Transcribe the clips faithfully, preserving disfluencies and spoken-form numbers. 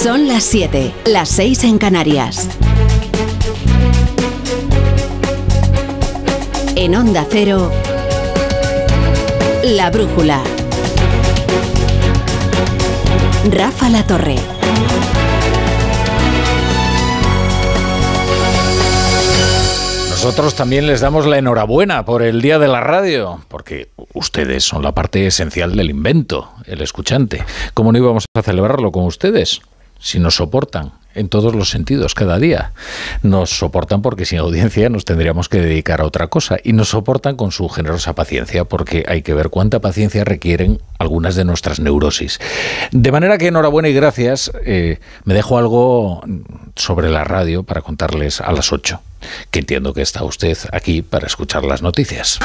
Son las siete, las seis en Canarias. En Onda Cero, La Brújula. Rafa La Torre. Nosotros también les damos la enhorabuena por el Día de la Radio, porque ustedes son la parte esencial del invento, el escuchante. ¿Cómo no íbamos a celebrarlo con ustedes? Si nos soportan en todos los sentidos cada día. Nos soportan porque sin audiencia nos tendríamos que dedicar a otra cosa, y nos soportan con su generosa paciencia, porque hay que ver cuánta paciencia requieren algunas de nuestras neurosis. De manera que enhorabuena y gracias. Eh, me dejo algo sobre la radio para contarles a las ocho, que entiendo que está usted aquí para escuchar las noticias.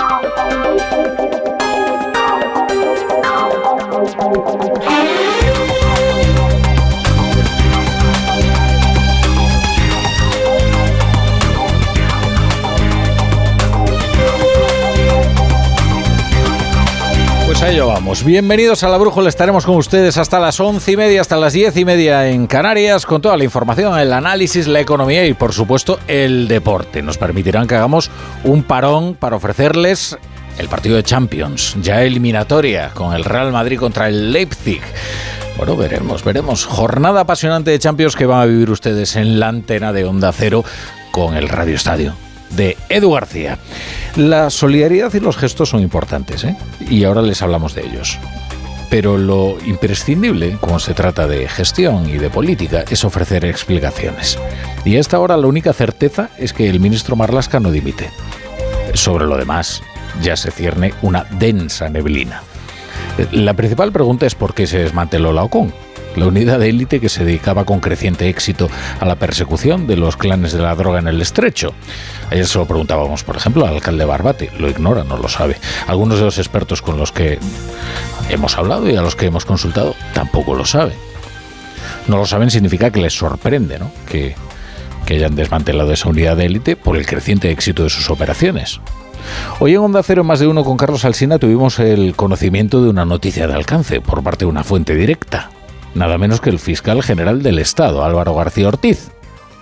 Pues a ello vamos. Bienvenidos a La Brújula. Estaremos con ustedes hasta las once y media, hasta las diez y media en Canarias, con toda la información, el análisis, la economía y, por supuesto, el deporte. Nos permitirán que hagamos un parón para ofrecerles el partido de Champions, ya eliminatoria, con el Real Madrid contra el Leipzig. Bueno, veremos, veremos. Jornada apasionante de Champions que van a vivir ustedes en la antena de Onda Cero con el Radio Estadio de Edu García. La solidaridad y los gestos son importantes, ¿eh? Y ahora les hablamos de ellos. Pero lo imprescindible, como se trata de gestión y de política, es ofrecer explicaciones. Y a esta hora la única certeza es que el ministro Marlaska no dimite. Sobre lo demás, ya se cierne una densa neblina. La principal pregunta es por qué se desmanteló la OCON, la unidad de élite que se dedicaba con creciente éxito a la persecución de los clanes de la droga en el Estrecho. Ayer se lo preguntábamos, por ejemplo, al alcalde Barbate. Lo ignora, no lo sabe. Algunos de los expertos con los que hemos hablado y a los que hemos consultado tampoco lo saben. No lo saben significa que les sorprende, ¿no?, que, que hayan desmantelado esa unidad de élite por el creciente éxito de sus operaciones. Hoy en Onda Cero Más de Uno con Carlos Alsina tuvimos el conocimiento de una noticia de alcance por parte de una fuente directa. Nada menos que el fiscal general del Estado, Álvaro García Ortiz.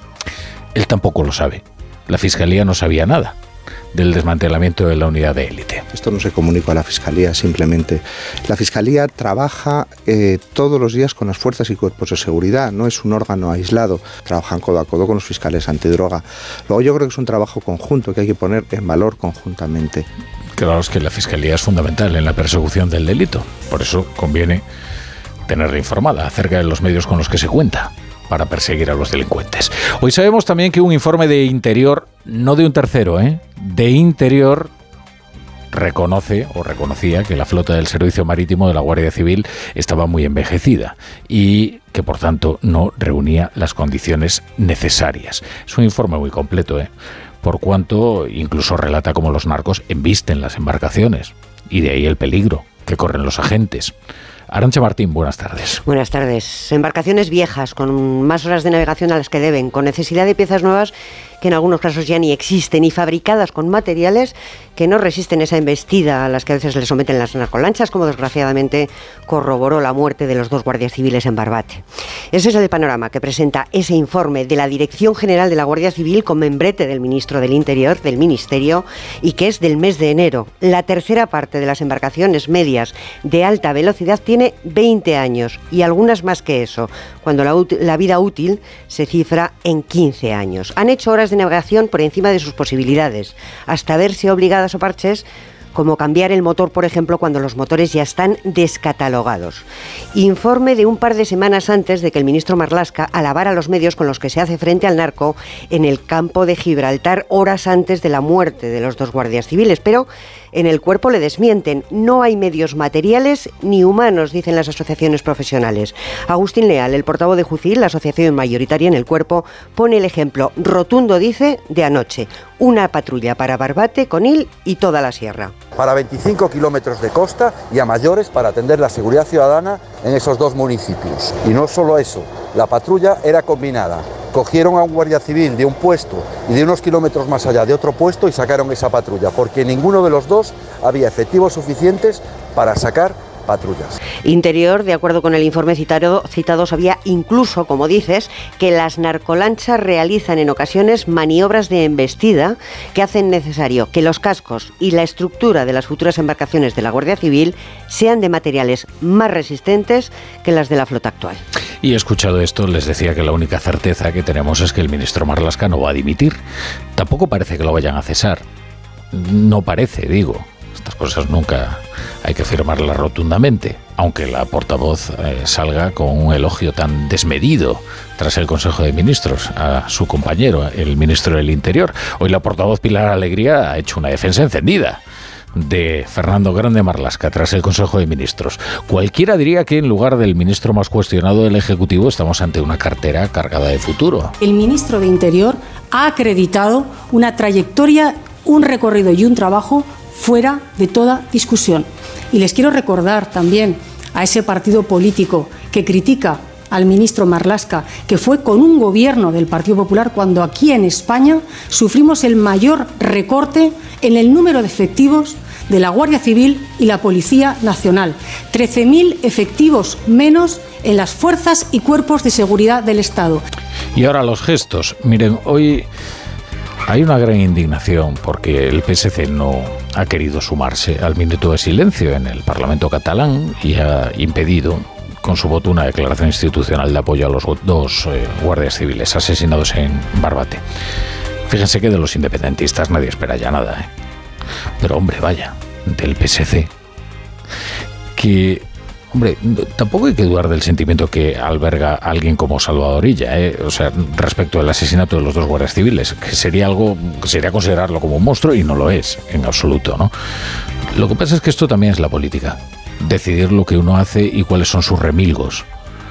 Él tampoco lo sabe. La Fiscalía no sabía nada del desmantelamiento de la unidad de élite. Esto no se comunicó a la Fiscalía, simplemente. La Fiscalía trabaja eh, todos los días con las fuerzas y cuerpos de seguridad, no es un órgano aislado, trabajan codo a codo con los fiscales antidroga. Luego yo creo que es un trabajo conjunto que hay que poner en valor conjuntamente. Claro, es que la Fiscalía es fundamental en la persecución del delito, por eso conviene tenerla informada acerca de los medios con los que se cuenta para perseguir a los delincuentes. Hoy sabemos también que un informe de Interior, no de un tercero, ¿eh? de Interior, reconoce o reconocía que la flota del Servicio Marítimo de la Guardia Civil estaba muy envejecida y que, por tanto, no reunía las condiciones necesarias. Es un informe muy completo, ¿eh? por cuanto incluso relata cómo los narcos embisten las embarcaciones, y de ahí el peligro que corren los agentes. Arantxa Martín, buenas tardes. Buenas tardes. Embarcaciones viejas, con más horas de navegación a las que deben, con necesidad de piezas nuevas que en algunos casos ya ni existen, y fabricadas con materiales que no resisten esa embestida a las que a veces le someten las narcolanchas, como desgraciadamente corroboró la muerte de los dos guardias civiles en Barbate. Ese es el panorama que presenta ese informe de la Dirección General de la Guardia Civil con membrete del ministro del Interior, del Ministerio, y que es del mes de enero. La tercera parte de las embarcaciones medias de alta velocidad tiene veinte años, y algunas más que eso, cuando la, la vida útil se cifra en quince años. Han hecho horas de navegación por encima de sus posibilidades, hasta verse obligadas a parches como cambiar el motor, por ejemplo, cuando los motores ya están descatalogados. Informe de un par de semanas antes de que el ministro Marlaska alabara a los medios con los que se hace frente al narco en el campo de Gibraltar, horas antes de la muerte de los dos guardias civiles, pero en el cuerpo le desmienten. No hay medios materiales ni humanos, dicen las asociaciones profesionales. Agustín Leal, el portavoz de Jucil, la asociación mayoritaria en el cuerpo, pone el ejemplo rotundo, dice, de anoche. Una patrulla para Barbate, Conil y toda la sierra. Para veinticinco kilómetros de costa y a mayores para atender la seguridad ciudadana en esos dos municipios. Y no solo eso, la patrulla era combinada. Cogieron a un guardia civil de un puesto y de unos kilómetros más allá de otro puesto y sacaron esa patrulla, porque ninguno de los dos había efectivos suficientes para sacar patrullas. Interior, de acuerdo con el informe citado, citado, sabía incluso, como dices, que las narcolanchas realizan en ocasiones maniobras de embestida que hacen necesario que los cascos y la estructura de las futuras embarcaciones de la Guardia Civil sean de materiales más resistentes que las de la flota actual. Y escuchado esto, les decía que la única certeza que tenemos es que el ministro Marlaska no va a dimitir. Tampoco parece que lo vayan a cesar. No parece, digo. Estas cosas nunca hay que afirmarlas rotundamente, aunque la portavoz eh, salga con un elogio tan desmedido tras el Consejo de Ministros a su compañero, el ministro del Interior. Hoy la portavoz Pilar Alegría ha hecho una defensa encendida de Fernando Grande Marlaska tras el Consejo de Ministros. Cualquiera diría que en lugar del ministro más cuestionado del Ejecutivo estamos ante una cartera cargada de futuro. El ministro de Interior ha acreditado una trayectoria, un recorrido y un trabajo fuera de toda discusión. Y les quiero recordar también a ese partido político que critica al ministro Marlaska, que fue con un gobierno del Partido Popular cuando aquí en España sufrimos el mayor recorte en el número de efectivos de la Guardia Civil y la Policía Nacional. trece mil efectivos menos en las fuerzas y cuerpos de seguridad del Estado. Y ahora los gestos. Miren, hoy hay una gran indignación porque el P S C no ha querido sumarse al minuto de silencio en el Parlamento catalán y ha impedido con su voto una declaración institucional de apoyo a los dos eh, guardias civiles asesinados en Barbate. Fíjense que de los independentistas nadie espera ya nada, ¿eh? Pero hombre, vaya, del P S C, que, hombre, tampoco hay que dudar del sentimiento que alberga alguien como Salvador Illa, ¿eh? O sea, respecto al asesinato de los dos guardias civiles, que sería algo, que sería considerarlo como un monstruo y no lo es, en absoluto, ¿no? Lo que pasa es que esto también es la política. Decidir lo que uno hace y cuáles son sus remilgos.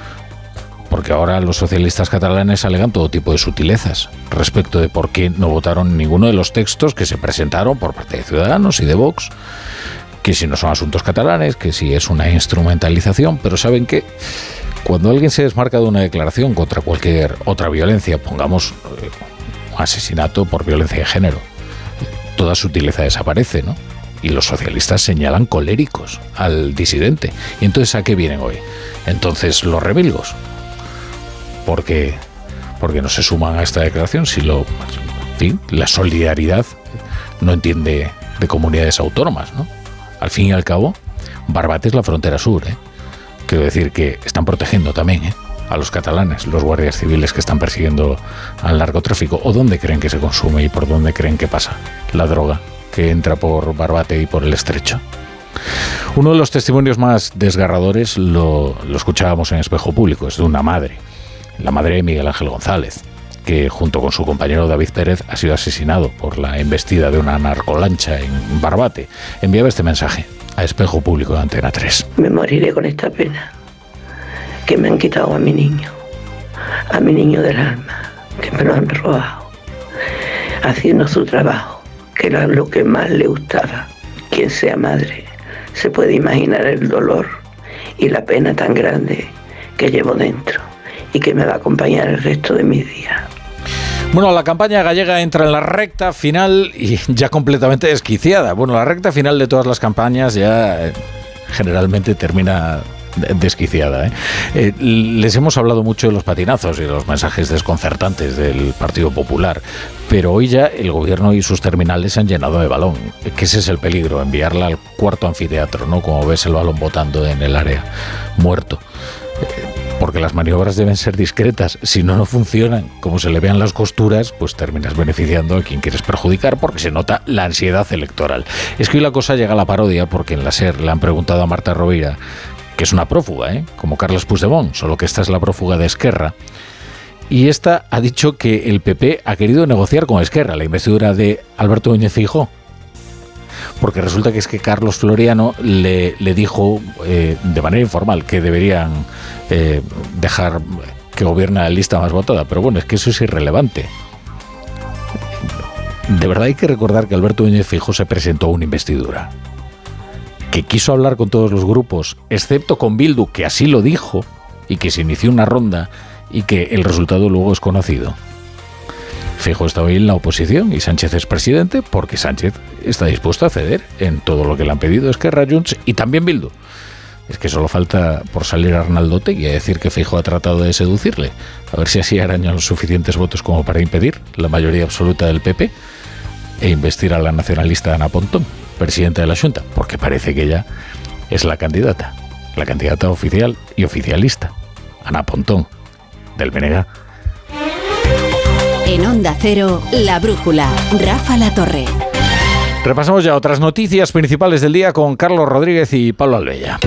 Porque ahora los socialistas catalanes alegan todo tipo de sutilezas respecto de por qué no votaron ninguno de los textos que se presentaron por parte de Ciudadanos y de Vox, que si no son asuntos catalanes, que si es una instrumentalización, pero saben que cuando alguien se desmarca de una declaración contra cualquier otra violencia, pongamos eh, un asesinato por violencia de género, toda sutileza desaparece, ¿no? Y los socialistas señalan coléricos al disidente. ¿Y entonces a qué vienen hoy? Entonces los remilgos. Porque, porque no se suman a esta declaración si lo, en fin, la solidaridad no entiende de comunidades autónomas, ¿no? Al fin y al cabo, Barbate es la frontera sur, ¿eh? Quiero decir que están protegiendo también, ¿eh?, a los catalanes, los guardias civiles que están persiguiendo al narcotráfico. ¿O dónde creen que se consume y por dónde creen que pasa la droga que entra por Barbate y por el Estrecho? Uno de los testimonios más desgarradores lo, lo escuchábamos en Espejo Público, es de una madre, la madre de Miguel Ángel González, que junto con su compañero David Pérez ha sido asesinado por la embestida de una narcolancha en Barbate. Enviaba este mensaje a Espejo Público de Antena tres. Me moriré con esta pena, que me han quitado a mi niño, a mi niño del alma, que me lo han robado, haciendo su trabajo, que era lo que más le gustaba. Quien sea madre se puede imaginar el dolor y la pena tan grande que llevo dentro y que me va a acompañar el resto de mis días. Bueno, la campaña gallega entra en la recta final y ya completamente desquiciada. Bueno, la recta final de todas las campañas ya eh, generalmente termina desquiciada, ¿eh? Eh, les hemos hablado mucho de los patinazos y de los mensajes desconcertantes del Partido Popular, pero hoy ya el gobierno y sus terminales se han llenado de balón, que ese es el peligro, enviarla al cuarto anfiteatro, ¿no? Como ves el balón botando en el área, muerto. Eh, porque las maniobras deben ser discretas, si no, no funcionan. Como se le vean las costuras, pues terminas beneficiando a quien quieres perjudicar, porque se nota la ansiedad electoral. Es que hoy la cosa llega a la parodia, porque en la SER le han preguntado a Marta Rovira, que es una prófuga, ¿eh?, como Carles Puigdemont, solo que esta es la prófuga de Esquerra, y esta ha dicho que el P P ha querido negociar con Esquerra la investidura de Alberto Núñez Feijóo, porque resulta que es que Carlos Floriano le, le dijo eh, de manera informal que deberían eh, dejar que gobierne la lista más votada, pero bueno, es que eso es irrelevante. De verdad hay que recordar que Alberto Núñez Feijóo se presentó a una investidura, que quiso hablar con todos los grupos, excepto con Bildu, que así lo dijo, y que se inició una ronda y que el resultado luego es conocido. Feijóo está hoy en la oposición y Sánchez es presidente porque Sánchez está dispuesto a ceder en todo lo que le han pedido Esquerra, Junts y también Bildu. Es que solo falta por salir Arnaldo Otegi a decir que Feijóo ha tratado de seducirle, a ver si así arañan los suficientes votos como para impedir la mayoría absoluta del P P e investir a la nacionalista Ana Pontón, presidenta de la Xunta, porque parece que ella es la candidata, la candidata oficial y oficialista, Ana Pontón, del B N G. En Onda Cero, La Brújula, Rafa La Torre. Repasamos ya otras noticias principales del día con Carlos Rodríguez y Pablo Albella.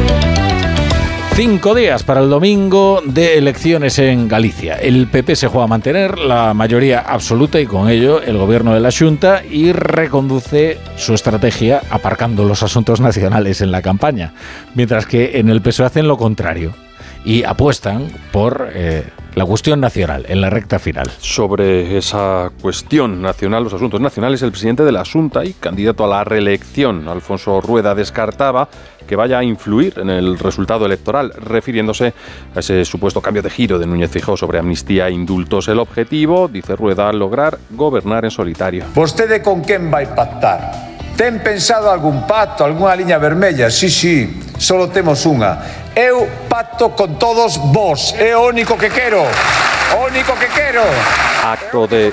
Cinco días para el domingo de elecciones en Galicia. El P P se juega a mantener la mayoría absoluta y con ello el gobierno de la Xunta y reconduce su estrategia aparcando los asuntos nacionales en la campaña, mientras que en el P S O E hacen lo contrario y apuestan por eh, la cuestión nacional en la recta final. Sobre esa cuestión nacional, los asuntos nacionales, el presidente de la Xunta y candidato a la reelección, Alfonso Rueda, descartaba que vaya a influir en el resultado electoral, refiriéndose a ese supuesto cambio de giro de Núñez Feijóo sobre amnistía e indultos. El objetivo, dice Rueda, lograr gobernar en solitario. ¿Vostede con quen vai pactar? Ten pensado algún pacto, algunha liña vermella? Sí, sí, solo temos unha. Eu pacto con todos vos, é o único que quero, o único que quero. Acto de,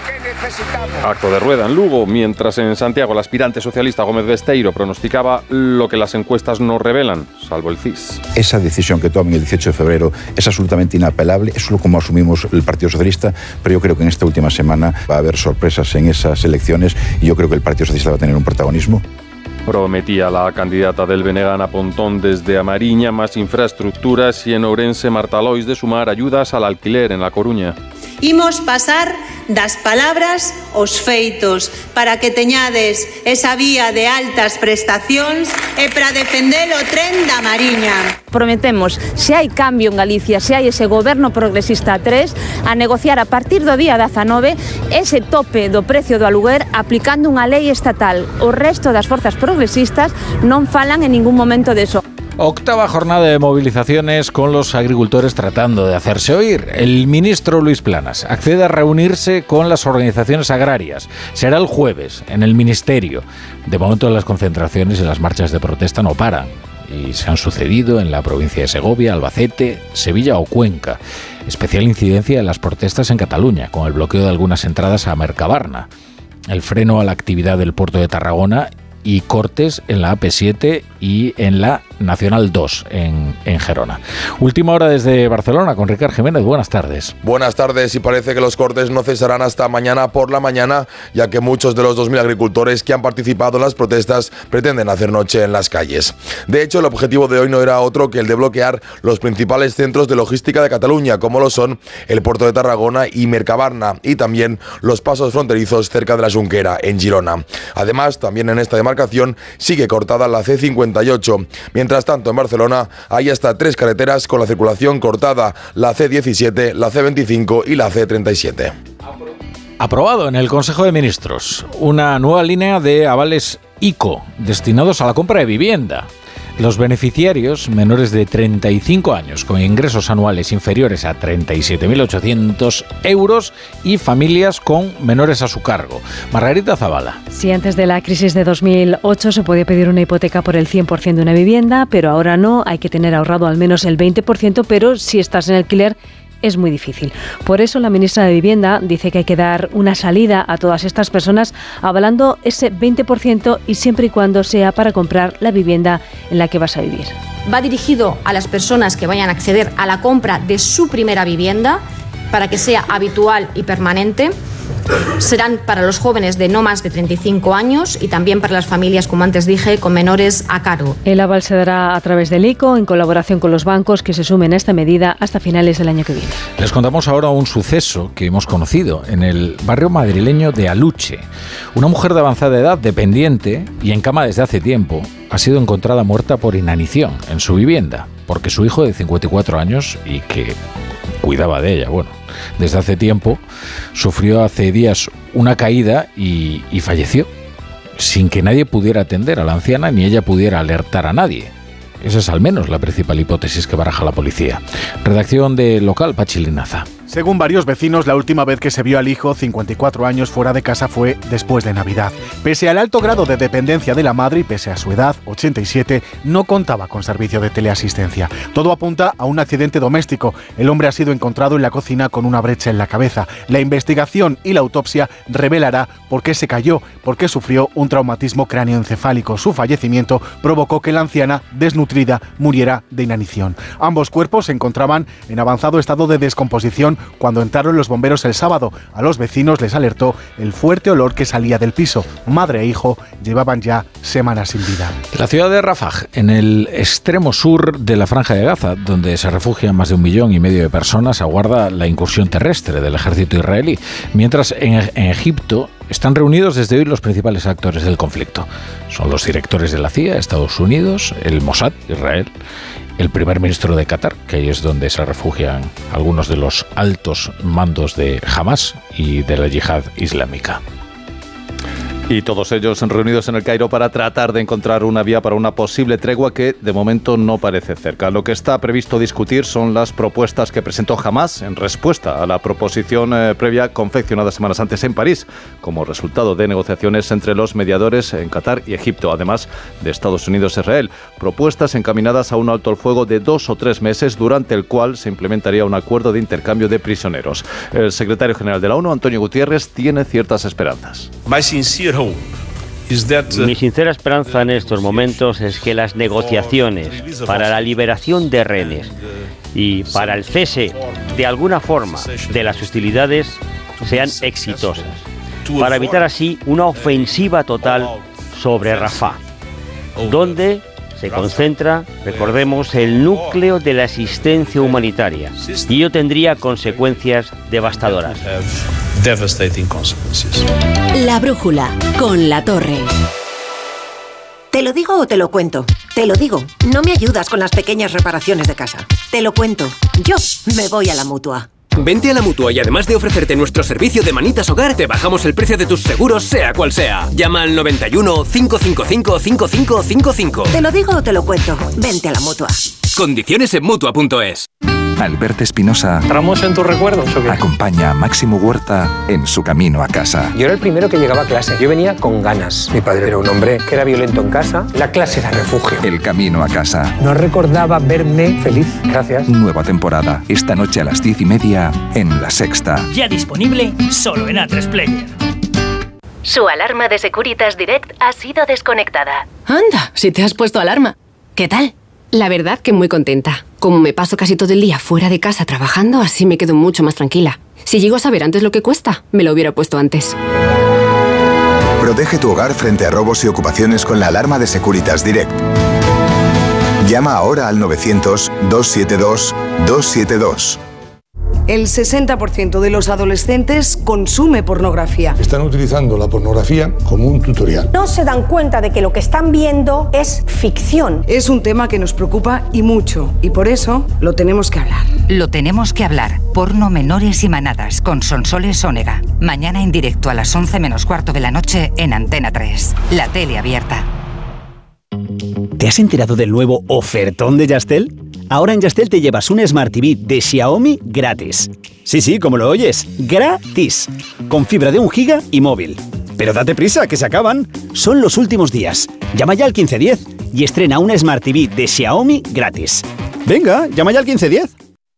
acto de Rueda en Lugo, mientras en Santiago el aspirante socialista Gómez Besteiro pronosticaba lo que las encuestas no revelan, salvo el C I S. Esa decisión que tomen el dieciocho de febrero es absolutamente inapelable, eso es como asumimos el Partido Socialista, pero yo creo que en esta última semana va a haber sorpresas en esas elecciones y yo creo que el Partido Socialista va a tener un protagonismo. Prometía la candidata del B N G, Ana Pontón, desde A Mariña más infraestructuras y en Ourense, Marta Lois, de sumar ayudas al alquiler en La Coruña. Imos pasar das palabras aos feitos para que teñades esa vía de altas prestacións e para defender o tren da Mariña. Prometemos, se hai cambio en Galicia, se hai ese goberno progresista tres, a negociar a partir do día dezanove ese tope do precio do aluguer aplicando unha lei estatal. O resto das forzas progresistas non falan en ningún momento de eso. Octava jornada de movilizaciones con los agricultores tratando de hacerse oír. El ministro Luis Planas accede a reunirse con las organizaciones agrarias. Será el jueves en el Ministerio. De momento las concentraciones y las marchas de protesta no paran y se han sucedido en la provincia de Segovia, Albacete, Sevilla o Cuenca. Especial incidencia en las protestas en Cataluña, con el bloqueo de algunas entradas a Mercabarna, el freno a la actividad del puerto de Tarragona y cortes en la A P siete y en la Nacional dos en, en Gerona. Última hora desde Barcelona con Ricard Jiménez. Buenas tardes. Buenas tardes, y parece que los cortes no cesarán hasta mañana por la mañana, ya que muchos de los dos mil agricultores que han participado en las protestas pretenden hacer noche en las calles. De hecho, el objetivo de hoy no era otro que el de bloquear los principales centros de logística de Cataluña, como lo son el puerto de Tarragona y Mercabarna, y también los pasos fronterizos cerca de la Xunquera, en Girona. Además, también en esta demarcación sigue cortada la C cincuenta y ocho. Mientras tanto, en Barcelona hay hasta tres carreteras con la circulación cortada: la C diecisiete, la C veinticinco y la C treinta y siete. Aprobado en el Consejo de Ministros una nueva línea de avales ICO destinados a la compra de vivienda. Los beneficiarios menores de treinta y cinco años con ingresos anuales inferiores a treinta y siete mil ochocientos euros y familias con menores a su cargo. Margarita Zavala. Si antes de la crisis de dos mil ocho se podía pedir una hipoteca por el cien por ciento de una vivienda, pero ahora no, hay que tener ahorrado al menos el veinte por ciento, pero si estás en alquiler es muy difícil. Por eso la ministra de Vivienda dice que hay que dar una salida a todas estas personas avalando ese veinte por ciento y siempre y cuando sea para comprar la vivienda en la que vas a vivir. Va dirigido a las personas que vayan a acceder a la compra de su primera vivienda para que sea habitual y permanente. Serán para los jóvenes de no más de treinta y cinco años y también para las familias, como antes dije, con menores a cargo. El aval se dará a través del ICO en colaboración con los bancos que se sumen a esta medida hasta finales del año que viene. Les contamos ahora un suceso que hemos conocido en el barrio madrileño de Aluche. Una mujer de avanzada edad, dependiente y en cama desde hace tiempo, ha sido encontrada muerta por inanición en su vivienda, porque su hijo de cincuenta y cuatro años y que cuidaba de ella, bueno, desde hace tiempo, sufrió hace días una caída y, y falleció, sin que nadie pudiera atender a la anciana ni ella pudiera alertar a nadie. Esa es al menos la principal hipótesis que baraja la policía. Redacción de Local, Pachi Linaza. Según varios vecinos, la última vez que se vio al hijo, cincuenta y cuatro años, fuera de casa fue después de Navidad. Pese al alto grado de dependencia de la madre y pese a su edad, ochenta y siete, no contaba con servicio de teleasistencia. Todo apunta a un accidente doméstico. El hombre ha sido encontrado en la cocina con una brecha en la cabeza. La investigación y la autopsia revelará por qué se cayó, por qué sufrió un traumatismo cráneoencefálico. Su fallecimiento provocó que la anciana, desnutrida, muriera de inanición. Ambos cuerpos se encontraban en avanzado estado de descomposición cuando entraron los bomberos el sábado. A los vecinos les alertó el fuerte olor que salía del piso. Madre e hijo llevaban ya semanas sin vida. La ciudad de Rafah, en el extremo sur de la Franja de Gaza, donde se refugian más de un millón y medio de personas, aguarda la incursión terrestre del ejército israelí. Mientras en, en Egipto están reunidos desde hoy los principales actores del conflicto. Son los directores de la C I A, Estados Unidos, el Mossad, Israel, el primer ministro de Qatar, que ahí es donde se refugian algunos de los altos mandos de Hamas y de la yihad islámica. Y todos ellos reunidos en el Cairo para tratar de encontrar una vía para una posible tregua que de momento no parece cerca. Lo que está previsto discutir son las propuestas que presentó Hamas en respuesta a la proposición eh, previa confeccionada semanas antes en París, como resultado de negociaciones entre los mediadores en Qatar y Egipto, además de Estados Unidos e Israel. Propuestas encaminadas a un alto el fuego de dos o tres meses, durante el cual se implementaría un acuerdo de intercambio de prisioneros. El secretario general de la ONU, Antonio Guterres, tiene ciertas esperanzas. Mi sincera esperanza en estos momentos es que las negociaciones para la liberación de rehenes y para el cese, de alguna forma, de las hostilidades sean exitosas, para evitar así una ofensiva total sobre Rafah, donde se concentra, recordemos, el núcleo de la asistencia humanitaria, y ello tendría consecuencias devastadoras. La brújula, con La Torre. ¿Te lo digo o te lo cuento? Te lo digo, no me ayudas con las pequeñas reparaciones de casa. Te lo cuento, yo me voy a la Mutua. Vente a la Mutua y además de ofrecerte nuestro servicio de manitas hogar, te bajamos el precio de tus seguros, sea cual sea. Llama al noventa y uno, cinco cinco cinco, cinco cinco cinco cinco. ¿Te lo digo o te lo cuento? Vente a la Mutua. Condiciones en Mutua punto es. Alberto Espinosa ¿Ramos en tus recuerdos o qué? Acompaña a Máximo Huerta en su camino a casa. Yo era el primero que llegaba a clase. Yo venía con ganas. Mi padre era un hombre que era violento en casa. La clase era refugio. El camino a casa. No recordaba verme feliz. Gracias. Nueva temporada. Esta noche a las diez y media en La Sexta. Ya disponible solo en A tres Player. Su alarma de Securitas Direct ha sido desconectada. Anda, si te has puesto alarma. ¿Qué tal? La verdad que muy contenta. Como me paso casi todo el día fuera de casa trabajando, así me quedo mucho más tranquila. Si llego a saber antes lo que cuesta, me lo hubiera puesto antes. Protege tu hogar frente a robos y ocupaciones con la alarma de Securitas Direct. Llama ahora al novecientos, doscientos setenta y dos, doscientos setenta y dos. El sesenta por ciento de los adolescentes consume pornografía. Están utilizando la pornografía como un tutorial. No se dan cuenta de que lo que están viendo es ficción. Es un tema que nos preocupa y mucho, y por eso lo tenemos que hablar. Lo tenemos que hablar. Porno, menores y manadas con Sonsoles Onega. Mañana en directo a las once menos cuarto de la noche en Antena tres. La tele abierta. ¿Te has enterado del nuevo ofertón de Yastel? Ahora en Yastel te llevas un Smart T V de Xiaomi gratis. Sí, sí, como lo oyes, gratis. Con fibra de un giga y móvil. Pero date prisa, que se acaban. Son los últimos días. Llama ya al quince diez y estrena una Smart T V de Xiaomi gratis. Venga, llama ya al quince diez.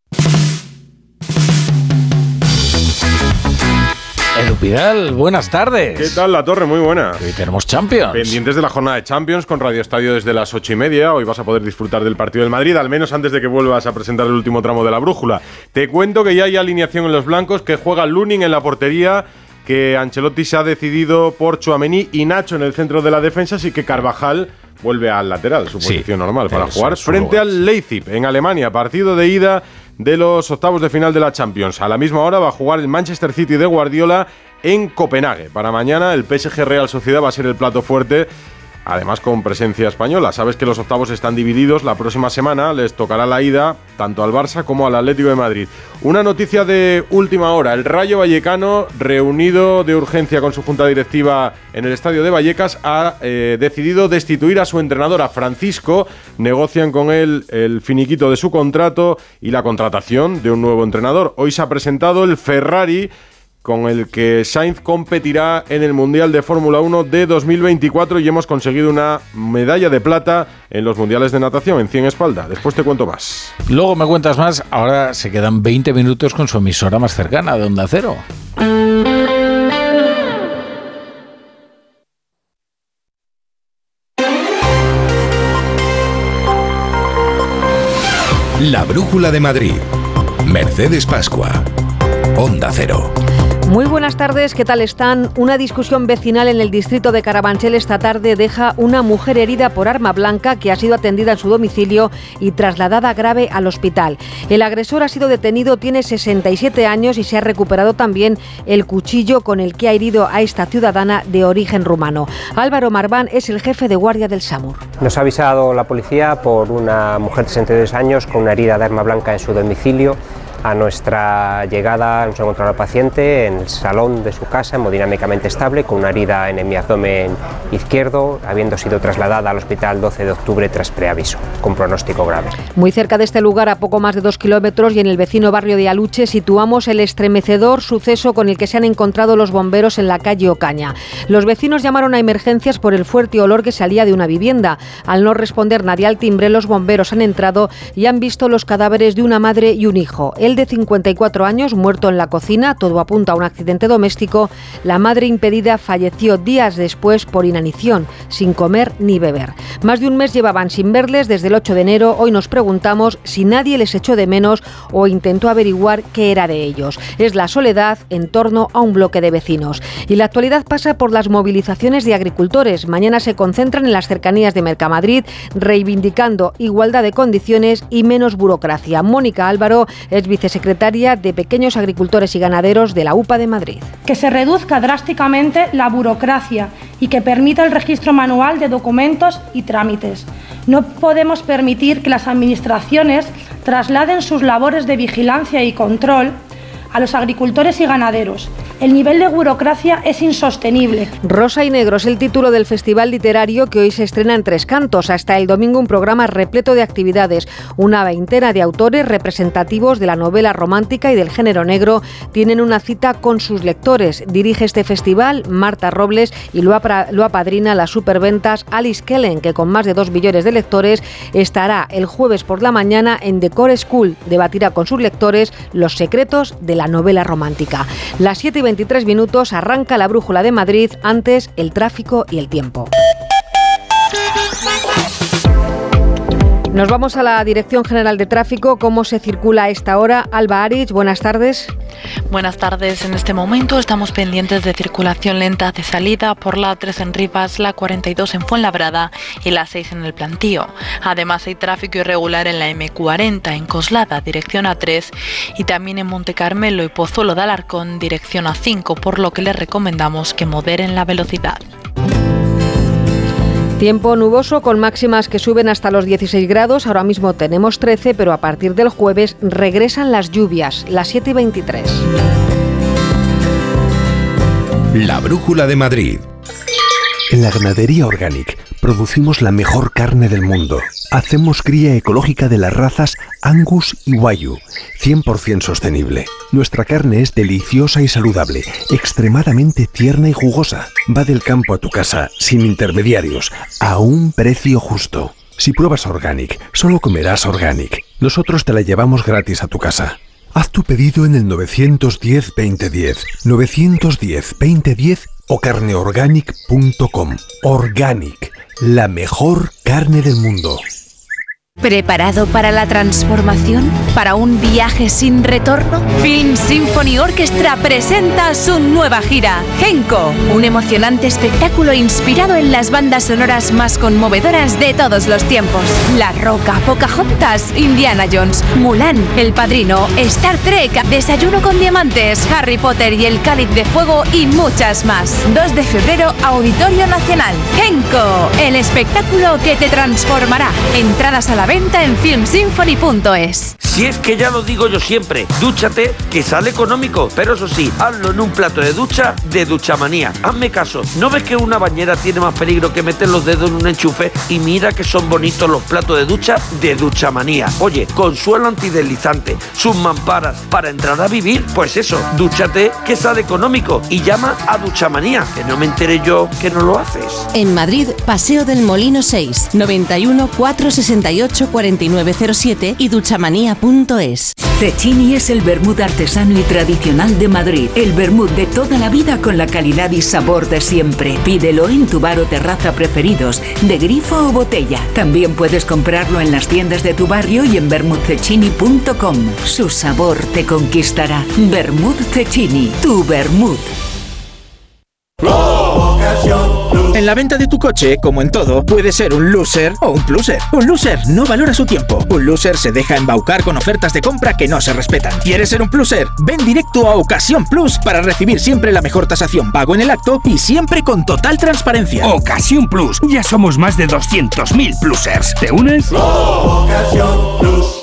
Edu Pidal, buenas tardes. ¿Qué tal, La Torre? Muy buena. Hoy tenemos Champions. Pendientes de la jornada de Champions con Radio Estadio desde las ocho y media. Hoy vas a poder disfrutar del partido del Madrid, al menos antes de que vuelvas a presentar el último tramo de la brújula. Te cuento que ya hay alineación en los blancos, que juega Lunin en la portería, que Ancelotti se ha decidido por Tchouaméni y Nacho en el centro de la defensa, así que Carvajal vuelve al lateral, su posición sí, normal, para jugar frente lugar. al Leipzig en Alemania. Partido de ida de los octavos de final de la Champions. A la misma hora va a jugar el Manchester City de Guardiola en Copenhague. Para mañana el P S G Real Sociedad va a ser el plato fuerte además con presencia española. Sabes que los octavos están divididos, la próxima semana les tocará la ida tanto al Barça como al Atlético de Madrid. Una noticia de última hora, el Rayo Vallecano, reunido de urgencia con su junta directiva en el estadio de Vallecas, ha eh, decidido destituir a su entrenador, a Francisco. Negocian con él el finiquito de su contrato y la contratación de un nuevo entrenador. Hoy se ha presentado el Ferrari con el que Sainz competirá en el Mundial de Fórmula uno de dos mil veinticuatro y hemos conseguido una medalla de plata en los Mundiales de Natación en cien espalda. Después te cuento más. Luego me cuentas más. Ahora se quedan veinte minutos con su emisora más cercana, de Onda Cero. La Brújula de Madrid. Mercedes Pascua. Onda Cero. Muy buenas tardes, ¿qué tal están? Una discusión vecinal en el distrito de Carabanchel esta tarde deja una mujer herida por arma blanca que ha sido atendida en su domicilio y trasladada grave al hospital. El agresor ha sido detenido, tiene sesenta y siete años y se ha recuperado también el cuchillo con el que ha herido a esta ciudadana de origen rumano. Álvaro Marván es el jefe de guardia del SAMUR. Nos ha avisado la policía por una mujer de sesenta y dos años con una herida de arma blanca en su domicilio. A nuestra llegada hemos encontrado al paciente en el salón de su casa, hemodinámicamente estable, con una herida en el abdomen izquierdo, habiendo sido trasladada al hospital doce de octubre tras preaviso, con pronóstico grave. Muy cerca de este lugar, a poco más de dos kilómetros y en el vecino barrio de Aluche, situamos el estremecedor suceso con el que se han encontrado los bomberos en la calle Ocaña. Los vecinos llamaron a emergencias por el fuerte olor que salía de una vivienda. Al no responder nadie al timbre, los bomberos han entrado y han visto los cadáveres de una madre y un hijo. El de cincuenta y cuatro años, muerto en la cocina, todo apunta a un accidente doméstico. La madre impedida falleció días después por inanición, sin comer ni beber. Más de un mes llevaban sin verles desde el ocho de enero. Hoy nos preguntamos si nadie les echó de menos o intentó averiguar qué era de ellos. Es la soledad en torno a un bloque de vecinos. Y la actualidad pasa por las movilizaciones de agricultores. Mañana se concentran en las cercanías de Mercamadrid, reivindicando igualdad de condiciones y menos burocracia. Mónica Álvaro es vicesecretaria de Pequeños Agricultores y Ganaderos de la U P A de Madrid. Que se reduzca drásticamente la burocracia y que permita el registro manual de documentos y trámites. No podemos permitir que las administraciones trasladen sus labores de vigilancia y control a los agricultores y ganaderos. El nivel de burocracia es insostenible. Rosa y Negro es el título del festival literario que hoy se estrena en Tres Cantos. Hasta el domingo un programa repleto de actividades. Una veintena de autores representativos de la novela romántica y del género negro tienen una cita con sus lectores. Dirige este festival Marta Robles y lo, apra- lo apadrina la superventas Alice Kellen, que con más de dos millones de lectores estará el jueves por la mañana en The Core School. Debatirá con sus lectores los secretos de la novela romántica. Las siete y veintitrés minutos, arranca la Brújula de Madrid, antes el tráfico y el tiempo. Nos vamos a la Dirección General de Tráfico. ¿Cómo se circula a esta hora? Alba Arich, buenas tardes. Buenas tardes. En este momento estamos pendientes de circulación lenta de salida por la A tres en Rivas, la cuarenta y dos en Fuenlabrada y la seis en el Plantío. Además hay tráfico irregular en la eme cuarenta en Coslada, dirección A tres, y también en Monte Carmelo y Pozuelo de Alarcón, dirección A cinco, por lo que les recomendamos que moderen la velocidad. Tiempo nuboso con máximas que suben hasta los dieciséis grados. Ahora mismo tenemos trece, pero a partir del jueves regresan las lluvias, las siete y veintitrés. La Brújula de Madrid. En la Ganadería Organic producimos la mejor carne del mundo. Hacemos cría ecológica de las razas Angus y Wagyu, cien por ciento sostenible. Nuestra carne es deliciosa y saludable, extremadamente tierna y jugosa. Va del campo a tu casa, sin intermediarios, a un precio justo. Si pruebas Organic, solo comerás Organic. Nosotros te la llevamos gratis a tu casa. Haz tu pedido en el nueve uno cero, veinte diez, nueve uno cero, veinte diez o carneorganic punto com. Organic, la mejor carne del mundo. ¿Preparado para la transformación? ¿Para un viaje sin retorno? Film Symphony Orchestra presenta su nueva gira, Genco, un emocionante espectáculo inspirado en las bandas sonoras más conmovedoras de todos los tiempos. La Roca, Pocahontas, Indiana Jones, Mulan, El Padrino, Star Trek, Desayuno con Diamantes, Harry Potter y El Cáliz de Fuego y muchas más. dos de febrero, Auditorio Nacional. Genco, el espectáculo que te transformará. Entradas a la venta en film symphony punto es. Si es que ya lo digo yo siempre, dúchate, que sale económico, pero eso sí, hazlo en un plato de ducha de Duchamanía. Hazme caso, ¿no ves que una bañera tiene más peligro que meter los dedos en un enchufe? Y mira que son bonitos los platos de ducha de Duchamanía. Oye, con suelo antideslizante, sus mamparas, para entrar a vivir, pues eso, dúchate, que sale económico, y llama a Duchamanía, que no me enteré yo que no lo haces. En Madrid, Paseo del Molino seis, noventa y uno, cuatrocientos sesenta y ocho, cuarenta y nueve cero siete y duchamanía punto es. Cecchini es el vermut artesano y tradicional de Madrid. El vermut de toda la vida con la calidad y sabor de siempre. Pídelo en tu bar o terraza preferidos, de grifo o botella. También puedes comprarlo en las tiendas de tu barrio y en vermut cecchini punto com. Su sabor te conquistará. Vermut Cecchini, tu vermut. En la venta de tu coche, como en todo, puede ser un loser o un pluser. Un loser no valora su tiempo. Un loser se deja embaucar con ofertas de compra que no se respetan. ¿Quieres ser un pluser? Ven directo a Ocasión Plus para recibir siempre la mejor tasación pago en el acto y siempre con total transparencia. Ocasión Plus. Ya somos más de doscientos mil plusers. ¿Te unes? Ocasión Plus.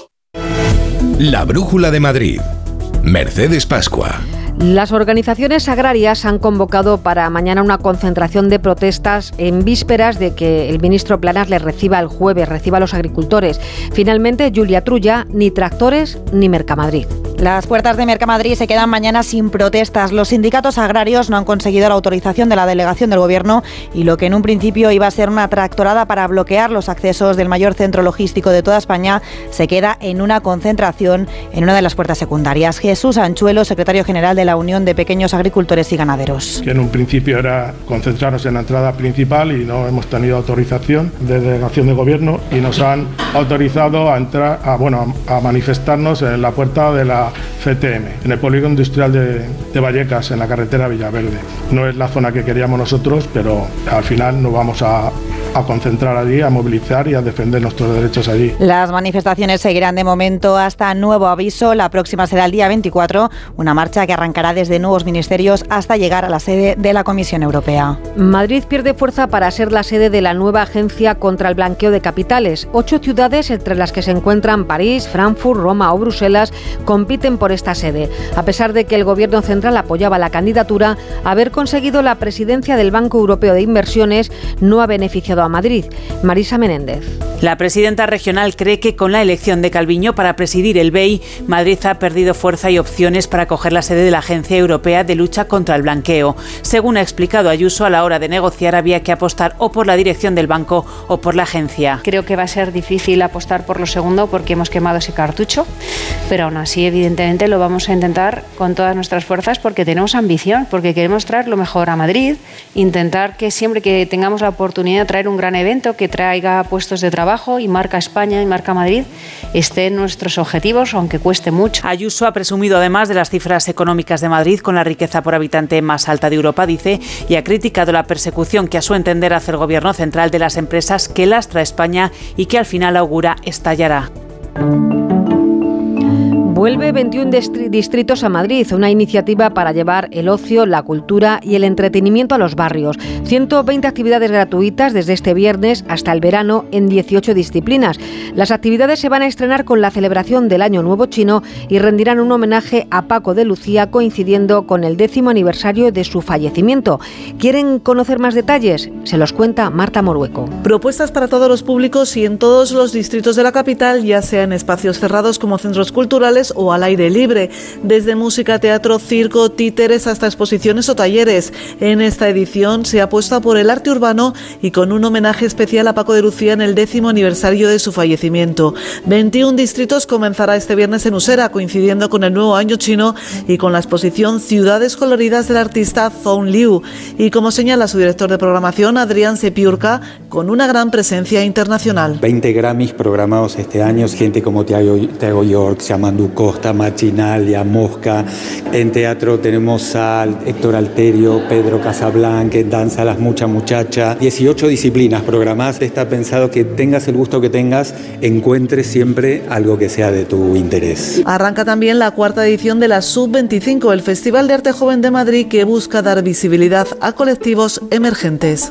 La Brújula de Madrid. Mercedes Pascua. Las organizaciones agrarias han convocado para mañana una concentración de protestas en vísperas de que el ministro Planas les reciba el jueves, reciba a los agricultores. Finalmente, Julia Trulla, ni tractores ni Mercamadrid. Las puertas de Mercamadrid se quedan mañana sin protestas. Los sindicatos agrarios no han conseguido la autorización de la delegación del Gobierno y lo que en un principio iba a ser una tractorada para bloquear los accesos del mayor centro logístico de toda España se queda en una concentración en una de las puertas secundarias. Jesús Anchuelo, secretario general de la Unión de Pequeños Agricultores y Ganaderos. Que en un principio era concentrarnos en la entrada principal y no hemos tenido autorización de delegación de Gobierno y nos han autorizado a entrar, a, bueno, a manifestarnos en la puerta de la C T M, en el polígono industrial de, de Vallecas, en la carretera Villaverde. No es la zona que queríamos nosotros, pero al final nos vamos a, a concentrar allí, a movilizar y a defender nuestros derechos allí. Las manifestaciones seguirán de momento hasta nuevo aviso. La próxima será el día veinticuatro, una marcha que arrancará desde nuevos ministerios hasta llegar a la sede de la Comisión Europea. Madrid pierde fuerza para ser la sede de la nueva agencia contra el blanqueo de capitales. Ocho ciudades, entre las que se encuentran París, Frankfurt, Roma o Bruselas, compiten por esta sede. A pesar de que el Gobierno central apoyaba la candidatura, haber conseguido la presidencia del Banco Europeo de Inversiones no ha beneficiado a Madrid. Marisa Menéndez. La presidenta regional cree que con la elección de Calviño para presidir el B E I, Madrid ha perdido fuerza y opciones para coger la sede de la Agencia Europea de Lucha contra el Blanqueo. Según ha explicado Ayuso, a la hora de negociar había que apostar o por la dirección del banco o por la agencia. Creo que va a ser difícil apostar por lo segundo porque hemos quemado ese cartucho, pero aún así evidentemente lo vamos a intentar con todas nuestras fuerzas porque tenemos ambición, porque queremos traer lo mejor a Madrid, intentar que siempre que tengamos la oportunidad de traer un gran evento que traiga puestos de trabajo y marca España y marca Madrid, esté en nuestros objetivos, aunque cueste mucho. Ayuso ha presumido además de las cifras económicas de Madrid con la riqueza por habitante más alta de Europa, dice, y ha criticado la persecución que a su entender hace el Gobierno central de las empresas que lastra España y que al final augura estallará. Vuelve veintiún distritos a Madrid, una iniciativa para llevar el ocio, la cultura y el entretenimiento a los barrios. ciento veinte actividades gratuitas desde este viernes hasta el verano en dieciocho disciplinas. Las actividades se van a estrenar con la celebración del Año Nuevo Chino y rendirán un homenaje a Paco de Lucía coincidiendo con el décimo aniversario de su fallecimiento. ¿Quieren conocer más detalles? Se los cuenta Marta Morueco. Propuestas para todos los públicos y en todos los distritos de la capital, ya sea en espacios cerrados como centros culturales exteriores o al aire libre, desde música, teatro, circo, títeres hasta exposiciones o talleres. En esta edición se apuesta por el arte urbano y con un homenaje especial a Paco de Lucía en el décimo aniversario de su fallecimiento. veintiún distritos comenzará este viernes en Usera, coincidiendo con el nuevo año chino y con la exposición Ciudades coloridas del artista Zhong Liu. Y como señala su director de programación, Adrián Sepiurka, con una gran presencia internacional. veinte Grammys programados este año, gente como Thiago York, Yamandu Costa, Machinalia, Mosca. En teatro tenemos a Héctor Alterio, Pedro Casablanca, Danza a las Muchas Muchachas. dieciocho disciplinas programadas. Está pensado que tengas el gusto que tengas, encuentres siempre algo que sea de tu interés. Arranca también la cuarta edición de la Sub veinticinco, el Festival de Arte Joven de Madrid, que busca dar visibilidad a colectivos emergentes.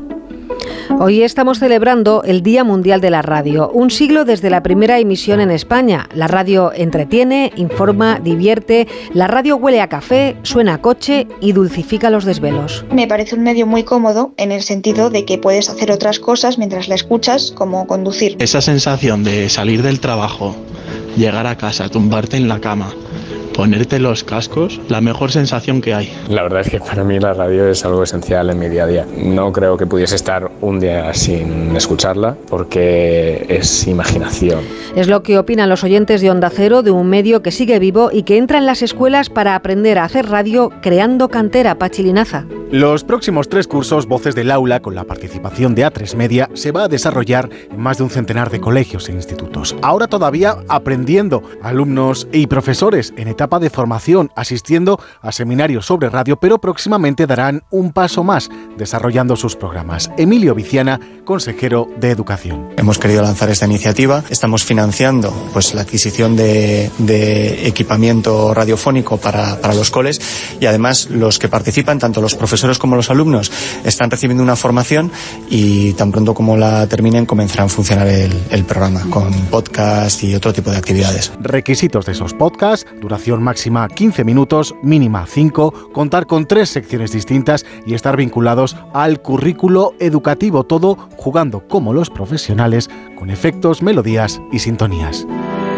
Hoy estamos celebrando el Día Mundial de la Radio, un siglo desde la primera emisión en España. La radio entretiene, informa, divierte, la radio huele a café, suena a coche y dulcifica los desvelos. Me parece un medio muy cómodo en el sentido de que puedes hacer otras cosas mientras la escuchas, como conducir. Esa sensación de salir del trabajo, llegar a casa, tumbarte en la cama, ponerte los cascos, la mejor sensación que hay. La verdad es que para mí la radio es algo esencial en mi día a día. No creo que pudiese estar un día sin escucharla porque es imaginación. Es lo que opinan los oyentes de Onda Cero, de un medio que sigue vivo y que entra en las escuelas para aprender a hacer radio creando cantera. Pachi Linaza. Los próximos tres cursos Voces del Aula, con la participación de A tres Media, se va a desarrollar en más de un centenar de colegios e institutos. Ahora todavía aprendiendo, alumnos y profesores en etapa de formación, asistiendo a seminarios sobre radio, pero próximamente darán un paso más desarrollando sus programas. Emilio Viciana, consejero de Educación. Hemos querido lanzar esta iniciativa, estamos financiando pues la adquisición de, de equipamiento radiofónico para, para los coles y además los que participan, tanto los profesores como los alumnos, están recibiendo una formación y tan pronto como la terminen comenzarán a funcionar el, el programa con podcast y otro tipo de actividades. Requisitos de esos podcasts: duración máxima quince minutos, mínima cinco, contar con tres secciones distintas y estar vinculados al currículo educativo, todo jugando como los profesionales con efectos, melodías y sintonías.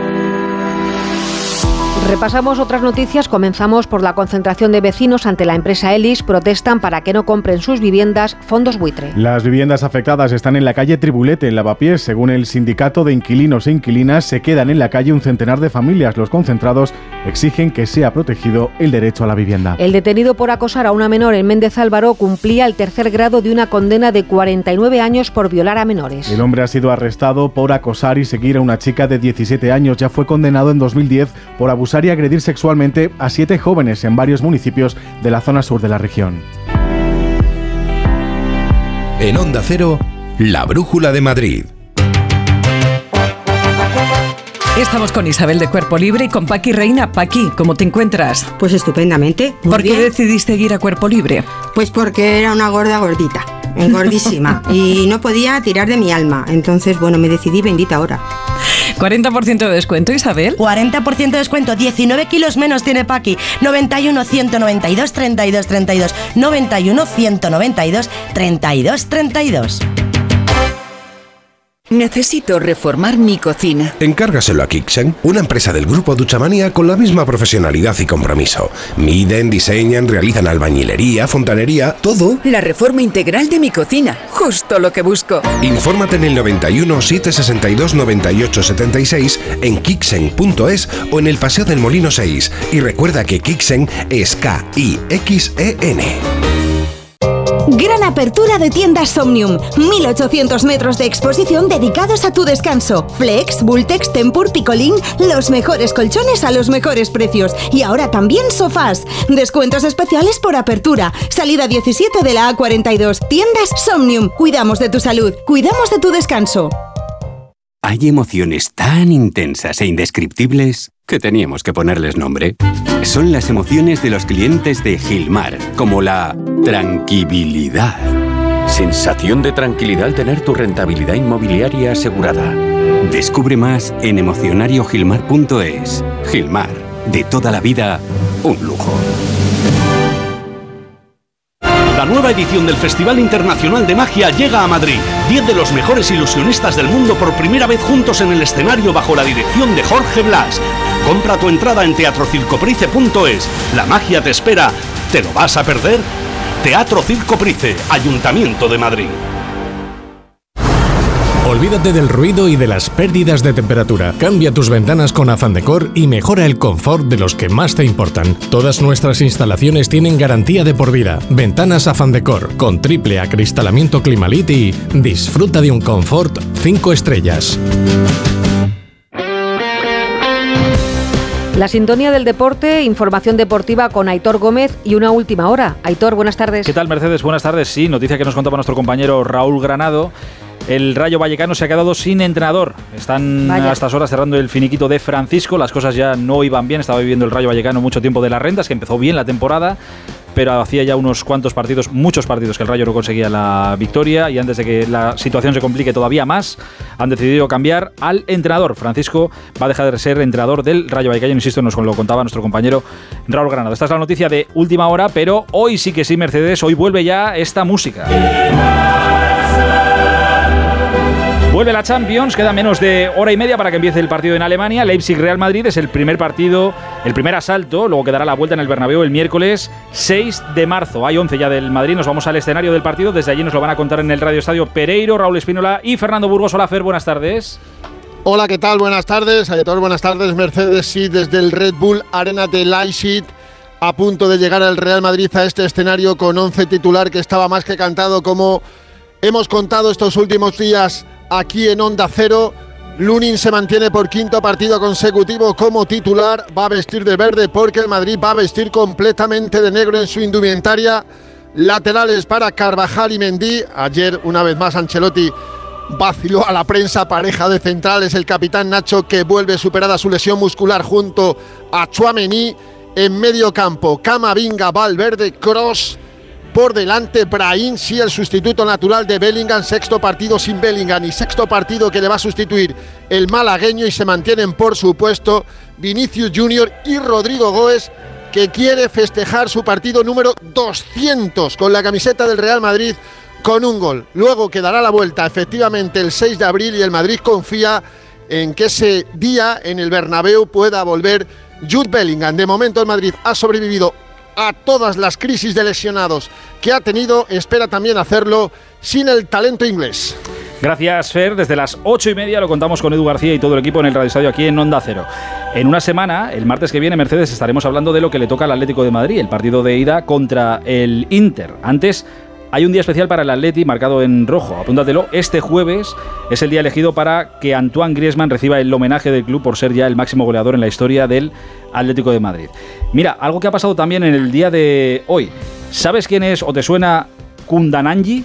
Repasamos otras noticias. Comenzamos por la concentración de vecinos ante la empresa Elis. Protestan para que no compren sus viviendas fondos buitre. Las viviendas afectadas están en la calle Tribulete, en Lavapiés. Según el sindicato de inquilinos e inquilinas, se quedan en la calle un centenar de familias. Los concentrados exigen que sea protegido el derecho a la vivienda. El detenido por acosar a una menor en Méndez Álvaro cumplía el tercer grado de una condena de cuarenta y nueve años por violar a menores. El hombre ha sido arrestado por acosar y seguir a una chica de diecisiete años. Ya fue condenado en dos mil diez por abusar y agredir sexualmente a siete jóvenes en varios municipios de la zona sur de la región. En Onda Cero, la Brújula de Madrid. Estamos con Isabel de Cuerpo Libre y con Paqui Reina. Paqui, ¿cómo te encuentras? Pues estupendamente. ¿Por qué decidiste ir a Cuerpo Libre? Pues porque era una gorda gordita, gordísima, y no podía tirar de mi alma. Entonces, bueno, me decidí, bendita ahora. ¿cuarenta por ciento de descuento, Isabel? cuarenta por ciento de descuento, diecinueve kilos menos tiene Paqui. noventa y uno, ciento noventa y dos, treinta y dos, treinta y dos. noventa y uno, ciento noventa y dos, treinta y dos, treinta y dos. Necesito reformar mi cocina. Encárgaselo a Kixen, una empresa del grupo Duchamanía con la misma profesionalidad y compromiso. Miden, diseñan, realizan albañilería, fontanería, todo. La reforma integral de mi cocina, justo lo que busco. Infórmate en el noventa y uno, setecientos sesenta y dos, noventa y ocho, setenta y seis, en kixen punto es o en el Paseo del Molino seis. Y recuerda que Kixen es K I X E N. Gran apertura de tiendas Somnium. mil ochocientos metros de exposición dedicados a tu descanso. Flex, Bultex, Tempur, Picolín, los mejores colchones a los mejores precios. Y ahora también sofás. Descuentos especiales por apertura. Salida diecisiete de la A cuarenta y dos. Tiendas Somnium. Cuidamos de tu salud. Cuidamos de tu descanso. Hay emociones tan intensas e indescriptibles que teníamos que ponerles nombre. Son las emociones de los clientes de Gilmar, como la tranquilidad. Sensación de tranquilidad al tener tu rentabilidad inmobiliaria asegurada. Descubre más en emocionario gilmar punto es. Gilmar, de toda la vida, un lujo. La nueva edición del Festival Internacional de Magia llega a Madrid. Diez de los mejores ilusionistas del mundo por primera vez juntos en el escenario bajo la dirección de Jorge Blas. Compra tu entrada en teatro circoprice punto es. La magia te espera. ¿Te lo vas a perder? Teatro Circoprice, Ayuntamiento de Madrid. Olvídate del ruido y de las pérdidas de temperatura. Cambia tus ventanas con Afan Decor y mejora el confort de los que más te importan. Todas nuestras instalaciones tienen garantía de por vida. Ventanas Afan Decor con triple acristalamiento Climalit y disfruta de un confort cinco estrellas. La sintonía del deporte, información deportiva con Aitor Gómez y una última hora. Aitor, buenas tardes. ¿Qué tal, Mercedes? Buenas tardes. Sí, noticia que nos contaba nuestro compañero Raúl Granado. El Rayo Vallecano se ha quedado sin entrenador. Están Vaya. a estas horas cerrando el finiquito de Francisco. Las cosas ya no iban bien. Estaba viviendo el Rayo Vallecano mucho tiempo de las rentas, que empezó bien la temporada, pero hacía ya unos cuantos partidos, muchos partidos, que el Rayo no conseguía la victoria, y antes de que la situación se complique todavía más, han decidido cambiar al entrenador. Francisco va a dejar de ser entrenador del Rayo Vallecano, insisto, nos lo contaba nuestro compañero Raúl Granado. Esta es la noticia de última hora, pero hoy sí que sí, Mercedes, hoy vuelve ya esta música. Vuelve la Champions, queda menos de hora y media para que empiece el partido en Alemania. Leipzig-Real Madrid es el primer partido, el primer asalto, luego quedará la vuelta en el Bernabéu el miércoles seis de marzo. Hay once ya del Madrid, nos vamos al escenario del partido, desde allí nos lo van a contar en el Radio Estadio Pereiro, Raúl Espínola y Fernando Burgos. Hola, Fer, buenas tardes. Hola, ¿qué tal? Buenas tardes, Aitor, buenas tardes, Mercedes. Sí, desde el Red Bull Arena de Leipzig, a punto de llegar el Real Madrid a este escenario con once titular que estaba más que cantado, como hemos contado estos últimos días aquí en Onda Cero. Lunin se mantiene por quinto partido consecutivo como titular, va a vestir de verde porque el Madrid va a vestir completamente de negro en su indumentaria. Laterales para Carvajal y Mendy. Ayer, una vez más, Ancelotti vaciló a la prensa. Pareja de centrales, el capitán Nacho, que vuelve superada su lesión muscular junto a Tchouaméni. En medio campo, Camavinga, Valverde, Kroos. Por delante, Brahim, sí, el sustituto natural de Bellingham. Sexto partido sin Bellingham y sexto partido que le va a sustituir el malagueño, y se mantienen, por supuesto, Vinicius Junior y Rodrigo Goes, que quiere festejar su partido número doscientos con la camiseta del Real Madrid con un gol. Luego quedará la vuelta efectivamente el seis de abril, y el Madrid confía en que ese día en el Bernabéu pueda volver Jude Bellingham. De momento el Madrid ha sobrevivido a todas las crisis de lesionados que ha tenido, espera también hacerlo sin el talento inglés. Gracias, Fer. Desde las ocho y media lo contamos con Edu García y todo el equipo en el Radio Estadio aquí en Onda Cero. En una semana, el martes que viene, Mercedes, estaremos hablando de lo que le toca al Atlético de Madrid, el partido de ida contra el Inter. Antes, hay un día especial para el Atleti marcado en rojo, apúntatelo. Este jueves es el día elegido para que Antoine Griezmann reciba el homenaje del club por ser ya el máximo goleador en la historia del Atlético de Madrid. Mira, algo que ha pasado también en el día de hoy. ¿Sabes quién es o te suena Kundananji?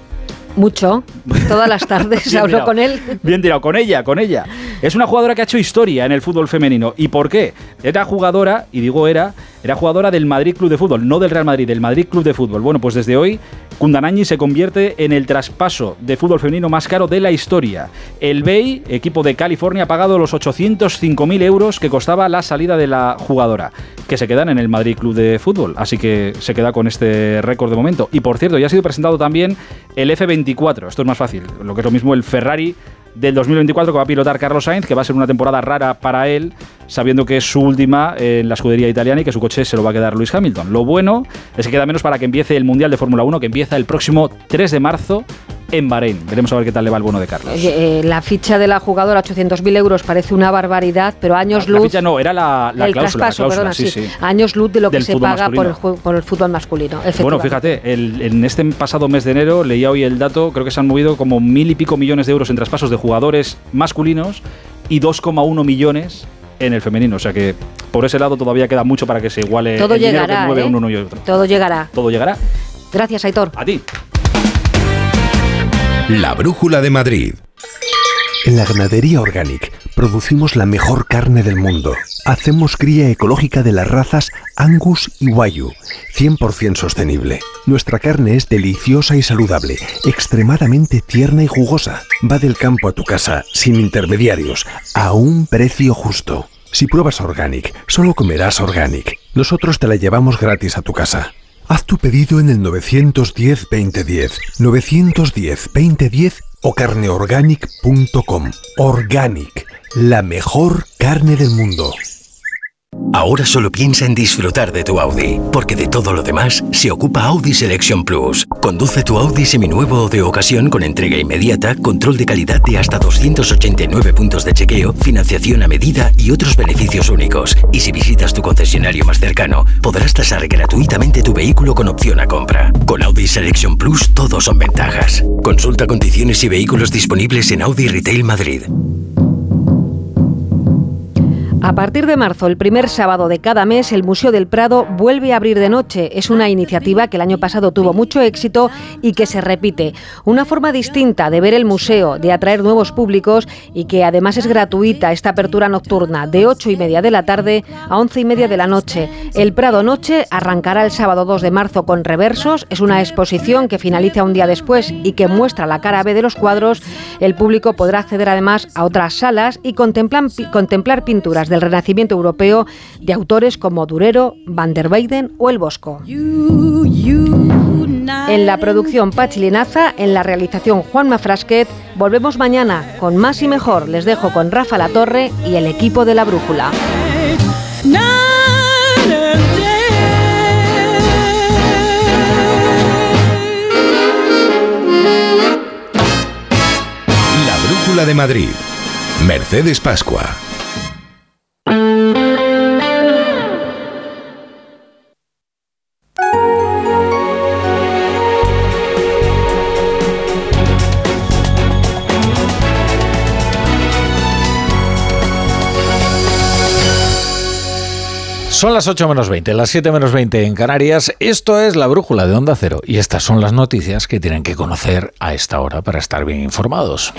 Mucho, todas las tardes hablo tirado. con él. Bien tirado, con ella, con ella. Es una jugadora que ha hecho historia en el fútbol femenino. ¿Y por qué? Era jugadora, y digo era, era jugadora del Madrid Club de Fútbol, no del Real Madrid, del Madrid Club de Fútbol. Bueno, pues desde hoy, Kundananji se convierte en el traspaso de fútbol femenino más caro de la historia. El B E I, equipo de California, ha pagado los ochocientos cinco mil euros que costaba la salida de la jugadora, que se quedan en el Madrid Club de Fútbol. Así que se queda con este récord de momento. Y por cierto, ya ha sido presentado también el F veinticuatro. Esto es más fácil, lo que es lo mismo el Ferrari del dos mil veinticuatro que va a pilotar Carlos Sainz, que va a ser una temporada rara para él, sabiendo que es su última en la escudería italiana y que su coche se lo va a quedar Lewis Hamilton. Lo bueno es que queda menos para que empiece el Mundial de Fórmula uno, que empieza el próximo tres de marzo en Bahrein. Veremos a ver qué tal le va el bono de Carlos. Eh, la ficha de la jugadora, ochocientos mil euros, parece una barbaridad, pero años la, luz... La ficha no, era la, la el cláusula. Traspaso, la cláusula perdona, sí, sí. sí. Años luz de lo Del que se paga por el, masculino. por el fútbol masculino. Bueno, fíjate, el, en este pasado mes de enero, leía hoy el dato, creo que se han movido como mil y pico millones de euros en traspasos de jugadores masculinos y dos coma uno millones en el femenino. O sea que por ese lado todavía queda mucho para que se iguale Todo el llegará, dinero que mueve ¿eh? un uno y otro. Todo llegará. Todo llegará. Gracias, Aitor. A ti. La Brújula de Madrid. En la Ganadería Organic producimos la mejor carne del mundo. Hacemos cría ecológica de las razas Angus y Wagyu, cien por ciento sostenible. Nuestra carne es deliciosa y saludable, extremadamente tierna y jugosa. Va del campo a tu casa, sin intermediarios, a un precio justo. Si pruebas Organic, solo comerás Organic. Nosotros te la llevamos gratis a tu casa. Haz tu pedido en el nueve uno cero, veinte diez, nueve uno cero, veinte diez o carneorganic punto com. Organic, la mejor carne del mundo. Ahora solo piensa en disfrutar de tu Audi, porque de todo lo demás se ocupa Audi Selection Plus. Conduce tu Audi seminuevo o de ocasión con entrega inmediata, control de calidad de hasta doscientos ochenta y nueve puntos de chequeo, financiación a medida y otros beneficios únicos. Y si visitas tu concesionario más cercano, podrás tasar gratuitamente tu vehículo con opción a compra. Con Audi Selection Plus todo son ventajas. Consulta condiciones y vehículos disponibles en Audi Retail Madrid. A partir de marzo, el primer sábado de cada mes, el Museo del Prado vuelve a abrir de noche. Es una iniciativa que el año pasado tuvo mucho éxito y que se repite. Una forma distinta de ver el museo, de atraer nuevos públicos y que además es gratuita esta apertura nocturna de ocho y media de la tarde a once y media de la noche. El Prado Noche arrancará el sábado dos de marzo con Reversos. Es una exposición que finaliza un día después y que muestra la cara B de los cuadros. El público podrá acceder además a otras salas y contemplar, contemplar pinturas del Renacimiento europeo de autores como Durero, Van der Weyden o El Bosco. En la producción Pachi Linaza, en la realización Juanma Frasquet. Volvemos mañana con más y mejor. Les dejo con Rafa Latorre y el equipo de La Brújula. La Brújula de Madrid. Mercedes Pascua. Son las ocho menos veinte, las siete menos veinte en Canarias. Esto es La Brújula de Onda Cero y estas son las noticias que tienen que conocer a esta hora para estar bien informados.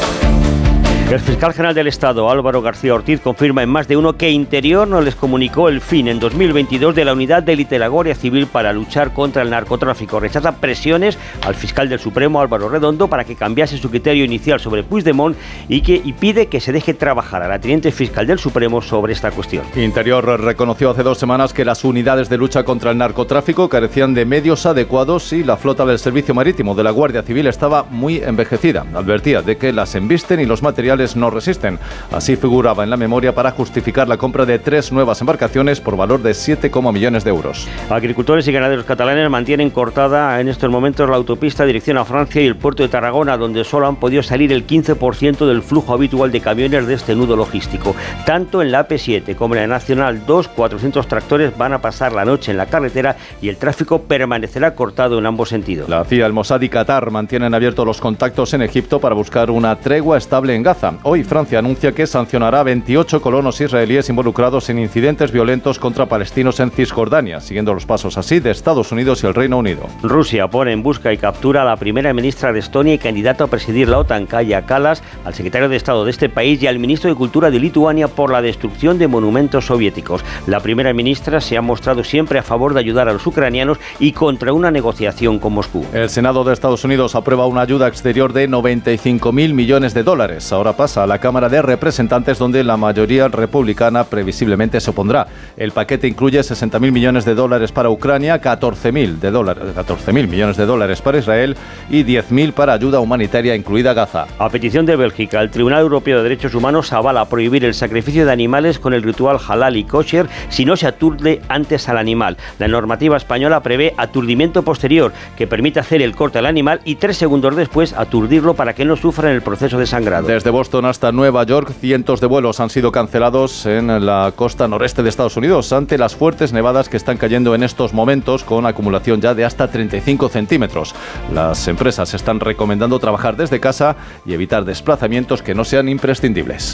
El fiscal general del Estado, Álvaro García Ortiz, confirma en Más de Uno que Interior no les comunicó el fin en dos mil veintidós de la unidad de élite de la Guardia Civil para luchar contra el narcotráfico. Rechaza presiones al fiscal del Supremo, Álvaro Redondo, para que cambiase su criterio inicial sobre Puigdemont y, que, y pide que se deje trabajar a la teniente fiscal del Supremo sobre esta cuestión. Interior reconoció hace dos semanas que las unidades de lucha contra el narcotráfico carecían de medios adecuados y la flota del Servicio Marítimo de la Guardia Civil estaba muy envejecida. Advertía de que las embisten y los materiales no resisten. Así figuraba en la memoria para justificar la compra de tres nuevas embarcaciones por valor de siete coma millones de euros. Agricultores y ganaderos catalanes mantienen cortada en estos momentos la autopista dirección a Francia y el puerto de Tarragona, donde solo han podido salir el quince por ciento del flujo habitual de camiones de este nudo logístico. Tanto en la A P siete como en la Nacional dos, cuatrocientos tractores van a pasar la noche en la carretera y el tráfico permanecerá cortado en ambos sentidos. La C I A, el Mossad y Qatar mantienen abiertos los contactos en Egipto para buscar una tregua estable en Gaza. Hoy Francia anuncia que sancionará a veintiocho colonos israelíes involucrados en incidentes violentos contra palestinos en Cisjordania, siguiendo los pasos así de Estados Unidos y el Reino Unido. Rusia pone en busca y captura a la primera ministra de Estonia y candidato a presidir la OTAN, Kaja Kallas, al secretario de Estado de este país y al ministro de Cultura de Lituania por la destrucción de monumentos soviéticos. La primera ministra se ha mostrado siempre a favor de ayudar a los ucranianos y contra una negociación con Moscú. El Senado de Estados Unidos aprueba una ayuda exterior de noventa y cinco mil millones de dólares. Ahora pasa a la Cámara de Representantes, donde la mayoría republicana previsiblemente se opondrá. El paquete incluye sesenta mil millones de dólares para Ucrania, catorce mil de dólares, catorce mil millones de dólares para Israel y diez mil para ayuda humanitaria, incluida Gaza. A petición de Bélgica, el Tribunal Europeo de Derechos Humanos avala prohibir el sacrificio de animales con el ritual halal y kosher si no se aturde antes al animal. La normativa española prevé aturdimiento posterior, que permite hacer el corte al animal y tres segundos después aturdirlo para que no sufra en el proceso de sangrado. Desde Boston hasta Nueva York, cientos de vuelos han sido cancelados en la costa noreste de Estados Unidos ante las fuertes nevadas que están cayendo en estos momentos, con acumulación ya de hasta treinta y cinco centímetros. Las empresas están recomendando trabajar desde casa y evitar desplazamientos que no sean imprescindibles.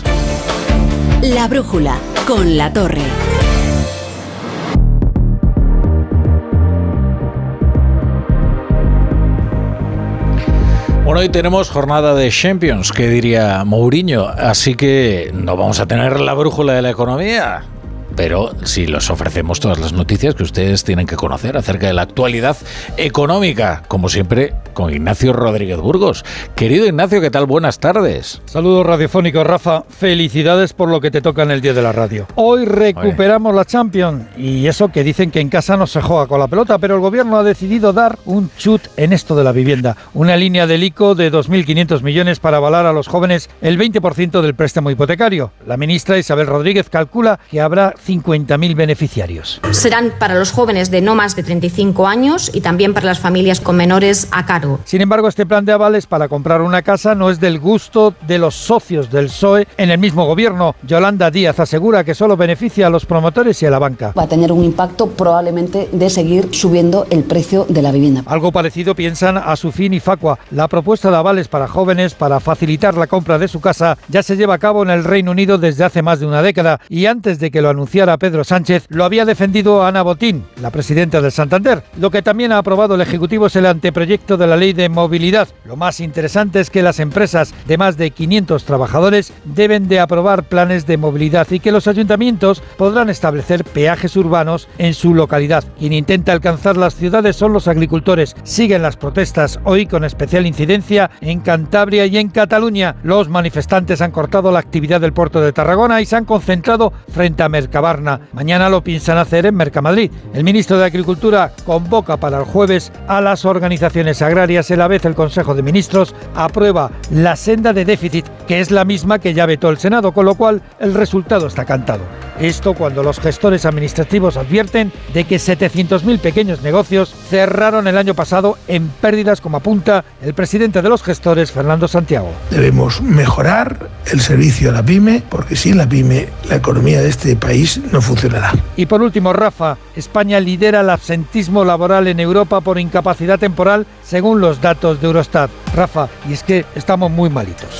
La Brújula, con La Torre. Bueno, hoy tenemos jornada de Champions, que diría Mourinho, así que no vamos a tener la brújula de la economía. pero sí los ofrecemos todas las noticias que ustedes tienen que conocer acerca de la actualidad económica, como siempre, con Ignacio Rodríguez Burgos. Querido Ignacio, ¿qué tal? Buenas tardes. Saludos radiofónicos, Rafa. Felicidades por lo que te toca en el Día de la Radio. Hoy recuperamos Oye. la Champions, y eso que dicen que en casa no se juega con la pelota, pero el gobierno ha decidido dar un chut en esto de la vivienda. Una línea del I C O de dos mil quinientos millones para avalar a los jóvenes el veinte por ciento del préstamo hipotecario. La ministra Isabel Rodríguez calcula que habrá cincuenta mil beneficiarios. Serán para los jóvenes de no más de treinta y cinco años y también para las familias con menores a cargo. Sin embargo, este plan de avales para comprar una casa no es del gusto de los socios del P S O E en el mismo gobierno. Yolanda Díaz asegura que solo beneficia a los promotores y a la banca. Va a tener un impacto probablemente de seguir subiendo el precio de la vivienda. Algo parecido piensan Asufin y Facua. La propuesta de avales para jóvenes para facilitar la compra de su casa ya se lleva a cabo en el Reino Unido desde hace más de una década, y antes de que lo anunciara Pedro Sánchez lo había defendido Ana Botín, la presidenta del Santander. Lo que también ha aprobado el Ejecutivo es el anteproyecto de la Ley de Movilidad. Lo más interesante es que las empresas de más de quinientos trabajadores deben de aprobar planes de movilidad y que los ayuntamientos podrán establecer peajes urbanos en su localidad. Quien intenta alcanzar las ciudades son los agricultores. Siguen las protestas, hoy con especial incidencia en Cantabria y en Cataluña. Los manifestantes han cortado la actividad del puerto de Tarragona y se han concentrado frente a Mercabarna. Mañana lo piensan hacer en Mercamadrid. El ministro de Agricultura convoca para el jueves a las organizaciones agrarias. A la vez el Consejo de Ministros aprueba la senda de déficit, que es la misma que ya vetó el Senado, con lo cual el resultado está cantado. Esto cuando los gestores administrativos advierten de que setecientos mil pequeños negocios cerraron el año pasado en pérdidas, como apunta el presidente de los gestores, Fernando Santiago. Debemos mejorar el servicio a la pyme, porque sin la pyme la economía de este país no funcionará. Y por último, Rafa, España lidera el absentismo laboral en Europa por incapacidad temporal, según los datos de Eurostat. Rafa, y es que estamos muy malitos.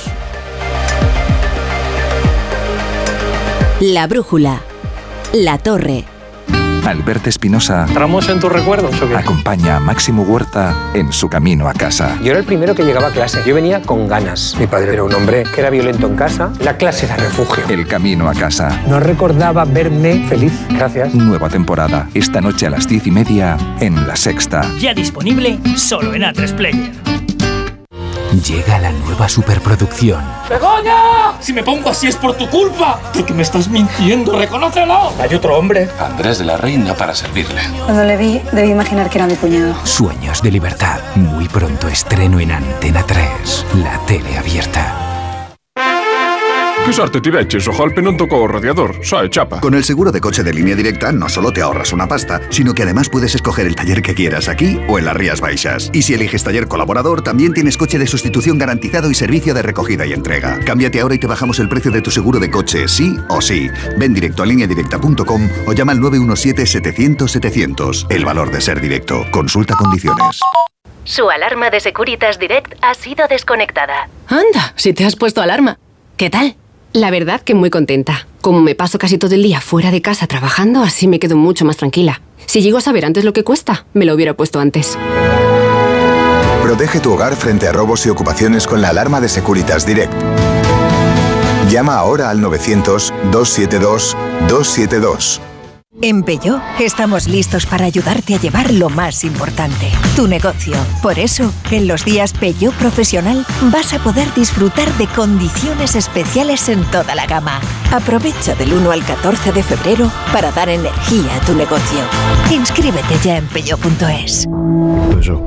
La brújula. La Torre. Alberto Espinosa ¿Tramos en tus recuerdos o qué? acompaña a Máximo Huerta en su camino a casa. Yo era el primero que llegaba a clase. Yo venía con ganas. Mi padre era un hombre que era violento en casa. La clase era refugio. El camino a casa. No recordaba verme feliz. Gracias. Nueva temporada. Esta noche a las diez y media en La Sexta. Ya disponible solo en A tres Player. Llega la nueva superproducción. ¡Begoña! Si me pongo así es por tu culpa. Porque me estás mintiendo, reconócelo. Hay otro hombre. Andrés de la Reina para servirle. Cuando le vi, debí imaginar que era mi cuñado. Sueños de libertad. Muy pronto estreno en Antena tres. La tele abierta. Che sorte ti vecchi, so Halpe non tocó radiador, sai, chapa. Con el seguro de coche de Línea Directa no solo te ahorras una pasta, sino que además puedes escoger el taller que quieras aquí o en las Rías Baixas. Y si eliges taller colaborador, también tienes coche de sustitución garantizado y servicio de recogida y entrega. Cámbiate ahora y te bajamos el precio de tu seguro de coche, sí o sí. Ven directo a línea directa punto com o llama al nueve uno siete, setecientos, setecientos. El valor de ser directo. Consulta condiciones. Su alarma de Securitas Direct ha sido desconectada. Anda, si te has puesto alarma. ¿Qué tal? La verdad que muy contenta. Como me paso casi todo el día fuera de casa trabajando, así me quedo mucho más tranquila. Si llego a saber antes lo que cuesta, me lo hubiera puesto antes. Protege tu hogar frente a robos y ocupaciones con la alarma de Securitas Direct. Llama ahora al novecientos, doscientos setenta y dos, doscientos setenta y dos. En Peugeot estamos listos para ayudarte a llevar lo más importante, tu negocio. Por eso, en los días Peugeot Profesional vas a poder disfrutar de condiciones especiales en toda la gama. Aprovecha del uno al catorce de febrero para dar energía a tu negocio. Inscríbete ya en peugeot punto es. Peugeot.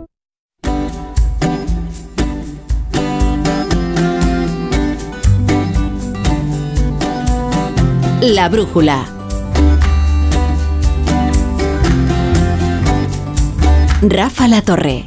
La brújula. Rafa La Torre.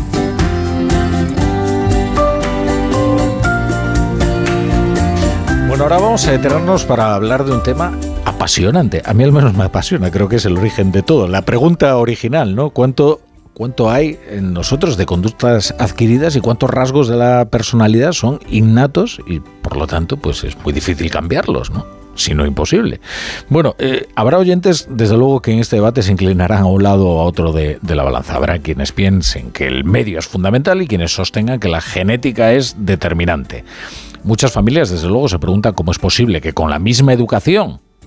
Bueno, ahora vamos a detenernos para hablar de un tema apasionante. A mí al menos me apasiona, creo que es el origen de todo. La pregunta original, ¿no? ¿Cuánto, cuánto hay en nosotros de conductas adquiridas y cuántos rasgos de la personalidad son innatos y, por lo tanto, pues es muy difícil cambiarlos, ¿no? Si no imposible. Bueno, eh, habrá oyentes, desde luego, que en este debate se inclinarán a un lado o a otro de, de la balanza. Habrá quienes piensen que el medio es fundamental y quienes sostengan que la genética es determinante. Muchas familias, desde luego, se preguntan cómo es posible que con la misma educación,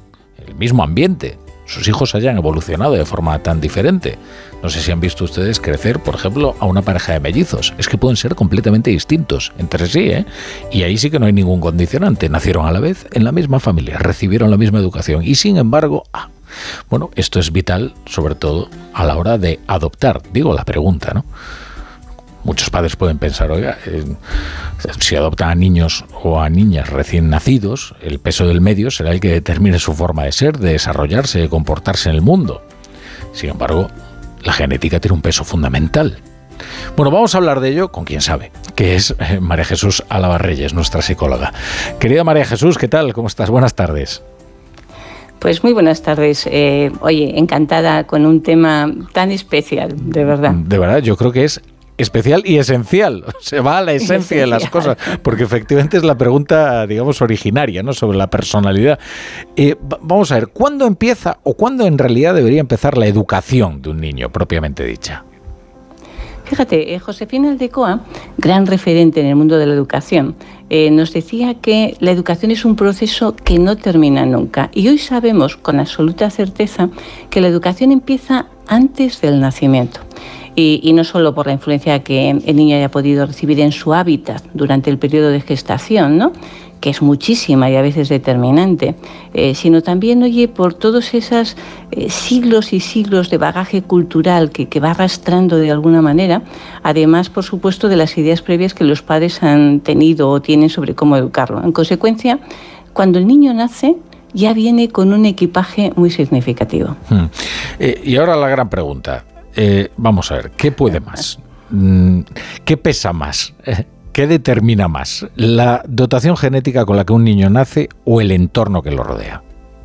el mismo ambiente, sus hijos hayan evolucionado de forma tan diferente. No sé si han visto ustedes crecer, por ejemplo, a una pareja de mellizos. Es que pueden ser completamente distintos entre sí, ¿eh? Y ahí sí que no hay ningún condicionante. Nacieron a la vez en la misma familia, recibieron la misma educación y, sin embargo, ah, bueno, esto es vital, sobre todo a la hora de adoptar. Digo la pregunta, ¿no? Muchos padres pueden pensar, oiga, eh, si adoptan a niños o a niñas recién nacidos, el peso del medio será el que determine su forma de ser, de desarrollarse, de comportarse en el mundo. Sin embargo, la genética tiene un peso fundamental. Bueno, vamos a hablar de ello con quien sabe, que es eh, María Jesús Álava Reyes, nuestra psicóloga. Querida María Jesús, ¿qué tal? ¿Cómo estás? Buenas tardes. Pues muy buenas tardes. Eh, oye, encantada con un tema tan especial, de verdad. De verdad, yo creo que es especial y esencial, se va a la esencia esencial. de las cosas, porque efectivamente es la pregunta, digamos, originaria, ¿no?, sobre la personalidad. Eh, vamos a ver, ¿cuándo empieza o cuándo en realidad debería empezar la educación de un niño, propiamente dicha? Fíjate, eh, Josefina Aldecoa, gran referente en el mundo de la educación, eh, nos decía que la educación es un proceso que no termina nunca. Y hoy sabemos con absoluta certeza que la educación empieza antes del nacimiento. Y, y no solo por la influencia que el niño haya podido recibir en su hábitat durante el periodo de gestación, ¿no?, que es muchísima y a veces determinante, eh, sino también, oye, por todos esos eh, siglos y siglos de bagaje cultural que, que va arrastrando de alguna manera, además, por supuesto, de las ideas previas que los padres han tenido o tienen sobre cómo educarlo. En consecuencia, cuando el niño nace, ya viene con un equipaje muy significativo. Hmm. Eh, y ahora la gran pregunta. Eh, vamos a ver, ¿qué puede más? ¿Qué pesa más? ¿Qué determina más? ¿La dotación genética con la que un niño nace o el entorno que lo rodea?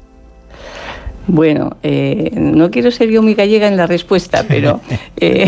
Bueno, eh, no quiero ser yo muy gallega en la respuesta, pero eh,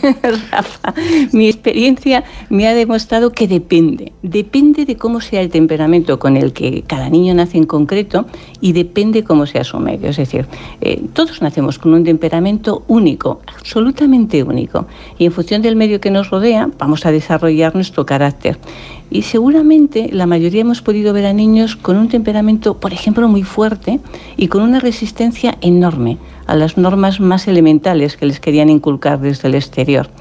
Rafa, mi experiencia me ha demostrado que depende. Depende de cómo sea el temperamento con el que cada niño nace en concreto y depende cómo sea su medio. Es decir, eh, todos nacemos con un temperamento único, absolutamente único. Y en función del medio que nos rodea, vamos a desarrollar nuestro carácter. Y seguramente la mayoría hemos podido ver a niños con un temperamento, por ejemplo, muy fuerte y con una resistencia enorme a las normas más elementales que les querían inculcar desde el exterior.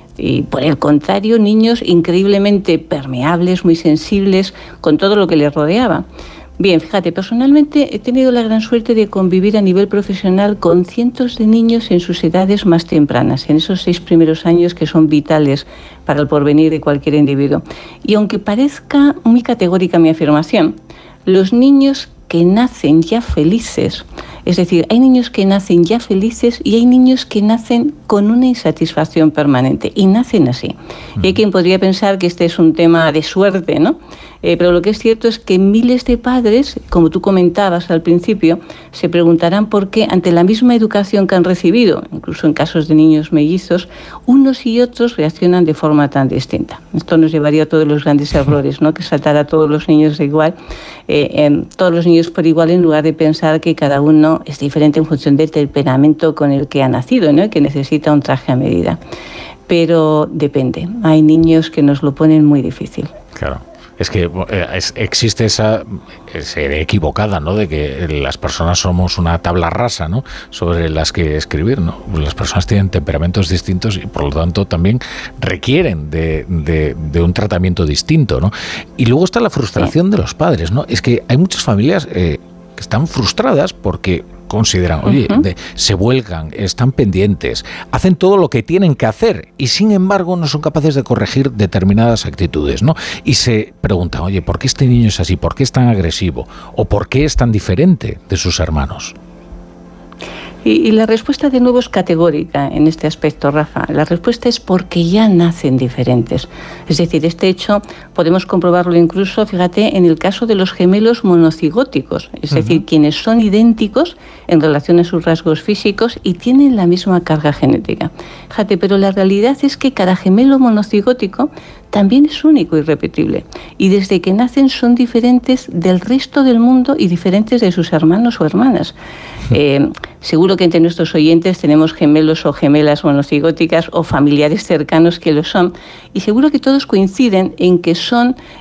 Y por el contrario, niños increíblemente permeables, muy sensibles con todo lo que les rodeaba. Bien, fíjate, personalmente he tenido la gran suerte de convivir a nivel profesional con cientos de niños en sus edades más tempranas, en esos seis primeros años que son vitales para el porvenir de cualquier individuo. Y aunque parezca muy categórica mi afirmación, los niños que nacen ya felices, es decir, hay niños que nacen ya felices y hay niños que nacen con una insatisfacción permanente, y nacen así. Y hay quien podría pensar que este es un tema de suerte, ¿no? Eh, pero lo que es cierto es que miles de padres, como tú comentabas al principio, se preguntarán por qué, ante la misma educación que han recibido, incluso en casos de niños mellizos, unos y otros reaccionan de forma tan distinta. Esto nos llevaría a todos los grandes errores, ¿no?, que saltar a todos los niños de igual, eh, eh, todos los niños por igual, en lugar de pensar que cada uno es diferente en función del temperamento con el que ha nacido, ¿no?, y que necesita un traje a medida. Pero depende. Hay niños que nos lo ponen muy difícil. Claro. Es que eh, es, existe esa, esa idea equivocada, ¿no?, de que las personas somos una tabla rasa, ¿no?, sobre las que escribir, ¿no? Las personas tienen temperamentos distintos y por lo tanto también requieren de, de, de un tratamiento distinto, ¿no? Y luego está la frustración sí. de los padres, ¿no? Es que hay muchas familias eh, que están frustradas porque consideran, oye, uh-huh. de, se vuelcan, están pendientes, hacen todo lo que tienen que hacer y sin embargo no son capaces de corregir determinadas actitudes, ¿no? Y se preguntan, oye, ¿por qué este niño es así? ¿Por qué es tan agresivo? ¿O por qué es tan diferente de sus hermanos? Y, y la respuesta de nuevo es categórica en este aspecto, Rafa. La respuesta es porque ya nacen diferentes. Es decir, este hecho podemos comprobarlo incluso, fíjate, en el caso de los gemelos monocigóticos, es uh-huh. decir, quienes son idénticos en relación a sus rasgos físicos y tienen la misma carga genética. Fíjate, pero la realidad es que cada gemelo monocigótico también es único y irrepetible. Y desde que nacen son diferentes del resto del mundo y diferentes de sus hermanos o hermanas. Eh, seguro que entre nuestros oyentes tenemos gemelos o gemelas monocigóticas o familiares cercanos que lo son. Y seguro que todos coinciden en que son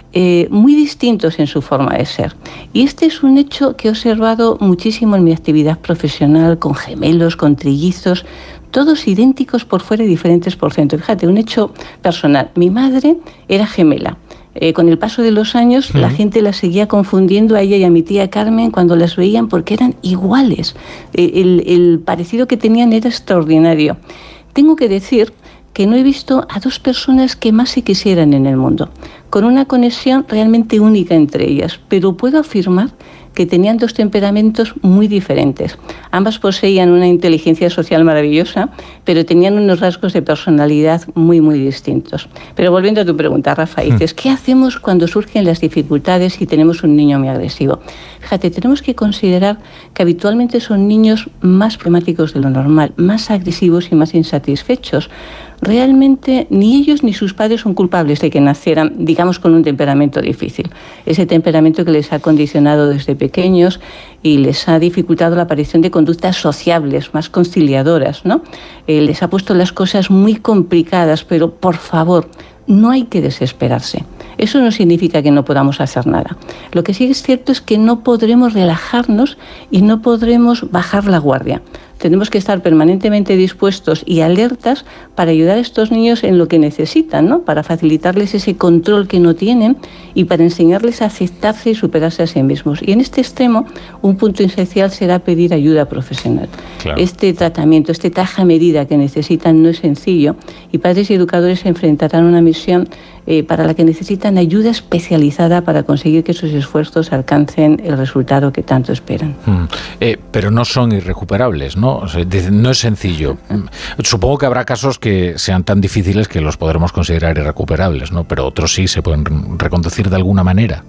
eh, muy distintos en su forma de ser. Y este es un hecho que he observado muchísimo en mi actividad profesional, con gemelos, con trillizos, todos idénticos por fuera y diferentes por dentro. Fíjate, un hecho personal. Mi madre era gemela. Eh, con el paso de los años, uh-huh. la gente la seguía confundiendo a ella y a mi tía Carmen cuando las veían porque eran iguales. Eh, el, el parecido que tenían era extraordinario. Tengo que decir que no he visto a dos personas que más se quisieran en el mundo, con una conexión realmente única entre ellas, pero puedo afirmar que tenían dos temperamentos muy diferentes. Ambas poseían una inteligencia social maravillosa, pero tenían unos rasgos de personalidad muy, muy distintos. Pero volviendo a tu pregunta, Rafa, dices, ¿qué hacemos cuando surgen las dificultades y tenemos un niño muy agresivo? Fíjate, tenemos que considerar que habitualmente son niños más problemáticos de lo normal, más agresivos y más insatisfechos. Realmente ni ellos ni sus padres son culpables de que nacieran, digamos, con un temperamento difícil. Ese temperamento que les ha condicionado desde pequeños y les ha dificultado la aparición de conductas sociables, más conciliadoras, ¿no? Eh, les ha puesto las cosas muy complicadas, pero por favor, no hay que desesperarse. Eso no significa que no podamos hacer nada. Lo que sí es cierto es que no podremos relajarnos y no podremos bajar la guardia. Tenemos que estar permanentemente dispuestos y alertas para ayudar a estos niños en lo que necesitan, ¿no? Para facilitarles ese control que no tienen y para enseñarles a aceptarse y superarse a sí mismos. Y en este extremo, un punto esencial será pedir ayuda profesional. Claro. Este tratamiento, este taja medida que necesitan no es sencillo y padres y educadores se enfrentarán a una misión eh, para la que necesitan ayuda especializada para conseguir que sus esfuerzos alcancen el resultado que tanto esperan. Mm. Eh, pero no son irrecuperables, ¿no? O sea, no es sencillo. Supongo que habrá casos que sean tan difíciles que los podremos considerar irrecuperables, ¿no? Pero otros sí se pueden reconducir de alguna manera.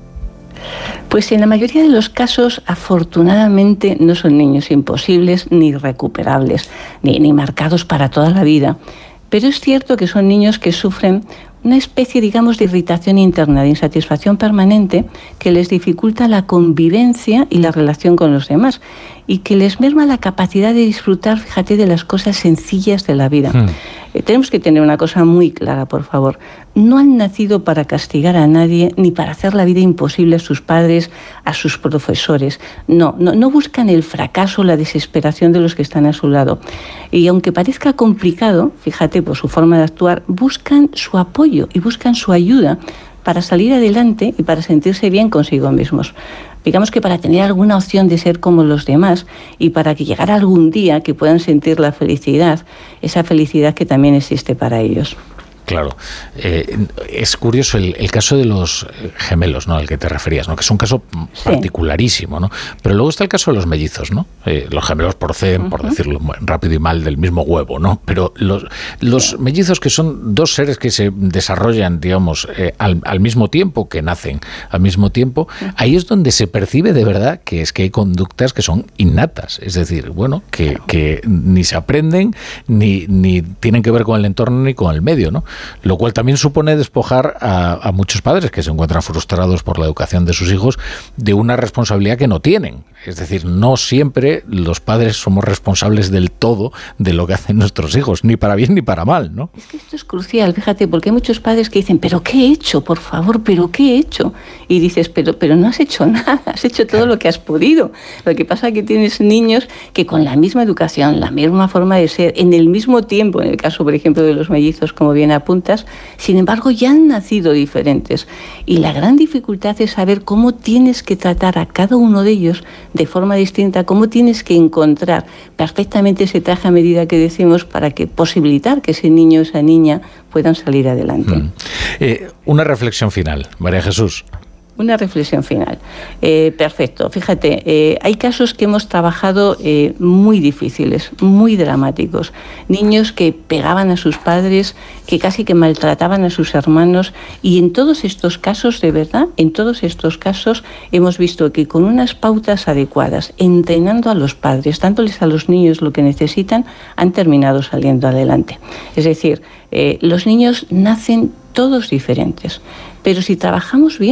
Pues en la mayoría de los casos, afortunadamente, no son niños imposibles ni irrecuperables, ni, ni marcados para toda la vida. Pero es cierto que son niños que sufren una especie, digamos, de irritación interna, de insatisfacción permanente que les dificulta la convivencia y la relación con los demás y que les merma la capacidad de disfrutar, fíjate, de las cosas sencillas de la vida. Hmm. Eh, tenemos que tener una cosa muy clara, por favor. No han nacido para castigar a nadie ni para hacer la vida imposible a sus padres, a sus profesores. No, no, no buscan el fracaso, la desesperación de los que están a su lado. Y aunque parezca complicado, fíjate, por su forma de actuar, buscan su apoyo y buscan su ayuda para salir adelante y para sentirse bien consigo mismos. Digamos que para tener alguna opción de ser como los demás y para que llegara algún día que puedan sentir la felicidad, esa felicidad que también existe para ellos. Claro. Eh, es curioso el, el caso de los gemelos, ¿no?, al que te referías, ¿no?, que es un caso sí. particularísimo, ¿no? Pero luego está el caso de los mellizos, ¿no? Eh, los gemelos proceden, uh-huh. por decirlo rápido y mal, del mismo huevo, ¿no? Pero los, los mellizos, que son dos seres que se desarrollan, digamos, eh, al, al mismo tiempo, que nacen al mismo tiempo, uh-huh. ahí es donde se percibe de verdad que es que hay conductas que son innatas, es decir, bueno, que, que ni se aprenden, ni, ni tienen que ver con el entorno ni con el medio, ¿no? Lo cual también supone despojar a, a muchos padres que se encuentran frustrados por la educación de sus hijos de una responsabilidad que no tienen. Es decir, no siempre los padres somos responsables del todo de lo que hacen nuestros hijos, ni para bien ni para mal, ¿no? Es que esto es crucial, fíjate, porque hay muchos padres que dicen, ¿pero qué he hecho? Por favor, ¿pero qué he hecho? Y dices, pero, pero no has hecho nada, has hecho todo lo que has podido. Lo que pasa es que tienes niños que con la misma educación, la misma forma de ser, en el mismo tiempo, en el caso, por ejemplo, de los mellizos, como bien apuntas, sin embargo, ya han nacido diferentes. Y la gran dificultad es saber cómo tienes que tratar a cada uno de ellos de forma distinta, cómo tienes que encontrar perfectamente ese traje a medida que decimos para que posibilitar que ese niño o esa niña puedan salir adelante. Mm. Eh, una reflexión final, María Jesús. Una reflexión final. Eh, perfecto. Fíjate, eh, hay casos que hemos trabajado eh, muy difíciles, muy dramáticos. Niños que pegaban a sus padres, que casi que maltrataban a sus hermanos. Y en todos estos casos, de verdad, en todos estos casos hemos visto que con unas pautas adecuadas, entrenando a los padres, dándoles a los niños lo que necesitan, han terminado saliendo adelante. Es decir, eh, los niños nacen todos diferentes. Pero si trabajamos bien,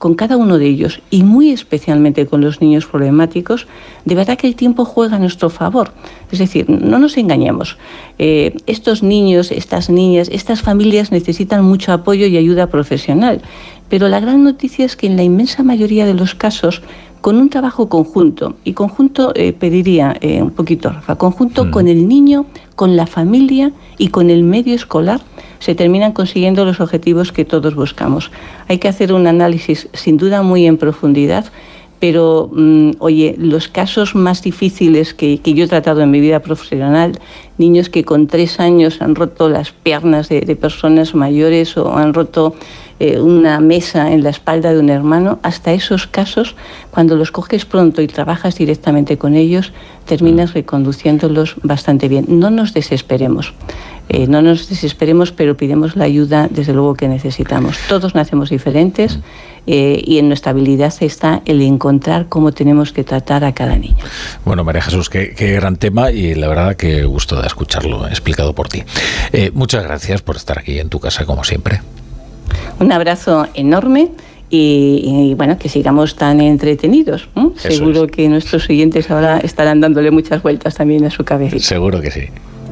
con cada uno de ellos y muy especialmente con los niños problemáticos, de verdad que el tiempo juega a nuestro favor. Es decir, no nos engañemos. Eh, estos niños, estas niñas, estas familias necesitan mucho apoyo y ayuda profesional. Pero la gran noticia es que en la inmensa mayoría de los casos, con un trabajo conjunto, y conjunto eh, pediría eh, un poquito, Rafa, conjunto mm. con el niño, con la familia y con el medio escolar, se terminan consiguiendo los objetivos que todos buscamos. Hay que hacer un análisis sin duda muy en profundidad, pero mmm, oye, los casos más difíciles que, que yo he tratado en mi vida profesional, niños que con tres años han roto las piernas de, de personas mayores o han roto eh, una mesa en la espalda de un hermano, hasta esos casos, cuando los coges pronto y trabajas directamente con ellos, terminas reconduciéndolos bastante bien. No nos desesperemos. Eh, no nos desesperemos, pero pidamos la ayuda, desde luego, que necesitamos. Todos nacemos diferentes eh, y en nuestra habilidad está el encontrar cómo tenemos que tratar a cada niño. Bueno, María Jesús, qué, qué gran tema y la verdad que gusto de escucharlo explicado por ti. Eh, muchas gracias por estar aquí en tu casa, como siempre. Un abrazo enorme. Y, y bueno, que sigamos tan entretenidos. ¿eh? Seguro es. que nuestros oyentes ahora estarán dándole muchas vueltas también a su cabeza. Seguro que sí.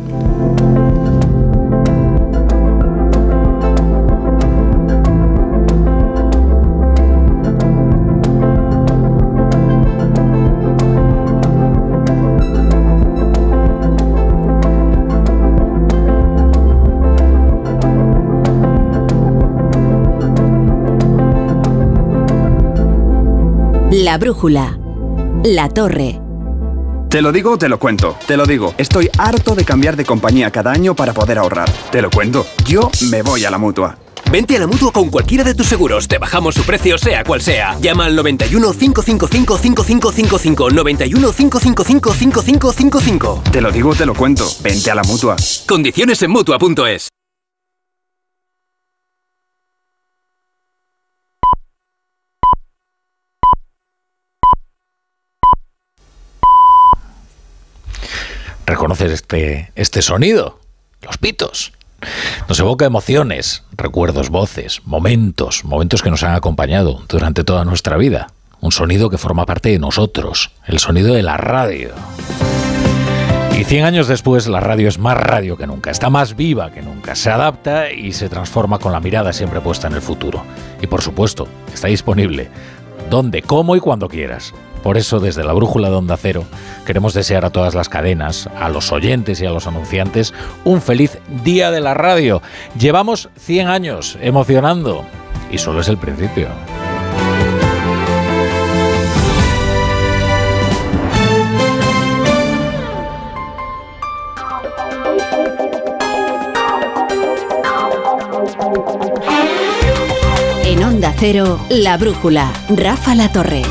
La brújula. La Torre. Te lo digo o te lo cuento. Te lo digo. Estoy harto de cambiar de compañía cada año para poder ahorrar. Te lo cuento. Yo me voy a la Mutua. Vente a la Mutua con cualquiera de tus seguros. Te bajamos su precio, sea cual sea. Llama al noventa y uno, cinco cinco cinco, cinco cinco cinco cinco. noventa y uno, cinco cinco cinco, cinco cinco cinco cinco. Te lo digo o te lo cuento. Vente a la Mutua. Condiciones en Mutua punto es. ¿Reconoces este, este sonido? Los pitos. Nos evoca emociones, recuerdos, voces, momentos, momentos que nos han acompañado durante toda nuestra vida. Un sonido que forma parte de nosotros, el sonido de la radio. Y cien años después, la radio es más radio que nunca, está más viva que nunca, se adapta y se transforma con la mirada siempre puesta en el futuro. Y por supuesto, está disponible donde, cómo y cuando quieras. Por eso, desde la Brújula de Onda Cero, queremos desear a todas las cadenas, a los oyentes y a los anunciantes, un feliz Día de la Radio. Llevamos cien años emocionando y solo es el principio. En Onda Cero, La Brújula, Rafa La Torre.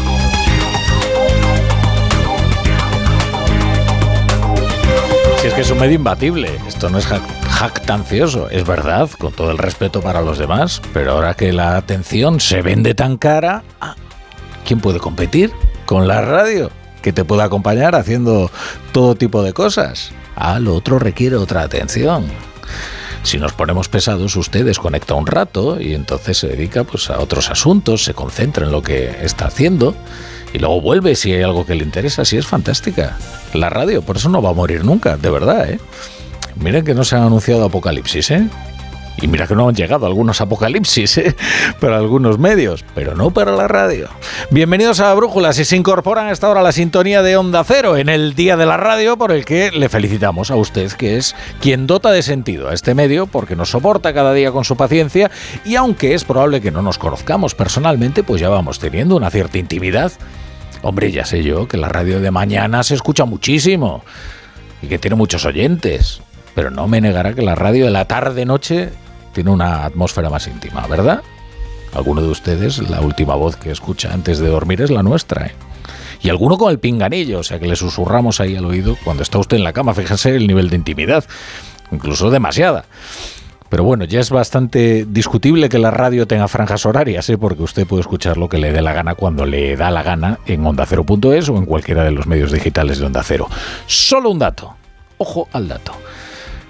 Si es que es un medio imbatible, esto no es jactancioso, es verdad, con todo el respeto para los demás, pero ahora que la atención se vende tan cara, ¿quién puede competir con la radio? Que te pueda acompañar haciendo todo tipo de cosas. Ah, lo otro requiere otra atención. Si nos ponemos pesados, usted desconecta un rato y entonces se dedica pues, a otros asuntos, se concentra en lo que está haciendo y luego vuelve si hay algo que le interesa. Sí, es fantástica la radio, por eso no va a morir nunca, de verdad, ¿eh? Miren que no se han anunciado apocalipsis, ¿eh? Y mira que no han llegado algunos apocalipsis, ¿eh? Para algunos medios, pero no para la radio. Bienvenidos a La Brújula, si se incorporan a esta hora a la sintonía de Onda Cero, en el Día de la Radio, por el que le felicitamos a usted, que es quien dota de sentido a este medio, porque nos soporta cada día con su paciencia, y aunque es probable que no nos conozcamos personalmente, pues ya vamos teniendo una cierta intimidad. Hombre, ya sé yo que la radio de mañana se escucha muchísimo, y que tiene muchos oyentes, pero no me negará que la radio de la tarde-noche tiene una atmósfera más íntima, ¿verdad? Alguno de ustedes, la última voz que escucha antes de dormir es la nuestra, ¿eh? Y alguno con el pinganillo, o sea que le susurramos ahí al oído cuando está usted en la cama. Fíjense el nivel de intimidad, incluso demasiada. Pero bueno, ya es bastante discutible que la radio tenga franjas horarias, ¿eh? Porque usted puede escuchar lo que le dé la gana cuando le da la gana en onda cero punto es o en cualquiera de los medios digitales de Onda Cero. Solo un dato, ojo al dato.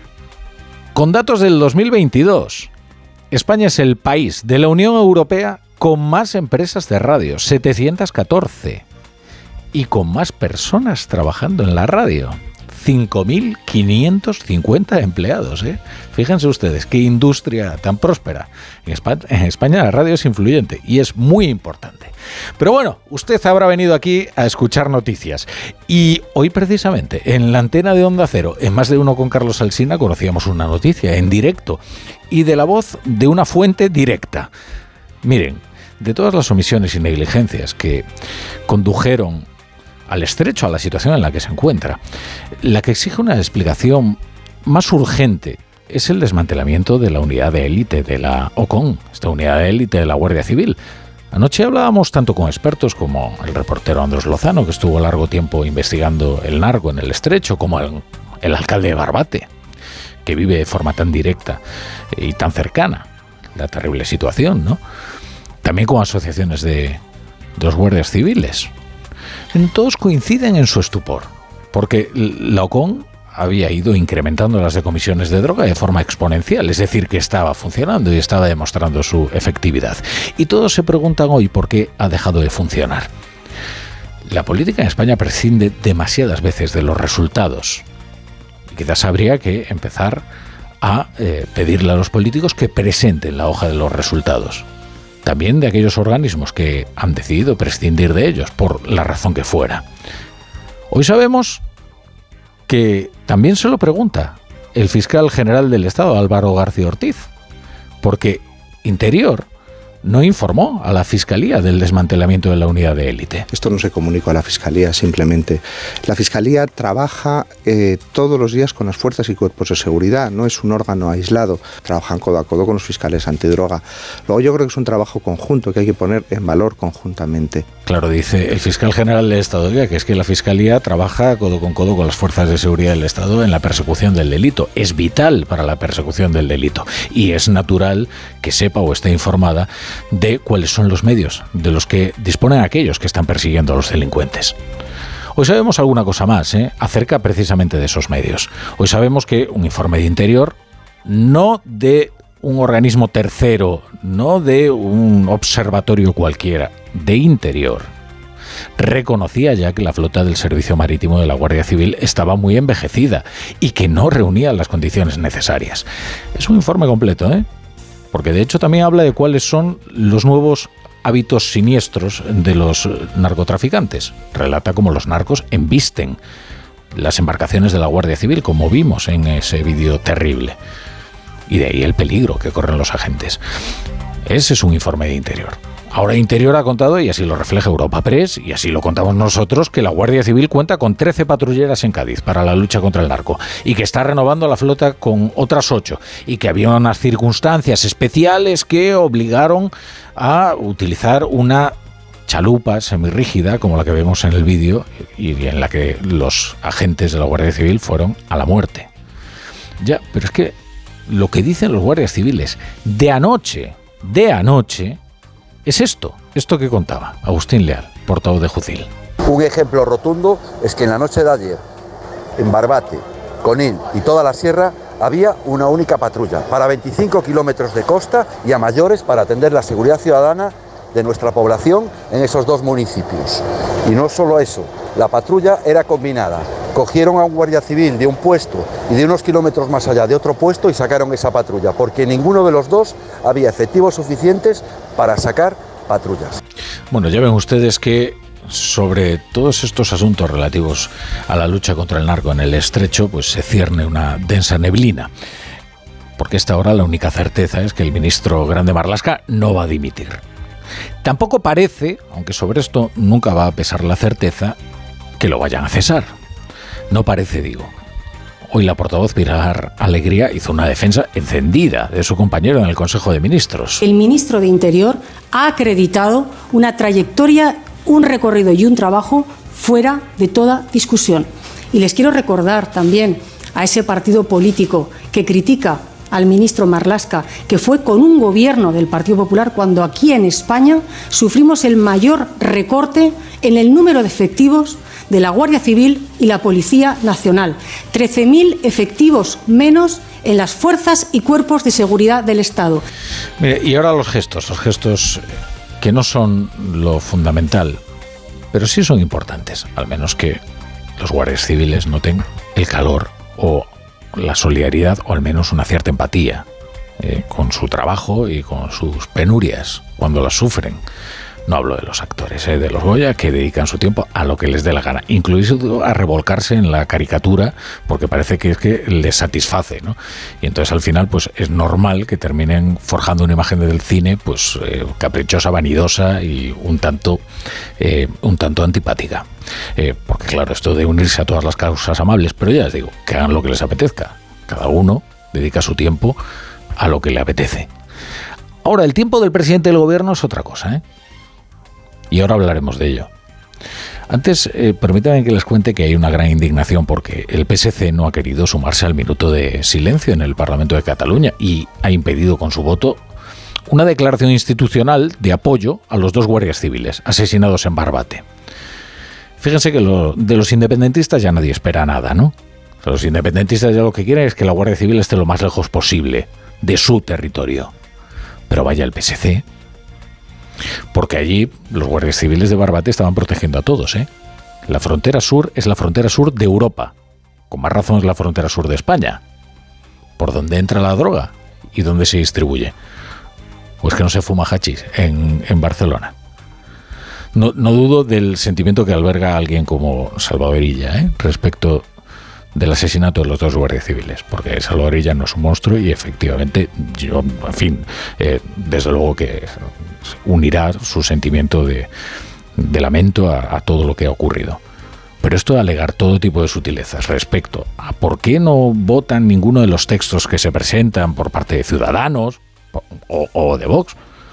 Con datos del dos mil veintidós, España es el país de la Unión Europea con más empresas de radio, setecientos catorce, y con más personas trabajando en la radio, cinco mil quinientos cincuenta empleados, ¿eh? Fíjense ustedes, qué industria tan próspera. En España, en España la radio es influyente y es muy importante. Pero bueno, usted habrá venido aquí a escuchar noticias. Y hoy precisamente, en la antena de Onda Cero, en Más de Uno con Carlos Alsina, conocíamos una noticia en directo y de la voz de una fuente directa. Miren, de todas las omisiones y negligencias que condujeron al estrecho, a la situación en la que se encuentra, la que exige una explicación más urgente es el desmantelamiento de la unidad de élite de la OCON, esta unidad de élite de la Guardia Civil. Anoche hablábamos tanto con expertos como el reportero Andrés Lozano, que estuvo largo tiempo investigando el narco en el estrecho, como el, el alcalde de Barbate, que vive de forma tan directa y tan cercana la terrible situación, ¿no? También con asociaciones de, de los guardias civiles. Todos coinciden en su estupor, porque la OCON había ido incrementando las decomisiones de droga de forma exponencial, es decir, que estaba funcionando y estaba demostrando su efectividad. Y todos se preguntan hoy por qué ha dejado de funcionar. La política en España prescinde demasiadas veces de los resultados. Y quizás habría que empezar a eh, pedirle a los políticos que presenten la hoja de los resultados. También de aquellos organismos que han decidido prescindir de ellos, por la razón que fuera. Hoy sabemos que también se lo pregunta el fiscal general del Estado, Álvaro García Ortiz, porque Interior no informó a la Fiscalía del desmantelamiento de la unidad de élite. Esto no se comunicó a la Fiscalía, simplemente. La Fiscalía trabaja eh, todos los días con las fuerzas y cuerpos de seguridad, no es un órgano aislado, trabajan codo a codo con los fiscales antidroga. Luego yo creo que es un trabajo conjunto que hay que poner en valor conjuntamente. Claro, dice el fiscal general del Estado, que es que la Fiscalía trabaja codo con codo con las fuerzas de seguridad del Estado en la persecución del delito. Es vital para la persecución del delito y es natural que sepa o esté informada de cuáles son los medios de los que disponen aquellos que están persiguiendo a los delincuentes. Hoy sabemos alguna cosa más, ¿eh? acerca precisamente de esos medios. Hoy sabemos que un informe de Interior, no de un organismo tercero, no de un observatorio cualquiera, de Interior, reconocía ya que la flota del Servicio Marítimo de la Guardia Civil estaba muy envejecida y que no reunía las condiciones necesarias. Es un informe completo, ¿eh? Porque de hecho también habla de cuáles son los nuevos hábitos siniestros de los narcotraficantes. Relata cómo los narcos embisten las embarcaciones de la Guardia Civil, como vimos en ese vídeo terrible. Y de ahí el peligro que corren los agentes. Ese es un informe de Interior. Ahora Interior ha contado, y así lo refleja Europa Press, y así lo contamos nosotros, que la Guardia Civil cuenta con trece patrulleras en Cádiz para la lucha contra el narco, y que está renovando la flota con otras ocho, y que había unas circunstancias especiales que obligaron a utilizar una chalupa semirrígida, como la que vemos en el vídeo, y en la que los agentes de la Guardia Civil fueron a la muerte. Ya, pero es que lo que dicen los guardias civiles de anoche, de anoche, es esto, esto que contaba Agustín Leal, portavoz de Jucil. Un ejemplo rotundo es que en la noche de ayer, en Barbate, Conil y toda la sierra, había una única patrulla para veinticinco kilómetros de costa y a mayores para atender la seguridad ciudadana de nuestra población en esos dos municipios. Y no solo eso, la patrulla era combinada. Cogieron a un guardia civil de un puesto y de unos kilómetros más allá de otro puesto y sacaron esa patrulla, porque ninguno de los dos había efectivos suficientes para sacar patrullas. Bueno, ya ven ustedes que sobre todos estos asuntos relativos a la lucha contra el narco en el estrecho, pues se cierne una densa neblina. Porque a esta hora la única certeza es que el ministro Grande Marlaska no va a dimitir. Tampoco parece, aunque sobre esto nunca va a pesar la certeza, que lo vayan a cesar. No parece, digo. Hoy la portavoz Pilar Alegría hizo una defensa encendida de su compañero en el Consejo de Ministros. El ministro de Interior ha acreditado una trayectoria, un recorrido y un trabajo fuera de toda discusión. Y les quiero recordar también a ese partido político que critica al ministro Marlaska, que fue con un gobierno del Partido Popular cuando aquí en España sufrimos el mayor recorte en el número de efectivos de la Guardia Civil y la Policía Nacional. trece mil efectivos menos en las fuerzas y cuerpos de seguridad del Estado. Mire, y ahora los gestos, los gestos que no son lo fundamental, pero sí son importantes, al menos que los guardias civiles noten el calor o la solidaridad o al menos una cierta empatía eh, con su trabajo y con sus penurias cuando las sufren. No hablo de los actores, eh, de los Goya, que dedican su tiempo a lo que les dé la gana, incluso a revolcarse en la caricatura, porque parece que es que les satisface, ¿no? Y entonces al final pues es normal que terminen forjando una imagen del cine pues eh, caprichosa, vanidosa y un tanto eh, un tanto antipática. Eh, porque claro, esto de unirse a todas las causas amables, pero ya les digo, que hagan lo que les apetezca. Cada uno dedica su tiempo a lo que le apetece. Ahora, el tiempo del presidente del gobierno es otra cosa, ¿eh? Y ahora hablaremos de ello. Antes, eh, permítanme que les cuente que hay una gran indignación porque el P S C no ha querido sumarse al minuto de silencio en el Parlamento de Cataluña y ha impedido con su voto una declaración institucional de apoyo a los dos guardias civiles asesinados en Barbate. Fíjense que lo, de los independentistas ya nadie espera nada, ¿no? O sea, los independentistas ya lo que quieren es que la Guardia Civil esté lo más lejos posible de su territorio. Pero vaya el P S C... porque allí los guardias civiles de Barbate estaban protegiendo a todos, ¿eh? La frontera sur es la frontera sur de Europa. Con más razón es la frontera sur de España. Por donde entra la droga y donde se distribuye. O es que no se fuma hachís en, en Barcelona. No, no dudo del sentimiento que alberga alguien como Salvador Illa, ¿eh? Respecto del asesinato de los dos guardias civiles, porque Salvador Illa no es un monstruo y efectivamente yo, en fin, eh, desde luego que unirá su sentimiento de, de lamento a, a todo lo que ha ocurrido. Pero esto de alegar todo tipo de sutilezas respecto a por qué no votan ninguno de los textos que se presentan por parte de Ciudadanos o, o de Vox,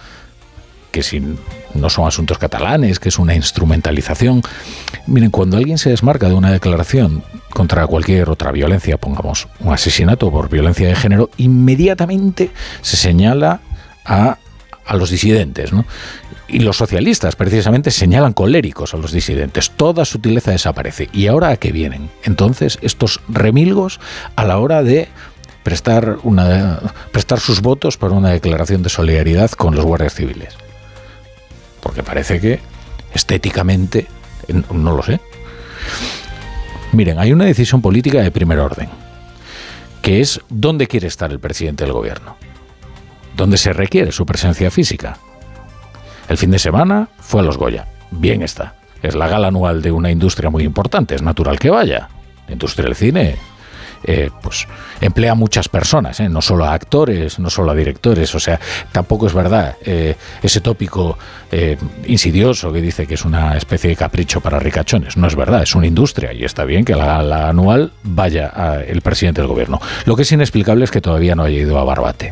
que si no son asuntos catalanes, que es una instrumentalización. Miren, cuando alguien se desmarca de una declaración contra cualquier otra violencia, pongamos un asesinato por violencia de género, inmediatamente se señala a, a los disidentes, ¿no? Y los socialistas precisamente señalan coléricos a los disidentes. Toda sutileza desaparece. ¿Y ahora a qué vienen? Entonces, estos remilgos a la hora de prestar, una, prestar sus votos por una declaración de solidaridad con los guardias civiles. Porque parece que estéticamente, no lo sé. Miren, hay una decisión política de primer orden, que es dónde quiere estar el presidente del gobierno, dónde se requiere su presencia física. El fin de semana fue a los Goya. Bien está. Es la gala anual de una industria muy importante, es natural que vaya. La industria del cine eh, pues emplea a muchas personas, ¿eh? No solo a actores, no solo a directores. O sea, tampoco es verdad eh, ese tópico eh, insidioso que dice que es una especie de capricho para ricachones. No es verdad, es una industria y está bien que a la gala anual vaya a el presidente del gobierno. Lo que es inexplicable es que todavía no haya ido a Barbate.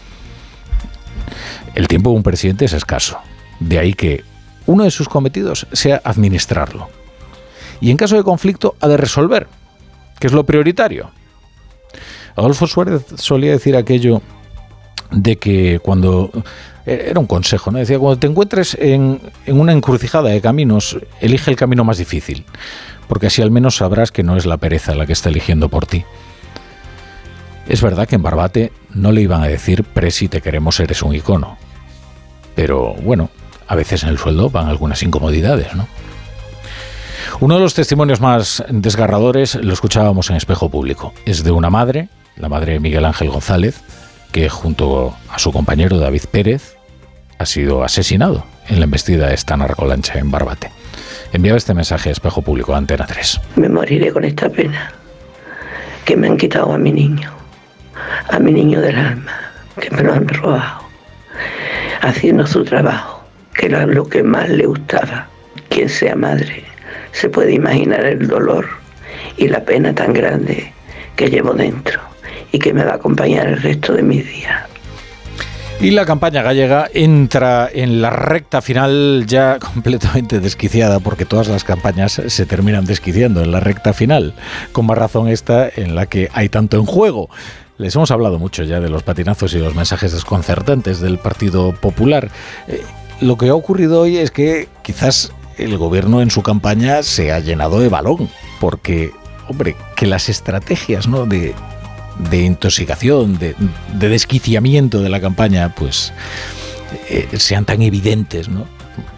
El tiempo de un presidente es escaso. De ahí que uno de sus cometidos sea administrarlo. Y en caso de conflicto, ha de resolver, que es lo prioritario. Adolfo Suárez solía decir aquello de que cuando... Era un consejo, ¿no? Decía, cuando te encuentres en, en una encrucijada de caminos, elige el camino más difícil, porque así al menos sabrás que no es la pereza la que está eligiendo por ti. Es verdad que en Barbate no le iban a decir, Presi, te queremos, eres un icono. Pero bueno, a veces en el sueldo van algunas incomodidades, ¿no? Uno de los testimonios más desgarradores lo escuchábamos en Espejo Público. Es de una madre, la madre de Miguel Ángel González, que junto a su compañero David Pérez ha sido asesinado en la embestida de esta narcolancha en Barbate. Enviaba este mensaje a Espejo Público, Antena tres. Me moriré con esta pena, que me han quitado a mi niño, a mi niño del alma, que me lo han robado, haciendo su trabajo, que era lo que más le gustaba. Quien sea madre se puede imaginar el dolor y la pena tan grande que llevo dentro y que me va a acompañar el resto de mis días. Y la campaña gallega entra en la recta final ya completamente desquiciada, porque todas las campañas se terminan desquiciando en la recta final, con más razón esta en la que hay tanto en juego. Les hemos hablado mucho ya de los patinazos y los mensajes desconcertantes del Partido Popular. Eh, lo que ha ocurrido hoy es que quizás el gobierno en su campaña se ha llenado de balón, porque, hombre, que las estrategias, ¿no?, de, de intoxicación, de, de desquiciamiento de la campaña, pues eh, sean tan evidentes, ¿no?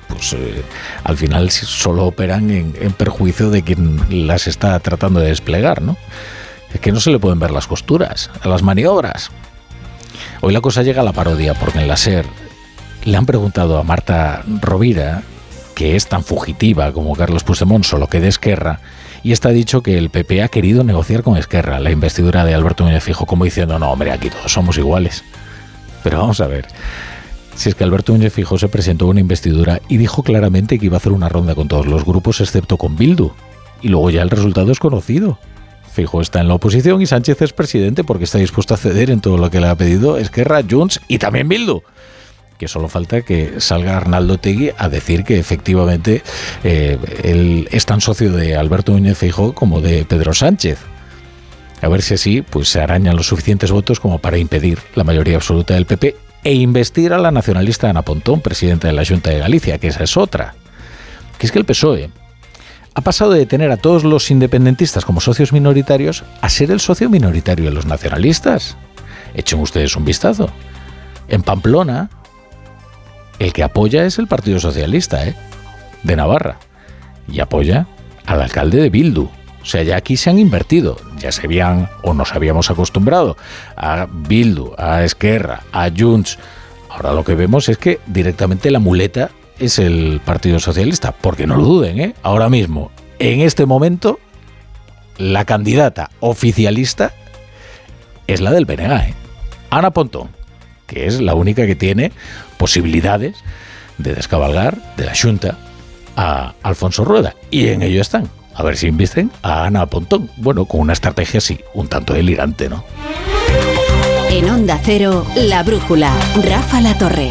pues eh, al final solo operan en, en perjuicio de quien las está tratando de desplegar, ¿no? Es que no se le pueden ver las costuras a las maniobras. Hoy la cosa llega a la parodia, porque en la SER le han preguntado a Marta Rovira, que es tan fugitiva como Carlos Puigdemont, solo que de Esquerra, y está dicho que el P P ha querido negociar con Esquerra la investidura de Alberto Núñez Feijóo, como diciendo, no, hombre, aquí todos somos iguales. Pero vamos a ver, si es que Alberto Núñez Feijóo se presentó a una investidura y dijo claramente que iba a hacer una ronda con todos los grupos excepto con Bildu, y luego ya el resultado es conocido. Feijóo está en la oposición y Sánchez es presidente porque está dispuesto a ceder en todo lo que le ha pedido Esquerra, Junts y también Bildu. Que solo falta que salga Arnaldo Otegi a decir que efectivamente eh, él es tan socio de Alberto Núñez Feijóo como de Pedro Sánchez. A ver si así pues se arañan los suficientes votos como para impedir la mayoría absoluta del P P e investir a la nacionalista Ana Pontón, presidenta de la Xunta de Galicia, que esa es otra. Que es que el P S O E ha pasado de tener a todos los independentistas como socios minoritarios a ser el socio minoritario de los nacionalistas. Echen ustedes un vistazo. En Pamplona, el que apoya es el Partido Socialista, ¿eh? de Navarra, y apoya al alcalde de Bildu. O sea, ya aquí se han invertido. Ya se habían, o nos habíamos acostumbrado a Bildu, a Esquerra, a Junts. Ahora lo que vemos es que directamente la muleta es el Partido Socialista, porque no lo duden, ¿eh? Ahora mismo, en este momento, la candidata oficialista es la del B N G, ¿eh? Ana Pontón, que es la única que tiene posibilidades de descabalgar de la Xunta a Alfonso Rueda. Y en ello están. A ver si invisten a Ana Pontón. Bueno, con una estrategia así, un tanto delirante, ¿no? En Onda Cero, La Brújula, Rafa La Torre.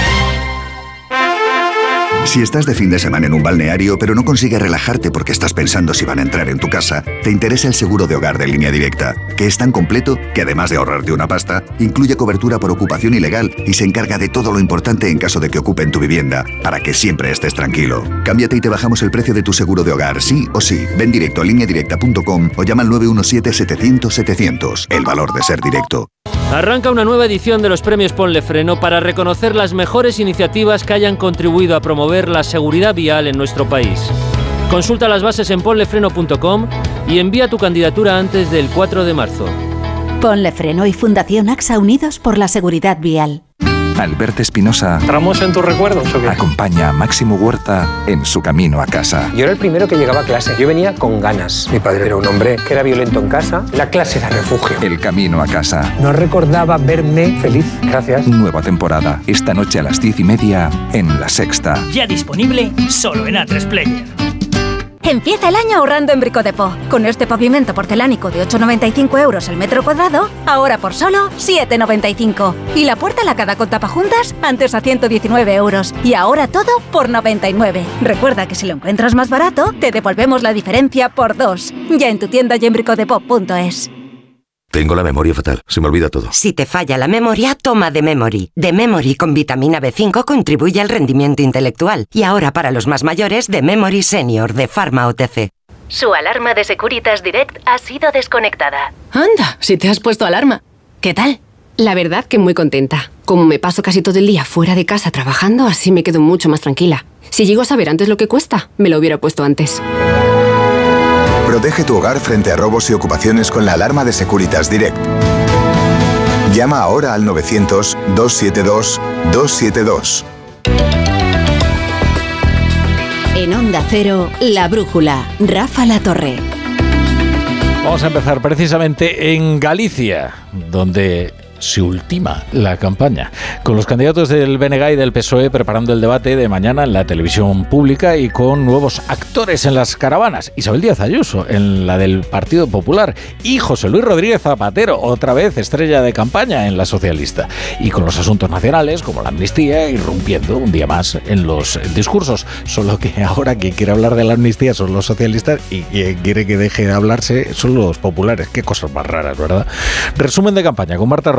Si estás de fin de semana en un balneario pero no consigues relajarte porque estás pensando si van a entrar en tu casa, te interesa el seguro de hogar de Línea Directa, que es tan completo que además de ahorrarte una pasta, incluye cobertura por ocupación ilegal y se encarga de todo lo importante en caso de que ocupen tu vivienda, para que siempre estés tranquilo. Cámbiate y te bajamos el precio de tu seguro de hogar, sí o sí. Ven directo a línea directa punto com o llama al nueve uno siete, setecientos, setecientos. El valor de ser directo. Arranca una nueva edición de los premios Ponle Freno para reconocer las mejores iniciativas que hayan contribuido a promover la seguridad vial en nuestro país. Consulta las bases en ponle freno punto com y envía tu candidatura antes del cuatro de marzo. Ponle Freno y Fundación AXA, unidos por la seguridad vial. Alberto Espinosa ¿Entramos en tus recuerdos o qué? acompaña a Máximo Huerta en su camino a casa. Yo era el primero que llegaba a clase. Yo venía con ganas. Mi padre era un hombre que era violento en casa. La clase era refugio. El camino a casa. No recordaba verme feliz. Gracias. Nueva temporada. Esta noche a las diez y media en La Sexta. Ya disponible solo en A tres Player. Empieza el año ahorrando en Brico Dépôt. Con este pavimento porcelánico de ocho con noventa y cinco euros el metro cuadrado, ahora por solo siete con noventa y cinco. Y la puerta lacada con tapajuntas, antes a ciento diecinueve euros. Y ahora todo por noventa y nueve. Recuerda que si lo encuentras más barato, te devolvemos la diferencia por dos. Ya en tu tienda y en bricodepot punto es. Tengo la memoria fatal, se me olvida todo. Si te falla la memoria, toma The Memory. The Memory con vitamina B cinco contribuye al rendimiento intelectual. Y ahora para los más mayores, The Memory Senior de Pharma O T C. Su alarma de Securitas Direct ha sido desconectada. Anda, si te has puesto alarma. ¿Qué tal? La verdad que muy contenta. Como me paso casi todo el día fuera de casa trabajando, así me quedo mucho más tranquila. Si llego a saber antes lo que cuesta, me lo hubiera puesto antes. Protege tu hogar frente a robos y ocupaciones con la alarma de Securitas Direct. Llama ahora al novecientos, doscientos setenta y dos, doscientos setenta y dos. En Onda Cero, La Brújula, Rafa La Torre. Vamos a empezar precisamente en Galicia, donde se ultima la campaña, con los candidatos del B N G y del P S O E preparando el debate de mañana en la televisión pública y con nuevos actores en las caravanas. Isabel Díaz Ayuso en la del Partido Popular y José Luis Rodríguez Zapatero, otra vez estrella de campaña en la socialista. Y con los asuntos nacionales, como la amnistía, irrumpiendo un día más en los discursos. Solo que ahora quien quiere hablar de la amnistía son los socialistas y quien quiere que deje de hablarse son los populares. Qué cosas más raras, ¿verdad? Resumen de campaña con Marta Rodríguez.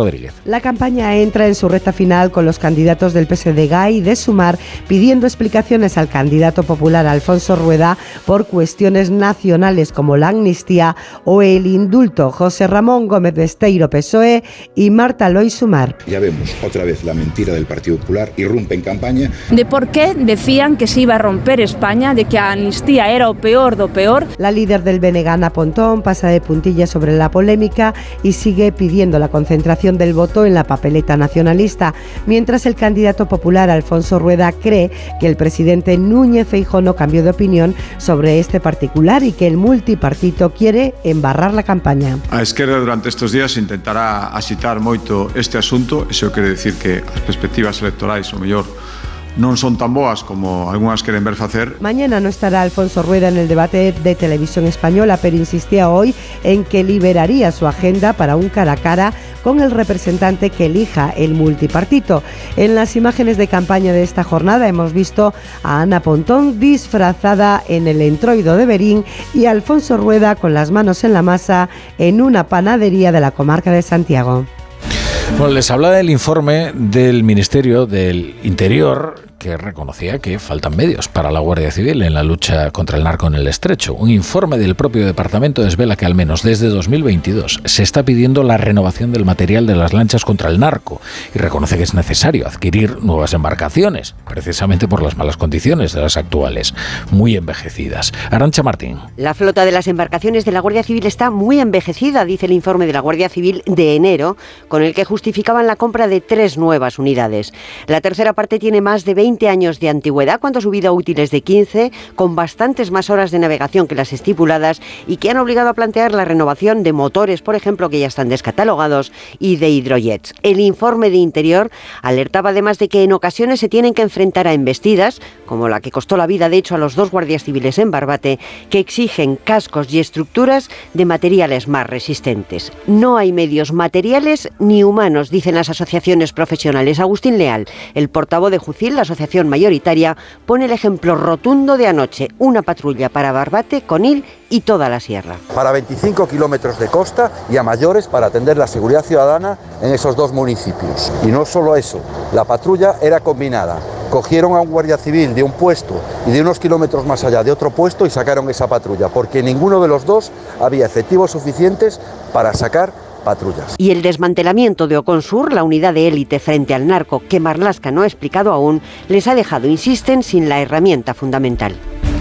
Rodríguez. La campaña entra en su recta final con los candidatos del P S D G y de Sumar pidiendo explicaciones al candidato popular Alfonso Rueda por cuestiones nacionales como la amnistía o el indulto. José Ramón Gómez Besteiro, P S O E, y Marta Lois Sumar. Ya vemos otra vez la mentira del Partido Popular, irrumpe en campaña. De por qué decían que se iba a romper España, de que a amnistía era o peor do peor. La líder del B N G, Ana Pontón, pasa de puntillas sobre la polémica y sigue pidiendo la concentración del voto en la papeleta nacionalista, mientras el candidato popular Alfonso Rueda cree que el presidente Núñez Feijóo no cambió de opinión sobre este particular y que el multipartito quiere embarrar la campaña. A Esquerra durante estes días intentará axitar moito este asunto, iso quere decir que as perspectivas electorais o mellor non son tan boas como algunhas queren ver facer. Mañana no estará Alfonso Rueda en el debate de Televisión Española, pero insistía hoy en que liberaría su agenda para un cara a cara con el representante que elija el multipartito. En las imágenes de campaña de esta jornada hemos visto a Ana Pontón disfrazada en el entroido de Berín y a Alfonso Rueda con las manos en la masa en una panadería de la comarca de Santiago. Bueno, les habla del informe del Ministerio del Interior, que reconocía que faltan medios para la Guardia Civil en la lucha contra el narco en el Estrecho. Un informe del propio departamento desvela que al menos desde dos mil veintidós se está pidiendo la renovación del material de las lanchas contra el narco y reconoce que es necesario adquirir nuevas embarcaciones, precisamente por las malas condiciones de las actuales, muy envejecidas. Arantxa Martín. La flota de las embarcaciones de la Guardia Civil está muy envejecida, dice el informe de la Guardia Civil de enero, con el que justificaban la compra de tres nuevas unidades. La tercera parte tiene más de veinte años de antigüedad, cuando su vida útil es de quince, con bastantes más horas de navegación que las estipuladas y que han obligado a plantear la renovación de motores, por ejemplo, que ya están descatalogados, y de hidrojets. El informe de Interior alertaba además de que en ocasiones se tienen que enfrentar a embestidas, como la que costó la vida de hecho a los dos guardias civiles en Barbate, que exigen cascos y estructuras de materiales más resistentes. No hay medios materiales ni humanos, dicen las asociaciones profesionales. Agustín Leal, el portavoz de Jucil, la asociación mayoritaria, pone el ejemplo rotundo de anoche: una patrulla para Barbate, Conil y toda la sierra. Para veinticinco kilómetros de costa y a mayores para atender la seguridad ciudadana en esos dos municipios. Y no solo eso, la patrulla era combinada. Cogieron a un guardia civil de un puesto y de unos kilómetros más allá de otro puesto y sacaron esa patrulla, porque ninguno de los dos había efectivos suficientes para sacar patrullas. Y el desmantelamiento de Oconsur, la unidad de élite frente al narco que Marlaska no ha explicado aún, les ha dejado, insisten, sin la herramienta fundamental.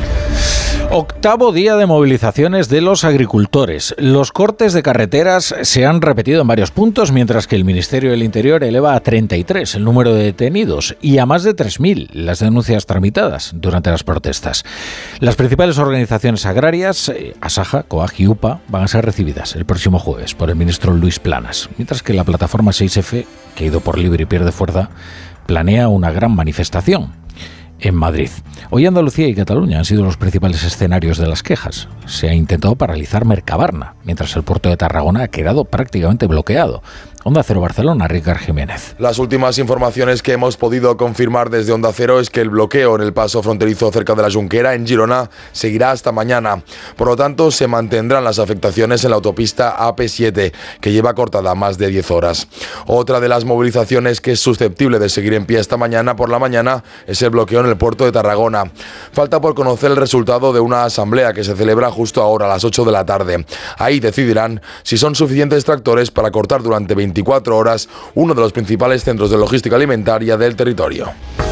Octavo día de movilizaciones de los agricultores. Los cortes de carreteras se han repetido en varios puntos, mientras que el Ministerio del Interior eleva a treinta y tres el número de detenidos y a más de tres mil las denuncias tramitadas durante las protestas. Las principales organizaciones agrarias, Asaja, COAG y UPA, van a ser recibidas el próximo jueves por el ministro Luis Planas, mientras que la plataforma seis efe, que ha ido por libre y pierde fuerza, planea una gran manifestación en Madrid. Hoy Andalucía y Cataluña han sido los principales escenarios de las quejas. Se ha intentado paralizar Mercabarna, mientras el puerto de Tarragona ha quedado prácticamente bloqueado. Onda Cero Barcelona, Ricard Jiménez. Las últimas informaciones que hemos podido confirmar desde Onda Cero es que el bloqueo en el paso fronterizo cerca de la Junquera, en Girona, seguirá hasta mañana. Por lo tanto, se mantendrán las afectaciones en la autopista A P siete, que lleva cortada más de diez horas. Otra de las movilizaciones que es susceptible de seguir en pie esta mañana por la mañana es el bloqueo en el puerto de Tarragona. Falta por conocer el resultado de una asamblea que se celebra justo ahora a las ocho de la tarde. Ahí decidirán si son suficientes tractores para cortar durante veinticuatro horas uno de los principales centros de logística alimentaria del territorio.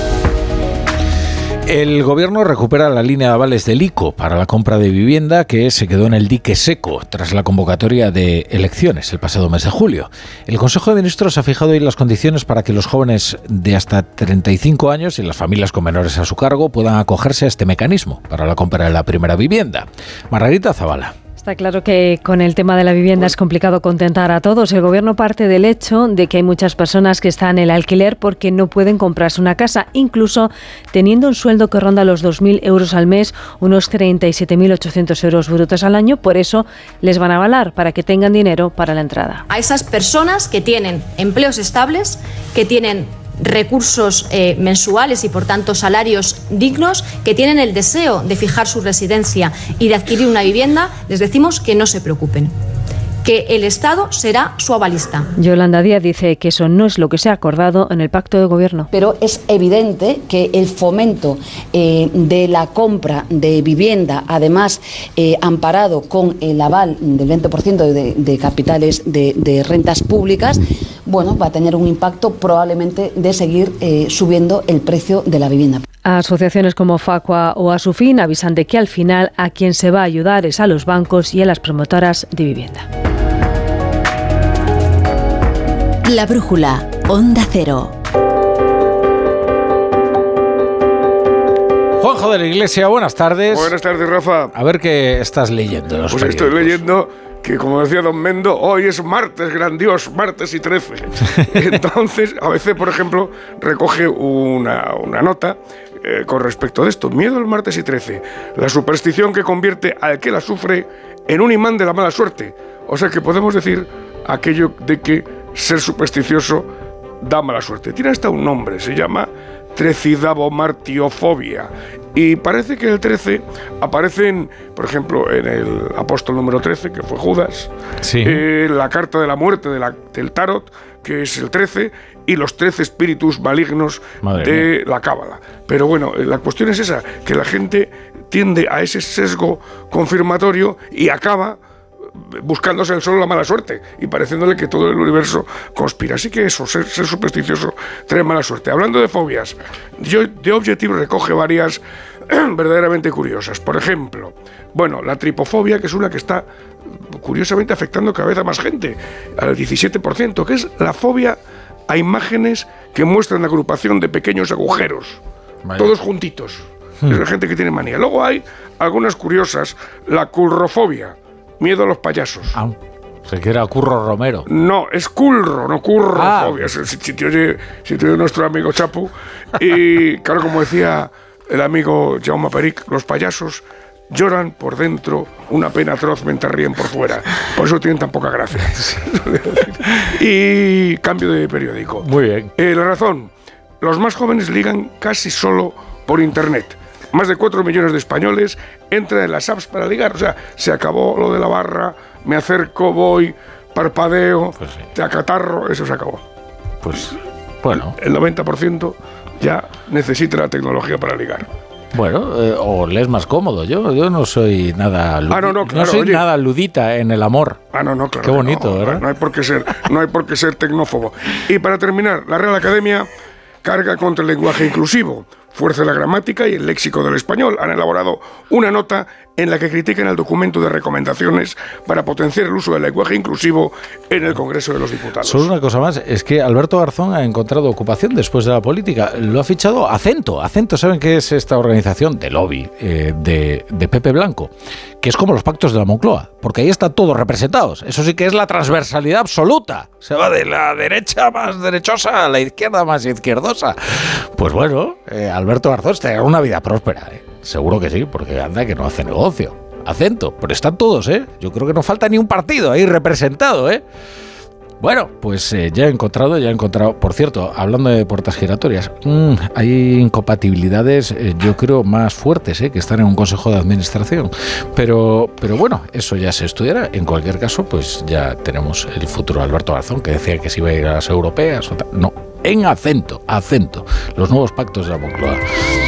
El gobierno recupera la línea de avales del ICO para la compra de vivienda que se quedó en el dique seco tras la convocatoria de elecciones el pasado mes de julio. El Consejo de Ministros ha fijado hoy las condiciones para que los jóvenes de hasta treinta y cinco años y las familias con menores a su cargo puedan acogerse a este mecanismo para la compra de la primera vivienda. Margarita Zavala. Está claro que con el tema de la vivienda es complicado contentar a todos. El gobierno parte del hecho de que hay muchas personas que están en el alquiler porque no pueden comprarse una casa, incluso teniendo un sueldo que ronda los dos mil euros al mes, unos treinta y siete mil ochocientos euros brutos al año. Por eso les van a avalar para que tengan dinero para la entrada. A esas personas que tienen empleos estables, que tienen recursos eh, mensuales y por tanto salarios dignos, que tienen el deseo de fijar su residencia y de adquirir una vivienda, les decimos que no se preocupen, que el Estado será su avalista. Yolanda Díaz dice que eso no es lo que se ha acordado en el pacto de gobierno. Pero es evidente que el fomento eh, de la compra de vivienda, además eh, amparado con el aval del veinte por ciento de, de capitales de, de rentas públicas, bueno, va a tener un impacto probablemente de seguir eh, subiendo el precio de la vivienda. Asociaciones como Facua o Asufin avisan de que al final a quien se va a ayudar es a los bancos y a las promotoras de vivienda. La Brújula, Onda Cero. Juanjo de la Iglesia, buenas tardes. Buenas tardes, Rafa. A ver qué estás leyendo en los Pues periódicos. Estoy leyendo que, como decía don Mendo, hoy es martes grandioso, martes y trece. Entonces, A B C, por ejemplo, recoge una, una nota eh, con respecto de esto. Miedo el martes y trece. La superstición que convierte al que la sufre en un imán de la mala suerte. O sea que podemos decir aquello de que ser supersticioso da mala suerte. Tiene hasta un nombre, se llama trecidabomartiofobia. Y parece que el trece aparece, en, por ejemplo, en el apóstol número trece, que fue Judas, sí. eh, la carta de la muerte de la, del tarot, que es el trece, y los trece espíritus malignos Madre de mía. la cábala. Pero bueno, la cuestión es esa, que la gente tiende a ese sesgo confirmatorio y acaba buscándose el solo la mala suerte y pareciéndole que todo el universo conspira. Así que eso, ser, ser supersticioso trae mala suerte. Hablando de fobias, yo, The Objective recoge varias verdaderamente curiosas. Por ejemplo, bueno, la tripofobia, que es una que está curiosamente afectando cada vez a más gente, al diecisiete por ciento, que es la fobia a imágenes que muestran la agrupación de pequeños agujeros, Vaya. todos juntitos. Hmm. Es la gente que tiene manía. Luego hay algunas curiosas, la currofobia, miedo a los payasos. Ah, se quiere a Curro Romero. No, es curro, no currofobia. Ah. Si, si, te oye, si te oye nuestro amigo Chapu. Y claro, como decía el amigo Jaume Peric, los payasos lloran por dentro, una pena atroz mientras ríen por fuera. Por eso tienen tan poca gracia. Y cambio de periódico. Muy bien. Eh, la razón, los más jóvenes ligan casi solo por internet. Más de cuatro millones de españoles entran en las apps para ligar. O sea, se acabó lo de la barra, me acerco, voy, parpadeo, pues sí. te acatarro, eso se acabó. Pues, bueno. El noventa por ciento ya necesita la tecnología para ligar. Bueno, eh, o le es más cómodo. Yo yo no soy nada ludi- ah, no, no, claro, no soy oye. nada ludita en el amor. Ah, no, no, claro. Qué bonito, no, ¿verdad? No hay por qué ser, no hay por qué ser tecnófobo. Y para terminar, la Real Academia carga contra el lenguaje inclusivo. Fuerza la gramática y el léxico del español. Han elaborado una nota en la que critican el documento de recomendaciones para potenciar el uso del lenguaje inclusivo en el Congreso de los Diputados. Solo una cosa más, es que Alberto Garzón ha encontrado ocupación después de la política. Lo ha fichado Acento. Acento, ¿saben qué es esta organización de lobby eh, de, de Pepe Blanco? Que es como los pactos de la Moncloa, porque ahí están todos representados. Eso sí que es la transversalidad absoluta. Se va de la derecha más derechosa a la izquierda más izquierdosa. Pues bueno, eh, Alberto Garzón tendrá una vida próspera, ¿eh? Seguro que sí, porque anda que no hace negocio. Acento, pero están todos, ¿eh? Yo creo que no falta ni un partido ahí representado, ¿eh? Bueno, pues eh, ya he encontrado, ya he encontrado... Por cierto, hablando de puertas giratorias, mmm, hay incompatibilidades, eh, yo creo, más fuertes, ¿eh? Que están en un consejo de administración. Pero, pero bueno, eso ya se estudiará. En cualquier caso, pues ya tenemos el futuro Alberto Garzón, que decía que se iba a ir a las europeas. O tal. No, en Acento, Acento, los nuevos pactos de la Moncloa.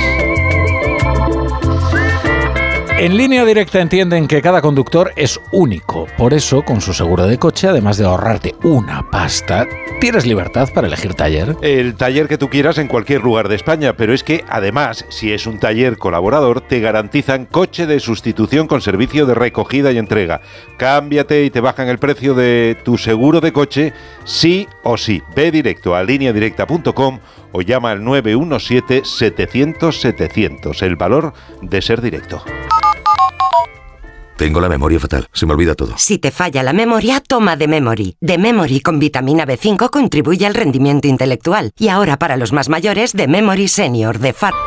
En Línea Directa entienden que cada conductor es único. Por eso, con su seguro de coche, además de ahorrarte una pasta, tienes libertad para elegir taller. El taller que tú quieras en cualquier lugar de España, pero es que, además, si es un taller colaborador, te garantizan coche de sustitución con servicio de recogida y entrega. Cámbiate y te bajan el precio de tu seguro de coche, sí o sí. Ve directo a línea directa punto com o llama al nueve uno siete, setecientos, setecientos. El valor de ser directo. Tengo la memoria fatal, se me olvida todo. Si te falla la memoria, toma The Memory. The Memory con vitamina B cinco contribuye al rendimiento intelectual. Y ahora para los más mayores, The Memory Senior de Far...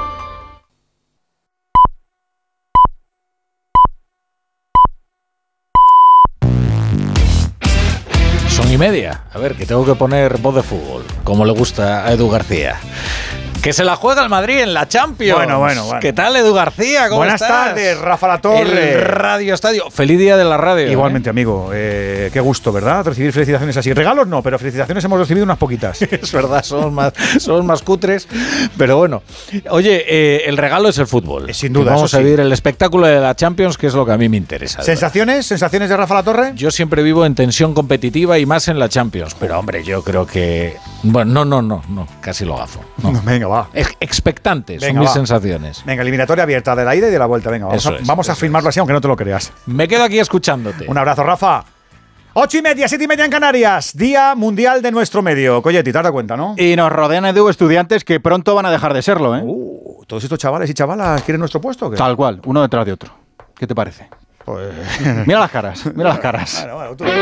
Son y media. A ver, que tengo que poner voz de fútbol, como le gusta a Edu García. Que se la juega el Madrid en la Champions. Bueno, bueno, bueno. ¿Qué tal, Edu García? ¿Cómo Buenas estás? tardes, Rafa Latorre. El Radio Estadio. Feliz día de la radio. Igualmente, ¿eh? amigo. Eh, qué gusto, ¿verdad? Recibir felicitaciones así. Regalos no, pero felicitaciones hemos recibido unas poquitas. Es verdad, somos más, somos más cutres. Pero bueno. Oye, eh, el regalo es el fútbol. Eh, sin duda. Vamos eso a sí. vivir el espectáculo de la Champions, que es lo que a mí me interesa. ¿Sensaciones? ¿Sensaciones de Rafa Latorre? Yo siempre vivo en tensión competitiva y más en la Champions. Pero, hombre, yo creo que... Bueno, no, no, no, no. Casi lo gafo. No. No, venga, va. Ex expectantes Venga, son mis va. sensaciones. Venga, eliminatoria abierta de la ida y de la vuelta. Venga, vamos, Eso a, es, vamos a eso firmarlo así, aunque no te lo creas. Me quedo aquí escuchándote. Un abrazo, Rafa. Ocho y media, siete y media en Canarias. Día Mundial de nuestro medio. Coyetti, te has dado cuenta, ¿no? Y nos rodean, Edu, estudiantes que pronto van a dejar de serlo, ¿eh? Uh, todos estos chavales y chavalas quieren nuestro puesto, ¿o qué? Tal cual, uno detrás de otro. ¿Qué te parece? Pues... Mira las caras, mira las caras. Bueno, bueno, tú...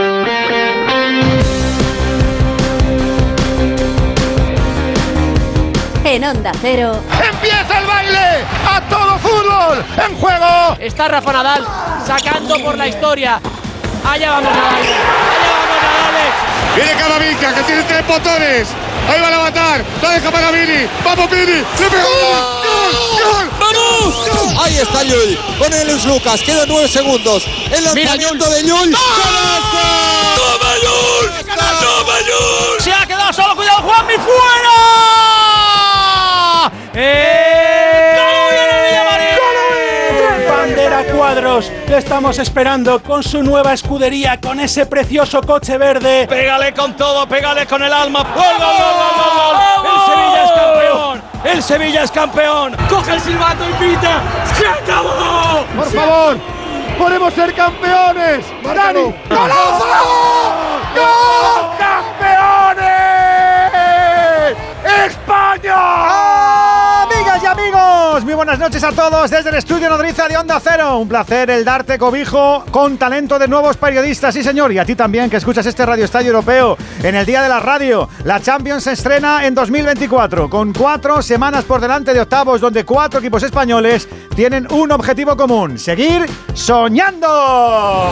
En Onda Cero. ¡Empieza el baile! ¡A todo fútbol! ¡En juego! Está Rafa Nadal sacando por la historia. Allá vamos Nadal. Allá vamos Nadal. Viene Camavinga, que tiene tres botones. Ahí van a matar. La deja para Vini. ¡Vamos, Vini! ¡Le pegó! ¡Gol! ¡Gol! ¡Vamos! ¡Gol! Ahí está Llull. Con él es Lucas. Quedan nueve segundos. El lanzamiento de Llull. ¡Toma Llull! ¡Toma Llull! Se ha quedado solo. Cuidado, Juanmi. ¡Fuera! ¡Eh! Bandera Cuadros, le estamos esperando con su nueva escudería, con ese precioso coche verde. Pégale con todo, pégale con el alma. ¡Gol, gol, gol, gol, gol! ¡El Sevilla es campeón! ¡El Sevilla es campeón! ¡Coge el silbato y pita! ¡Se acabó! Por favor, podemos ser campeones. Dani, ¡Golazo! ¡Gol! ¡Campeones! ¡España! Amigas y amigos, muy buenas noches a todos desde el estudio Nodriza de Onda Cero. Un placer el darte cobijo con talento de nuevos periodistas, sí señor, y a ti también que escuchas este Radio Estadio Europeo en el Día de la Radio. La Champions se estrena en dos mil veinticuatro, con cuatro semanas por delante de octavos, donde cuatro equipos españoles tienen un objetivo común: seguir soñando.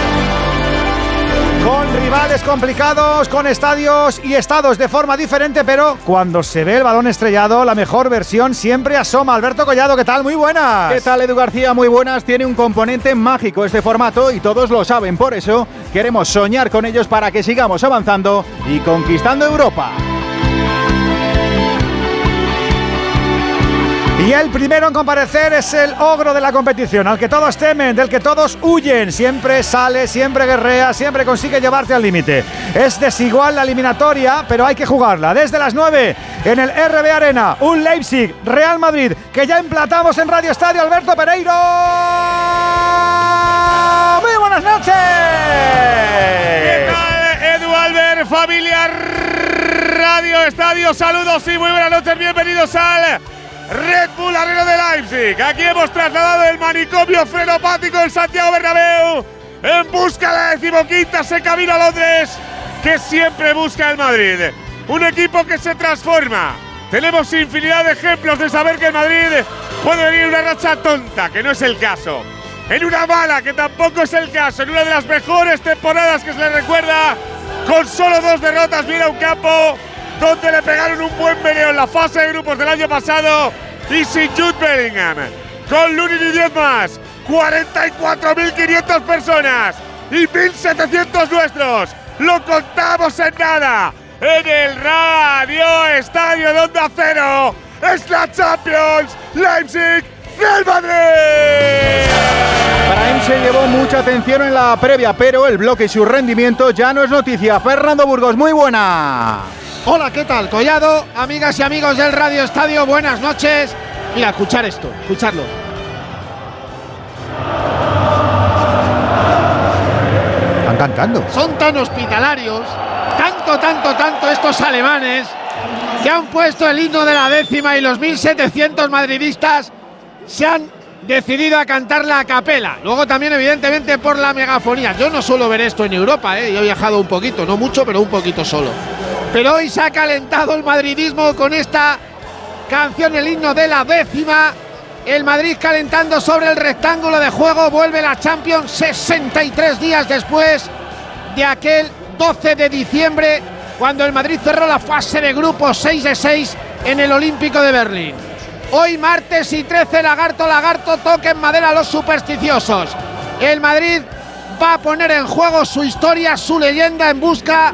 Con rivales complicados, con estadios y estados de forma diferente, pero cuando se ve el balón estrellado, la mejor versión siempre asoma. Alberto Collado, ¿qué tal? Muy buenas. ¿Qué tal, Edu García? Muy buenas. Tiene un componente mágico este formato y todos lo saben. Por eso queremos soñar con ellos para que sigamos avanzando y conquistando Europa. Y el primero en comparecer es el ogro de la competición, al que todos temen, del que todos huyen. Siempre sale, siempre guerrea, siempre consigue llevarte al límite. Es desigual la eliminatoria, pero hay que jugarla. Desde las nueve, en el R B Arena, un Leipzig Real Madrid, que ya emplatamos en Radio Estadio. Alberto Pereiro. ¡Muy buenas noches! ¿Qué tal, Edu Albert, familia Radio Estadio? Saludos y muy buenas noches. Bienvenidos al Red Bull Arena de Leipzig. Aquí hemos trasladado el manicomio frenopático del Santiago Bernabéu en busca de la decimoquinta se camino a Londres, que siempre busca el Madrid. Un equipo que se transforma. Tenemos infinidad de ejemplos de saber que el Madrid puede venir una racha tonta, que no es el caso. En una mala, que tampoco es el caso. En una de las mejores temporadas que se le recuerda, con solo dos derrotas, viene a un campo donde le pegaron un buen meneo en la fase de grupos del año pasado y sin Jude Bellingham. Con Lunin y diez más, cuarenta y cuatro mil quinientas personas y mil setecientos nuestros. Lo contamos en nada en el Radio Estadio de Onda Cero. Es la Champions, Leipzig, Real Madrid. Brahim se llevó mucha atención en la previa, pero el bloque y su rendimiento ya no es noticia. Fernando Burgos, muy buena. Hola, ¿qué tal, Collado? Amigas y amigos del Radio Estadio, buenas noches. Mira, escuchar esto, escuchadlo. Están cantando. Son tan hospitalarios, tanto, tanto, tanto estos alemanes, que han puesto el himno de la décima y los mil setecientos madridistas se han decidido a cantarla a capela. Luego también, evidentemente, por la megafonía. Yo no suelo ver esto en Europa, ¿eh? Yo he viajado un poquito, no mucho, pero un poquito solo. Pero hoy se ha calentado el madridismo con esta canción, el himno de la décima. El Madrid calentando sobre el rectángulo de juego. Vuelve la Champions sesenta y tres días después de aquel doce de diciembre, cuando el Madrid cerró la fase de grupos seis de seis en el Olímpico de Berlín. Hoy martes y trece, lagarto, lagarto, toquen madera a los supersticiosos. El Madrid va a poner en juego su historia, su leyenda en busca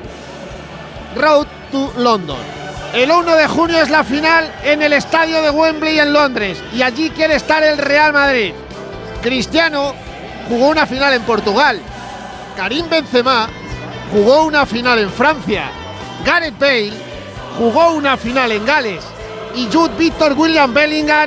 Road to London. El uno de junio es la final en el estadio de Wembley en Londres y allí quiere estar el Real Madrid. Cristiano jugó una final en Portugal. Karim Benzema jugó una final en Francia. Gareth Bale jugó una final en Gales. Y Jude Victor William Bellingham,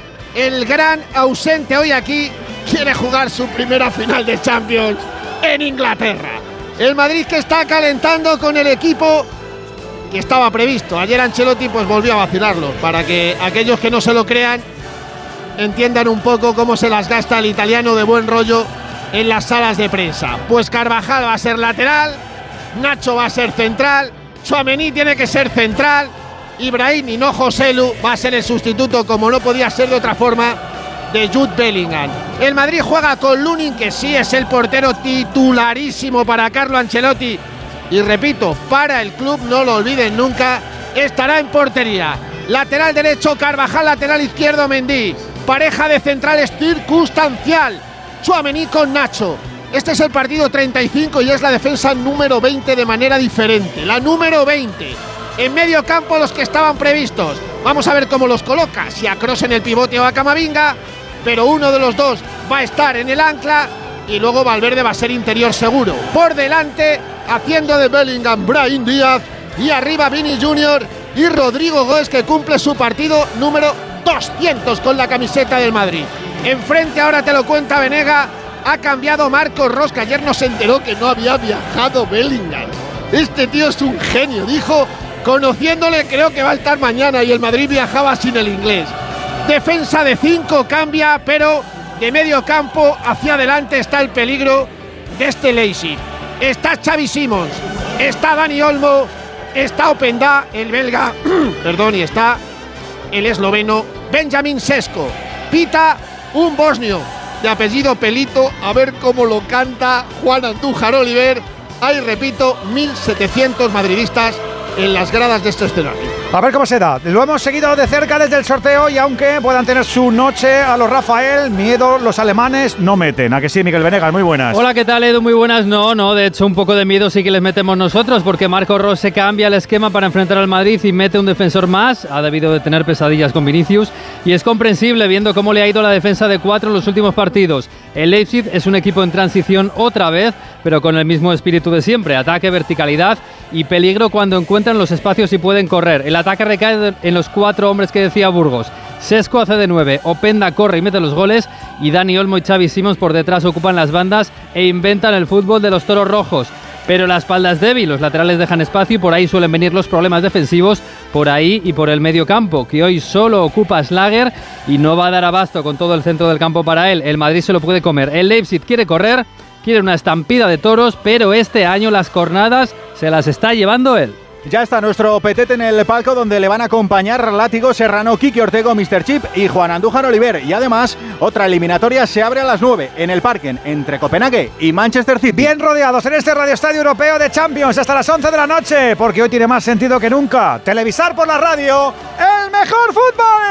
el gran ausente hoy aquí, quiere jugar su primera final de Champions en Inglaterra. El Madrid que está calentando con el equipo que estaba previsto. Ayer Ancelotti pues volvió a vacilarlo para que aquellos que no se lo crean entiendan un poco cómo se las gasta el italiano de buen rollo en las salas de prensa. Pues Carvajal va a ser lateral, Nacho va a ser central, Tchouaméni tiene que ser central, Ibrahim y no Joselu va a ser el sustituto, como no podía ser de otra forma, de Jude Bellingham. El Madrid juega con Lunin, que sí es el portero titularísimo para Carlo Ancelotti. Y repito, para el club, no lo olviden nunca, estará en portería. Lateral derecho Carvajal, lateral izquierdo Mendy. Pareja de centrales circunstancial, Tchouaméni con Nacho. Este es el partido treinta y cinco y es la defensa número veinte de manera diferente. La número veinte. En medio campo los que estaban previstos. Vamos a ver cómo los coloca, si a Kroos en el pivote o a Camavinga, pero uno de los dos va a estar en el ancla y luego Valverde va a ser interior seguro. Por delante, haciendo de Bellingham Brahim Díaz y arriba Vini Junior y Rodrigo Goes, que cumple su partido número doscientos con la camiseta del Madrid. Enfrente, ahora te lo cuenta Venega, ha cambiado Marcos Ross, que ayer nos enteró que no había viajado Bellingham. Este tío es un genio, dijo. Conociéndole, creo que va a estar mañana y el Madrid viajaba sin el inglés. Defensa de cinco cambia, pero de medio campo hacia adelante está el peligro de este Leipzig. Está Xavi Simons, está Dani Olmo, está Openda, el belga, perdón, y está el esloveno Benjamin Sesko. Pita un bosnio de apellido Pelito, a ver cómo lo canta Juan Andújar Oliver. Hay, repito, mil setecientos madridistas en las gradas de este escenario. A ver cómo se da. Lo hemos seguido de cerca desde el sorteo y aunque puedan tener su noche a los Rafael, miedo los alemanes no meten. ¿A que sí, Miguel Venegas? Muy buenas. Hola, ¿qué tal, Edu? Muy buenas. No, no, de hecho un poco de miedo sí que les metemos nosotros porque Marco Ross se cambia el esquema para enfrentar al Madrid y mete un defensor más. Ha debido de tener pesadillas con Vinicius y es comprensible viendo cómo le ha ido la defensa de cuatro en los últimos partidos. El Leipzig es un equipo en transición otra vez, pero con el mismo espíritu de siempre. Ataque, verticalidad y peligro cuando encuentran los espacios y pueden correr. El ataque recae en los cuatro hombres que decía Burgos. Sesko hace de nueve, Openda corre y mete los goles y Dani Olmo y Xavi Simons por detrás ocupan las bandas e inventan el fútbol de los toros rojos. Pero la espalda es débil, los laterales dejan espacio y por ahí suelen venir los problemas defensivos, por ahí y por el medio campo, que hoy solo ocupa Schlager y no va a dar abasto con todo el centro del campo para él. El Madrid se lo puede comer. El Leipzig quiere correr, quiere una estampida de toros, pero este año las cornadas se las está llevando él. Ya está nuestro petete en el palco donde le van a acompañar Látigo, Serrano, Kiki Ortego, míster Chip y Juan Andújar Oliver. Y además, otra eliminatoria se abre a las nueve en el Parken entre Copenhague y Manchester City. Bien rodeados en este Radio Estadio Europeo de Champions hasta las once de la noche, porque hoy tiene más sentido que nunca televisar por la radio el mejor fútbol.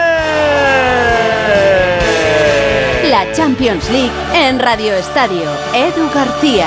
La Champions League en Radio Estadio. Edu García.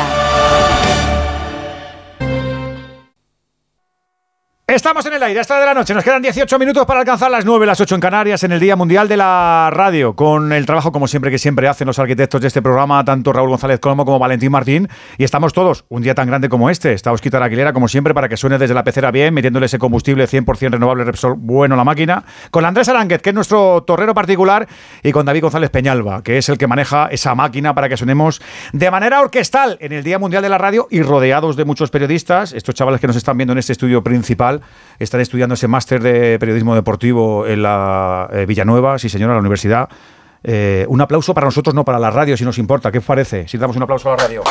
Estamos en el aire, esta de la noche. Nos quedan dieciocho minutos para alcanzar las nueve, las ocho en Canarias, en el Día Mundial de la Radio, con el trabajo, como siempre, que siempre hacen los arquitectos de este programa, tanto Raúl González Colmo como Valentín Martín. Y estamos todos, un día tan grande como este. Está Osquita la Aguilera, como siempre, para que suene desde la pecera bien, metiéndole ese combustible cien por ciento renovable Repsol bueno a la máquina. Con Andrés Aránguez, que es nuestro torrero particular, y con David González Peñalba, que es el que maneja esa máquina para que sonemos de manera orquestal en el Día Mundial de la Radio y rodeados de muchos periodistas. Estos chavales que nos están viendo en este estudio principal están estudiando ese máster de periodismo deportivo en la eh, Villanueva, sí señora, la universidad. Eh, un aplauso para nosotros, no para la radio, si nos importa. ¿Qué os parece? Si damos un aplauso a la radio.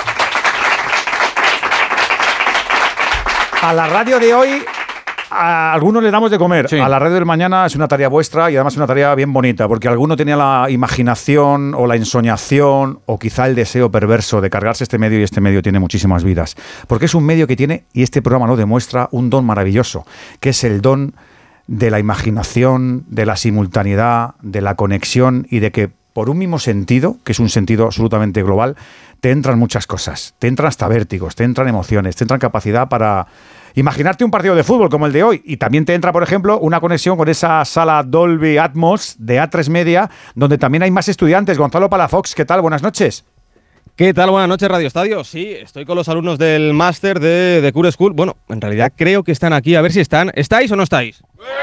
A la radio de hoy, a algunos le damos de comer. Sí. A la radio del mañana es una tarea vuestra y además una tarea bien bonita, porque alguno tenía la imaginación o la ensoñación o quizá el deseo perverso de cargarse este medio, y este medio tiene muchísimas vidas. Porque es un medio que tiene, y este programa lo demuestra, un don maravilloso, que es el don de la imaginación, de la simultaneidad, de la conexión y de que por un mismo sentido, que es un sentido absolutamente global, te entran muchas cosas, te entran hasta vértigos, te entran emociones, te entran capacidad para imaginarte un partido de fútbol como el de hoy, y también te entra, por ejemplo, una conexión con esa sala Dolby Atmos de A tres Media, donde también hay más estudiantes. Gonzalo Palafox, ¿qué tal? Buenas noches. ¿Qué tal? Buenas noches, Radio Estadio. Sí, estoy con los alumnos del máster de, de Cure School. Bueno, en realidad creo que están aquí. A ver si están. ¿Estáis o no estáis?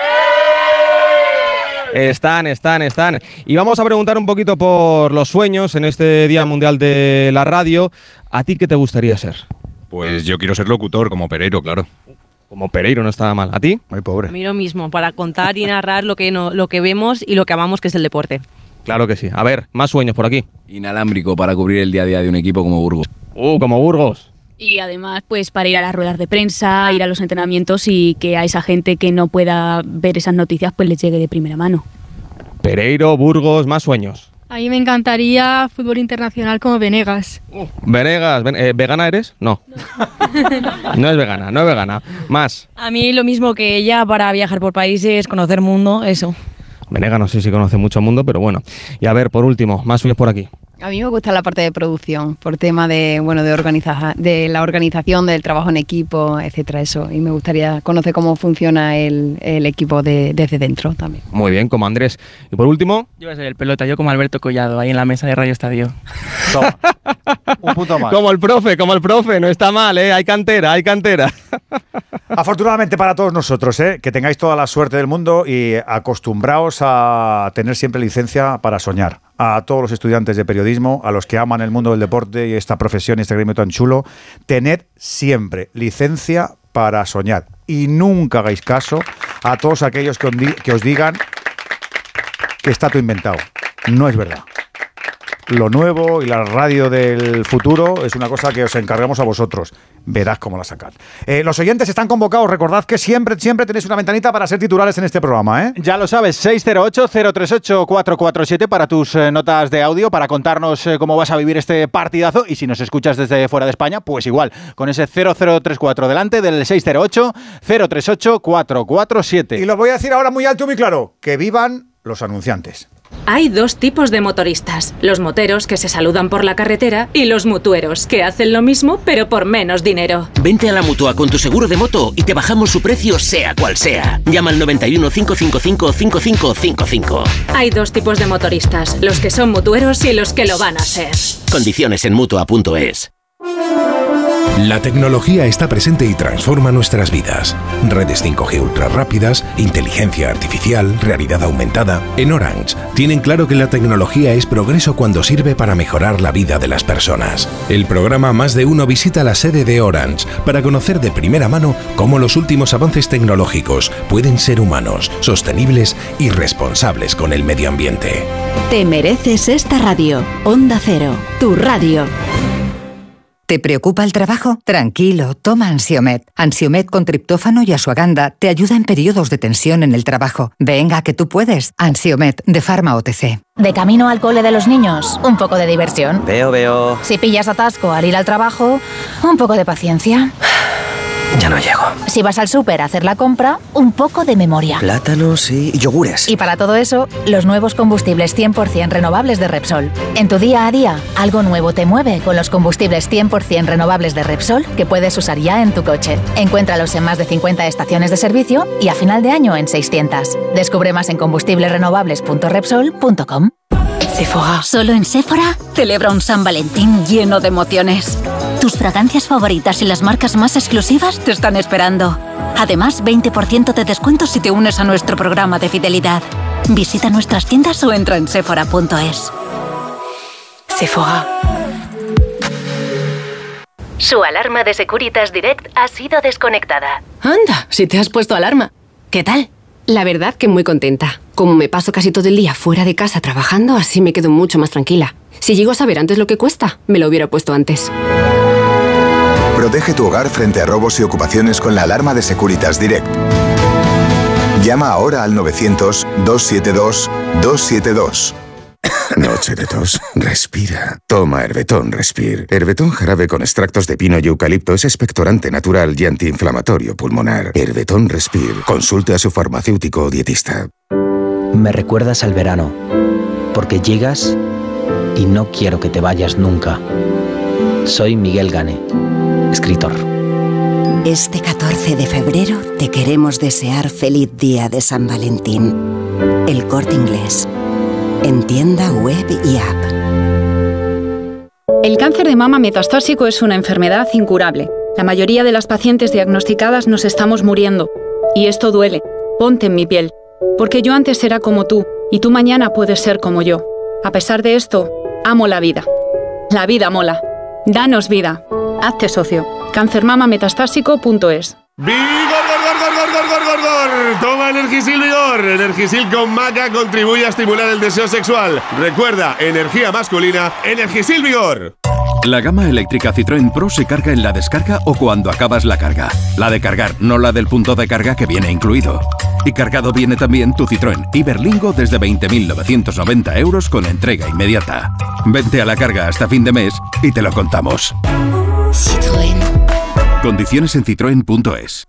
Están, están, están. Y vamos a preguntar un poquito por los sueños en este Día Mundial de la Radio. ¿A ti qué te gustaría ser? Pues yo quiero ser locutor, como Pereiro, claro. Como Pereiro, no estaba mal. ¿A ti? Muy pobre. A mí lo mismo, para contar y narrar lo que, no, lo que vemos y lo que amamos, que es el deporte. Claro que sí. A ver, más sueños por aquí. Inalámbrico, para cubrir el día a día de un equipo como Burgos. Uh, como Burgos. Y además, pues para ir a las ruedas de prensa, ir a los entrenamientos y que a esa gente que no pueda ver esas noticias, pues les llegue de primera mano. Pereiro, Burgos, más sueños. A mí me encantaría fútbol internacional como Venegas. Uh, Venegas, eh, ¿vegana eres? No. No. No es vegana, no es vegana. Más. A mí lo mismo que ella, para viajar por países, conocer mundo, eso. Venegas no sé si conoce mucho mundo, pero bueno. Y a ver, por último, más sueños por aquí. A mí me gusta la parte de producción, por tema de, bueno, de, organiza de la organización, del trabajo en equipo, etcétera, eso. Y me gustaría conocer cómo funciona el, el equipo de, desde dentro también. Muy bien, como Andrés. Y por último... Yo voy a ser el pelota, yo como Alberto Collado, ahí en la mesa de Radio Estadio. Toma. Un punto más. Como el profe, como el profe, no está mal, ¿eh? Hay cantera, hay cantera. Afortunadamente para todos nosotros, ¿eh? Que tengáis toda la suerte del mundo y acostumbraos a tener siempre licencia para soñar. A todos los estudiantes de periodismo, a los que aman el mundo del deporte y esta profesión y este gremio tan chulo, tened siempre licencia para soñar. Y nunca hagáis caso a todos aquellos que os, di que os digan que está todo inventado. No es verdad. Lo nuevo y la radio del futuro es una cosa que os encargamos a vosotros. Verás cómo la sacad. Eh, los oyentes están convocados. Recordad que siempre, siempre tenéis una ventanita para ser titulares en este programa, ¿eh? Ya lo sabes, seis cero ocho, cero tres ocho, cuatro cuatro siete para tus eh, notas de audio, para contarnos eh, cómo vas a vivir este partidazo. Y si nos escuchas desde fuera de España, pues igual, con ese cero cero tres cuatro delante del seis cero ocho, cero tres ocho, cuatro cuatro siete. Y lo voy a decir ahora muy alto y muy claro. Que vivan los anunciantes. Hay dos tipos de motoristas, los moteros que se saludan por la carretera y los mutueros que hacen lo mismo pero por menos dinero. Vente a la Mutua con tu seguro de moto y te bajamos su precio sea cual sea. Llama al noventa y uno, cinco cinco cinco, cinco cinco cinco cinco. Hay dos tipos de motoristas, los que son mutueros y los que lo van a ser. Condiciones en mutua punto es. La tecnología está presente y transforma nuestras vidas. Redes cinco G ultra rápidas, inteligencia artificial, realidad aumentada. En Orange tienen claro que la tecnología es progreso cuando sirve para mejorar la vida de las personas. El programa Más de Uno visita la sede de Orange para conocer de primera mano cómo los últimos avances tecnológicos pueden ser humanos, sostenibles y responsables con el medio ambiente. Te mereces esta radio. Onda Cero, tu radio. ¿Te preocupa el trabajo? Tranquilo, toma Ansiomed. Ansiomed con triptófano y asuaganda te ayuda en periodos de tensión en el trabajo. Venga, que tú puedes. Ansiomed, de Pharma O T C. De camino al cole de los niños, un poco de diversión. Veo, veo. Si pillas atasco al ir al trabajo, un poco de paciencia. Ya no llego. Si vas al súper a hacer la compra, un poco de memoria. Plátanos y yogures. Y para todo eso, los nuevos combustibles cien por cien renovables de Repsol. En tu día a día, algo nuevo te mueve con los combustibles cien por cien renovables de Repsol que puedes usar ya en tu coche. Encuéntralos en más de cincuenta estaciones de servicio y a final de año en seiscientas. Descubre más en combustibles renovables punto repsol punto com. Sephora. Solo en Sephora celebra un San Valentín lleno de emociones. Tus fragancias favoritas y las marcas más exclusivas te están esperando. Además, veinte por ciento de descuento si te unes a nuestro programa de fidelidad. Visita nuestras tiendas o entra en sephora punto es. Sephora. Su alarma de Securitas Direct ha sido desconectada. Anda, si te has puesto alarma. ¿Qué tal? La verdad que muy contenta. Como me paso casi todo el día fuera de casa trabajando, así me quedo mucho más tranquila. Si llego a saber antes lo que cuesta, me lo hubiera puesto antes. Protege tu hogar frente a robos y ocupaciones con la alarma de Securitas Direct. Llama ahora al novecientos, doscientos setenta y dos, doscientos setenta y dos. Noche de tos. Respira. Toma Herbetón Respir. Herbetón jarabe con extractos de pino y eucalipto es expectorante natural y antiinflamatorio pulmonar. Herbetón Respir. Consulte a su farmacéutico o dietista. Me recuerdas al verano, porque llegas y no quiero que te vayas nunca. Soy Miguel Gane, escritor. Este catorce de febrero te queremos desear feliz día de San Valentín. El Corte Inglés. En tienda, web y app. El cáncer de mama metastásico es una enfermedad incurable. La mayoría de las pacientes diagnosticadas nos estamos muriendo. Y esto duele. Ponte en mi piel. Porque yo antes era como tú, y tú mañana puedes ser como yo. A pesar de esto, amo la vida. La vida mola. Danos vida. Hazte socio. cancermamametastásico punto es. ¡Vigor, gor, gor, gor, gor, gor, gor, gor! Toma Energisil Vigor. Energisil con maca contribuye a estimular el deseo sexual. Recuerda, energía masculina, Energisil Vigor. La gama eléctrica Citroën Pro se carga en la descarga o cuando acabas la carga. La de cargar, no la del punto de carga que viene incluido. Y cargado viene también tu Citroën Iberlingo desde veinte mil novecientos noventa euros con entrega inmediata. Vente a la carga hasta fin de mes y te lo contamos. Citroën. Condiciones en citroen punto es.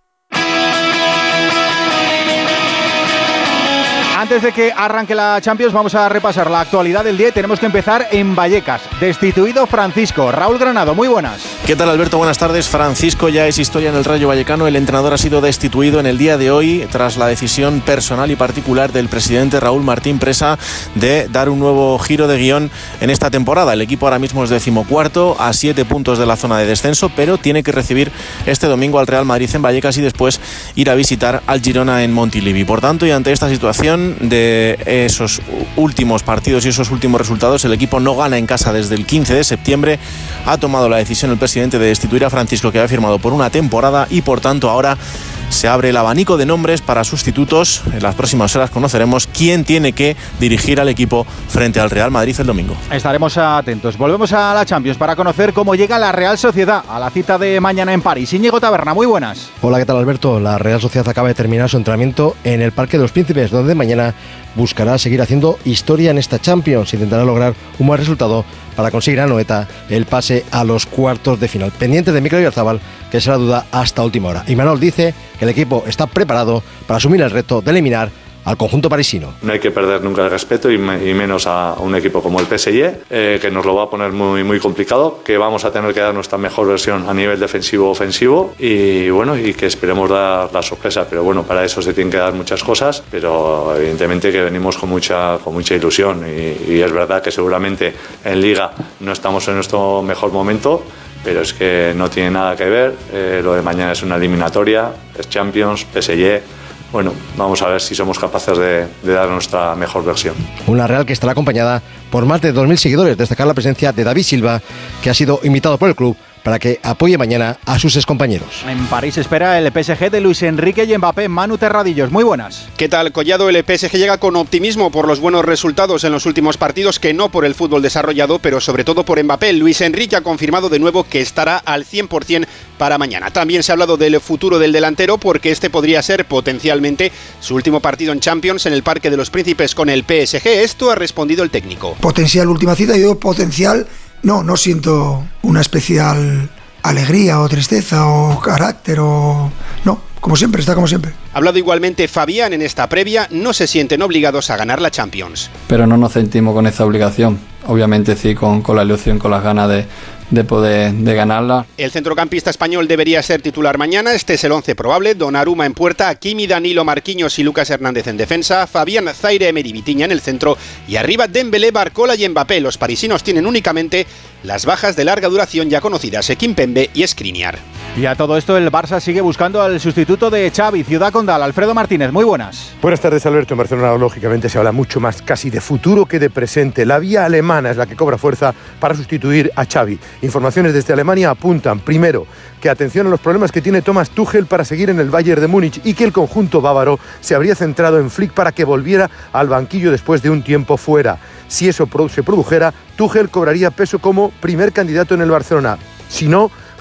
Antes de que arranque la Champions, vamos a repasar la actualidad del día y tenemos que empezar en Vallecas. Destituido Francisco. Raúl Granado, muy buenas. ¿Qué tal, Alberto? Buenas tardes. Francisco ya es historia en el Rayo Vallecano. El entrenador ha sido destituido en el día de hoy tras la decisión personal y particular del presidente Raúl Martín Presa de dar un nuevo giro de guión en esta temporada. El equipo ahora mismo es decimocuarto, a siete puntos de la zona de descenso, pero tiene que recibir este domingo al Real Madrid en Vallecas y después ir a visitar al Girona en Montilivi. Por tanto, y ante esta situación de esos últimos partidos y esos últimos resultados, el equipo no gana en casa desde el quince de septiembre. Ha tomado la decisión el presidente de destituir a Francisco, que había firmado por una temporada, y por tanto ahora se abre el abanico de nombres para sustitutos. En las próximas horas conoceremos quién tiene que dirigir al equipo frente al Real Madrid el domingo. Estaremos atentos. Volvemos a la Champions para conocer cómo llega la Real Sociedad a la cita de mañana en París. Íñigo Taberna, muy buenas. Hola, ¿qué tal, Alberto? La Real Sociedad acaba de terminar su entrenamiento en el Parque de los Príncipes, donde mañana buscará seguir haciendo historia en esta Champions. Intentará lograr un buen resultado para conseguir a Noeta el pase a los cuartos de final. Pendiente de Mikel Oyarzabal, que será duda hasta última hora. Y Manol dice que el equipo está preparado para asumir el reto de eliminar al conjunto parisino. No hay que perder nunca el respeto y, me, y menos a un equipo como el P S G, eh, que nos lo va a poner muy, muy complicado, que vamos a tener que dar nuestra mejor versión a nivel defensivo-ofensivo y bueno, y que esperemos dar la sorpresa, pero bueno, para eso se tienen que dar muchas cosas, pero evidentemente que venimos con mucha, con mucha ilusión y, y es verdad que seguramente en Liga no estamos en nuestro mejor momento, pero es que no tiene nada que ver, eh, lo de mañana es una eliminatoria, es Champions, P S G. Bueno, vamos a ver si somos capaces de, de dar nuestra mejor versión. Una Real que estará acompañada por más de dos mil seguidores. Destacar la presencia de David Silva, que ha sido invitado por el club para que apoye mañana a sus excompañeros. En París espera el P S G de Luis Enrique y Mbappé. Manu Terradillos, muy buenas. ¿Qué tal, Collado? El P S G llega con optimismo por los buenos resultados en los últimos partidos, que no por el fútbol desarrollado, pero sobre todo por Mbappé. Luis Enrique ha confirmado de nuevo que estará al cien por ciento para mañana. También se ha hablado del futuro del delantero, porque este podría ser potencialmente su último partido en Champions en el Parque de los Príncipes con el P S G. Esto ha respondido el técnico. Potencial última cita, yo digo potencial. No, no siento una especial alegría o tristeza o carácter o... No, como siempre, está como siempre. Ha hablado igualmente Fabián en esta previa, no se sienten obligados a ganar la Champions. Pero no nos sentimos con esa obligación, obviamente sí, con, con la ilusión, con las ganas de, de poder de ganarla. El centrocampista español debería ser titular mañana, este es el once probable: Donnarumma en puerta, Hakimi, Danilo, Marquinhos y Lucas Hernández en defensa, Fabián, Zaire, Emery, Vitinha en el centro y arriba Dembélé, Barcola y Mbappé. Los parisinos tienen únicamente las bajas de larga duración ya conocidas, Kimpembe y Skriniar. Y a todo esto el Barça sigue buscando al sustituto de Xavi. Ciudad Condal, Alfredo Martínez, muy buenas. Buenas tardes, Alberto. En Barcelona lógicamente se habla mucho más casi de futuro que de presente. La vía alemana es la que cobra fuerza para sustituir a Xavi. Informaciones desde Alemania apuntan, primero, que atención a los problemas que tiene Thomas Tuchel para seguir en el Bayern de Múnich y que el conjunto bávaro se habría centrado en Flick para que volviera al banquillo después de un tiempo fuera. Si eso se produjera, Tuchel cobraría peso como primer candidato en el Barcelona. Si no,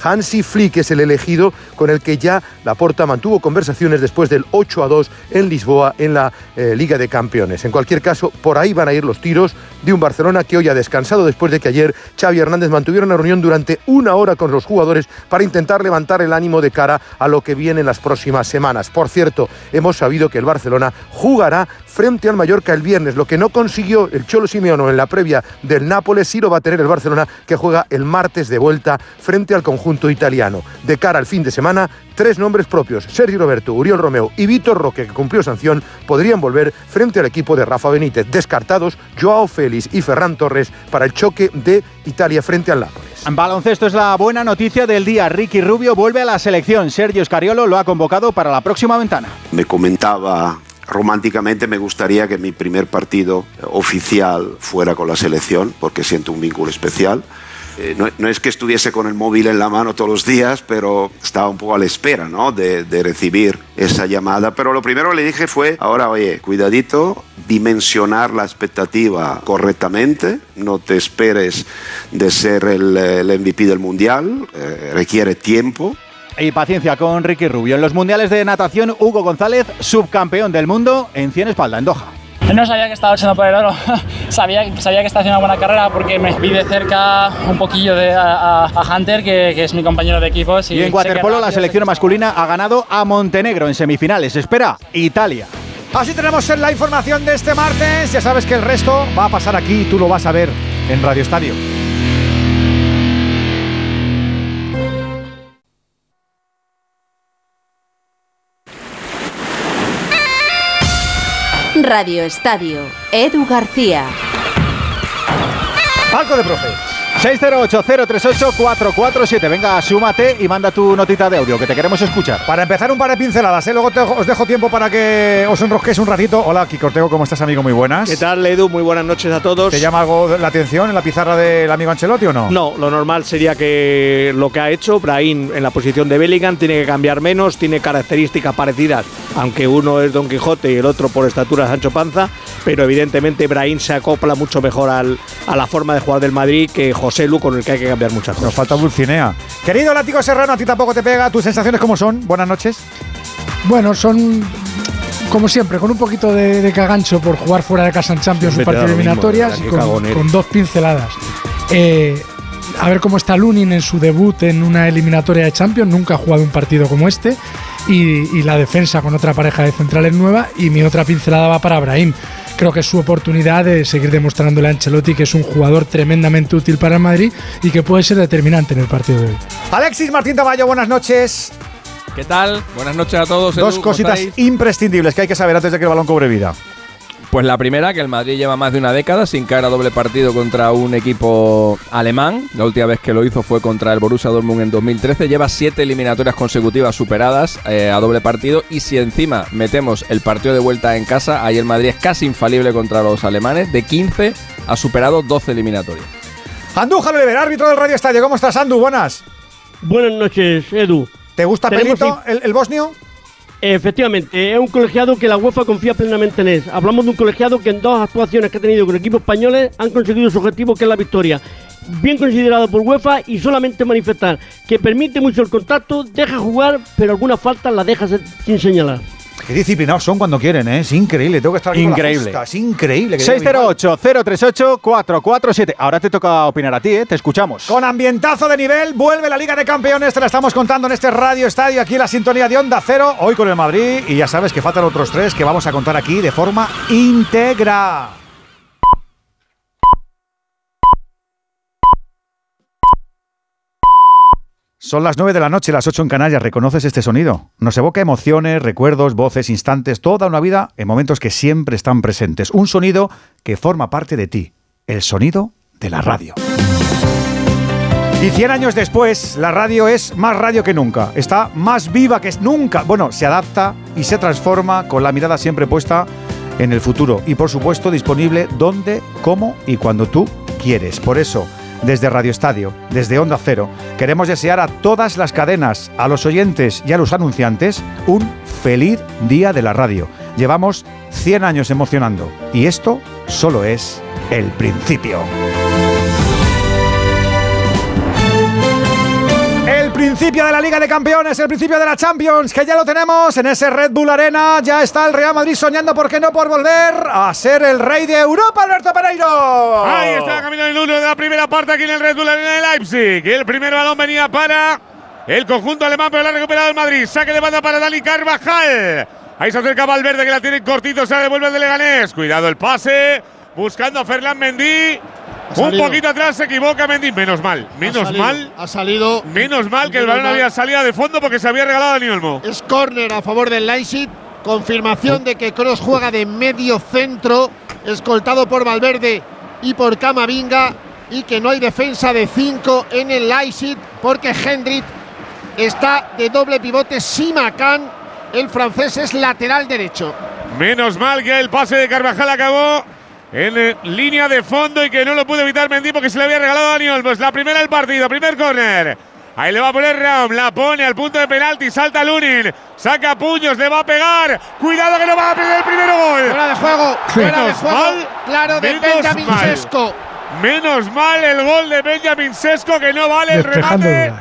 Hansi Flick es el elegido, con el que ya Laporta mantuvo conversaciones después del ocho a dos en Lisboa en la eh, Liga de Campeones. En cualquier caso, por ahí van a ir los tiros de un Barcelona que hoy ha descansado después de que ayer Xavi Hernández mantuviera una reunión durante una hora con los jugadores para intentar levantar el ánimo de cara a lo que viene en las próximas semanas. Por cierto, hemos sabido que el Barcelona jugará frente al Mallorca el viernes. Lo que no consiguió el Cholo Simeone en la previa del Nápoles sí lo va a tener el Barcelona, que juega el martes de vuelta frente al conjunto italiano. De cara al fin de semana, tres nombres propios, Sergi Roberto, Oriol Romeu y Vitor Roque, que cumplió sanción, podrían volver frente al equipo de Rafa Benítez. Descartados Joao Félix y Ferran Torres para el choque de Italia frente al Nápoles. En baloncesto es la buena noticia del día. Ricky Rubio vuelve a la selección. Sergio Scariolo lo ha convocado para la próxima ventana. Me comentaba románticamente, me gustaría que mi primer partido oficial fuera con la selección, porque siento un vínculo especial. Eh, no, no es que estuviese con el móvil en la mano todos los días, pero estaba un poco a la espera, ¿no?, de, de recibir esa llamada. Pero lo primero que le dije fue, ahora, oye, cuidadito, dimensionar la expectativa correctamente, no te esperes de ser el, el M V P del Mundial, eh, requiere tiempo. Y paciencia con Ricky Rubio. En los mundiales de natación, Hugo González, subcampeón del mundo en cien espalda en Doha. No sabía que estaba echando por el oro, sabía, sabía que estaba haciendo una buena carrera porque me vi de cerca un poquillo de, a, a Hunter, que, que es mi compañero de equipos. Y, y en waterpolo la selección masculina ha ganado a Montenegro en semifinales. Espera Italia. Así tenemos la información de este martes. Ya sabes que el resto va a pasar aquí y tú lo vas a ver en Radio Estadio. Radio Estadio, Edu García. Palco de profe. seis cero ocho, cero tres ocho, cuatro cuatro siete. Venga, súmate y manda tu notita de audio, que te queremos escuchar. Para empezar, un par de pinceladas, ¿eh? Luego te, os dejo tiempo para que os enrosquéis un ratito. Hola, Kiko Ortego, ¿cómo estás, amigo? Muy buenas. ¿Qué tal, Edu? Muy buenas noches a todos. ¿Te llama algo la atención en la pizarra del amigo Ancelotti o no? No, lo normal sería que lo que ha hecho Brahim en la posición de Bellingham tiene que cambiar menos, tiene características parecidas, aunque uno es Don Quijote y el otro por estatura Sancho Panza, pero evidentemente Brahim se acopla mucho mejor al, a la forma de jugar del Madrid que José Lu, con el que hay que cambiar muchas cosas. Nos falta Dulcinea. Querido Látigo Serrano, a ti tampoco te pega. ¿Tus sensaciones cómo son? Buenas noches. Bueno, son como siempre, con un poquito de, de cagancho por jugar fuera de casa en Champions, un partido de eliminatorias, y con, con dos pinceladas. Eh, a ver cómo está Lunin en su debut en una eliminatoria de Champions. Nunca ha jugado un partido como este. Y, y la defensa con otra pareja de centrales nueva. Y mi otra pincelada va para Brahim. Creo que es su oportunidad de seguir demostrándole a Ancelotti que es un jugador tremendamente útil para el Madrid y que puede ser determinante en el partido de hoy. Alexis Martín Tamayo, buenas noches. ¿Qué tal? Buenas noches a todos. Dos Edu, cositas imprescindibles que hay que saber antes de que el balón cobre vida. Pues la primera, que el Madrid lleva más de una década sin caer a doble partido contra un equipo alemán. La última vez que lo hizo fue contra el Borussia Dortmund en dos mil trece. Lleva siete eliminatorias consecutivas superadas eh, a doble partido. Y si encima metemos el partido de vuelta en casa, ahí el Madrid es casi infalible contra los alemanes. De quince ha superado doce eliminatorias. Andújar Oliver, árbitro del Radio Estadio. ¿Cómo estás, Andu? Buenas. Buenas noches, Edu. ¿Te gusta Pelito, el, el bosnio? Efectivamente, es un colegiado que la UEFA confía plenamente en él. Hablamos de un colegiado que en dos actuaciones que ha tenido con equipos españoles han conseguido su objetivo, que es la victoria. Bien considerado por UEFA, y solamente manifestar que permite mucho el contacto, deja jugar, pero algunas faltas las deja sin señalar. Qué disciplinados son cuando quieren, ¿eh? Es increíble, tengo que estar aquí increíble. Con la justa. Es increíble. seis cero ocho, cero tres ocho, cuatro cuatro siete. Ahora te toca opinar a ti, ¿eh? Te escuchamos. Con ambientazo de nivel, vuelve la Liga de Campeones. Te la estamos contando en este Radio Estadio, aquí en la sintonía de Onda Cero. Hoy con el Madrid, y ya sabes que faltan otros tres que vamos a contar aquí de forma íntegra. Son las nueve de la noche, las ocho en Canarias. ¿Reconoces este sonido? Nos evoca emociones, recuerdos, voces, instantes, toda una vida en momentos que siempre están presentes. Un sonido que forma parte de ti, el sonido de la radio. Y cien años después, la radio es más radio que nunca. Está más viva que nunca. Bueno, se adapta y se transforma con la mirada siempre puesta en el futuro. Y por supuesto disponible donde, cómo y cuando tú quieres. Por eso, desde Radio Estadio, desde Onda Cero, queremos desear a todas las cadenas, a los oyentes y a los anunciantes un feliz día de la radio. Llevamos cien años emocionando y esto solo es el principio. El principio de la Liga de Campeones, el principio de la Champions, que ya lo tenemos en ese Red Bull Arena. Ya está el Real Madrid soñando, ¿por qué no?, por volver a ser el rey de Europa, Alberto Pereiro. Ahí está caminando el uno de la primera parte aquí en el Red Bull Arena de Leipzig. El primer balón venía para el conjunto alemán, pero lo ha recuperado el Madrid. Saque de banda para Dani Carvajal. Ahí se acerca Valverde, que la tiene cortito, se la devuelve el de Leganés. Cuidado el pase, buscando a Ferland Mendy. Un poquito atrás se equivoca Mendy. Menos mal, menos ha salido, mal. Ha salido. Menos mal que el balón había salido de fondo porque se había regalado a Dani Olmo. Es córner a favor del Leipzig. Confirmación de que Kroos juega de medio centro, escoltado por Valverde y por Camavinga, y que no hay defensa de cinco en el Leipzig porque Hendrik está de doble pivote. Simakan, el francés, es lateral derecho. Menos mal que el pase de Carvajal acabó en eh, línea de fondo y que no lo pudo evitar Mendy porque se le había regalado a Dani Olmo. Es la primera del partido, primer córner. Ahí le va a poner Raum, la pone al punto de penalti, salta Lunin, saca puños, le va a pegar. Cuidado que no va a perder el primer gol. Fuera de juego, fuera de juego, mal, claro, de Benjamin Sesko. Menos mal el gol de Benjamin Sesko, que no vale el remate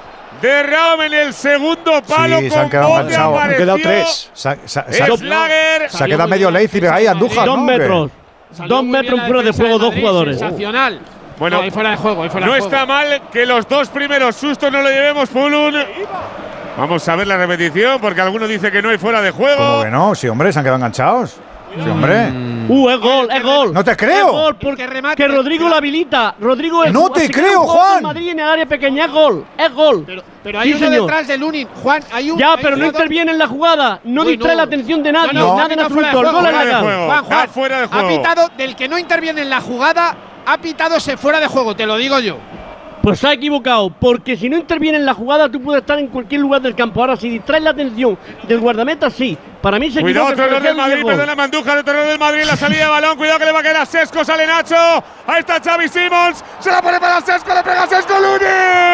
de Raum en el segundo palo. Sí, se han quedado enganchados. Han quedado tres. Se, se, se, se ha quedado medio Leipzig ahí, Andújar. Dos ¿no? metros. Dos metros fuera de juego, dos jugadores. Sensacional. Bueno, no, ahí fuera de juego, ahí fuera no de juego. está mal que los dos primeros sustos no lo llevemos por un. Vamos a ver la repetición porque alguno dice que no hay fuera de juego. ¿Cómo que no? Sí, hombre, se han quedado enganchados. Sí, hombre. Uh, es gol, es gol. No te creo. Es gol porque que Rodrigo lo habilita. Rodrigo es No te creo, Juan. Madrid en el área pequeña, es gol, es gol. Pero, pero hay sí, uno señor. detrás de Lunin, Juan, hay un Ya, hay pero un no jugador. interviene en la jugada, no Uy, distrae no. la atención de nadie, No, no, nada en ha pitado absoluto. El fuera gol de es juego. legal. Juan, Juan, fuera de juego. ha pitado del que no interviene en la jugada, ha pitado ese fuera de juego, te lo digo yo. Pues se ha equivocado, porque si no interviene en la jugada, tú puedes estar en cualquier lugar del campo. Ahora, si distraes la atención del guardameta, sí. Para mí se Cuidado, equivoca. terror del Madrid, perdona Mandújar, el terror del Madrid, la salida de balón. Cuidado que le va a caer a Sesko, sale Nacho. Ahí está Xavi Simons, se la pone para Sesko, le pega a Sesko Lunin.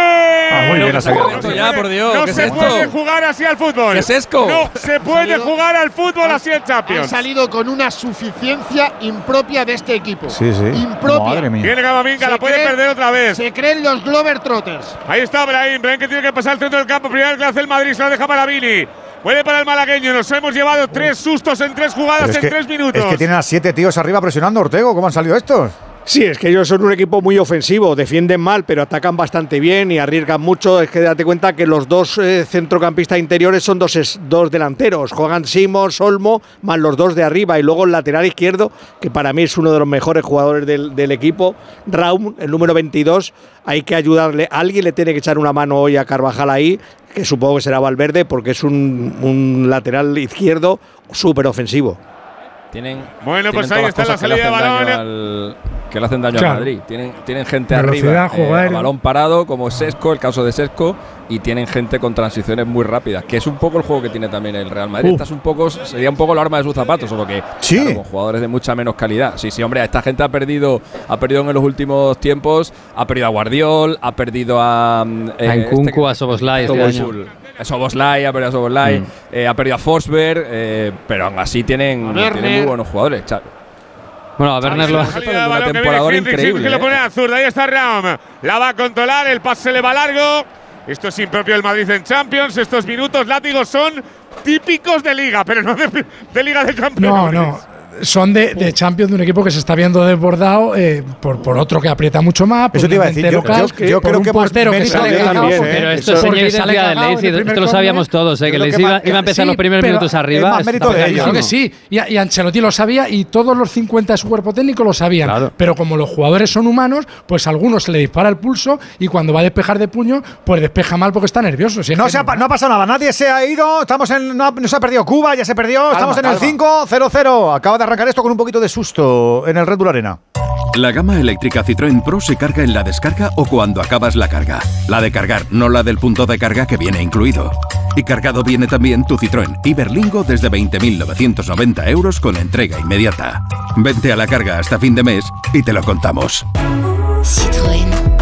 Ah, muy bien, la salida. Esto ya, por Dios, No ¿qué es se esto? puede jugar así al fútbol. ¿Qué es Sesko? No se puede jugar al fútbol así en Han Champions. salido con una suficiencia impropia de este equipo. Sí, sí. Impropia. Madre mía. Viene Camavinga, la puede creen- perder otra vez. Se creen los Globetrotters. Ahí está Brahim, Brahim que tiene que pasar al centro del campo. Primero que le hace el Madrid, se la deja para Vini. Puede para el malagueño. Nos hemos llevado tres sustos en tres jugadas Pero es en que, tres minutos. es que tienen a siete tíos arriba presionando, Ortego. ¿Cómo han salido estos? Sí, es que ellos son un equipo muy ofensivo, defienden mal, pero atacan bastante bien y arriesgan mucho. Es que date cuenta que los dos eh, centrocampistas interiores son dos, es, dos delanteros. Juegan Simons, Olmo, más los dos de arriba. Y luego el lateral izquierdo, que para mí es uno de los mejores jugadores del, del equipo, Raum, el número veintidós. Hay que ayudarle. Alguien le tiene que echar una mano hoy a Carvajal ahí, que supongo que será Valverde, porque es un, un lateral izquierdo súper ofensivo. Tienen, bueno, tienen pues ahí todas está las la cosas que le salida de hacen daño balón. al- que le hacen daño Claro. al Madrid. Tienen, tienen gente Velocidad, arriba, juego eh, a aéreo. balón parado, como Sesko, el caso de Sesko, y tienen gente con transiciones muy rápidas, que es un poco el juego que tiene también el Real Madrid. Uh. Esta es un poco, sería un poco el arma de sus zapatos, solo que Sí. claro, con jugadores de mucha menos calidad. Sí, sí, hombre, esta gente ha perdido, ha perdido en los últimos tiempos, ha perdido a Guardiol, ha perdido a mm, eh, A Nkunku, este que- a Szoboszlai este Soboslai, año. a Szoboszlai, ha perdido a Szoboszlai, Mm. eh, ha perdido a Forsberg, eh, pero aún así tienen, Werner. tienen muy buenos jugadores. Cha- Bueno, a Werner lo La ha salida de una balón que temporada viene Hendrik, increíble, que lo ¿eh? pone a zurda. Ahí está Raum. La va a controlar. El pase le va largo. Esto es impropio del Madrid en Champions. Estos minutos látigos son típicos de Liga, pero no de, de Liga de No, Campeones. no. Son de, de Champions, de un equipo que se está viendo desbordado eh, por, por otro que aprieta mucho más. Por Eso te un iba a decir, ambiente yo- local, yo- yo por creo un que hemos portero que venido sale bien cagado. también, porque- Pero ¿eh? esto Eso- es porque señal sale identidad del cagado en el Leipzig, primer esto lo córner. sabíamos todos, eh, que Yo les creo que iba, más- iba a empezar Sí, los primeros pero minutos es arriba. más mérito de estaba ellos. Claro que clarísimo. sí, y, y Ancelotti lo sabía y todos los cincuenta de su cuerpo técnico lo sabían. Claro. Pero como los jugadores son humanos, pues a algunos se le dispara el pulso y cuando va a despejar de puño, pues despeja mal porque está nervioso. Si es No, que se ha, pa- no ha pasado nada, nadie se ha ido, estamos en, no, ha- no se ha perdido Cuba, ya se perdió, estamos en el calma. cinco cero cero. Acaba de arrancar esto con un poquito de susto en el Red Bull Arena. La gama eléctrica Citroën Pro se carga en la descarga o cuando acabas la carga. La de cargar, no la del punto de carga que viene incluido. Y cargado viene también tu Citroën Iberlingo desde veinte mil novecientos noventa euros con entrega inmediata. Vente a la carga hasta fin de mes y te lo contamos. Citroën.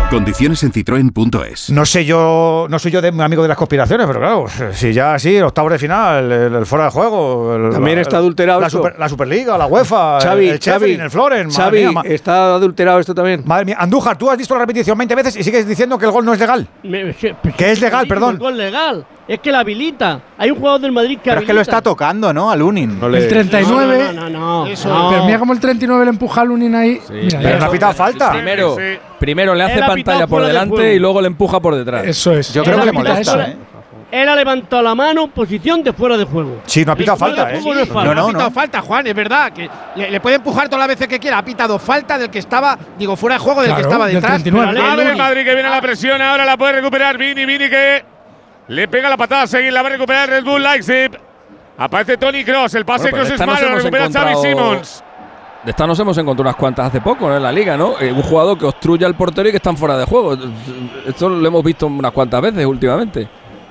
Condiciones en citroen punto es. No sé yo, no soy yo de, amigo de las conspiraciones, pero claro, si ya así, el octavo de final, el, el fuera de juego. El, También la, está adulterado la, esto. super, la Superliga, la UEFA, Xavi, el Sheffield, el Floren. Xavi, mía, está adulterado esto también. Madre mía, Andújar, tú has visto la repetición veinte veces y sigues diciendo que el gol no es legal. Me, que, que es legal, perdón. El gol legal. Es que la habilita. Hay un jugador del Madrid que Pero habilita. es que lo está tocando, ¿no? A Lunin. No le... El treinta y nueve. No, no, no. no, Eso, no. Pero mira cómo el treinta y nueve le empuja a Lunin ahí. Sí, mira, pero no ha pitado falta. Primero, Sí. primero le hace Él ha pantalla pitado por fuera de delante juego. y luego le empuja por detrás. Eso es. Yo Él creo que ha le pitado molesta, fuera- ¿eh? Él ha levantado la mano, posición de fuera de juego. Sí, no ha pitado El fuera falta, de ¿eh? juego no es No, falta. no, ha pitado falta, Juan, es verdad. Que le, le puede empujar todas las veces que quiera. Ha pitado falta del que estaba, digo, fuera de juego del Claro, que estaba del detrás. treinta y nueve. Pero Abre Luni- el Madrid que viene a la presión. Ahora la puede recuperar Vini. Vini que le pega la patada a seguir. La va a recuperar Red Bull Leipzig. Aparece Toni Kroos. El pase Bueno, Kroos pero es esta nos malo. Lo hemos recupera Xavi encontrado- Simons. De esta nos hemos encontrado unas cuantas hace poco, ¿no? En la liga, ¿no? Eh, un jugador que obstruye al portero y que están fuera de juego. Esto lo hemos visto unas cuantas veces últimamente.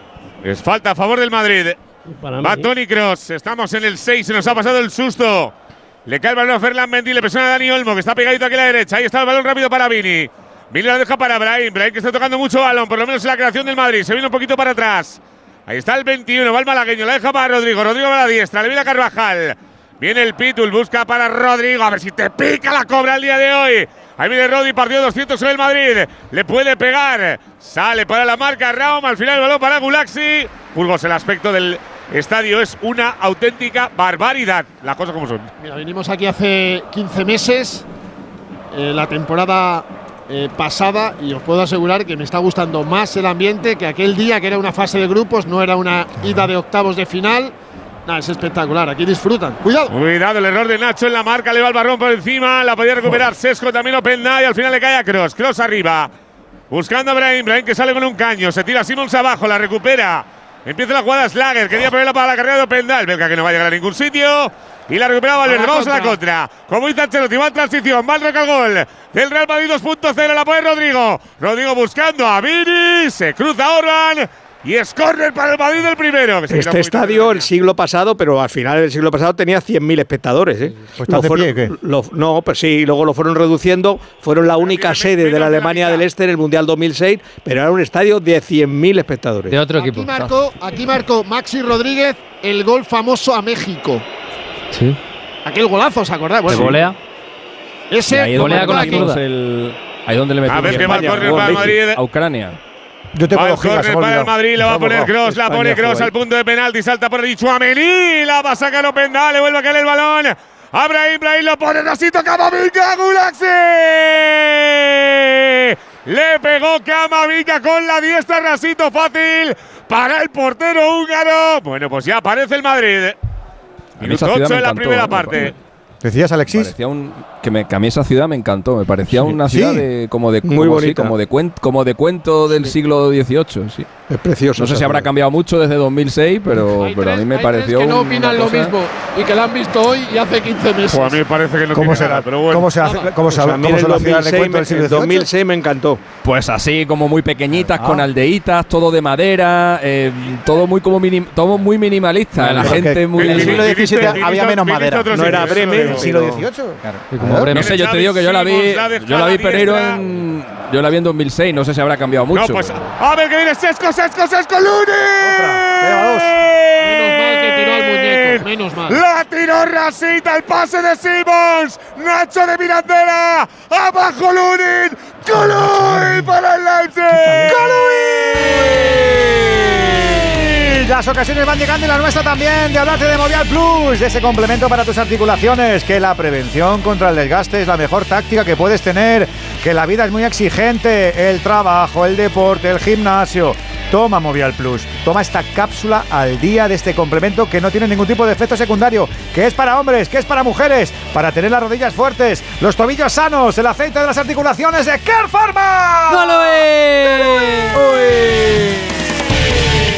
Es falta a favor del Madrid. Para Va mí. Toni Kroos. Estamos en el seis. Se nos ha pasado el susto. Le cae el balón a Ferland Mendy. Le presiona a Dani Olmo, que está pegadito aquí a la derecha. Ahí está el balón rápido para Vini. Vini la deja para Brahim. Brahim que está tocando mucho balón, por lo menos en la creación del Madrid. Se viene un poquito para atrás. Ahí está el veintiuno. Va el malagueño. La deja para Rodrigo. Rodrigo va a la diestra. Le viene a Carvajal. Viene el Pitul. Busca para Rodrigo. A ver si te pica la cobra el día de hoy. Ahí viene Rodri, partió doscientos sobre el Madrid. Le puede pegar. Sale para la marca Raum. Al final el balón para Gulaxi. Burgos, el aspecto del estadio es una auténtica barbaridad. Las cosas como son. Mira, vinimos aquí hace quince meses, eh, la temporada eh, pasada, y os puedo asegurar que me está gustando más el ambiente que aquel día, que era una fase de grupos, no era una ida de octavos de final. Nah, es espectacular, aquí disfrutan. ¡Cuidado! Cuidado, el error de Nacho en la marca. Le va el balón por encima. La podía recuperar Sesco, también Openda. Y al final le cae a Kroos. Kroos arriba. Buscando a Brahim. Brahim que sale con un caño. Se tira Simons abajo. La recupera. Empieza la jugada Slager. Quería ponerla para la carrera de Openda. El belga que no va a llegar a ningún sitio. Y la recupera Valverde. Vamos a la contra. Como dice Ancelotti, va en transición. Va el Roca al gol del Real Madrid dos punto cero. La pone Rodrigo. Rodrigo buscando a Vini. Se cruza Orban. Y es córner para el Madrid del primero. Que se queda Este muy estadio el siglo pasado, pero al final del siglo pasado tenía cien mil espectadores. ¿eh? Pues está Lo de fueron- pie, ¿qué? lo- no, pues sí, luego lo fueron reduciendo. Fueron la única sede de la Alemania del Este en el Mundial dos mil seis, pero era un estadio de cien mil espectadores. De otro Aquí equipo. marcó, aquí marcó Maxi Rodríguez el gol famoso a México. Sí. Aquel golazo, ¿os acordáis? De Bueno, volea. ese Y ahí es lo donde Volea con la marcó aquí. zurda. el, ahí donde le metió A ver qué va el España, córner jugó para el en México, Madrid. a Ucrania. Yo tengo Va el dos gigas, se córner me ha para el olvidado. Madrid, la va a Se me ha poner borrado. Kroos, la España pone Kroos jugó al punto de penalti, salta por el Tchouaméni, la va a sacar Openda, le vuelve a caer el balón. A Brahim, Brahim lo pone, Rasito, Camavinga, Gulaxi. Le pegó Camavinga con la diestra, Rasito, fácil para el portero húngaro. Bueno, pues ya aparece el Madrid. A mí Minuto esa ciudad ocho me en la encantó, primera ¿eh? parte. ¿Decías, Alexis? Parecía un, que, me, que a mí esa ciudad me encantó. Me parecía una Sí. ciudad de, como, de, Muy como, sí, bonita. como, de cuen- como de cuento del siglo dieciocho. Sí. Es precioso. No sé si habrá cambiado mucho desde dos mil seis, pero, Hay pero a tres- mí me hay pareció. tres que no una opinan lo cosa- mismo y que la han visto hoy y hace quince meses. Pues a mí me parece que no ¿Cómo tiene será? nada, pero bueno. ¿Cómo se hace? ¿Cómo se O sea, a mí cómo en son el las ciudades de 2006 cuento del me- siglo en dieciocho? dos mil seis me encantó. Pues así, como muy pequeñitas, Ah. con aldeitas, todo de madera, eh, todo muy como minim- todo muy minimalista. La porque gente muy. En el siglo diecisiete Viniste- había menos viniste madera. otro No era sitio, eso Bremen. lo digo. ¿Siglo sino- dieciocho? Claro. Y como Bremen. No sé, yo te digo que yo la vi, Simons, la deja yo la vi a la Pereiro diestra. en, yo la vi en dos mil seis. No sé si habrá cambiado mucho. No, pues a ver que viene Sesco, Sesco, Sesco, Luni. Lleva dos. Menos mal que tiró al muñeco, menos mal. La tiró Rasita, el pase de Simons. Nacho de Mirandela. Abajo Lunin. ¡Gol para el Leipzig! Las ocasiones van llegando y la nuestra también de hablarte de Movial Plus, de ese complemento para tus articulaciones, que la prevención contra el desgaste es la mejor táctica que puedes tener, que la vida es muy exigente, el trabajo, el deporte, el gimnasio. Toma Movial Plus, toma esta cápsula al día de este complemento que no tiene ningún tipo de efecto secundario, que es para hombres, que es para mujeres, para tener las rodillas fuertes, los tobillos sanos, el aceite de las articulaciones de Care Pharma.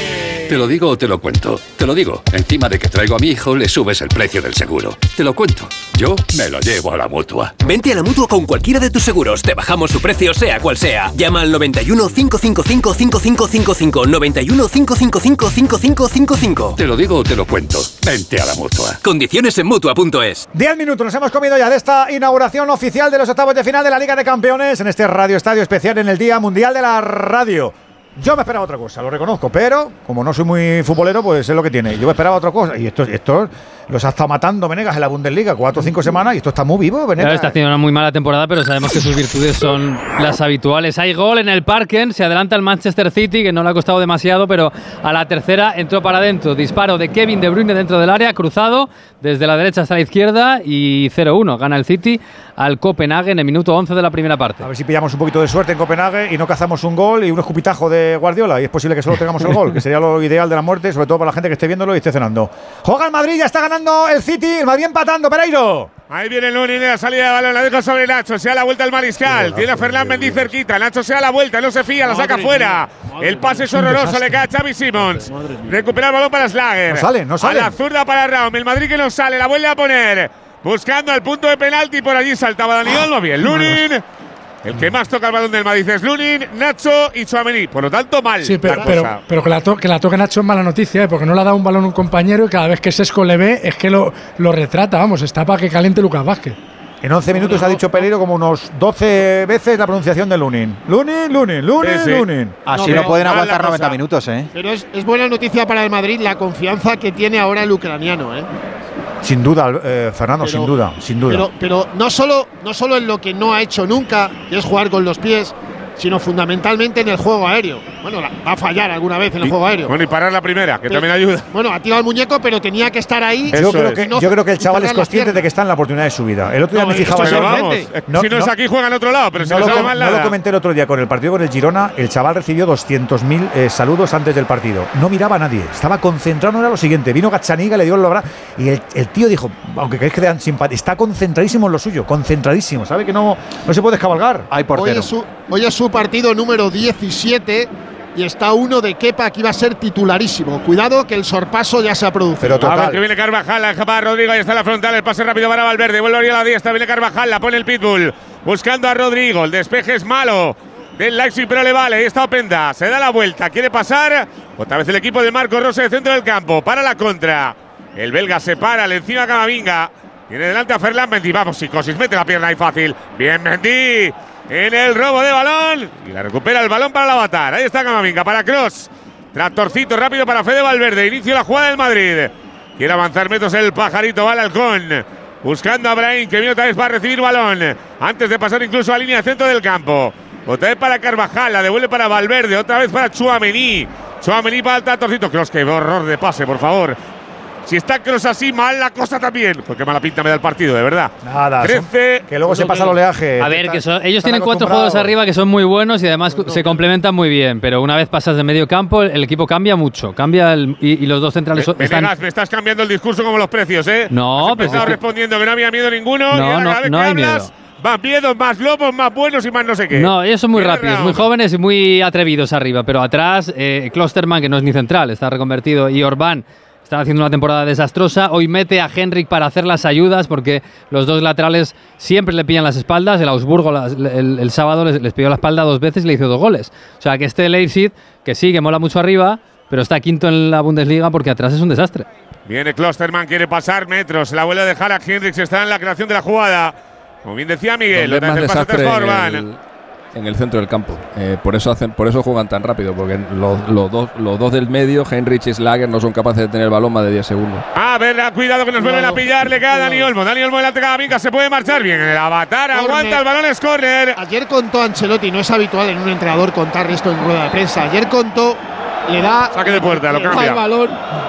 Te lo digo o te lo cuento. Te lo digo. Encima de que traigo a mi hijo, le subes el precio del seguro. Te lo cuento. Yo me lo llevo a la Mutua. Vente a la Mutua con cualquiera de tus seguros. Te bajamos su precio, sea cual sea. Llama al noventa y uno, cinco cinco cinco, cinco cinco cinco cinco. noventa y uno, cinco cinco cinco, cinco cinco cinco cinco. Te lo digo o te lo cuento. Vente a la Mutua. Condiciones en Mutua punto es. Diez minutos nos hemos comido ya de esta inauguración oficial de los octavos de final de la Liga de Campeones en este Radio Estadio especial en el Día Mundial de la Radio. Yo me esperaba otra cosa, lo reconozco, pero como no soy muy futbolero, pues es lo que tiene. Yo me esperaba otra cosa y esto, esto los ha estado matando Venegas en la Bundesliga cuatro o cinco semanas y esto está muy vivo, Venegas. Claro, está haciendo una muy mala temporada, pero sabemos que sus virtudes son las habituales. Hay gol en el Parken, se adelanta el Manchester City, que no le ha costado demasiado, pero a la tercera entró para adentro. Disparo de Kevin De Bruyne dentro del área, cruzado desde la derecha hasta la izquierda y cero uno. Gana el City al Copenhague en el minuto once de la primera parte. A ver si pillamos un poquito de suerte en Copenhague y no cazamos un gol y un escupitajo de Guardiola y es posible que solo tengamos el gol, que sería lo ideal de la muerte, sobre todo para la gente que esté viéndolo y esté cenando. Juega el Madrid, ya está ganando el City, el Madrid empatando, Pereiro. Ahí viene Lunin de la salida de balón, la deja sobre Nacho, se da la vuelta al Mariscal, tiene a Ferland Mendy cerquita, Nacho se da la vuelta, no se fía, la saca fuera, el pase es horroroso, le cae a Xavi Simons, recupera el balón para Schlager, no sale, no sale, a la zurda para Raum, el Madrid que no sale, la vuelve a poner, buscando el punto de penalti, por allí saltaba Dani Olmo, bien, Lunin. El que más toca el balón del Madrid es Lunin, Nacho y Tchouaméni. Por lo tanto, mal. Sí, pero, pero, pero que, la to, que la toque Nacho es mala noticia, ¿eh? Porque no le ha dado un balón a un compañero y cada vez que Sesco le ve es que lo, lo retrata. Vamos, está para que caliente Lucas Vázquez. En once minutos ha dicho Pereiro como unos doce veces la pronunciación de Lunin. Lunin, Lunin, Lunin, sí, sí. Lunin. Así no, no pueden aguantar noventa minutos, ¿eh? Pero es, es buena noticia para el Madrid la confianza que tiene ahora el ucraniano, ¿eh? Sin duda, eh, Fernando, pero, sin duda, sin duda. Pero, pero no solo, no solo en lo que no ha hecho nunca, que es jugar con los pies, sino fundamentalmente en el juego aéreo. Bueno, la, va a fallar alguna vez en el y, juego aéreo. Bueno, y parar la primera, que pero, también ayuda. Bueno, ha tirado el muñeco, pero tenía que estar ahí. Yo, creo que, no, yo creo que el chaval es consciente de que está en la oportunidad de su vida. El otro día no, me fijaba en vamos, no, Si no, no es aquí, juega en otro lado, pero si no, no, no lo, mal no nada. lo comenté el otro día con el partido con el Girona. El chaval recibió doscientos mil eh, saludos antes del partido. No miraba a nadie. Estaba concentrado, no era lo siguiente. Vino Gazzaniga, le dio el abrazo. Y el, el tío dijo, aunque creéis que dan simpatía, está concentradísimo en lo suyo. Concentradísimo. Sabe que no, no se puede descabalgar. Hay portero. Hoy es su, hoy es su partido número diecisiete. Y está uno de Kepa que iba a ser titularísimo. Cuidado que el sorpaso ya se ha producido. Pero total. A ver que viene Carvajal, la deja para Rodrigo, ahí está la frontal, el pase rápido para Valverde, vuelve a la diestra, viene Carvajal, la pone el Pitbull, buscando a Rodrigo, el despeje es malo del Leipzig, pero le vale, ahí está Openda, se da la vuelta, quiere pasar, otra vez el equipo de Marco Rose de centro del campo, para la contra, el belga se para, le encima a Camavinga, tiene delante a Ferland Mendy, vamos Psicosis, mete la pierna ahí fácil, bien Mendy, en el robo de balón y la recupera el balón para el Avatar. Ahí está Camavinga para Kroos. Tractorcito rápido para Fede Valverde. Inicio la jugada del Madrid. Quiere avanzar metros el pajarito. Va al halcón. Buscando a Brahim que viene otra vez para recibir balón. Antes de pasar incluso a línea de centro del campo. Otra vez para Carvajal. La devuelve para Valverde. Otra vez para Tchouaméni. Tchouaméni para el Tractorcito. Kroos, qué horror de pase, por favor. Si está Kroos así, mal la cosa también. Porque mala pinta me da el partido, de verdad. Nada. trece. Que luego se pasa el oleaje. A ver, que son, ellos tienen cuatro jugadores arriba que son muy buenos y además no, no, se complementan muy bien. Pero una vez pasas de medio campo, el, el equipo cambia mucho. Cambia el, y, y los dos centrales me, están… me, me estás cambiando el discurso como los precios, ¿eh? No, pero. Estás respondiendo que no había miedo ninguno. No, y no, cada vez no que hay hablas, miedo. Más miedo, más lobos, más buenos y más no sé qué. No, ellos son muy rápidos, muy jóvenes y muy atrevidos arriba. Pero atrás, eh, Klosterman, que no es ni central, está reconvertido, y Orbán. Están haciendo una temporada desastrosa. Hoy mete a Henrik para hacer las ayudas porque los dos laterales siempre le pillan las espaldas. El Augsburgo las, el, el sábado les, les pilló la espalda dos veces y le hizo dos goles. O sea que este Leipzig, que sí, que mola mucho arriba, pero está quinto en la Bundesliga porque atrás es un desastre. Viene Klosterman, quiere pasar metros. La vuelve a dejar a Henrik, está en la creación de la jugada. Como bien decía Miguel, es más el desastre en el, en el centro del campo. Eh, por eso hacen, por eso juegan tan rápido, porque los, los, dos, los dos del medio, Henrich y Schlager, no son capaces de tener el balón más de diez segundos. A ver, cuidado que nos vuelven a pillar, le queda Dani Olmo. Dani Olmo delante de Camavinga, se puede marchar bien. El Avatar aguanta, el balón es córner. Ayer contó Ancelotti, no es habitual en un entrenador contar esto en rueda de prensa. Ayer contó, le da, saque de puerta, lo cambia. El balón,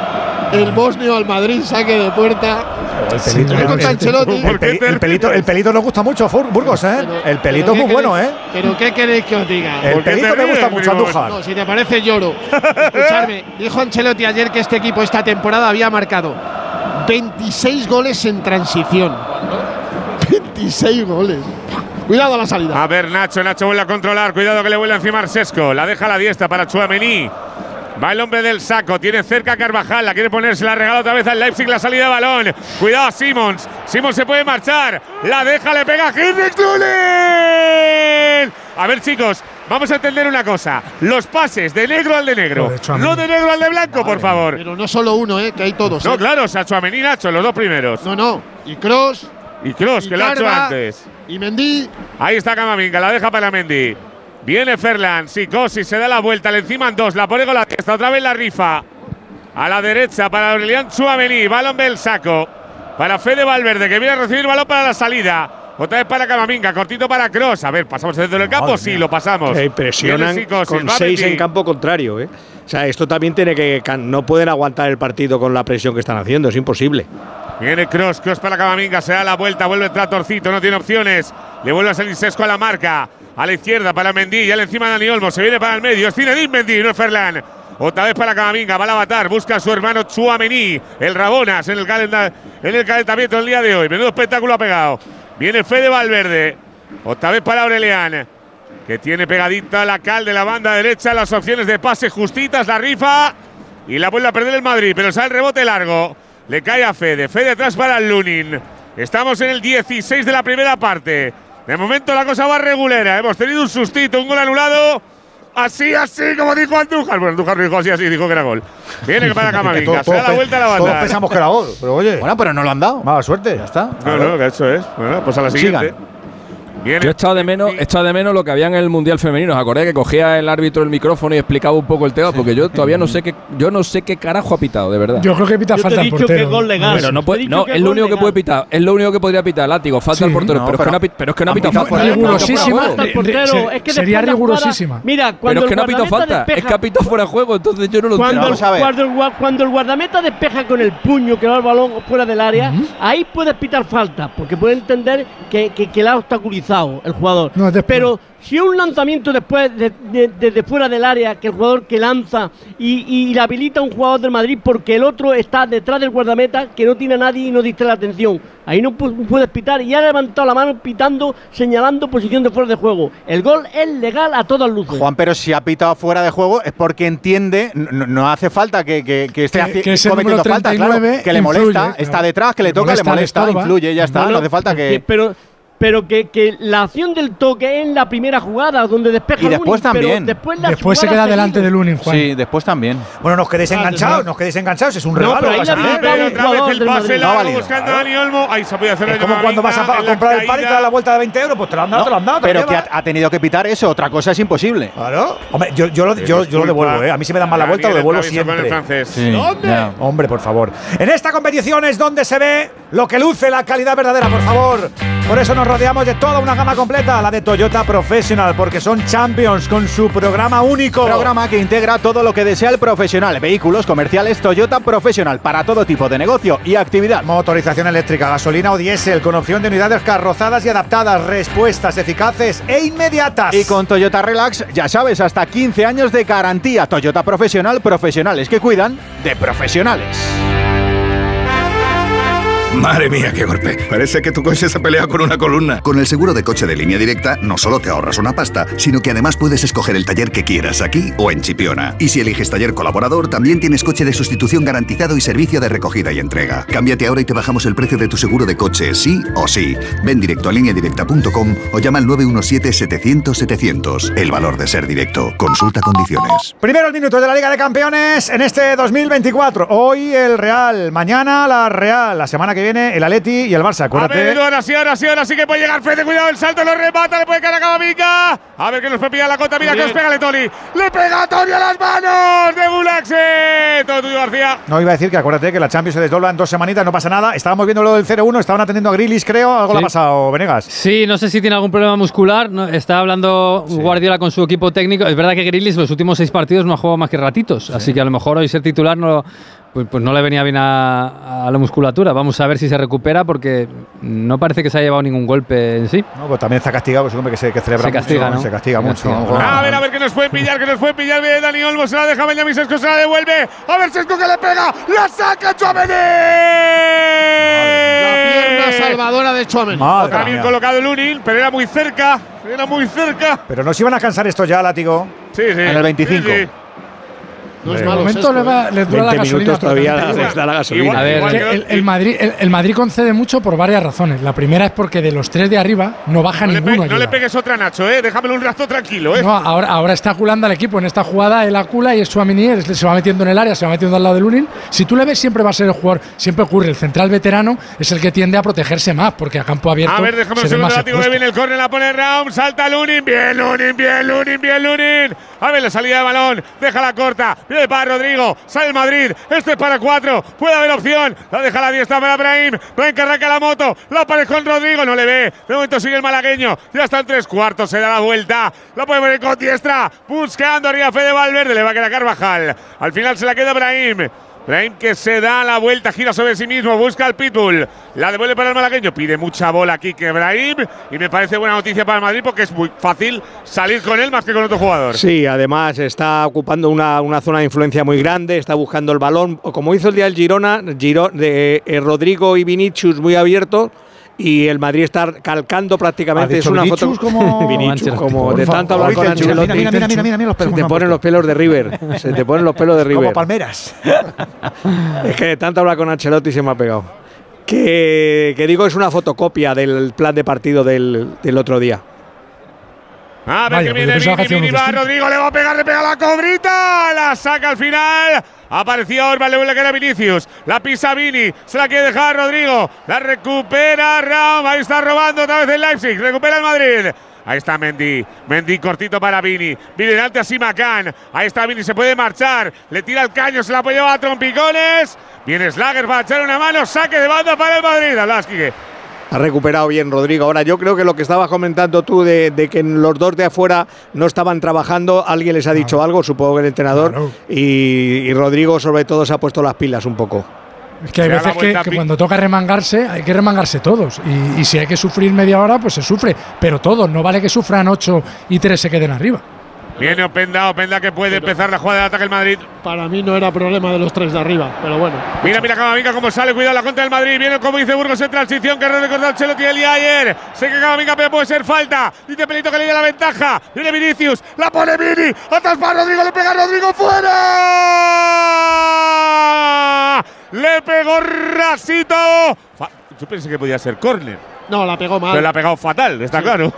el bosnio al Madrid, saque de puerta. El pelito, el, el, el, peli, el, pelito, el pelito nos gusta mucho, Burgos, ¿eh? Pero, el pelito es muy bueno, ¿eh? Pero ¿qué queréis que os diga? El pelito me gusta mucho, Andújar. No, si te parece lloro. Escuchadme, dijo Ancelotti ayer que este equipo esta temporada había marcado veintiséis goles en transición. veintiséis goles. Cuidado a la salida. A ver, Nacho, Nacho vuelve a controlar. Cuidado que le vuelve encima Sesco. La deja a la diestra para Tchouaméni. Va el hombre del saco, tiene cerca a Carvajal, la quiere poner, se la regala otra vez al Leipzig, la salida de balón. Cuidado a Simons, Simons se puede marchar, la deja, le pega a Henrik Lulin. A ver, chicos, vamos a entender una cosa. Los pases de negro al de negro, no de negro al de blanco, vale, por favor. Pero no solo uno, eh, que hay todos. No, eh. claro, Tchouaméni y Nacho, los dos primeros. No, no, y Kroos. Y Kroos, que lo ha hecho antes. Y Mendy. Ahí está Camavinga, la deja para Mendy. Viene Ferland, Sikosi se da la vuelta, le enciman dos, la pone con la testa, otra vez la rifa. A la derecha para Aurelian Tchouaméni, balón del saco. Para Fede Valverde, que viene a recibir balón para la salida. Otra vez para Camavinga, cortito para Kroos. A ver, ¿pasamos dentro del campo? Sí, lo pasamos. Que impresionan con seis en campo contrario, ¿eh? O sea, esto también tiene que… No pueden aguantar el partido con la presión que están haciendo, es imposible. Viene Kroos, Kroos para Camavinga, se da la vuelta, vuelve a entrar Torcito, no tiene opciones. Le vuelve a salir Sesco a la marca. A la izquierda para Mendy, ya le encima Dani Olmo, se viene para el medio, es Zinedine Mendy, no es Ferland. Otra vez para Camavinga, va a Avatar, busca a su hermano Tchouaméni, el Rabonas en el, en el calentamiento del día de hoy. Menudo espectáculo ha pegado. Viene Fede Valverde, otra vez para Aurelian, que tiene pegadita la cal de la banda derecha, las opciones de pase justitas, la rifa y la vuelve a perder el Madrid, pero sale el rebote largo. Le cae a Fede, Fede atrás para el Lunin. Estamos en el dieciséis de la primera parte. De momento la cosa va regulera. Hemos tenido un sustito, un gol anulado. Así, así, como dijo Andújar. Bueno, Andújar no dijo así, así, dijo que era gol. Viene para Camavinga, se da la vuelta a la banda. Todos pensamos que era gol, pero oye. Bueno, pero no lo han dado. Mala suerte, ya está. No, no, que eso es. Bueno, pues a la siguiente. Sigan. Yo he echado de menos, he echado de menos lo que había en el Mundial Femenino. ¿Os acordáis que cogía el árbitro el micrófono y explicaba un poco el tema? Porque yo todavía no sé qué, yo no sé qué carajo ha pitado, de verdad. Yo creo que pita falta al portero. Gol legal. Pero no, puede, no es lo único legal. que puede pitar, es lo único que podría pitar, látigo, falta al sí, portero, no, pero, pero, es que no, pero es que no ha pitado falta. Rigurosísima. Es que sería rigurosísima. Mira, pero es que no ha pitado falta, es que ha pitado fuera de juego, entonces yo no lo entiendo. Vamos a ver. Cuando el, cuando el guardameta despeja con el puño que va el balón fuera del área, uh-huh. ahí puedes pitar falta, porque puede entender que, que, que la ha obstaculizado el jugador. No, pero si un lanzamiento después desde de, de, de fuera del área, que el jugador que lanza y, y le habilita a un jugador del Madrid porque el otro está detrás del guardameta, que no tiene a nadie y no distrae la atención, ahí no pu- puedes pitar, y ha levantado la mano pitando, señalando posición de fuera de juego. El gol es legal a todas luces. Juan, pero si ha pitado fuera de juego es porque entiende, no, no hace falta que, que, que esté que, que cometiendo falta, claro, que le molesta, influye, está detrás, que le, le toca, molesta, le molesta, le influye, ya está, bueno, no hace falta que… que pero, Pero que, que la acción del toque es en la primera jugada, donde despeja y después Lunin, también. Pero después la después se queda delante de Lunin, Juan. Sí, después también. Bueno, nos quedéis enganchados, nos quedéis enganchados, es un regalo. No, pero ahí vas a la hacer. Otra vez el pase largo no, buscando a Dani Olmo. Ahí se puede hacer es como cuando vas a, a comprar el par y te da la vuelta de veinte euros, pues te lo han dado, no, te lo han dado. Pero que ha, ha tenido que pitar eso, otra cosa es imposible. Claro. Hombre, yo, yo, lo, yo, yo lo devuelvo, ¿eh? A mí si me dan mal la vuelta, lo devuelvo siempre. Sí, ¿Dónde? Yeah. Hombre, por favor. En esta competición es donde se ve lo que luce la calidad verdadera, por favor. Por eso nos rodeamos de toda una gama completa, la de Toyota Professional, porque son champions con su programa único. Programa que integra todo lo que desea el profesional. Vehículos comerciales Toyota Professional para todo tipo de negocio y actividad. Motorización eléctrica, gasolina o diésel, con opción de unidades carrozadas y adaptadas, respuestas eficaces e inmediatas. Y con Toyota Relax, ya sabes, hasta quince años de garantía. Toyota Professional, profesionales que cuidan de profesionales. Madre mía, qué golpe. Parece que tu coche se pelea con una columna. Con el seguro de coche de Línea Directa no solo te ahorras una pasta, sino que además puedes escoger el taller que quieras aquí o en Chipiona. Y si eliges taller colaborador, también tienes coche de sustitución garantizado y servicio de recogida y entrega. Cámbiate ahora y te bajamos el precio de tu seguro de coche, sí o sí. Ven directo a línea directa punto com o llama al nueve uno siete, setecientos, setecientos. El valor de ser directo. Consulta condiciones. Primeros minutos de la Liga de Campeones en este dos mil veinticuatro. Hoy el Real, mañana la Real, la semana que viene el Atleti y el Barça, acuérdate. A ver, ahora sí, ahora sí, ahora sí que puede llegar Fede, cuidado, el salto, lo remata, le puede caer a Camavinga. A ver que nos puede pillar la cota, mira que nos pega le Toni. Le pega a Toni a las manos de Gulaxe. Todo tuyo, García. No, iba a decir que acuérdate que la Champions se desdobla en dos semanitas, no pasa nada. Estábamos viendo lo del cero uno, estaban atendiendo a Grealish, creo, algo sí. le ha pasado, Venegas. Sí, no sé si tiene algún problema muscular, no, está hablando sí. Guardiola con su equipo técnico. Es verdad que Grealish los últimos seis partidos no ha jugado más que ratitos, sí. así que a lo mejor hoy ser titular no Pues, pues no le venía bien a, a la musculatura. Vamos a ver si se recupera porque no parece que se haya llevado ningún golpe en sí. No, pues también está castigado, supongo que se que celebra se castiga, mucho, ¿no? Se castiga se mucho. Castiga. No, a ver, a ver que nos pueden pillar, que nos pueden pillar. Viene Dani Olmo, se la deja Benjamín Sesco, se la devuelve. A ver Sesco que le pega, la saca Tchouaméni. La pierna salvadora de Tchouaméni. Otra bien colocado Lunin, pero era muy cerca, era muy cerca. Pero no se iban a cansar esto ya, látigo. Sí, sí. En el veinticinco. Sí, sí. No es De malo. momento le, va, le dura la gasolina. todavía les da la gasolina. Igual, a ver, Que el, el Madrid, el, el Madrid concede mucho por varias razones. La primera es porque de los tres de arriba no baja No, le, ninguno. pe no le pegues otra, Nacho, ¿eh? Déjamelo un rato tranquilo, ¿eh? No, ahora, ahora está culando al equipo. En esta jugada él acula y es Tchouaméni, él se va metiendo en el área, se va metiendo al lado de Lunin. Si tú le ves, siempre va a ser el jugador. Siempre ocurre. El central veterano es el que tiende a protegerse más porque a campo abierto. A ver, déjame se un ve segundo, más látigo, expuesto. viene el córner, la pone Raum, salta Lunin, bien Lunin, bien Lunin, bien Lunin. A ver la salida de balón, deja la corta, viene para Rodrigo, sale el Madrid, este es para cuatro, puede haber opción, la deja la diestra para Brahim, Brahim que arranca la moto, la pone con Rodrigo, no le ve, de momento sigue el malagueño, ya está en tres cuartos, se da la vuelta, la puede poner con diestra, buscando arriba Fede Valverde, le va a quedar Carvajal, al final se la queda Brahim. Brahim que se da la vuelta, gira sobre sí mismo, busca al Pitbull, la devuelve para el malagueño, pide mucha bola aquí que Brahim y me parece buena noticia para el Madrid porque es muy fácil salir con él más que con otro jugador. Sí, además está ocupando una, una zona de influencia muy grande, está buscando el balón, como hizo el día del Girona, Giro, de eh, Rodrigo y Vinicius muy abiertos. Y el Madrid está calcando prácticamente. Es una Vinicius foto como, Vinicius, como de tanto hablar con Ancelotti. Ancelotti. Mira, mira, mira, mira, mira los pelos. Se te ponen los pelos de River. Se te ponen los pelos de River. Como palmeras. Es que de tanto hablar con Ancelotti se me ha pegado. Que, que digo, es una fotocopia del plan de partido del, del otro día. A ver Vaya, que viene pensaba que Vini, hacía Vini unos va, distintos. Rodrigo le va a pegar, le pega la cobrita, la saca al final. Apareció Orban, le vuelve a quedar Vinicius, la pisa Vini, se la quiere dejar Rodrigo, la recupera Raum, ahí está robando otra vez el Leipzig, recupera el Madrid. Ahí está Mendy, Mendy cortito para Vini, Vini delante a Simakan, ahí está Vini, se puede marchar, le tira el caño, se la puede llevar a trompicones, viene Slager para echar una mano, saque de banda para el Madrid, hablas, Quique. Ha recuperado bien Rodrigo. Ahora yo creo que lo que estabas comentando tú de, de que los dos de afuera no estaban trabajando, alguien les ha dicho claro. algo, supongo que el entrenador, claro. y, y Rodrigo sobre todo se ha puesto las pilas un poco. Es que hay veces que, que cuando toca remangarse, hay que remangarse todos. Y, y si hay que sufrir media hora, pues se sufre. Pero todos, no vale que sufran ocho y tres se queden arriba. Viene Openda, Openda que puede pero empezar la jugada de ataque del Madrid. Para mí no era problema de los tres de arriba, pero bueno. Mira, mira Camavinga cómo sale, cuidado la contra del Madrid. Viene como dice Burgos en transición, que recordó Ancelotti el día ayer. Sé que Camavinga pero puede ser falta. Dice Pelito que le dio la ventaja. Viene Vinicius, la pone Vini. Atrás para Rodrigo, le pega a Rodrigo fuera. Le pegó Rasito. Yo pensé que podía ser córner. No, la pegó mal. Pero la ha pegado fatal, está sí. claro.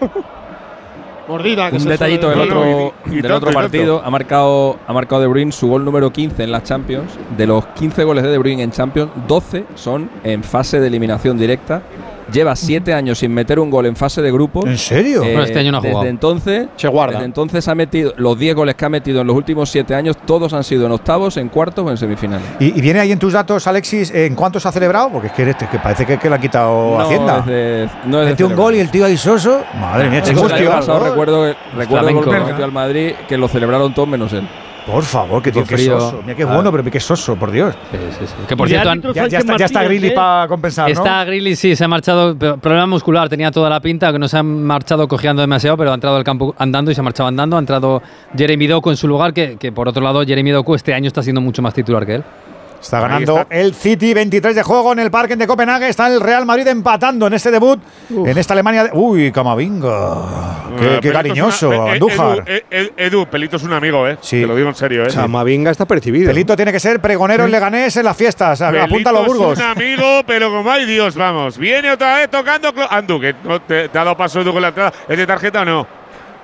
Mordida, que un detallito del otro, y, y del tanto, otro partido, ha marcado, ha marcado De Bruyne su gol número quince en las Champions. De los quince goles de De Bruyne en Champions, doce son en fase de eliminación directa. Lleva siete años sin meter un gol en fase de grupo. ¿En serio? Eh, bueno, este año no ha desde jugado. Entonces, Se guarda. Desde entonces ha metido los diez goles que ha metido en los últimos siete años, todos han sido en octavos, en cuartos o en semifinales. ¿Y, y viene ahí en tus datos, Alexis, en cuántos ha celebrado? Porque es que, este, que parece que, que le ha quitado no Hacienda. Es de, no es Metió un gol y el tío ahí soso. Madre mía, chicos, el año pasado recuerdo, recuerdo el gol que metió al Madrid que lo celebraron todos menos él. Por favor, que tío, qué soso. Mira qué ah. bueno, pero qué soso, por Dios. Sí, sí, sí. Que por cierto, han, ya, ya, está, ya está Grealish ¿eh? para compensar, ¿no? Está Grealish, sí, se ha marchado. Problema muscular, tenía toda la pinta, que no se ha marchado cojeando demasiado, pero ha entrado al campo andando y se ha marchado andando. Ha entrado Jeremy Doku en su lugar, que, que por otro lado, Jeremy Doku este año está siendo mucho más titular que él. Está ganando está. el City, veintitrés de juego en el Parken de Copenhague. Está el Real Madrid empatando en este debut. Uf. En esta Alemania. De, uy, Camavinga. Qué, uh, qué cariñoso, una, Andújar. Edu, Edu, Edu, Pelito es un amigo, ¿eh? Sí. Te lo digo en serio, ¿eh? Camavinga está percibido. Pelito tiene que ser pregonero sí. en Leganés en las fiestas. Pelito apunta a los Burgos. Es un amigo, pero como ay Dios, vamos. Viene otra vez tocando. Andu, que no te, te ha dado paso Edu con la entrada. ¿Es de tarjeta o no?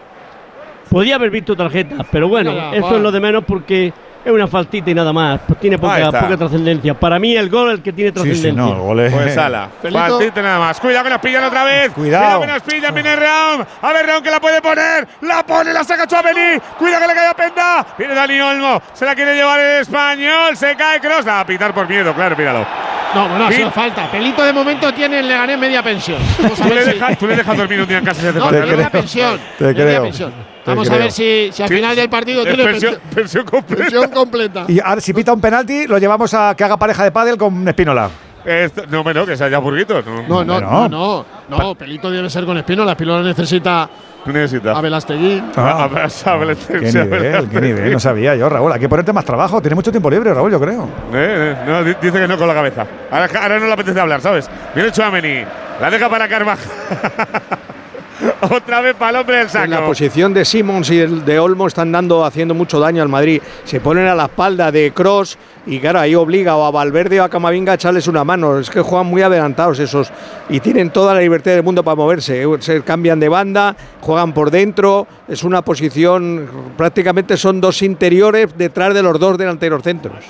Podía haber visto tarjeta, pero bueno, no, no, eso va. es lo de menos porque. Es una faltita y nada más, pues tiene poca, poca trascendencia. Para mí el gol es el que tiene trascendencia. Sí, sí, no, el gol es… Pues ala, faltita nada más. Cuidado que nos pillan otra vez. Cuidado. Cuidado que nos pillan, viene Raum. A ver Raum que la puede poner. La pone, la saca Tchouaméni. Cuidado que le cae a Penda. Viene Dani Olmo. Se la quiere llevar el español. Se cae Kroos. La va a pitar por miedo, claro, míralo. No, bueno, ha sido falta. Pelito de momento tiene el Leganés media pensión. ¿Tú le, si… dejas, ¿Tú le dejas dormir un día en casa si hace no, falta? Media pensión. Te creo. Pensión. Vamos creo. a ver si, si al sí. final del partido tiene pensión, pensión, completa. pensión completa. Y ahora, si pita un penalti, lo llevamos a que haga pareja de pádel con Espínola. Esto, no, no, que sea ya burguito. No, no, no, no, no, no, no. Pelito debe ser con Espínola. Espínola necesita. Necesita. A Belastegui. Ah, a Belastegui. Qué nivel, qué nivel. No sabía yo, Raúl. Hay que ponerte más trabajo. Tienes mucho tiempo libre, Raúl, yo creo. Eh, eh, no, dice que no con la cabeza. Ahora, ahora no le apetece hablar, ¿sabes? Viene Tchouaméni. La deja para Carvajal. Otra vez para el hombre del saco. En la posición de Simons y el de Olmo están dando, haciendo mucho daño al Madrid. Se ponen a la espalda de Kroos y claro, ahí obliga o a Valverde o a Camavinga a echarles una mano. Es que juegan muy adelantados esos y tienen toda la libertad del mundo para moverse. Se cambian de banda, juegan por dentro. Es una posición, prácticamente son dos interiores detrás de los dos delanteros centros.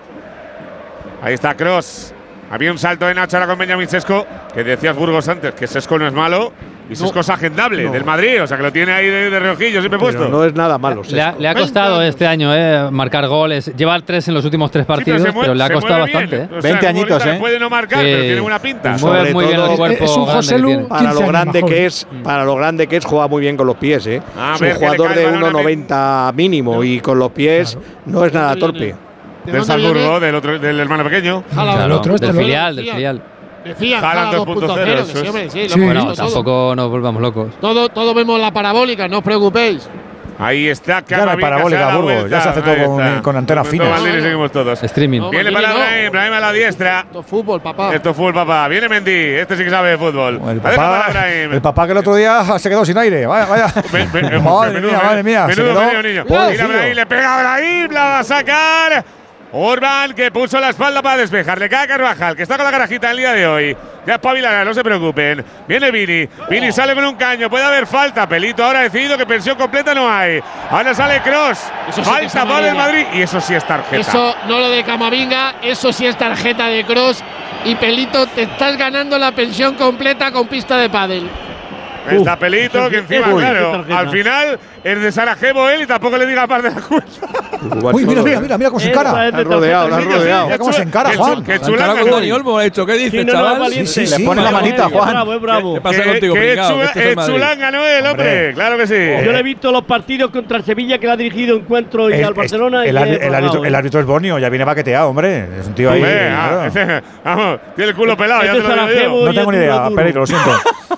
Ahí está Kroos. Había un salto de Nacho ahora con Benjamín Sesko, que decías Burgos antes, que Sesko no es malo y Sesko no, es agendable no. del Madrid, o sea que lo tiene ahí de, de reojillo siempre Pero puesto. No es nada malo. Le ha, le ha costado este año eh, marcar goles, llevar tres en los últimos tres partidos, sí, pero, mueve, pero le ha costado bastante. Eh. O sea, veinte añitos, ¿eh? Puede no marcar, sí. pero tiene una pinta. Mueve muy bien el cuerpo. Es un José Lu para lo grande que es, para lo grande que es, juega muy bien con los pies, ¿eh? A es un jugador de uno noventa mínimo y con los pies claro. no es nada torpe. Del Salzburgo, del, otro, del hermano pequeño. Claro, del otro, este del filial, del filial. Decían Jala dos punto cero, sí, hombre, sí, sí, bueno, tampoco nos volvamos locos. Todo, todo vemos la parabólica, no os preocupéis. Ahí está, ya no hay parabólica, Burgos, ya se hace todo con, con antena fina. No, no, no. Seguimos todos. Streaming. No, Viene para Brahim, Brahim a la diestra. Esto es fútbol, papá. Esto es fútbol, papá. Viene Mendy, este sí que sabe de fútbol. El papá, el papá que el otro día se quedó sin aire. Vaya, vaya. Ven, ven, ven, madre menudo, mía, madre mía. Menudo, menudo niño. Mira, Brahim, le pega a Brahim, la va a sacar. Orban, que puso la espalda para despejar. Le cae a Carvajal, que está con la garajita el día de hoy. Ya espabilará, no se preocupen. Viene Vini. Vini sale con un caño. Puede haber falta. Pelito ahora ha decidido que pensión completa no hay. Ahora sale Kroos. Sí falta para el Madrid. Y eso sí es tarjeta. Eso, no lo de Camavinga. Eso sí es tarjeta de Kroos. Y Pelito, te estás ganando la pensión completa con pista de pádel. Está uh, Pelito, que encima, uy, claro, al final es de Sarajevo él y tampoco le diga parte de la cuenta. Uy, mira, mira, mira, mira cómo se encara. La han rodeado, la han rodeado. Mira cómo se encara, Juan. Que chulanga con Dani Olmo, ha hecho. ¿Qué dices, chaval? Sí, sí, sí. Le pone la manita, Juan. Bravo, es bravo. ¿Qué pasa contigo, pringao? Es chulanga, ¿no? El hombre, claro que sí. Yo le he visto los partidos contra el Sevilla que le ha dirigido Encuentro y al Barcelona. El árbitro es Bonio, ya viene baqueteado, hombre. Es un tío ahí. Vamos, tiene el culo pelado, ya te lo digo. No tengo ni idea, Perico, lo siento.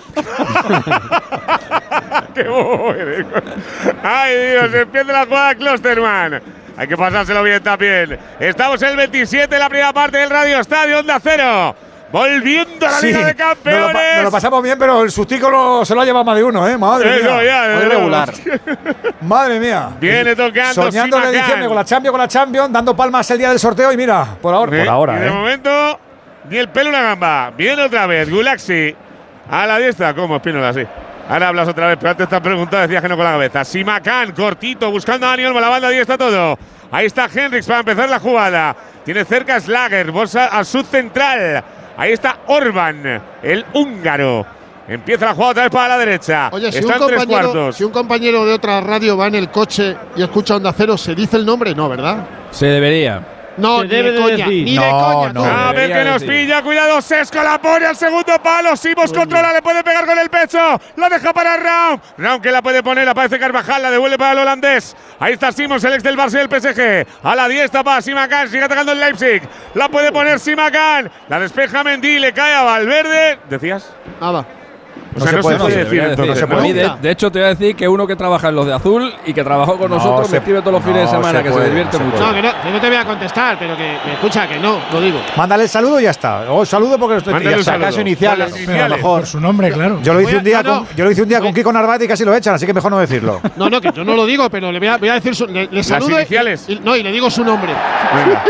¡Qué bobo eres! ¡Ay, Dios! Empieza la jugada Klosterman. Hay que pasárselo bien también. Estamos en el veintisiete, la primera parte del Radio Estadio Onda Cero. Volviendo a la sí, Liga de Campeones. Nos lo, nos lo pasamos bien, pero el sustico lo, se lo ha llevado más de uno, ¿eh? Madre Eso, mía. Ya, Muy regular. Madre mía. Viene tocando. Soñando de diciembre con la Champions, con la Champions, dando palmas el día del sorteo y mira, por ahora. Sí, por ahora, y de ¿eh? momento, ni el pelo una gamba. Viene otra vez Gulaxi a la diestra. ¿Cómo, Espínola? Sí. Ahora hablas otra vez, pero antes te han preguntado, decías que no con la cabeza. Simacan, cortito, buscando a Dani Olmo, la banda, ahí está todo. Ahí está Henriks para empezar la jugada. Tiene cerca Slager, bolsa al sud central. Ahí está Orban, el húngaro. Empieza la jugada otra vez para la derecha. Oye, si Están un, tres compañero, cuartos. si un compañero de otra radio va en el coche y escucha Onda Cero, ¿se dice el nombre? No, ¿verdad? Se debería. No, ni de, de coña, decir. ni no, de coña. No, a ver que nos decir. pilla, cuidado, Sesko la pone al segundo palo. Simos controla, le puede pegar con el pecho. La deja para Raum. Raum que la puede poner, aparece Carvajal, la devuelve para el holandés. Ahí está Simons, el ex del Barça y del P S G. A la diestra para Simacan, sigue atacando el Leipzig. La puede poner Simacan. La despeja Mendy, le cae a Valverde. ¿Decías? Nada. O sea, no, no se puede decir. decir no se puede decir. De, de hecho, te voy a decir que uno que trabaja en los de azul y que trabajó con no nosotros se, me escribe todos los fines no de semana, se que puede, se divierte se mucho. No que, no, que no te voy a contestar, pero que, que escucha, que no, lo digo. Mándale el saludo y ya está. O saludo porque estoy Mándale ya acaso iniciales. Pero a lo mejor su nombre, claro. Yo lo hice un día, no, no. con, yo lo hice un día con Kiko Narváez y casi lo echan, así que mejor no decirlo. No, no, que yo no lo digo, pero le voy a, voy a decir su, le, le saludo. Las iniciales. Y, y, no, y le digo su nombre. Venga.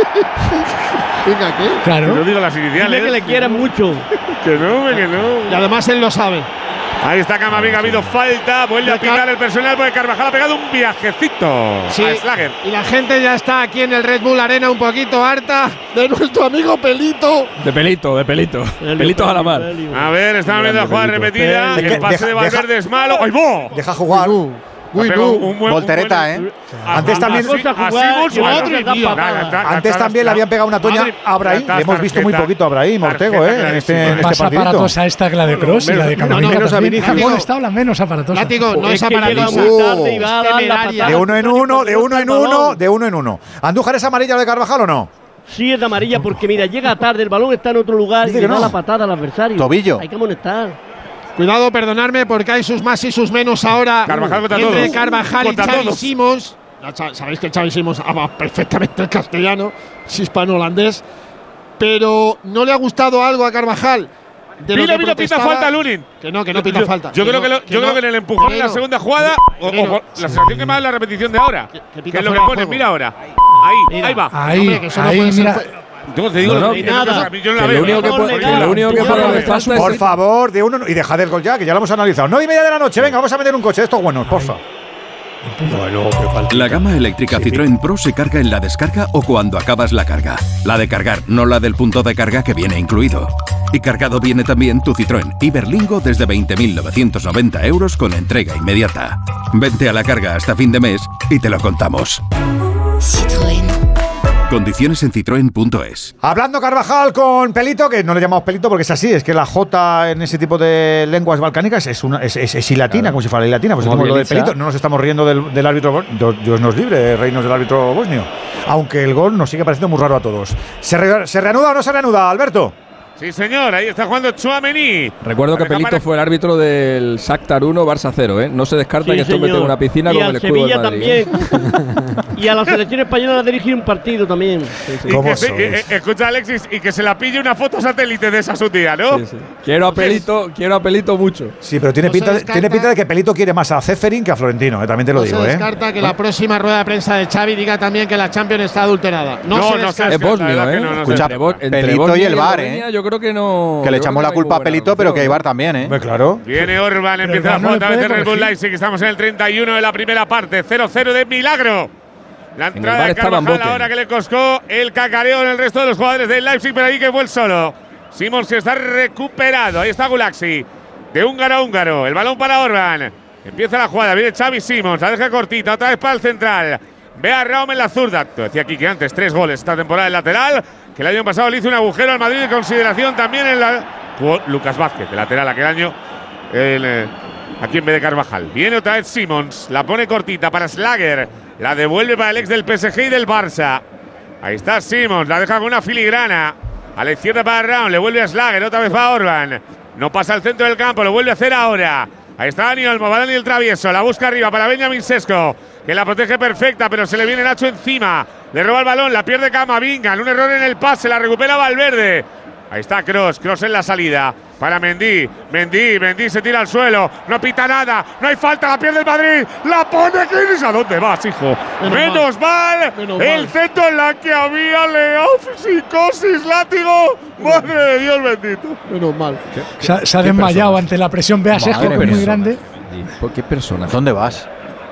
Venga, ¿qué? Claro. Yo digo las iniciales. Dile que le quieren mucho. Que no, que no. Y además él lo sabe. Ahí está Camavinga, ha habido falta, vuelve a picar el personal porque Carvajal ha pegado un viajecito sí, a Slager. Y la gente ya está aquí en el Red Bull Arena un poquito harta de nuestro amigo Pelito. De Pelito, de Pelito. Pelitos a la mar. A ver, estamos viendo la jugada repetida. Pelito. El pase Deja, de Valverde deja, es malo. ¡Ay, bo! Deja jugar. Uy, uy, un buen, voltereta, un buen, ¿eh? Antes también, así, así antes también le habían pegado una toña a Brahim. Le hemos visto muy poquito a Brahim Ortego, ¿eh? En este, en este más partidito. aparatosa esta que la de Kroos y la de Camavinga. Ha estado la menos aparatosa. Látigo, no es, es aparatosa. De uno en uno, de uno en uno, de uno en uno. ¿Andújar es amarilla de Carvajal o no? Sí, es de amarilla porque, mira, llega tarde, el balón está en otro lugar y le da la patada al adversario. Tobillo. Hay que amonestar. Cuidado, perdonadme, porque hay sus más y sus menos ahora. Carvajal contra entre todos. Carvajal contra y Xavi todos. Simons. Sabéis que Xavi Simons habla perfectamente el castellano, es hispano-holandés. Pero no le ha gustado algo a Carvajal. de lo Mira, que mira, pita protestaba. falta Lunin. Que no, que no pita yo, falta. Yo que creo no, que, lo, que yo no. creo que en el empujón en la Moreno, segunda jugada, o, o, Moreno, o la sensación que me da la repetición de ahora. que Que, pita es lo que fuera de pone, juego. mira ahora. Ahí, Mira, ahí va. Ahí, Hombre, que eso no ahí, puede ser mira. fu- Yo te digo, No, no, que que no, nada. yo no la Que veo. lo único que, No, puede- no, que lo no, único que no, puede no, haber no, falta Por es… favor, de uno y dejad el gol ya, que ya lo hemos analizado. nueve y media de la noche, venga, vamos a meter un coche, estos buenos, porfa. Bueno, qué falta. La gama eléctrica Citroën Pro se carga en la descarga o cuando acabas la carga. La de cargar, no la del punto de carga que viene incluido. Y cargado viene también tu Citroën Iberlingo desde veinte mil novecientos noventa euros con entrega inmediata. Vente a la carga hasta fin de mes y te lo contamos. Citroën. Condiciones en citroen punto es. Hablando Carvajal con Pelito, que no le llamamos Pelito porque es así, es que la J en ese tipo de lenguas balcánicas es una es, es, es ilatina, claro. Como si fuera la ilatina, pues Como decimos lo de Bielitsa. Pelito. No nos estamos riendo del, del árbitro, Dios nos libre, reinos del árbitro bosnio. Aunque el gol nos sigue pareciendo muy raro a todos. ¿Se, re, ¿se reanuda o no se reanuda, Alberto? Sí, señor, ahí está jugando Tchouaméni. Recuerdo que Pelito para... fue el árbitro del Shakhtar uno, Barça cero, ¿eh? No se descarta Sí, que esto señor. mete en una piscina y como al el escudo Sevilla del Madrid. ¿eh? también. Y a la selección española a dirigir un partido también. Sí, sí. Y que se, eh, escucha, Alexis, y que se la pille una foto satélite de esa su tía, ¿no? Sí, sí. Quiero a Pelito, quiero a Pelito mucho. Sí, pero tiene, No pinta, se de, tiene pinta de que Pelito quiere más a Ceferin que a Florentino, eh, también te lo No digo, se ¿eh? descarta que la próxima rueda de prensa de Xavi diga también que la Champions está adulterada. No, No, se no se descarta. Es bosnio, ¿eh? no, no, Escucha, no, entre, Bo- entre Pelito Bosnia y el V A R, Eslovenia, ¿eh? Yo creo que no. Que le yo creo echamos la no hay culpa a buena Pelito, pero que hay relación. V A R también, ¿eh? Hombre, claro. Viene Orban, empieza la no le jugada otra vez puede de Red Bull corregir. Leipzig. Estamos en el treinta y uno de la primera parte. cero cero de milagro. La el entrada bar de estaba en Carvajal Boken. ahora que le coscó el cacareo en el resto de los jugadores del Leipzig, pero ahí que fue el solo. Simons que está recuperado. Ahí está Gulaxi. De húngaro a húngaro. El balón para Orban. Empieza la jugada. Viene Xavi Simons. La deja cortita. Otra vez para el central. Ve a Raum en la zurda. Te decía aquí que antes tres goles esta temporada en lateral. Que el año pasado le hizo un agujero al Madrid de consideración también en la. Jugó Lucas Vázquez, de lateral aquel año. El, eh, aquí en vez de Carvajal. Viene otra vez Simons. La pone cortita para Slager. La devuelve para el ex del P S G y del Barça. Ahí está Simons. La deja con una filigrana. A la izquierda para Raum. Le vuelve a Slager. Otra vez para Orban. No pasa al centro del campo. Lo vuelve a hacer ahora. Ahí está Dani Olmo. Va Dani el travieso. La busca arriba para Benjamin Sesko. Que la protege perfecta, pero se le viene Nacho encima. Le roba el balón. La pierde Camavinga. Un error en el pase. La recupera Valverde. Ahí está Kroos. Kroos en la salida. Para Mendy, Mendy, Mendy se tira al suelo, no pita nada, no hay falta, la pierde el Madrid, la pone Kinis. ¿A dónde vas, hijo? Menos, Menos mal, mal. Menos el mal. Centro en la que había Leao, psicosis, látigo, madre de Dios bendito. Menos mal. Se ha, se ha desmayado ante la presión, ve a Sergio, que es muy grande. ¿Por qué persona? ¿Dónde vas?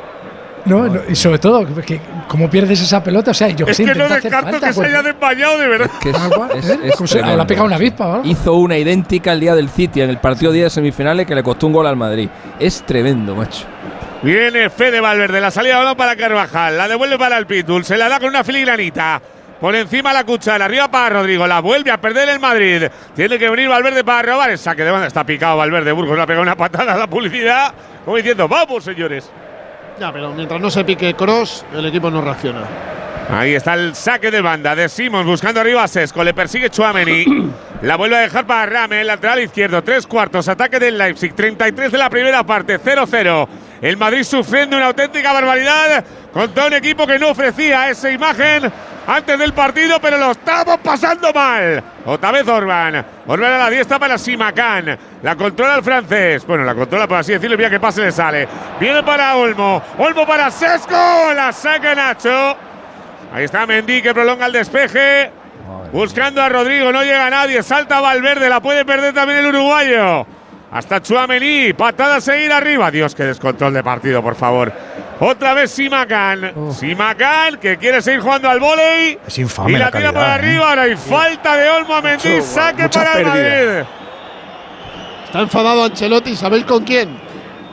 No, no, y sobre todo, que cómo pierdes esa pelota, o sea, yo es que que sé, no descarto falta, que pues, se haya desmayado de verdad. Es que es, es, es como se le ha pegado una avispa, ¿vale? Hizo una idéntica el día del City en el partido día de semifinales que le costó un gol al Madrid. Es tremendo, macho. Viene Fede Valverde, la salida de balón para Carvajal, la devuelve para el Pitbull, se la da con una filigranita. Por encima la cuchara, arriba para Rodrigo, la vuelve a perder el Madrid. Tiene que venir Valverde para robar el saque de banda. Está picado Valverde, Burgos le ha pegado una patada a la publicidad, como diciendo, vamos señores. Ya, pero mientras no se pique Kroos, el equipo no reacciona. Ahí está el saque de banda de Simons buscando arriba a Sesko. Le persigue Tchouaméni. La vuelve a dejar para Rame, el lateral izquierdo. Tres cuartos, ataque del Leipzig. treinta y tres de la primera parte, cero cero. El Madrid sufriendo una auténtica barbaridad contra un equipo que no ofrecía esa imagen antes del partido, pero lo estamos pasando mal. Otra vez Orban. Orban a la diestra para Simakan. La controla el francés. Bueno, la controla por así decirlo. Mira qué pase le sale. Viene para Olmo. Olmo para Sesko. La saca Nacho. Ahí está Mendy que prolonga el despeje. Buscando a Rodrigo. No llega nadie. Salta Valverde. La puede perder también el uruguayo. Hasta Tchouaméni. Patada seguida arriba. Dios, qué descontrol de partido, por favor. Otra vez Simakan. Oh. Simakan que quiere seguir jugando al vóley. Es infame. Y la, la tira calidad, por ¿eh? arriba. Ahora hay falta de Olmo a Mendy. Saque para el Madrid. Está enfadado Ancelotti. ¿Sabéis con quién?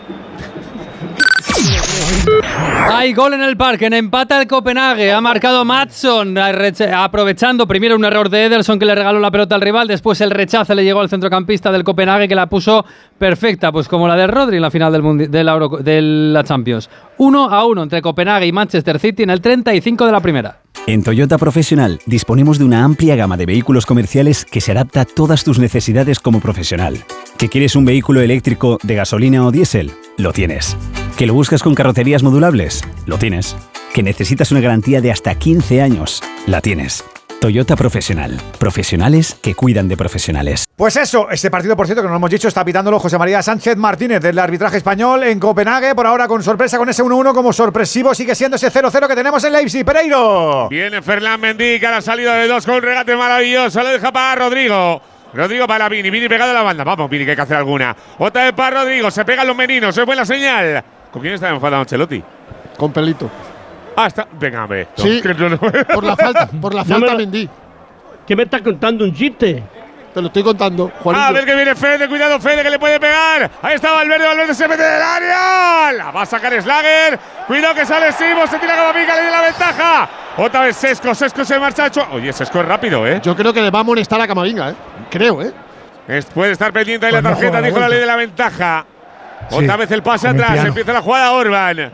Hay gol en el parque, en empata el Copenhague, ha marcado Maatson, aprovechando primero un error de Ederson que le regaló la pelota al rival, después el rechazo le llegó al centrocampista del Copenhague que la puso perfecta, pues como la de Rodri en la final del mundi- de, la Euro- de la Champions. uno a uno entre Copenhague y Manchester City en el treinta y cinco de la primera. En Toyota Professional disponemos de una amplia gama de vehículos comerciales que se adapta a todas tus necesidades como profesional. ¿Que quieres un vehículo eléctrico de gasolina o diésel? Lo tienes. ¿Que lo buscas con carrocerías modulables? Lo tienes. ¿Que necesitas una garantía de hasta quince años? La tienes. Toyota Profesional. Profesionales que cuidan de profesionales. Pues eso, este partido, por cierto, que no lo hemos dicho, está pitándolo José María Sánchez Martínez del arbitraje español en Copenhague. Por ahora con sorpresa, con ese uno uno como sorpresivo, sigue siendo ese cero cero que tenemos en Leipzig. Pereiro. Viene Ferland Mendy, que a la salida de dos con un regate maravilloso. Lo deja para Rodrigo. Rodrigo para Vini. Vini pegado a la banda. Vamos, Vini, que hay que hacer alguna. Otra vez para Rodrigo. Se pegan los meninos. Es buena señal. ¿Con quién está enfadado Ancelotti? Con Pelito. Ah, está. Venga, ve. Sí, por la falta, por la falta, Mendy. ¿Qué me estás contando? ¿Un chiste? Te lo estoy contando, Juanillo. A ver que viene Fede, cuidado Fede, que le puede pegar. Ahí está Valverde, Valverde se mete del área. La va a sacar Slager. Cuidado que sale Simo, se tira Camavinga, le dio la ventaja. Otra vez Sesco, Sesco se marcha. Hecho. Oye, Sesco es rápido, ¿eh? Yo creo que le va a amonestar a Camavinga, ¿eh? Creo, ¿eh? Es, puede estar pendiente de pues la tarjeta, no dijo la la ley de la ventaja. Sí, Otra vez el pase atrás, empieza la jugada Orban.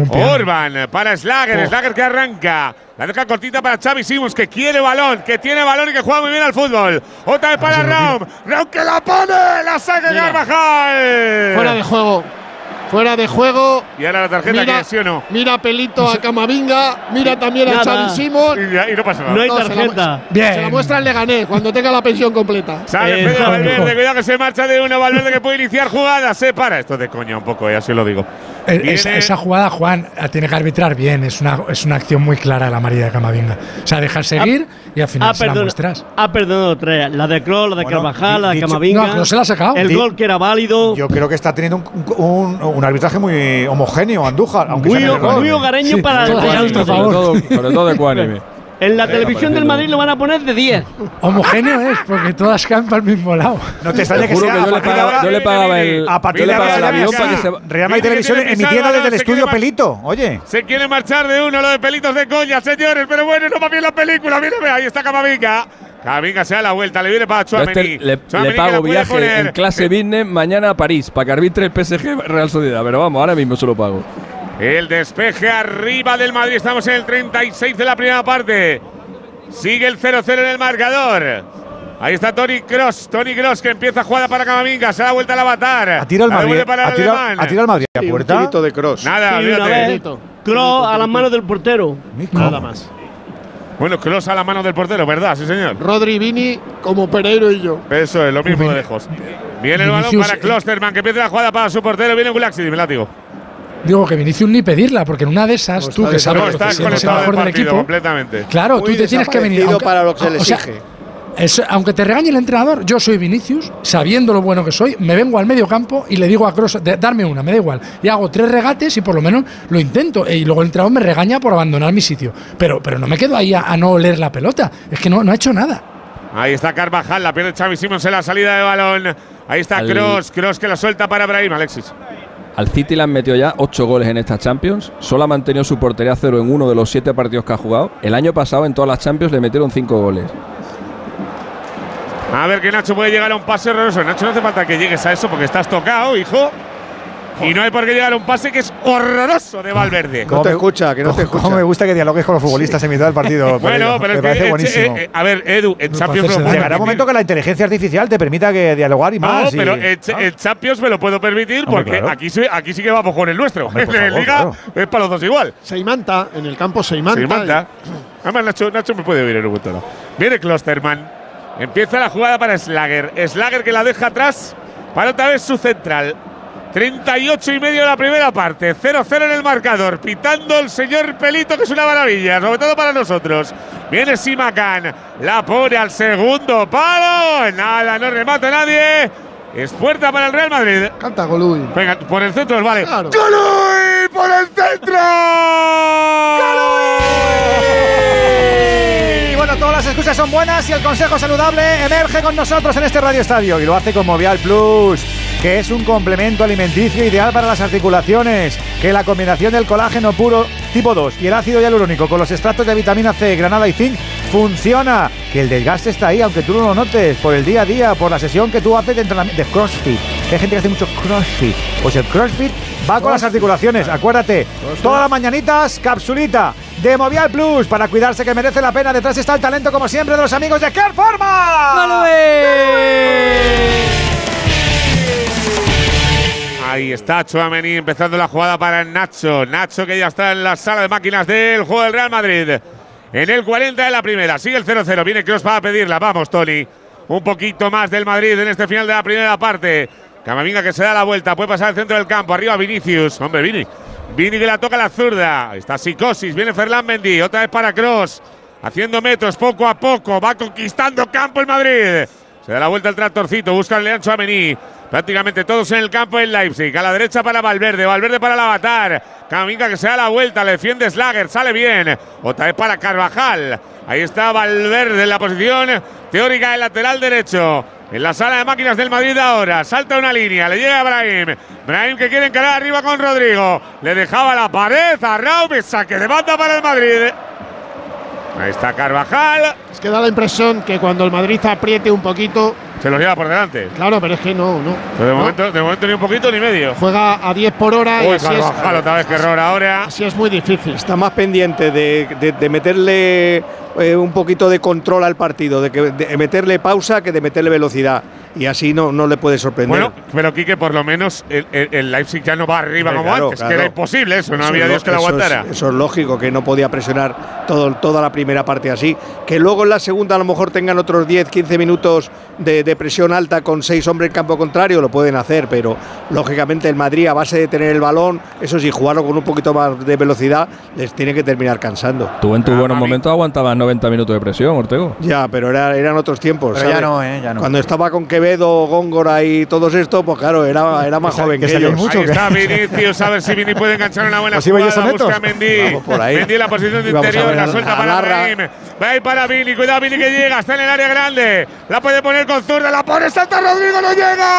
Orban para Slager, Oh. Slager que arranca. La deja cortita para Xavi Simons, que quiere balón, que tiene balón y que juega muy bien al fútbol. Otra vez para Raum. Raum que la pone, la saca Carvajal. Fuera de juego. Fuera de juego. Y ahora la tarjeta, mira, que sí o no. Mira Pelito a Camavinga, mira también a Nada. Xavi Simons. Y, y no pasa nada. No hay No, se la tarjeta. mu- Se la muestra el Leganés cuando tenga la pensión completa. Sale Eh, Fede Javi. Valverde, cuidado que se marcha de uno. Valverde que puede iniciar jugadas. Se para. Esto de coña un poco, eh, así lo digo. Es- Viene- esa, esa jugada, Juan, la tiene que arbitrar bien. Es una, es una acción muy clara de la María de Camavinga. O sea, dejar seguir y al final Ah, se la perdona. muestras. Ha perdonado tres. La de Kroos, la de Bueno, Carvajal, la de dicho- Camavinga. no, Kroos se la ha sacado. El Di- gol que era válido. Yo creo que está teniendo un, un, un arbitraje muy homogéneo, Andújar. Aunque Muy, sea en el gol. muy hogareño Sí, para todo para- a nuestro Sobre favor. todo, sobre todo ecuánime. En la Eh, televisión del apareciendo. Madrid lo van a poner de diez. Homogéneo es, porque todas caen para el mismo lado. No te extrañe Te que juro sea que a yo le partir de pagaba, ahora- yo le pagaba el, A partir yo de le ahora pagaba el será avión acá. para que se Real Madrid Viene que Televisión tiene que emitiendo pisar desde el balón, se estudio quiere Pelito. Oye. Se quiere marchar de uno, lo de Pelitos de coña, señores. Pero bueno, no va bien la película. Viene, ve, ahí está Camavinga. Camavinga se da la vuelta, le viene para Yo a Tchouaméni. este le, Tchouaméni le que la pago puede viaje poner. en clase business mañana a París para que arbitre el P S G Real Sociedad. Pero vamos, ahora mismo se lo pago. El despeje arriba del Madrid. Estamos en el treinta y seis de la primera parte. Sigue el cero cero en el marcador. Ahí está Toni Kroos. Toni Kroos que empieza jugada para Camavinga. Se da vuelta al avatar. Ha tirado el La Madrid. devuelve para el Ha tirado, alemán. ha tirado el Madrid a Y un puerta. tirito de cross. Nada, Sí, una olvídate. vez. Kroos a las manos del portero. Nada más. Bueno, Kroos a la mano del portero, ¿verdad? Sí, señor. Rodri, Vini, como Pereiro y yo. Eso es, lo mismo de lejos. Viene el balón Vinicius, para eh, Klosterman, que empieza la jugada para su portero. Viene Gulaxi, dime, látigo. Digo que Vinicius ni pedirla, porque en una de esas, No tú está que sabes No, que está eres el conectado mejor del del partido equipo, completamente. claro, Muy tú te tienes que venir. desaparecido para lo que se le o sea, exige. es- aunque te regañe el entrenador, yo soy Vinicius, sabiendo lo bueno que soy, me vengo al medio campo y le digo a Kroos, de- darme una, me da igual. Y hago tres regates y por lo menos lo intento. Y luego el entrenador me regaña por abandonar mi sitio. Pero, pero no me quedo ahí a, a no oler la pelota. Es que no, no ha hecho nada. Ahí está Carvajal, la pierde Xavi Simons en la salida de balón. Ahí está Al- Kroos, Kroos que la suelta para Brahim, Alexis. Al City le han metido ya ocho goles en esta Champions. Solo ha mantenido su portería a cero en uno de los siete partidos que ha jugado. El año pasado en todas las Champions le metieron cinco goles. A ver que Nacho puede llegar a un pase horroroso. Nacho, no hace falta que llegues a eso porque estás tocado, hijo. Y no hay por qué llegar a un pase que es horroroso de Valverde. No te escucha, que no te escucha. Cómo me gusta que dialogues con los futbolistas en mitad del partido. Bueno, Pereiro. pero me es parece que, eh, buenísimo. eh, eh, a ver, Edu, en No Champions puede lo hacerse puedo Llegará un momento que la inteligencia artificial te permita que dialogar y No, más. y- pero en, Ch- Ah. en Champions me lo puedo permitir Hombre, porque claro. aquí, sí- aquí sí que vamos con el nuestro. Hombre, por en favor, Liga claro. es para los dos igual. Seimanta, en el campo Seimanta. Se manda. Además, Nacho, Nacho me puede oír en un momento dado. Viene Klosterman. Empieza la jugada para Slager. Slager que la deja atrás para otra vez su central. treinta y ocho y medio de la primera parte. cero cero en el marcador. Pitando el señor Pelito, que es una maravilla, sobre todo para nosotros. Viene Simacan. La pone al segundo palo. Nada, no remata nadie. Es puerta para el Real Madrid. Canta Golui. Venga, por el centro, vale. Claro. ¡Golui! ¡Por el centro! Y bueno, todas las excusas son buenas y el consejo saludable emerge con nosotros en este Radio Estadio y lo hace con Movial Plus, que es un complemento alimenticio ideal para las articulaciones, que la combinación del colágeno puro tipo dos y el ácido hialurónico con los extractos de vitamina C, granada y zinc funciona, que el desgaste está ahí, aunque tú no lo notes, por el día a día, por la sesión que tú haces de entrenamiento de CrossFit. Hay gente que hace mucho CrossFit, pues el CrossFit va con las articulaciones, acuérdate, todas las mañanitas, capsulita de Movial Plus para cuidarse, que merece la pena. Detrás está el talento, como siempre, de los amigos de Care Pharma. Ahí está Tchouaméni empezando la jugada para Nacho. Nacho que ya está en la sala de máquinas del juego del Real Madrid. en el cuarenta de la primera. Sigue el cero cero, viene Kroos para pedirla. Vamos, Tony. Un poquito más del Madrid en este final de la primera parte. Camavinga que se da la vuelta, puede pasar al centro del campo. Arriba Vinicius. Hombre, Vini. Vini que la toca a la zurda. Está Psicosis, viene Ferland Mendy. Otra vez para Kroos. Haciendo metros poco a poco. Va conquistando campo el Madrid. Se da la vuelta el tractorcito. Busca el Leandro Tchouaméni. Prácticamente todos en el campo en Leipzig. A la derecha para Valverde. Valverde para el Avatar. Camavinga que se da la vuelta. Le defiende Slager. Sale bien. Otra vez para Carvajal. Ahí está Valverde en la posición teórica del lateral derecho. En la sala de máquinas del Madrid ahora. Salta una línea. Le llega a Brahim. Brahim que quiere encarar arriba con Rodrigo. Le dejaba la pared a Raúl. Saque de banda para el Madrid. Ahí está Carvajal. Es que da la impresión que cuando el Madrid apriete un poquito… Se los lleva por delante. Claro, pero es que no, no. Pero de, no. Momento, de momento ni un poquito ni medio. Juega a diez por hora. Uy, y así Carvajal, es, otra vez que error ahora. Así es muy difícil. Está más pendiente de, de, de meterle eh, un poquito de control al partido, de, que, de meterle pausa que de meterle velocidad. Y así no, no le puede sorprender. Bueno, pero Quique, por lo menos el, el, el Leipzig ya no va arriba como claro, antes, claro. que era imposible eso, no eso había es, Dios que lo aguantara. Es, eso es lógico, que no podía presionar todo, toda la primera parte así. Que luego en la segunda a lo mejor tengan otros diez, quince minutos de, de presión alta con seis hombres en campo contrario, lo pueden hacer, pero lógicamente el Madrid, a base de tener el balón, eso sí, jugarlo con un poquito más de velocidad, les tiene que terminar cansando. Tú en tus ah, buenos momentos aguantabas noventa minutos de presión, Ortego. Ya, pero era, eran otros tiempos. Pero ¿sabes? ya no, ¿eh? Ya no. Cuando estaba con Quevedo, Góngora y todos estos, pues claro, era, era más joven que, que ellos. Mucho, ahí está Vinicius, a ver si Vini puede enganchar una buena jugada. Busca a Mendy. Mendy en la posición de interior, la suelta para Brahim. Va ahí para Vini, cuidado Vini que llega, está en el área grande. La puede poner con zurda, la pone, salta Rodrigo, no llega.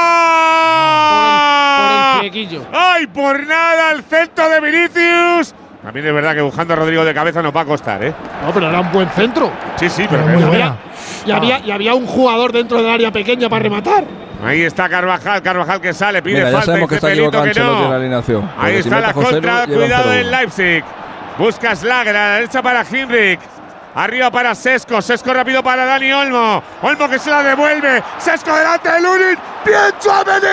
Por el flequillo. ¡Ay, por nada el centro de Vinicius! También es verdad que buscando a Rodrigo de cabeza nos va a costar, ¿eh? No, pero era un buen centro. Sí, sí, pero, pero muy buena. Había, y, había, y había un jugador dentro del área pequeña para rematar. Ahí está Carvajal, Carvajal que sale, pide Mira, falta. Ya sabemos que está equivocado que Ancelotti no. en la alineación. Ahí está si la contra, cuidado del Leipzig. Busca Slager, a la derecha para Hinrich. Arriba para Sesco, Sesco rápido para Dani Olmo. Olmo que se la devuelve. Sesco delante de Lunin. ¡Bien, Tchouaméni!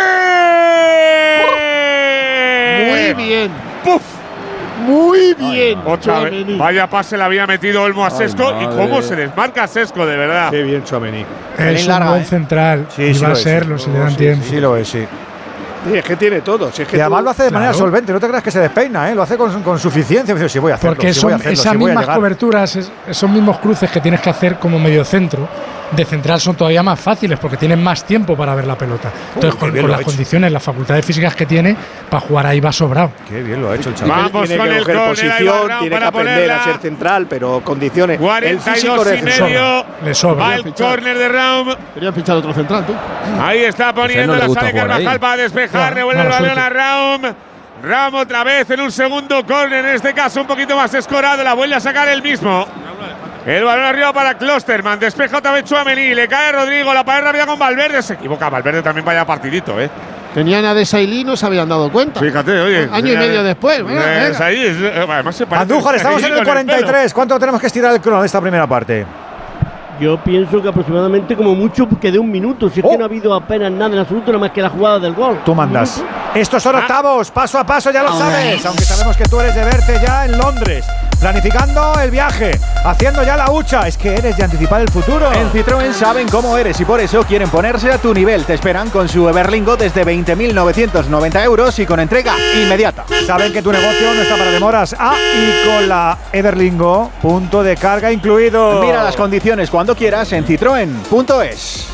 Muy bien. ¡Puf! Muy bien. Ay, otra vez. Vaya pase le había metido Olmo a Sesco. Ay, y cómo se desmarca Sesco, de verdad. Qué bien, Tchouaméni. Es un buen central. Sí, y sí va a es, serlo sí, si le dan sí, tiempo. Sí, lo es, sí. Sí, es que tiene todo. Si es que y además tú, lo hace de manera claro. solvente, no te creas que se despeina, ¿eh? Lo hace con, con suficiencia. Dice, sí, voy a hacerlo, Porque sí, son voy a hacerlo, esas sí, voy a mismas llegar. coberturas, es, esos mismos cruces que tienes que hacer como medio centro, de central son todavía más fáciles porque tienes más tiempo para ver la pelota. Entonces, Uy, con, bien con lo las ha hecho. condiciones, las facultades físicas que tiene, para jugar ahí va sobrado. Qué bien lo ha hecho el chaval. Vamos tiene con que el coger córner, posición, ahí tiene que para aprender ponerla. a ser central, pero condiciones. El físico cuarenta y dos y de medio. Le sobra. Va el córner de Raum. Querían fichar otro central, tú. Ahí está poniendo no le la gusta sale jugar Carvajal ahí. para despejar. Claro, Revuelve el mala balón suerte. a Raum. Raum otra vez en un segundo córner, en este caso un poquito más escorado. La vuelve a sacar él mismo. El balón arriba para Klosterman. Despeja otra vez Tchouaméni. Le cae Rodrigo. La pared rápida con Valverde. Se equivoca. Valverde también vaya partidito, ¿eh? Tenían a Desailly, no se habían dado cuenta. Fíjate, oye. Año y medio después. Venga, Eh, venga. ahí, es, eh, además se parece- Andújar, estamos en el con cuarenta y tres. pelo. ¿Cuánto tenemos que estirar el crono de esta primera parte? Yo pienso que aproximadamente como mucho que de un minuto. Si es Oh. que no ha habido apenas nada en absoluto, nada más que la jugada del gol. Tú mandas. Estos son Ah. octavos, paso a paso, ya lo sabes. Aunque sabemos que tú eres de verte ya en Londres. Planificando el viaje, haciendo ya la hucha. Es que eres de anticipar el futuro. En En Citroën saben cómo eres y por eso quieren ponerse a tu nivel. Te esperan con su Everlingo desde veinte mil novecientos noventa euros y con entrega inmediata. Saben que tu negocio no está para demoras. Ah, y con la Everlingo, punto de carga incluido. Mira las condiciones cuando quieras en citroen punto es.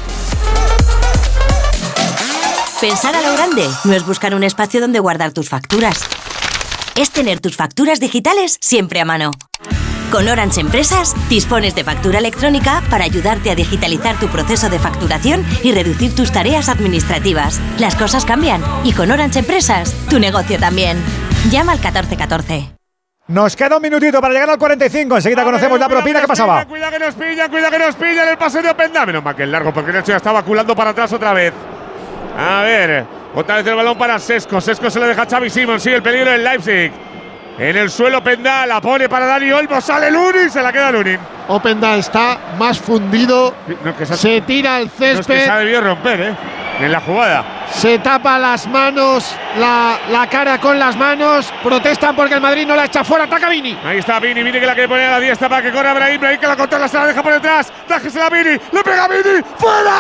Pensar a lo grande no es buscar un espacio donde guardar tus facturas. Es tener tus facturas digitales siempre a mano. Con Orange Empresas dispones de factura electrónica para ayudarte a digitalizar tu proceso de facturación y reducir tus tareas administrativas. Las cosas cambian y con Orange Empresas tu negocio también. Llama al catorce catorce. Nos queda un minutito para llegar al cuarenta y cinco. Enseguida conocemos la propina. ¿Qué pasaba? Cuidado que nos pillan, cuidado que nos pillan el pase de Openda. Menos mal que es largo porque Nacho ya estaba culando para atrás otra vez. A ver, otra vez el balón para Sesco. Sesco se lo deja a Xavi Simons. Sigue el peligro del Leipzig. En el suelo Openda, la pone para Dani Olmo. Sale Lunin, se la queda Lunin. Openda está más fundido. No, que se, se tira al no, es que césped. se ha debido romper, ¿eh? En la jugada. Se tapa las manos, la, la cara con las manos. Protestan porque el Madrid no la echa fuera. Ataca Vini. Ahí está Vini, Vini que la quiere poner a la diestra para que corra Brahim. Brahim que la controla, se la deja por detrás. Dájesela a Vini. Le pega a Vini. ¡Fuera!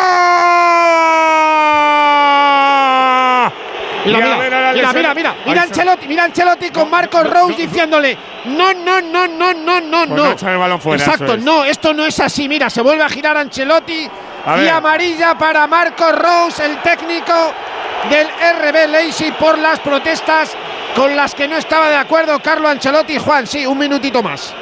Mira, mira, mira, mira, mira, mira, mira Ancelotti, mira Ancelotti con Marcos Rose diciéndole no, no, no, no, no, no, pues no. no echar el balón fuera, exacto, es. no, esto no es así. Mira, se vuelve a girar Ancelotti a y ver. amarilla para Marcos Rose, el técnico del R B Leipzig, por las protestas con las que no estaba de acuerdo Carlo Ancelotti. Juan, sí, un minutito más.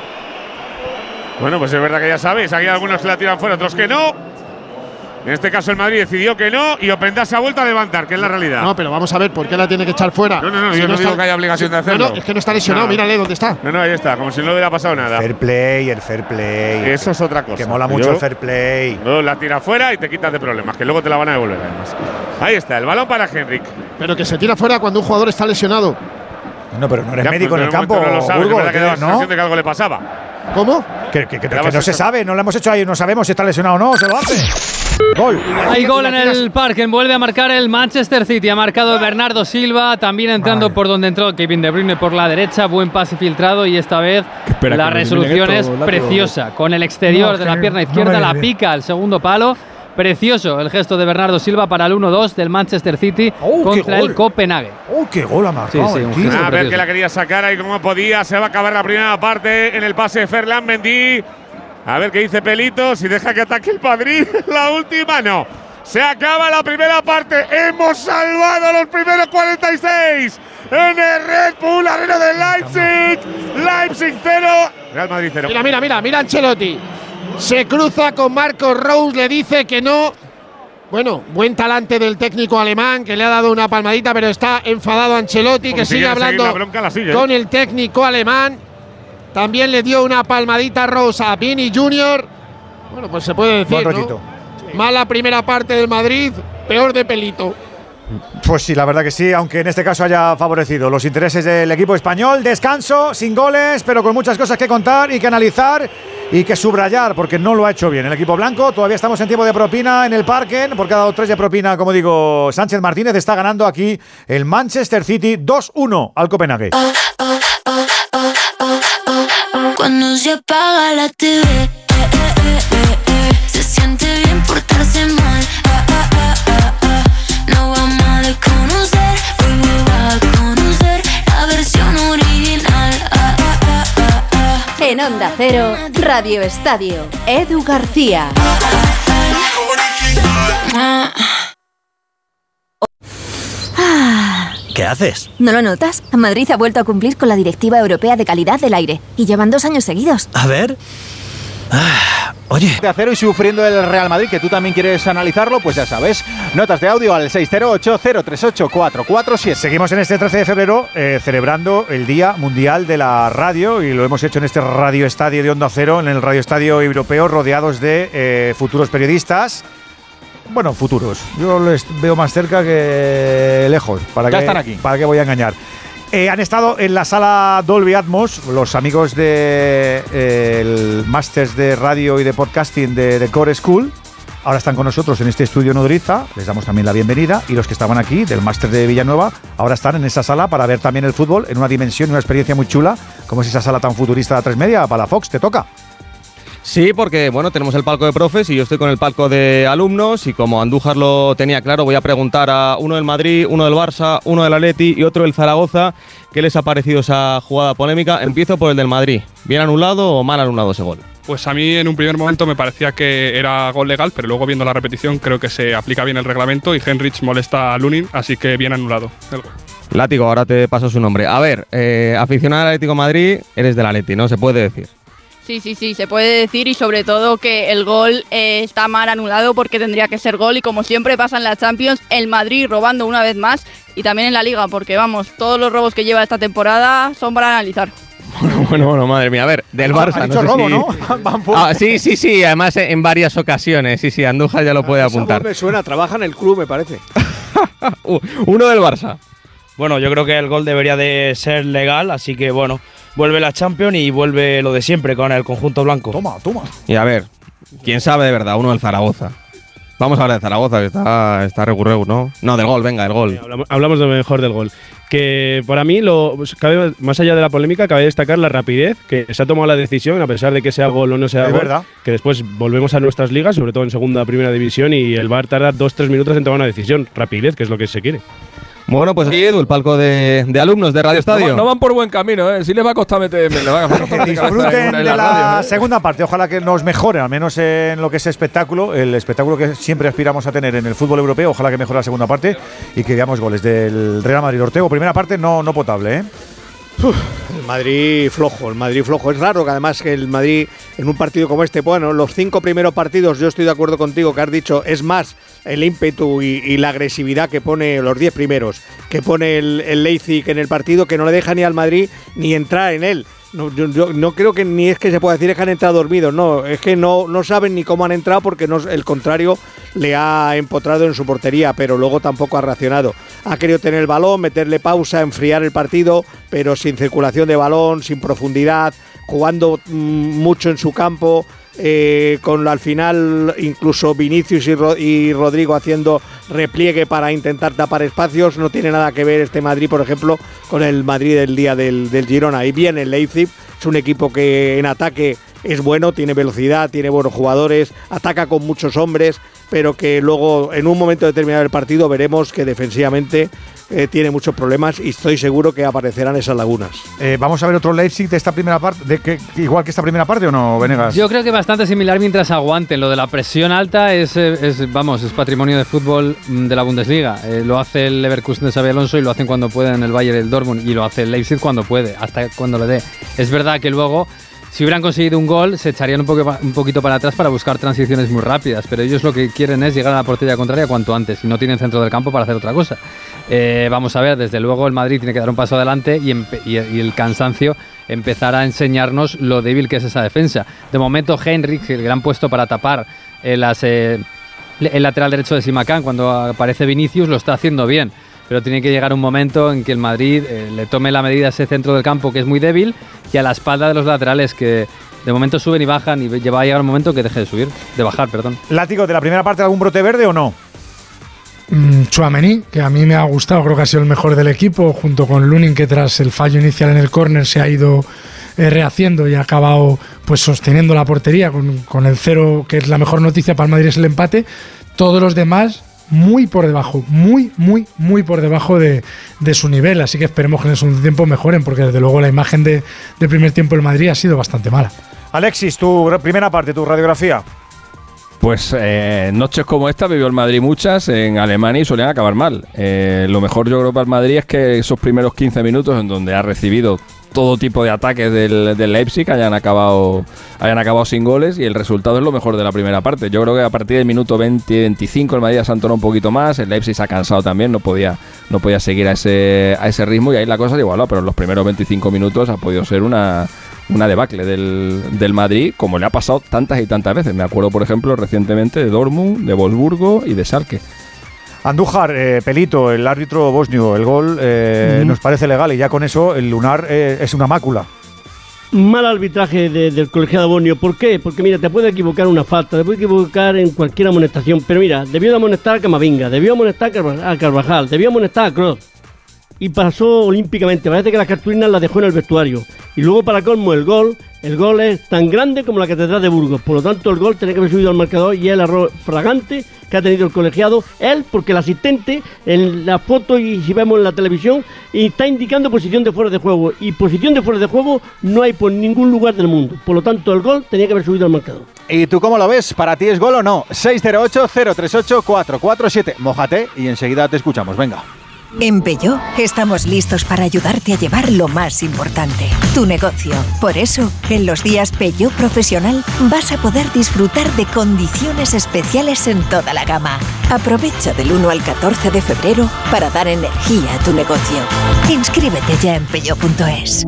Bueno, pues es verdad que ya sabéis, aquí hay algunos que la tiran fuera, otros que no. En este caso el Madrid decidió que no y Openda se ha vuelto a levantar, que es la realidad. No, pero vamos a ver por qué la tiene que echar fuera. No, no, no, si yo no, no está, digo que haya obligación si, de hacerlo. No, no, es que no está lesionado, no. Mírale dónde está. No, no, ahí está, como si no le hubiera pasado nada. Fair play, el fair play. Eso es otra cosa. Que mola mucho yo, el fair play. No, la tira fuera y te quitas de problemas, que luego te la van a devolver además. Ahí está, el balón para Henrik. Pero que se tira fuera cuando un jugador está lesionado. No, pero no eres ya, médico pues, en el campo. No lo sabes, Burgos, es verdad que da la ¿no? sensación de que algo le pasaba. ¿Cómo? Que, que, que, que no se sabe, no lo hemos hecho ahí, no sabemos si está lesionado o no, se lo hace. Gol. Hay gol en el Parque, vuelve a marcar el Manchester City, ha marcado Bernardo Silva, también entrando Madre. por donde entró Kevin De Bruyne por la derecha, buen pase filtrado y esta vez Espera, la resolución es látigo, preciosa, con el exterior no, de la pierna izquierda, no la pica al segundo palo. Precioso el gesto de Bernardo Silva para el uno dos del Manchester City oh, contra el Copenhague. ¡Oh, qué gol ha marcado! Sí, sí, un gesto a ver que la quería sacar ahí como podía. Se va a acabar la primera parte en el pase de Ferland Mendy. A ver qué dice Pelito. Si deja que ataque el Madrid. La última no. Se acaba la primera parte. Hemos salvado los primeros cuarenta y seis en el Red Bull Arena de Leipzig. Leipzig cero. Real Madrid cero. Mira, mira, mira, mira Ancelotti. Se cruza con Marcos Rose, le dice que no. Bueno, buen talante del técnico alemán que le ha dado una palmadita, pero está enfadado Ancelotti, Como que si sigue hablando sigue, con ¿eh? el técnico alemán. También le dio una palmadita Rose a Vini junior Bueno, pues se puede decir, ¿no? Sí. Mala primera parte del Madrid, peor de Pelito. Pues sí, la verdad que sí, aunque en este caso haya favorecido los intereses del equipo español. Descanso, sin goles, pero con muchas cosas que contar y que analizar y que subrayar, porque no lo ha hecho bien el equipo blanco. Todavía estamos en tiempo de propina en el Parque, porque ha dado tres de propina, como digo, Sánchez Martínez. Está ganando aquí el Manchester City dos uno al Copenhague. Cuando se apaga la T V, eh, eh, eh, eh, se siente bien portarse mal. Ah, ah, ah, ah, ah. No vamos a desconocer, hoy vas a conocer la versión original. Ah, ah, ah, ah, ah. En Onda Cero, Radio Estadio, Edu García. ¿Qué haces? ¿No lo notas? Madrid ha vuelto a cumplir con la Directiva Europea de Calidad del Aire y llevan dos años seguidos. A ver… Ah, oye. De acero y sufriendo el Real Madrid, que tú también quieres analizarlo, pues ya sabes. Notas de audio al seis cero ocho, cero tres ocho, cuatro cuatro siete. Seguimos en este trece de febrero eh, celebrando el Día Mundial de la Radio y lo hemos hecho en este Radio Estadio de Onda Cero, en el Radio Estadio Europeo, rodeados de eh, futuros periodistas. Bueno, futuros. Yo les veo más cerca que lejos. ¿Para ya qué, están aquí. ¿Para qué voy a engañar? Eh, han estado en la sala Dolby Atmos los amigos del de, eh, Masters de Radio y de Podcasting de, de Core School. Ahora están con nosotros en este estudio Nodriza. Les damos también la bienvenida. Y los que estaban aquí del Máster de Villanueva ahora están en esa sala para ver también el fútbol en una dimensión y una experiencia muy chula, como es esa sala tan futurista de A tres Media. Para la Fox, te toca. Sí, porque bueno, tenemos el palco de profes y yo estoy con el palco de alumnos y como Andújar lo tenía claro, voy a preguntar a uno del Madrid, uno del Barça, uno del Atleti y otro del Zaragoza qué les ha parecido esa jugada polémica. Empiezo por el del Madrid. ¿Bien anulado o mal anulado ese gol? Pues a mí en un primer momento me parecía que era gol legal, pero luego viendo la repetición creo que se aplica bien el reglamento y Henrich molesta a Lunin, así que bien anulado el gol. Látigo, ahora te paso su nombre. A ver, eh, aficionado al Atlético de Madrid, eres del Atleti, ¿no? Se puede decir. Sí, sí, sí, se puede decir y sobre todo que el gol eh, está mal anulado porque tendría que ser gol y como siempre pasa en la Champions, el Madrid robando una vez más y también en la Liga porque vamos, todos los robos que lleva esta temporada son para analizar. Bueno, bueno, bueno, madre mía, a ver, del Barça, ha no sé robo, si… ¿no? Ah, sí, sí, sí, además en varias ocasiones, sí, sí, Andújar ya lo puede apuntar. Me suena, trabaja en el club, me parece. Uno del Barça. Bueno, yo creo que el gol debería de ser legal, así que bueno, vuelve la Champions y vuelve lo de siempre con el conjunto blanco. Toma, toma. Y a ver, quién sabe de verdad, uno del Zaragoza. Vamos a hablar de Zaragoza, que está, está recurreu, ¿no? No, del gol, venga, del gol. Sí, hablamos, hablamos de mejor del gol. Que para mí, lo, cabe, más allá de la polémica, cabe destacar la rapidez, que se ha tomado la decisión, a pesar de que sea gol o no sea es gol, verdad. que después volvemos a nuestras ligas, sobre todo en segunda, primera división, y el V A R tarda dos, tres minutos en tomar una decisión. Rapidez, que es lo que se quiere. Bueno, pues aquí Edu, el palco de, de alumnos de Radio Estadio. No, no van por buen camino, ¿eh? Sí les va a costar meter. Le va a costar Disfruten de la, la radio, ¿eh? segunda parte. Ojalá que nos mejore, al menos en lo que es espectáculo, el espectáculo que siempre aspiramos a tener en el fútbol europeo. Ojalá que mejore la segunda parte y que veamos goles del Real Madrid. Ortego, primera parte no, no potable, ¿eh? Uf, el Madrid flojo, el Madrid flojo. Es raro que además que el Madrid en un partido como este, bueno, los cinco primeros partidos, yo estoy de acuerdo contigo que has dicho, es más el ímpetu y, y la agresividad que pone los diez primeros, que pone el, el Leipzig en el partido, que no le deja ni al Madrid ni entrar en él. No, yo, yo no creo que ni es que se pueda decir es que han entrado dormidos, no, es que no, no saben ni cómo han entrado porque no, el contrario le ha empotrado en su portería, pero luego tampoco ha reaccionado. Ha querido tener el balón, meterle pausa, enfriar el partido, pero sin circulación de balón, sin profundidad, jugando mmm, mucho en su campo. Eh, con al final incluso Vinicius y, Ro- y Rodrigo haciendo repliegue para intentar tapar espacios. No tiene nada que ver este Madrid, por ejemplo, con el Madrid del día del, del Girona. Y bien el Leipzig, es un equipo que en ataque es bueno, tiene velocidad, tiene buenos jugadores, ataca con muchos hombres, pero que luego en un momento determinado del partido veremos que defensivamente eh, tiene muchos problemas y estoy seguro que aparecerán esas lagunas. Eh, Vamos a ver otro Leipzig de esta primera parte, de que, igual que esta primera parte, ¿o no, Venegas? Yo creo que bastante similar mientras aguanten. Lo de la presión alta es, es vamos, es patrimonio de fútbol de la Bundesliga. Eh, lo hace el Leverkusen de Xabi Alonso y lo hacen cuando pueden el Bayern y el Dortmund, y lo hace el Leipzig cuando puede, hasta cuando le dé. Es verdad que luego, si hubieran conseguido un gol, se echarían un, poco, un poquito para atrás para buscar transiciones muy rápidas, pero ellos lo que quieren es llegar a la portería contraria cuanto antes y no tienen centro del campo para hacer otra cosa. Eh, vamos a ver, desde luego el Madrid tiene que dar un paso adelante y, y, y el cansancio empezar a enseñarnos lo débil que es esa defensa. De momento Henrik, el gran puesto para tapar eh, las, eh, el lateral derecho de Simacán cuando aparece Vinicius, lo está haciendo bien. Pero tiene que llegar un momento en que el Madrid eh, le tome la medida a ese centro del campo que es muy débil y a la espalda de los laterales que de momento suben y bajan, y va a llegar un momento que deje de subir, de bajar, perdón. Látigo, ¿de la primera parte algún brote verde o no? Mm, Tchouaméni, que a mí me ha gustado, creo que ha sido el mejor del equipo, junto con Lunin, que tras el fallo inicial en el córner se ha ido eh, rehaciendo y ha acabado pues sosteniendo la portería con, con el cero, que es la mejor noticia para el Madrid, es el empate. Todos los demás muy por debajo, muy, muy, muy por debajo de, de su nivel, así que esperemos que en el segundo tiempo mejoren, porque desde luego la imagen de, del primer tiempo del Madrid ha sido bastante mala. Alexis, tu primera parte, tu radiografía. Pues eh, noches como esta vivió el Madrid muchas en Alemania y solían acabar mal. Eh, lo mejor yo creo para el Madrid es que esos primeros quince minutos en donde ha recibido todo tipo de ataques del, del Leipzig hayan acabado, hayan acabado sin goles, y el resultado es lo mejor de la primera parte. Yo creo que a partir del minuto veinte veinticinco el Madrid se entonó un poquito más, el Leipzig se ha cansado también, no podía, no podía seguir a ese, a ese ritmo, y ahí la cosa se igualó, pero en los primeros veinticinco minutos ha podido ser una, una debacle del, del Madrid, como le ha pasado tantas y tantas veces. Me acuerdo, por ejemplo, recientemente de Dortmund, de Wolfsburgo y de Schalke. Andújar, eh, Pelito, el árbitro bosnio, el gol eh, mm. nos parece legal, y ya con eso el lunar eh, es una mácula. Mal arbitraje de, del colegiado bosnio. ¿Por qué? Porque mira, te puede equivocar una falta, te puede equivocar en cualquier amonestación, pero mira, debió de amonestar a Camavinga, debió amonestar a Carvajal, debió amonestar a Kroos, y pasó olímpicamente. Parece que las cartulinas las dejó en el vestuario. Y luego, para colmo, el gol el gol es tan grande como la Catedral de Burgos. Por lo tanto, el gol tenía que haber subido al marcador, y el error fragante que ha tenido el colegiado, él, porque el asistente en la foto, y si vemos en la televisión, está indicando posición de fuera de juego, y posición de fuera de juego no hay por ningún lugar del mundo. Por lo tanto, el gol tenía que haber subido al marcador. ¿Y tú cómo lo ves? ¿Para ti es gol o no? seis cero ocho, cero tres ocho, cuatro cuatro siete. Mójate y enseguida te escuchamos. Venga. En Peugeot estamos listos para ayudarte a llevar lo más importante, tu negocio. Por eso, en los días Peugeot Profesional vas a poder disfrutar de condiciones especiales en toda la gama. Aprovecha del uno al catorce de febrero para dar energía a tu negocio. Inscríbete ya en peugeot punto es.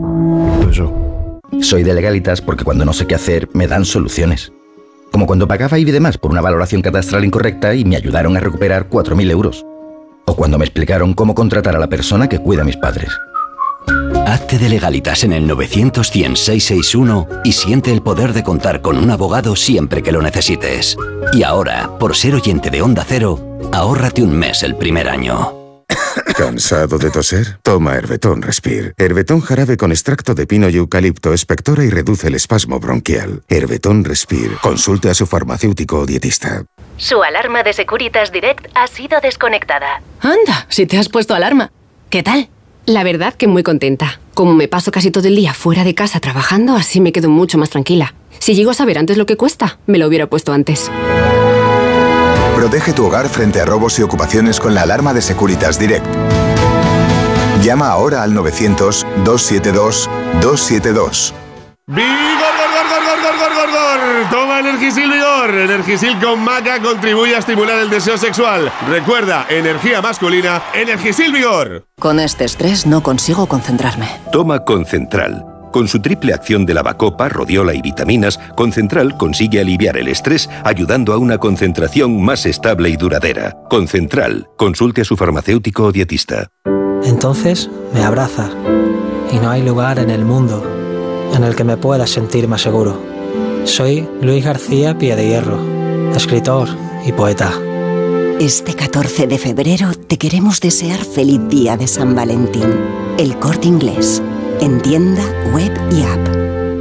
Soy de Legalitas porque cuando no sé qué hacer me dan soluciones. Como cuando pagaba I B I de más por una valoración catastral incorrecta y me ayudaron a recuperar cuatro mil euros. O cuando me explicaron cómo contratar a la persona que cuida a mis padres. Hazte de Legalitas en el novecientos cien seiscientos sesenta y uno y siente el poder de contar con un abogado siempre que lo necesites. Y ahora, por ser oyente de Onda Cero, ahórrate un mes el primer año. ¿Cansado de toser? Toma Herbetón Respire. Herbetón jarabe con extracto de pino y eucalipto espectora y reduce el espasmo bronquial. Herbetón Respire. Consulte a su farmacéutico o dietista. Su alarma de Securitas Direct ha sido desconectada. Anda, si te has puesto alarma. ¿Qué tal? La verdad que muy contenta. Como me paso casi todo el día fuera de casa trabajando, así me quedo mucho más tranquila. Si llego a saber antes lo que cuesta, me lo hubiera puesto antes. Protege tu hogar frente a robos y ocupaciones con la alarma de Securitas Direct. Llama ahora al novecientos, doscientos setenta y dos, doscientos setenta y dos. ¡Vigor, gor, gor, gor, gor, gor, gor, gor! Toma Energisil Vigor. Energisil con maca contribuye a estimular el deseo sexual. Recuerda, energía masculina, Energisil Vigor. Con este estrés no consigo concentrarme. Toma Concentral. Con su triple acción de lavacopa, rodiola y vitaminas, Concentral consigue aliviar el estrés ayudando a una concentración más estable y duradera. Concentral. Consulte a su farmacéutico o dietista. Entonces me abraza y no hay lugar en el mundo en el que me pueda sentir más seguro. Soy Luis García Piedehierro, escritor y poeta. Este catorce de febrero te queremos desear feliz día de San Valentín. El Corte Inglés. En tienda, web y app.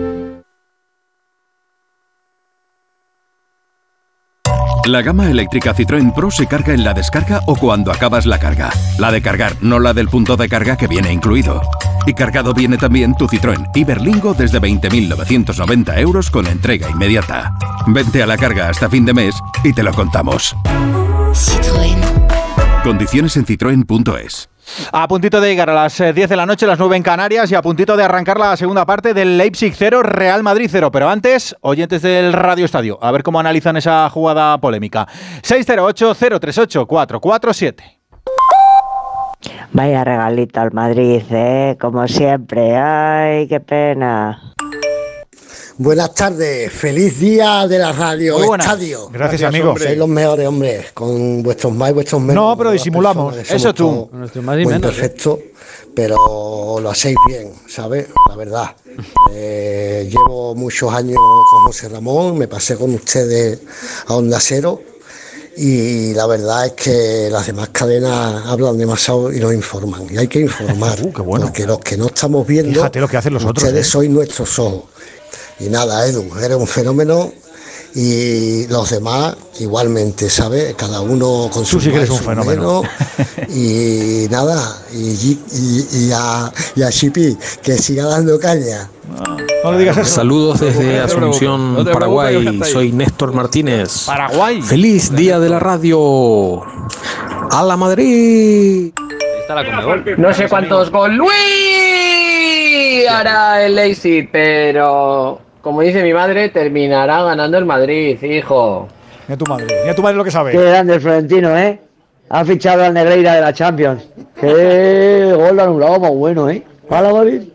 La gama eléctrica Citroën Pro se carga en la descarga o cuando acabas la carga. La de cargar, no la del punto de carga que viene incluido. Y cargado viene también tu Citroën Iberlingo desde veinte mil novecientos noventa euros con entrega inmediata. Vente a la carga hasta fin de mes y te lo contamos. Citroën. Condiciones en citroen punto es. A puntito de llegar a las diez de la noche, las nueve en Canarias, y a puntito de arrancar la segunda parte del Leipzig cero, Real Madrid cero. Pero antes, oyentes del Radio Estadio, a ver cómo analizan esa jugada polémica. seis cero ocho, cero tres ocho, cuatro cuatro siete. Vaya regalito al Madrid, ¿eh? Como siempre. Ay, qué pena. Buenas tardes, feliz día de la Radio Estadio. Gracias, Gracias amigo. Sois los mejores, hombres, con vuestros más y vuestros menos. No, pero disimulamos. Eso tú. Nuestro más y menos. Perfecto, pero lo hacéis bien, ¿sabes? La verdad. Eh, llevo muchos años con José Ramón, me pasé con ustedes a Onda Cero. Y la verdad es que las demás cadenas hablan demasiado y nos informan. Y hay que informar, uh, qué bueno. Porque los que no estamos viendo, fíjate lo que hacen los ustedes otros, ¿eh? sois nuestros ojos. Y nada, Edu, eres un fenómeno y los demás igualmente, ¿sabes? Cada uno con su... Tú sí que eres un fenómeno. Y nada, y, y, y a, y a Chipi, que siga dando caña. No le digas eso. Saludos desde Asunción, no Paraguay. Soy Néstor Martínez. Paraguay. Feliz día de la radio. ¡A la Madrid! Está la Conmebol. No sé cuántos goles Luis hará el Leipzig, pero como dice mi madre, terminará ganando el Madrid, hijo. Mira tu madre, mira tu madre lo que sabe. Qué grande el Florentino, ¿eh? Ha fichado al Negreira de la Champions. Qué gol anulado más bueno, ¿eh? ¡A la Madrid!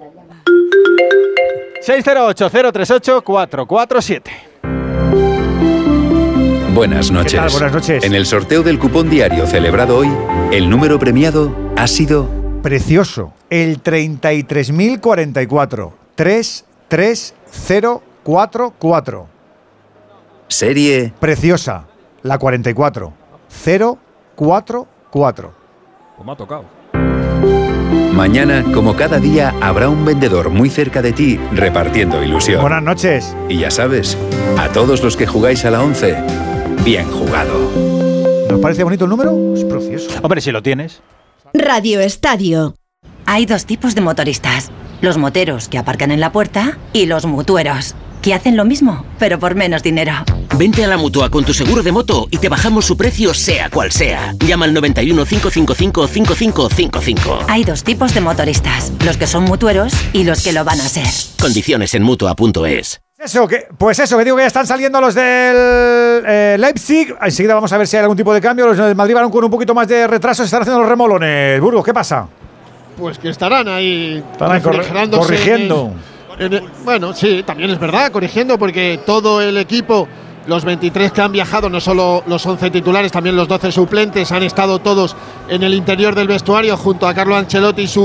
seis cero ocho, cero tres ocho, cuatro cuatro siete. Buenas noches. ¿Qué tal? Buenas noches. En el sorteo del cupón diario celebrado hoy, el número premiado ha sido... Precioso, el treinta y tres mil cuarenta y cuatro. tres tres cero cuatro cuatro. Serie... Preciosa, la cuarenta y cuatro. cero cuatro cuatro. Pues me ha tocado. Mañana, como cada día, habrá un vendedor muy cerca de ti repartiendo ilusión. Buenas noches. Y ya sabes, a todos los que jugáis a la once, bien jugado. ¿Nos parece bonito el número? Es precioso. Hombre, si lo tienes. Radio Estadio. Hay dos tipos de motoristas. Los moteros que aparcan en la puerta y los mutueros, que hacen lo mismo, pero por menos dinero. Vente a la Mutua con tu seguro de moto y te bajamos su precio sea cual sea. Llama al noventa y uno, cinco cinco cinco, cinco cinco cinco cinco. Hay dos tipos de motoristas, los que son mutueros y los que lo van a ser. Condiciones en Mutua punto es. Eso, que, pues eso, que digo que ya están saliendo los del eh, Leipzig. Enseguida vamos a ver si hay algún tipo de cambio. Los del Madrid van con un poquito más de retraso. Se están haciendo los remolones. Burgos, ¿qué pasa? Pues que estarán ahí, estarán ahí corri- corrigiendo. En el, en el, bueno, sí, también es verdad, corrigiendo, porque todo el equipo, los veintitrés que han viajado, no solo los once titulares, también los doce suplentes, han estado todos en el interior del vestuario junto a Carlo Ancelotti y su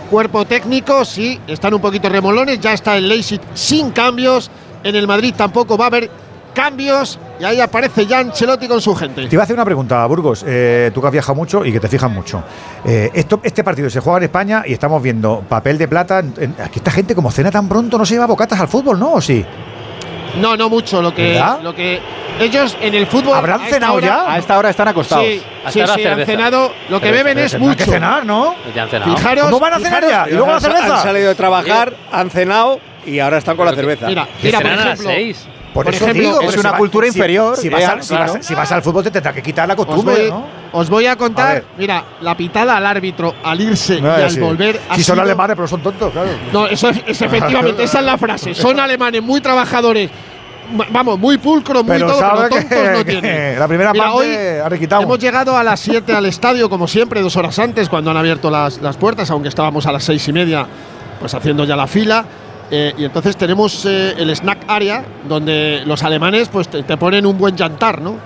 cuerpo técnico, sí, están un poquito remolones, ya está el Leipzig sin cambios, en el Madrid tampoco va a haber cambios y ahí aparece ya Ancelotti con su gente. Te iba a hacer una pregunta, Burgos, eh, tú que has viajado mucho y que te fijas mucho. Eh, esto, este partido se juega en España y estamos viendo papel de plata. En, en, aquí esta gente como cena tan pronto no se lleva bocatas al fútbol, ¿no? ¿O sí? No, no mucho. Lo que, lo que ellos en el fútbol. ¿Habrán cenado hora, ya? A esta hora están acostados. Sí, Hasta sí, ahora sí cerveza. han cenado. Lo que Pero, beben pero es tendrán mucho. que cenar, ¿no? Ya han cenado. Fijaros, ¿Cómo van a cenar fijaros, ya? ¿Y luego la Han- cerveza? Han salido de trabajar, han cenado y ahora están con la cerveza. Mira, Que mira por cenan a las ejemplo. seis. Por, Por eso ejemplo, digo, es pero una si va- cultura si- inferior, Si, vas, ya, al, si, claro. vas, si vas al fútbol te tendrá que quitar la Os costumbre, voy, ¿no? os voy a A contar, ver. mira, la pitada al árbitro al irse No, y al sí. volver. ha Si son sido- alemanes, pero son tontos, claro. No, eso es, es efectivamente, esa es la frase. Son alemanes muy trabajadores, m- vamos, muy pulcros, muy Pero todo, sabe pero tontos que- no que tienen. la primera Mira, parte hoy ha requitado. hemos llegado a las siete al estadio, como siempre, dos horas antes, cuando han abierto las, las puertas, aunque estábamos a las seis y media, pues haciendo ya la fila. Eh, y entonces tenemos eh, el snack area, donde los alemanes pues te, te ponen un buen jantar, ¿no?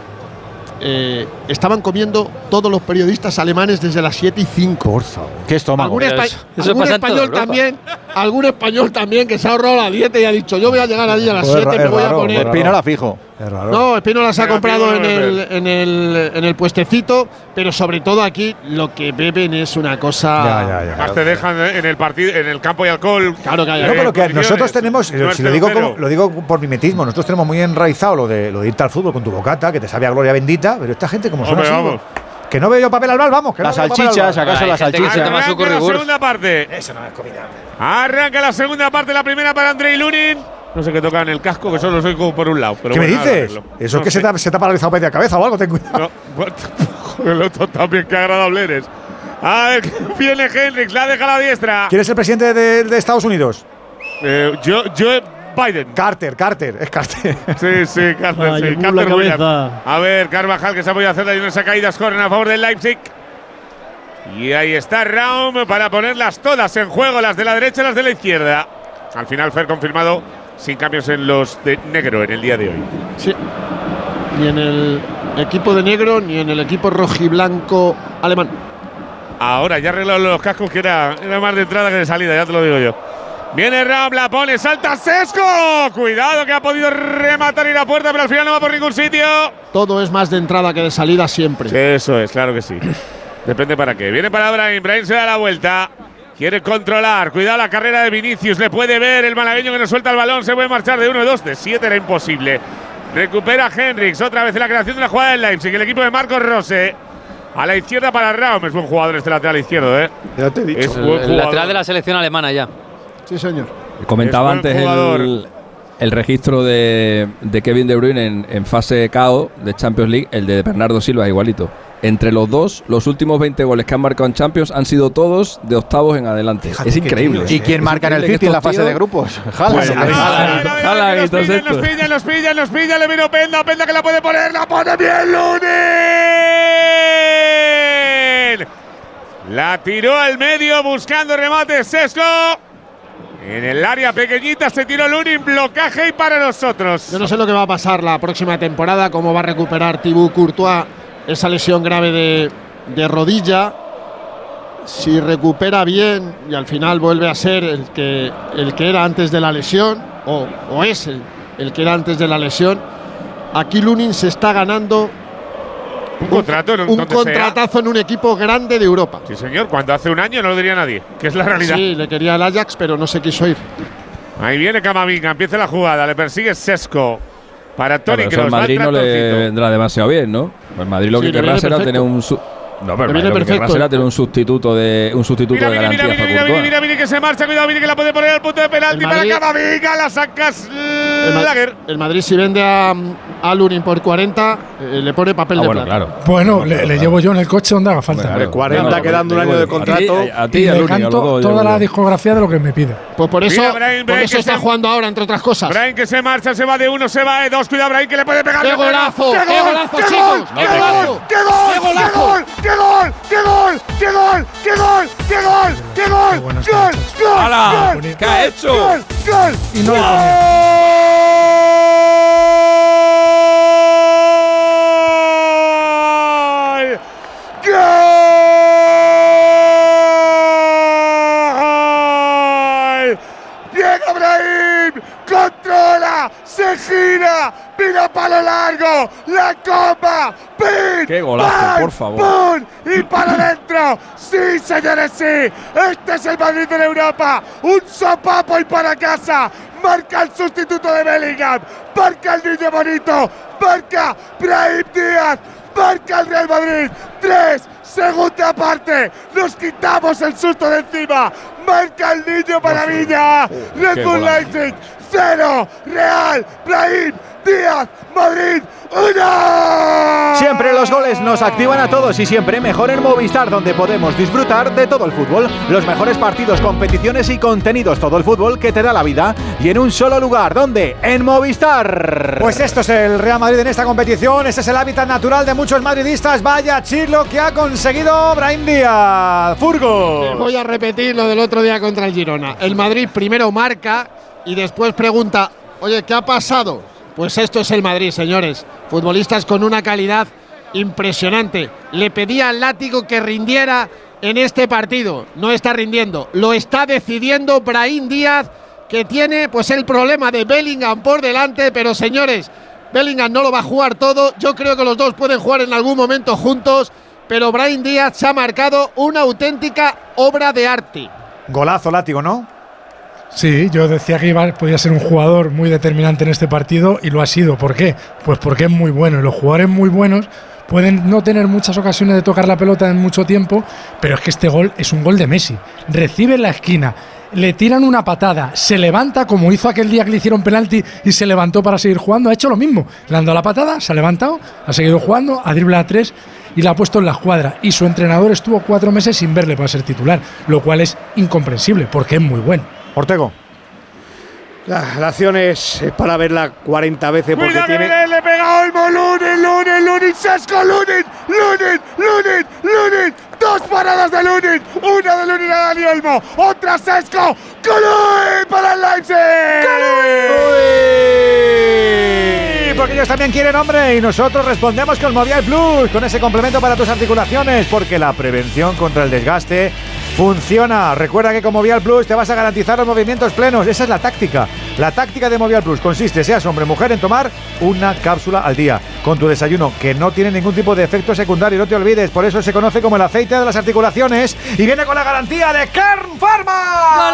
Eh, estaban comiendo todos los periodistas alemanes desde las siete y cinco. Por favor. ¿Qué estómago? Algún, Pero espa- eso- eso algún pasa en toda español Europa. también, algún español también que se ha ahorrado la dieta y ha dicho yo voy a llegar allí a las Pues siete, es me voy raro, a poner. es raro. Espinola fijo. Es raro. No, Espinola se ha Pero comprado aquí en no el, beben. en, el, en el puestecito, pero sobre todo aquí lo que beben es una cosa. Ya, ya, ya. Más te dejan en el partido, en el campo y alcohol. Claro que hay. No, pero que condiciones. nosotros tenemos, No es si lo digo, cero como- lo digo por mimetismo, nosotros tenemos muy enraizado lo de, lo de irte al fútbol con tu bocata, que te sabe a gloria bendita, pero esta gente como son Hombre, así, vamos. que no veo yo papel albal, vamos. Que Las no veo papel salchichas, albal. acaso Hay las gente que se salchichas. toma su Arranca la currywurst. segunda parte. Eso no es comida. Arranca la segunda parte, la primera para Andrei Lunin. No sé qué toca en el casco, que solo soy como por un lado. Pero ¿Qué me bueno, dices? arreglo. Eso No es que se sé. te, ha- se te ha paralizado media cabeza o algo, ten cuidado. No, bueno, joder, el otro también, qué agradable eres. A ver, viene Henrix, la deja a la diestra. ¿Quién es el presidente de, de Estados Unidos? Eh, yo, yo, Biden. Carter, Carter, es Carter. Sí, sí, Carter, Ay, sí, el Carter la Williams. cabeza. A ver, Carvajal, que se ha podido hacer de unas caídas, corren a favor del Leipzig. Y ahí está Raum para ponerlas todas en juego, las de la derecha y las de la izquierda. Al final, Fer confirmado, sin cambios en los de negro en el día de hoy. Sí. Ni en el equipo de negro ni en el equipo rojiblanco alemán. Ahora ya arreglado los cascos, que era, era más de entrada que de salida, ya te lo digo yo. Viene Raum, la pone, salta Sesco. Cuidado que ha podido rematar y la puerta, pero al final no va por ningún sitio. Todo es más de entrada que de salida siempre. Eso es, claro que sí. Depende para qué. Viene para Brahim, Brahim se da la vuelta. Quiere controlar. Cuidado la carrera de Vinicius. Le puede ver el malagueño que no suelta el balón. Se puede marchar de uno, de dos, de siete. Era imposible. Recupera Henrix. Otra vez en la creación de la jugada del Leipzig. El equipo de Marcos Rose. A la izquierda para Raum. Es buen jugador este lateral izquierdo, ¿eh? Ya te he dicho. Es El, buen el jugador. lateral de la selección alemana ya. Sí, señor. Comentaba Es buen antes jugador. el, el registro de, de Kevin De Bruyne en, en fase K O de Champions League, el de Bernardo Silva, igualito. Entre los dos, los últimos veinte goles que han marcado en Champions han sido todos de octavos en adelante. Fíjate es qué increíble. tíos, ¿Y eh. quién marca en el increíble City que en la estos fase de tíos- grupos? Haaland. Pues, Venga, Haaland, venga, venga, Haaland y Los todos pillan, los estos. pillan, los pillan, los pillan. Le vino Penda. Penda que la puede poner. La pone bien Lunin. La tiró al medio buscando remate Sesco. En el área pequeñita se tiró Lunin, blocaje y para nosotros. Yo no sé lo que va a pasar la próxima temporada, cómo va a recuperar Thibaut Courtois esa lesión grave de, de rodilla. Si recupera bien y al final vuelve a ser el que, el que era antes de la lesión, o, o es el, el que era antes de la lesión, aquí Lunin se está ganando Un contrato en un donde sea. contratazo en un equipo grande de Europa. Sí, señor. Cuando hace un año no lo diría nadie, que es la realidad. Sí, le quería el Ajax, pero no se quiso ir. Ahí viene Camavinga, empieza la jugada, le persigue Sesco. Para Toni Claro, eso al Kroos. va Madrid el no le tractorcito. vendrá demasiado bien, ¿no? El Madrid lo Sí, que le querrá viene será perfecto. tener un su- no, pero Le el viene Madrid lo que querrá perfecto. será tener un sustituto de un sustituto Mira, de mira, mira, garantía mira, para mira, Courtois. mira, mira, que se marcha, cuidado, mira que la puede poner al punto de penalti El para Madrid- Camavinga, la sacas El, Ma- Lager. el Madrid, si vende a, a Lunin por cuarenta, eh, le pone papel Ah, de bueno, plata. claro. Bueno, le, le llevo yo en el coche donde haga falta. Claro, cuarenta claro, quedando un te año digo, de contrato. A ti, a, a ti Y y a le Lunin, a los canto dos, toda yo la creo. discografía de lo que me pida. Pues por eso, Mira, Brahim, por Brahim, eso que está se- jugando ahora, entre otras cosas. Brahim que se marcha, se va de uno, se va de dos. Cuidado, Brahim, que le puede pegar. ¡Qué le pega. golazo! ¡Qué ¡Qué gol! golazo, ¡Qué chicos! gol! ¡Qué ¡Qué gol! golazo! ¡Qué gol! ¡Qué golazo! ¡Qué gol! ¡Qué gol! ¡Qué gol! ¡Qué gol! ¡Qué gol! ¡Qué gol! Qué bueno ¡Gol! está, chacho. ¡Gol! ¡Hala! ¡Gol! ¿Qué ha hecho? ¡Gol! ¡Gol! Y no le ¡Gol! se gira, mira palo largo, la copa, pin, ¡qué golazo, pan, por favor! ¡pum! Y para adentro, sí señores, sí, este es el Madrid de Europa, un sopapo y para casa, marca el sustituto de Bellingham, marca el niño bonito, marca Brahim Díaz, marca el Real Madrid, tres, segunda parte, nos quitamos el susto de encima, marca el niño maravilla, Red Bull Leipzig, cero, Real, Brahim Díaz, Madrid, uno. Siempre los goles nos activan a todos y siempre mejor en Movistar, donde podemos disfrutar de todo el fútbol. Los mejores partidos, competiciones y contenidos, todo el fútbol que te da la vida. Y en un solo lugar, ¿dónde? En Movistar. Pues esto es el Real Madrid en esta competición. Este es el hábitat natural de muchos madridistas. Vaya chirlo que ha conseguido Brahim Díaz. Furgo. Voy a repetir lo del otro día contra el Girona. El Madrid primero marca y después pregunta, oye, ¿qué ha pasado? Pues esto es el Madrid, señores. Futbolistas con una calidad impresionante. Le pedía al látigo que rindiera en este partido. No está rindiendo. Lo está decidiendo Brahim Díaz, que tiene pues el problema de Bellingham por delante. Pero, señores, Bellingham no lo va a jugar todo. Yo creo que los dos pueden jugar en algún momento juntos. Pero Brahim Díaz se ha marcado una auténtica obra de arte. Golazo, látigo, ¿no? Sí, yo decía que iba, podía ser un jugador muy determinante en este partido y lo ha sido. ¿Por qué? Pues porque es muy bueno y los jugadores muy buenos pueden no tener muchas ocasiones de tocar la pelota en mucho tiempo, pero es que este gol es un gol de Messi. Recibe en la esquina, le tiran una patada, se levanta como hizo aquel día que le hicieron penalti y se levantó para seguir jugando. Ha hecho lo mismo, le han dado la patada, se ha levantado, ha seguido jugando, a dribla a tres y la ha puesto en la escuadra. Y su entrenador estuvo cuatro meses sin verle para ser titular, lo cual es incomprensible porque es muy bueno. Ortego. La, la acción es, es para verla cuarenta veces porque Cuida tiene… que le pega Olmo, Lunin, Lunin, Lunin, Sesco, Lunin, Lunin, Lunin, Lunin, dos paradas de Lunin, una de Lunin a Dani Olmo, otra Sesco, Colui para el Leipzig. ¡Colui! Porque ellos también quieren, hombre, y nosotros respondemos con Movial Plus, con ese complemento para tus articulaciones, porque la prevención contra el desgaste funciona. Recuerda que con Movial Plus te vas a garantizar los movimientos plenos. Esa es la táctica. La táctica de Movial Plus consiste, seas hombre o mujer, en tomar una cápsula al día con tu desayuno, que no tiene ningún tipo de efecto secundario. No te olvides, por eso se conoce como el aceite de las articulaciones y viene con la garantía de Kern Pharma.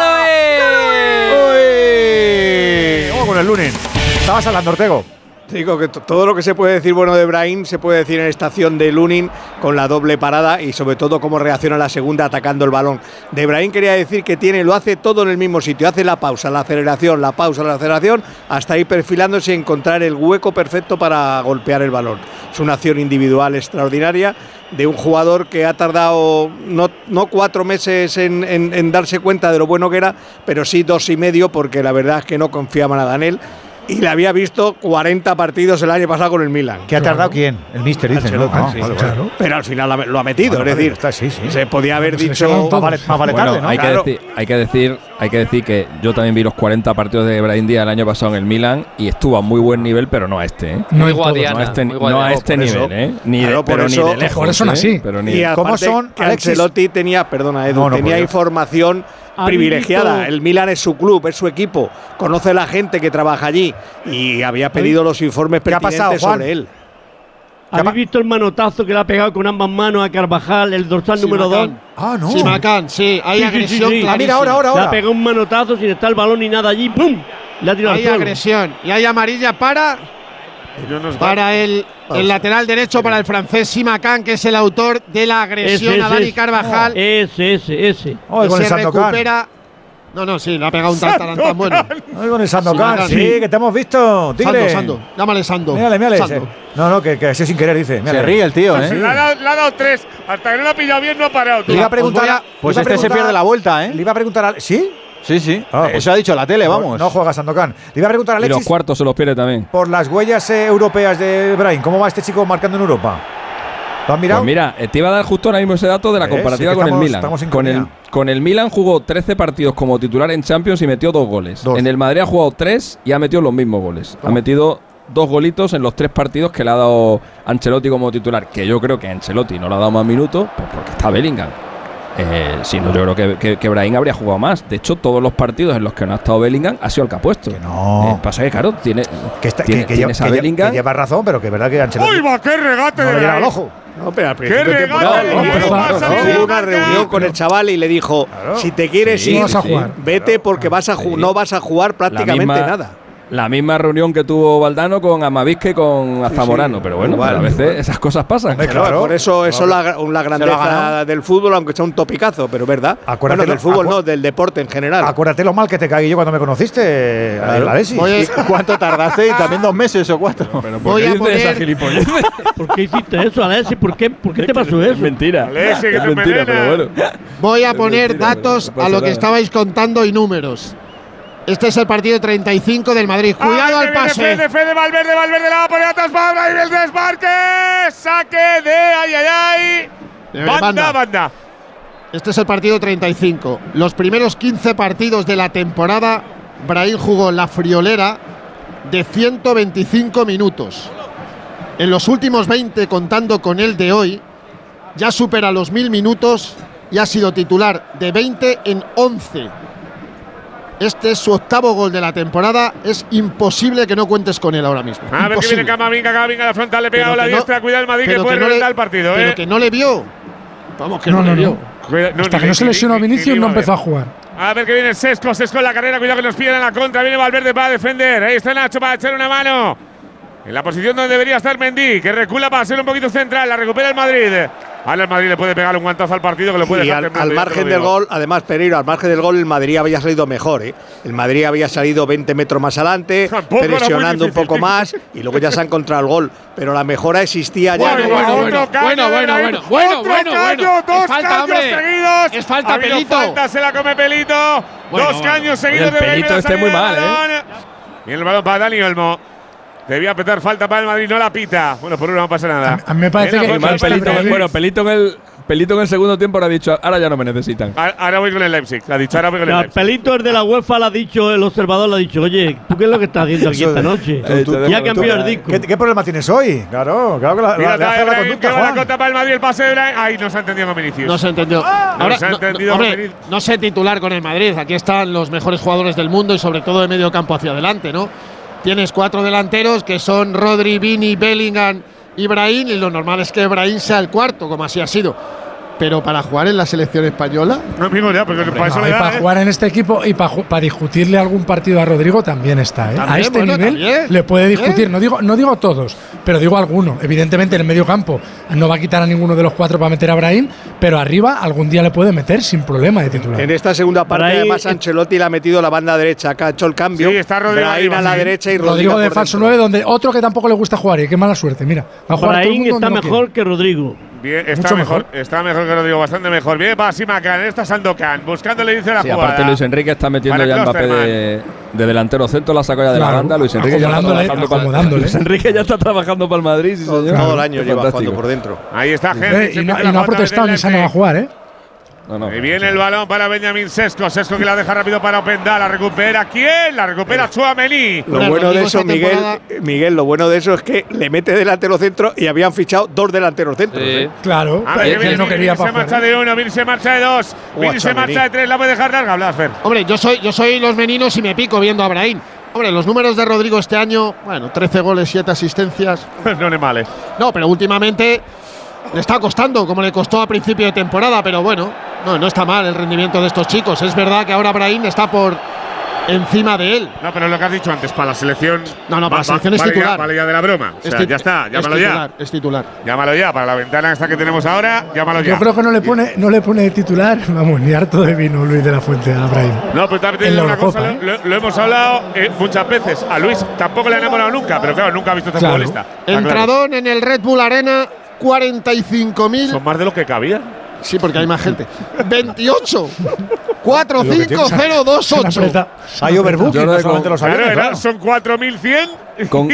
¡Uy! Vamos con el lunes. Estabas hablando, Ortego. Digo que todo lo que se puede decir bueno de Brahim se puede decir en esta acción de Lunin con la doble parada y sobre todo cómo reacciona la segunda atacando el balón. De Brahim quería decir que tiene, lo hace todo en el mismo sitio, hace la pausa, la aceleración, la pausa, la aceleración, hasta ir perfilándose y encontrar el hueco perfecto para golpear el balón. Es una acción individual extraordinaria de un jugador que ha tardado no, no cuatro meses en, en, en darse cuenta de lo bueno que era, pero sí dos y medio, porque la verdad es que no confiaba nada en él. Y le había visto cuarenta partidos el año pasado con el Milan. ¿Qué ha tardado quién? El míster dice, ¿no? Ah, sí, vale, claro. Pero al final lo ha metido, bueno, es decir, está, sí, sí. se podía haber bueno, dicho más vale, más vale bueno, tarde, ¿no? Hay, claro. que decir, hay, que decir, hay que decir que yo también vi los cuarenta partidos de Brahim Díaz el año pasado en el Milan y estuvo a muy buen nivel, pero no a este, ¿eh? No, Guadiana, no a este, muy no a este nivel, eso, ¿eh? Ni claro, de, pero eso, ni de lejos. Por eso son ¿eh? así. Pero ni Y de, ¿cómo son? Que Ancelotti tenía, perdona Edu, no, no, tenía información privilegiada. visto? El Milan es su club, es su equipo, conoce la gente que trabaja allí y había pedido los informes ¿Qué ha pertinentes pasado, Juan? sobre él. ¿Habéis visto el manotazo que le ha pegado con ambas manos a Carvajal, el dorsal número dos? Ah, no. Simacán, sí, hay Sí, sí, agresión sí, sí. clarísima. Ah, mira, ahora, ahora, Le ahora. ha pegado un manotazo sin estar el balón ni nada allí, ¡pum! Le ha tirado al Hay suelo. agresión y hay amarilla para para el, el lateral derecho, para el francés Simacán, que es el autor de la agresión Ese, a ese, Dani ese. Carvajal. Ese, ese, ese. Oh, que con el se Sandokan. recupera. No, no, sí, le ha pegado un tartarán tan bueno. Ay, con el Sandokan, Sí, sí, que te hemos visto, tigre. Sando, Sando, llámale Sando. Mírale, mírale. Sando. ese. No, no, que, que así sin querer dice. Mírale. Se ríe el tío, ¿eh? Le ha dado, le ha dado tres. Hasta que no lo ha pillado bien, no ha parado. Le iba a preguntar. Os voy a- a- Pues le iba a este se preguntar- pierde la vuelta, ¿eh? Le iba a preguntar a. ¿Sí? Sí, sí. Ah, pues- Eso ha dicho la tele, vamos. No juega Sandokan. Le iba a preguntar a y los Alexis cuartos se los pierde también. por las huellas eh, europeas de Brahim. ¿Cómo va este chico marcando en Europa? ¿Lo han mirado? Pues mira, eh, te iba a dar justo ahora mismo ese dato de la ¿Ves? comparativa Sí que con estamos- el Milan. estamos en Con el, comunidad. con el Milan jugó trece partidos como titular en Champions y metió dos goles. Dos. En el Madrid ha jugado tres y ha metido los mismos goles. Ha metido dos golitos en los tres partidos que le ha dado Ancelotti como titular. Que yo creo que Ancelotti no le ha dado más minutos, pues porque está Bellingham. Eh, si no, yo creo que, que, que Brahim habría jugado más. De hecho, todos los partidos en los que no ha estado Bellingham ha sido el que ha puesto. Que no. Eh, pasa que, claro, tiene, que, está, tiene, que, que, tienes que, a Bellingham. que lleva razón, pero que es verdad que Ancelotti. ¡Uy, va! ¡Qué regate! No de le llega Brahim! al ojo. No, pero al ¡Qué principio de temporada regate! no, No, pero no, no, no, hubo no, una no, reunión no, con no. el chaval y le dijo, Claro. si te quieres Sí, ir, vas a jugar. vete porque vas a ju- no vas a jugar prácticamente misma- nada. La misma reunión que tuvo Valdano con Amavisque y con Zamorano, sí, pero bueno, igual, a veces igual. esas cosas pasan. Hombre, Claro, claro. por eso eso es la, la Se lo ha grandeza ganado. del fútbol, aunque sea un topicazo, pero es verdad. Acuérdate Bueno, del lo- fútbol acu- no, del deporte en general. Acuérdate lo mal que te caí yo cuando me conociste, Claro. Alexis. Oye, ¿cuánto tardaste? Y también dos meses o cuatro. Pero Voy a poner- ¿Por qué hiciste eso, Alexis? ¿Por qué, ¿Por qué te pasó eso? Es mentira. Alexis, que es te mentira, envenena. pero bueno. Voy a poner mentira, datos no pasa a lo que nada. estabais contando y números. Este es el partido treinta y cinco del Madrid. Cuidado ¡Ah, al que viene pase. Fede, Fede, Valverde, Valverde, la va a poner atrás para Brahim, el desmarque. Saque de ay, ay, ay. De Banda, banda. banda. Este es el partido treinta y cinco. Los primeros quince partidos de la temporada, Brahim jugó la friolera de ciento veinticinco minutos. En los últimos veinte, contando con el de hoy, ya supera los mil minutos y ha sido titular de veinte en once. Este es su octavo gol de la temporada. Es imposible que no cuentes con él ahora mismo. A ver que Imposible. viene Camavinga, Camavinga a la frontal, le pega Pero a la que no- diestra, cuidado el Madrid que pero puede que no le- reventar el partido, Pero eh. que no le vio. Vamos, que no, No, le no, vio. no. Cuida- no, Hasta ni- que no se ni- lesionó ni- ni- Vinicius ni no iba a empezó a ver. jugar. A ver que viene Sesco, Sesco en la carrera, cuidado que nos piden en la contra, viene Valverde para defender, ahí está Nacho para echar una mano. En la posición donde debería estar Mendy, que recula para ser un poquito central, la recupera el Madrid. Ahora el Madrid le puede pegar un guantazo al partido que lo puede Y dejar al, temblando, al ya te margen lo del digo. gol, además, Pereiro, al margen del gol, el Madrid había salido mejor. ¿eh? El Madrid había salido veinte metros más adelante, Tampoco era muy presionando un difícil. poco más, y luego ya se ha encontrado el gol. Pero la mejora existía ya. Bueno, en el- bueno, Otro bueno, caño bueno, de bueno, Brahim, bueno, bueno, otro bueno, caño, bueno. dos Es falta, caños hombre. seguidos. Es falta, Ha habido Pelito. falta, se la come Pelito. Bueno, dos bueno. caños seguidos el de Brahim, Pelito la esté salida muy del mal, ¿eh? balón. Y el balón para Dani Olmo. Debía petar falta para el Madrid, no la pita. Bueno, por uno no pasa nada. A mí me parece Viene que- a Muy mal, falta para el Pelito. Madrid. Bueno, Pelito en el Pelito en el segundo tiempo ahora ha dicho, ahora ya no me necesitan. Ahora- Ahora voy con el Leipzig. La ha dicho, ahora voy con el El Leipzig. pelito el de la UEFA le ha dicho, el observador le ha dicho, oye, ¿tú qué es lo que estás haciendo aquí Eso esta de- noche? Eh, tú- ya tú- cambió tú- el disco. ¿Qué, qué problema tienes hoy? Claro, claro que la, Mira, la- le hace trae la Brahim, conducta, que va la Juan. contra para el Madrid, el pase de Brahim. Ay, no se ha entendido con Vinicius. No se entendió. Ahora, se ha no, entendido no, hombre, con Vinicius. no sé titular con el Madrid. Aquí están los mejores jugadores del mundo y sobre todo de medio campo hacia adelante, ¿no? Tienes cuatro delanteros que son Rodri, Vini, Bellingham y Brahim, y lo normal es que Brahim sea el cuarto, como así ha sido. Pero para jugar en la selección española, No, amigo, ya, porque para eso No, le y da, para ¿eh? jugar en este equipo y para, para discutirle algún partido a Rodrigo también está. ¿eh? A También, este bueno, nivel también, le puede también. discutir. No digo, no digo todos, pero digo alguno. Evidentemente en el medio campo no va a quitar a ninguno de los cuatro para meter a Brahim, pero arriba algún día le puede meter sin problema de titular. En esta segunda parte, Brahim- además, Ancelotti le ha metido la banda derecha. Acá ha hecho el cambio. Sí, está Rodrigo Brahim arriba, a la sí. derecha y Rodrigo, Rodrigo de por falso dentro. nueve, donde otro que tampoco le gusta jugar y qué mala suerte. Mira, va a jugar todo el Brahim mundo está donde no mejor quiere. que Rodrigo. Bien, está Mucho mejor, mejor. está mejor que Rodrigo, bastante mejor. Bien para Simacan, esta Sandokan, buscándole dice la Sí, jugada. aparte Luis Enrique está metiendo Para ya Mbappé Klosterman. de, de delantero centro, la sacó ya de la Claro, banda. Luis Enrique ya está acomodándole, trabajando para acomodándole. Luis Enrique ya está trabajando para el Madrid, sí, Todo, señor. todo el año Qué lleva fantástico. jugando por dentro. Ahí está Eh, Henry. y no, y no ha protestado ni se no va a jugar, ¿eh? No, no. Y viene el balón para Benjamín Sesco. Sesco que la deja rápido para Openda. La recupera. ¿Quién? La recupera Chouameni. Lo Hombre, bueno de Rodrigo eso, esta Miguel, temporada- Miguel, lo bueno de eso es que le mete delantero centro y habían fichado dos delanteros centros. Sí. ¿eh? Claro, A que ver, que él viene, no Vini, quería Vini se para marcha jugar. de uno, Vini se marcha de dos, Vini se Chouameni. marcha de tres. La puede dejar larga, Blasfer. hombre, yo soy, yo soy los meninos y me pico viendo a Brahim. Hombre, los números de Rodrigo este año, bueno, trece goles, siete asistencias. no le male. No, pero últimamente le está costando, como le costó a principio de temporada, pero bueno, no, no está mal el rendimiento de estos chicos. Es verdad que ahora Brahim está por encima de él. No, pero lo que has dicho antes, para la selección. No, no, para la selección es vale titular. Ya, vale ya de la broma. O sea, Es tit- ya está, es llámalo titular, ya. Es titular. Llámalo ya, para la ventana esta que tenemos ahora, llámalo ya. Yo creo que no le pone, no le pone titular, vamos, ni harto de vino Luis de la Fuente a Brahim. No, pero también te En digo la una cosa, Eurocopa, lo, lo hemos hablado eh, muchas veces. A Luis tampoco le ha enamorado nunca, pero claro, nunca ha visto a este Claro. futbolista. Está claro. Entradón en el Red Bull Arena, cuarenta y cinco mil. Son más de los que cabía. Sí, porque hay más gente. veintiocho. cuatro Lo que cinco tiene- cero dos Se han ocho. apretado. Hay overbooking, Yo creo no que solamente con- los Claro, aviones, era- claro. son cuatro mil cien. Con,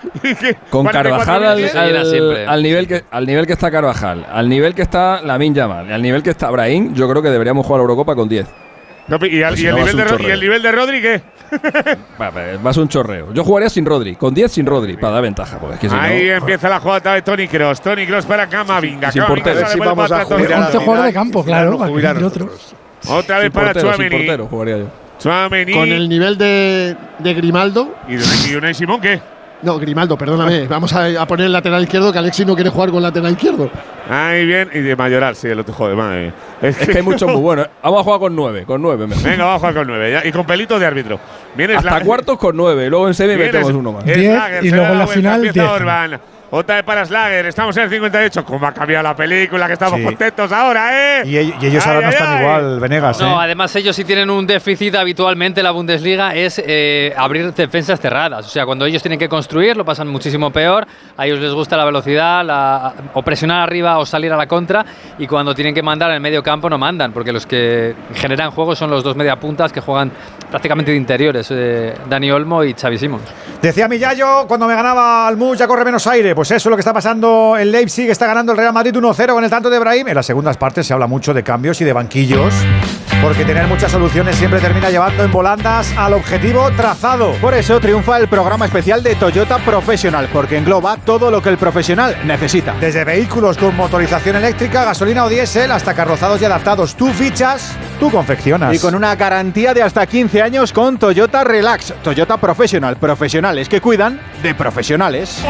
con Carvajal al, Sí, era siempre. al, al nivel que al nivel que está Carvajal, al nivel que está Lamine Yamal, al nivel que está Brahim, yo creo que deberíamos jugar la Eurocopa con diez. No, y, al, Pues y, si el no, nivel vas de, un Ro- y el nivel de Rodri, ¿qué? Va, va, va a ser un chorreo. Yo jugaría sin Rodri, con diez sin Rodri, para dar ventaja. Porque es que si Ahí no, empieza la jugada de Toni Kroos. Toni Kroos para Camavinga. Sin Camavinga portero. sale Sí, por el vamos a plato jugar. lateral. once jugadores de campo, claro, para que entre otros. Otra vez sin para portero, sin Tchouaméni. portero jugaría yo. Tchouaméni. Con el nivel de, de Grimaldo. ¿Y de y Unai Simón qué? No, Grimaldo, perdóname. Vamos a, a poner el lateral izquierdo, que Alexis no quiere jugar con lateral izquierdo. Ahí bien. Y de Mayoral, sí, el otro joder, madre mía. Es que hay muchos muy buenos. Vamos a jugar con nueve, con nueve mejor. Venga, vamos a jugar con nueve. Ya. Y con pelitos de árbitro. Viene Hasta Slager. cuartos con nueve, luego en semi Viene metemos uno más. Diez, Slager, y se luego da en la vuelta, final, empieza diez. Orban. Otra vez para Slager. Estamos en el cincuenta y ocho. ¿Cómo ha cambiado la película? Que estamos Sí. contentos ahora, ¿eh? Y, y ellos Ay, ahora no ay, están ay. igual, Venegas. No, ¿eh? además ellos sí tienen un déficit habitualmente en la Bundesliga, es eh, abrir defensas cerradas. O sea, cuando ellos tienen que construir lo pasan muchísimo peor, a ellos les gusta la velocidad, la, o presionar arriba o salir a la contra, y cuando tienen que mandar en el medio campo no mandan, porque los que generan juego son los dos mediapuntas que juegan prácticamente de interiores, eh, Dani Olmo y Xavi Simons. Decía mi Yayo, cuando me ganaba al Mus ya corre menos aire. Pues eso es lo que está pasando en Leipzig. Está ganando el Real Madrid uno cero con el tanto de Brahim. En las segundas partes se habla mucho de cambios y de banquillos, porque tener muchas soluciones siempre termina llevando en volandas al objetivo trazado. Por eso triunfa el programa especial de Toyota Professional, porque engloba todo lo que el profesional necesita. Desde vehículos con motorización eléctrica, gasolina o diésel, hasta carrozados y adaptados. Tú fichas, tú confeccionas. Y con una garantía de hasta quince años con Toyota Relax. Toyota Professional, profesionales que cuidan de profesionales.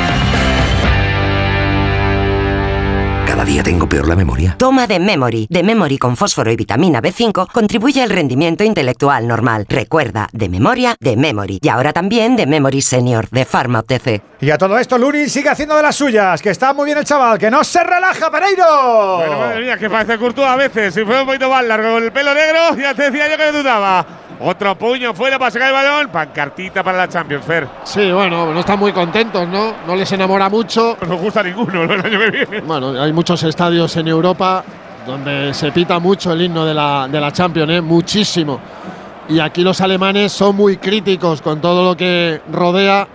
Cada día tengo peor la memoria. Toma de Memory. De Memory con fósforo y vitamina B cinco contribuye al rendimiento intelectual normal. Recuerda, de memoria, de Memory. Y ahora también de Memory Senior, de Pharma O T C. Y a todo esto, Lunin sigue haciendo de las suyas, que está muy bien el chaval, que no se relaja, Pereiro. Bueno, madre mía, que parece Courtois a veces. Si fue un poquito más largo con el pelo negro, ya te decía yo que me dudaba. Otro puño fuera para sacar el balón. Pancartita para la Champions, Fer. Sí, bueno, no están muy contentos, ¿no? No les enamora mucho. No nos gusta ninguno el año que viene. Bueno, hay muchos estadios en Europa donde se pita mucho el himno de la, de la Champions, ¿eh? Muchísimo. Y aquí los alemanes son muy críticos con todo lo que rodea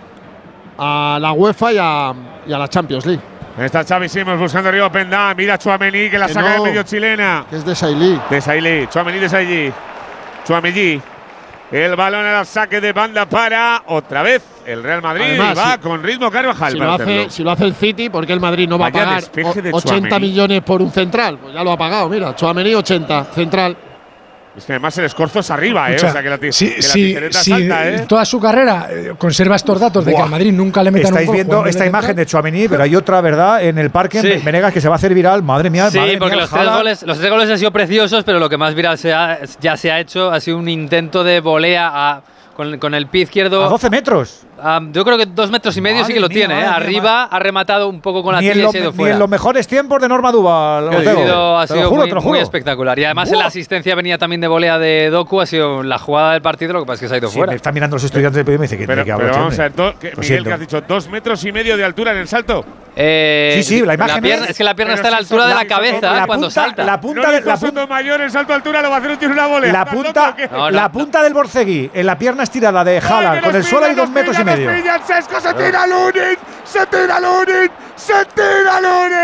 a la UEFA y a, y a la Champions League. Está Xavi Simons buscando arriba a Pendá. Mira a Tchouaméni que la Que saca no, de medio chilena. Que es de Sailly. De Sailly. Tchouaméni de Sailly. Tchouaméni. El balón al saque de banda para otra vez el Real Madrid. Además, y va si- con ritmo Carvajal Si para lo, hace, hacerlo. si lo hace el City, ¿por qué el Madrid no va Vaya a pagar despeje de o- ochenta Tchouaméni. millones por un central? Pues ya lo ha pagado, mira. Tchouaméni ochenta, central. Es que además el escorzo es arriba, ¿eh? Escucha, O sea que la, ti- si, que la si- tijereta si salta, ¿eh? toda su carrera eh, conserva estos datos de que Buah. al Madrid nunca le metan un Estáis gol viendo jugando esta de imagen central. de Tchouaméni, pero hay otra, ¿verdad? En el parque, Sí. en Venegas, que se va a hacer viral. Madre mía, Sí, madre porque mía, los tres, Haaland. goles, los tres goles han sido preciosos, pero lo que más viral se ha- ya se ha hecho ha sido un intento de volea a- con, con el pie izquierdo. A doce metros. Ah, yo creo que dos metros y medio Madre sí que lo mía, tiene. ¿eh? madre mía, Arriba ha rematado un poco con la Ni en, tibia y lo- se ha ido ni fuera. en los mejores tiempos de Norma Duval. Ha Ortego. sido, ha Te lo sido juro, muy, te lo muy juro. espectacular. Y además Buah. la asistencia venía también de volea de Doku, ha sido la jugada del partido, lo que pasa es que se ha ido Sí, fuera. me están mirando los estudiantes de periodismo y me dicen que Pero, tiene que hablar pero vamos este a ver, hombre. do- que- Lo Miguel, siento. que has dicho dos metros y medio de altura en el salto. Eh, Sí, sí, la imagen pierna, es- es que la pierna Pero está a la si altura son- de la si son- cabeza la cuando punta- salta. la punta no de- hizo la punta- Sotomayor en salto de altura, lo va a hacer un tiro una volea. La ¿Estás punta, loco o qué? No, no, la no. punta del Borcegui, en la pierna estirada de ¡Ay, Haaland, que con nos el suelo hay pillan, dos nos metros y pillan, medio. nos pillan! Sesco se tira Lunin, se tira Lunin, se tira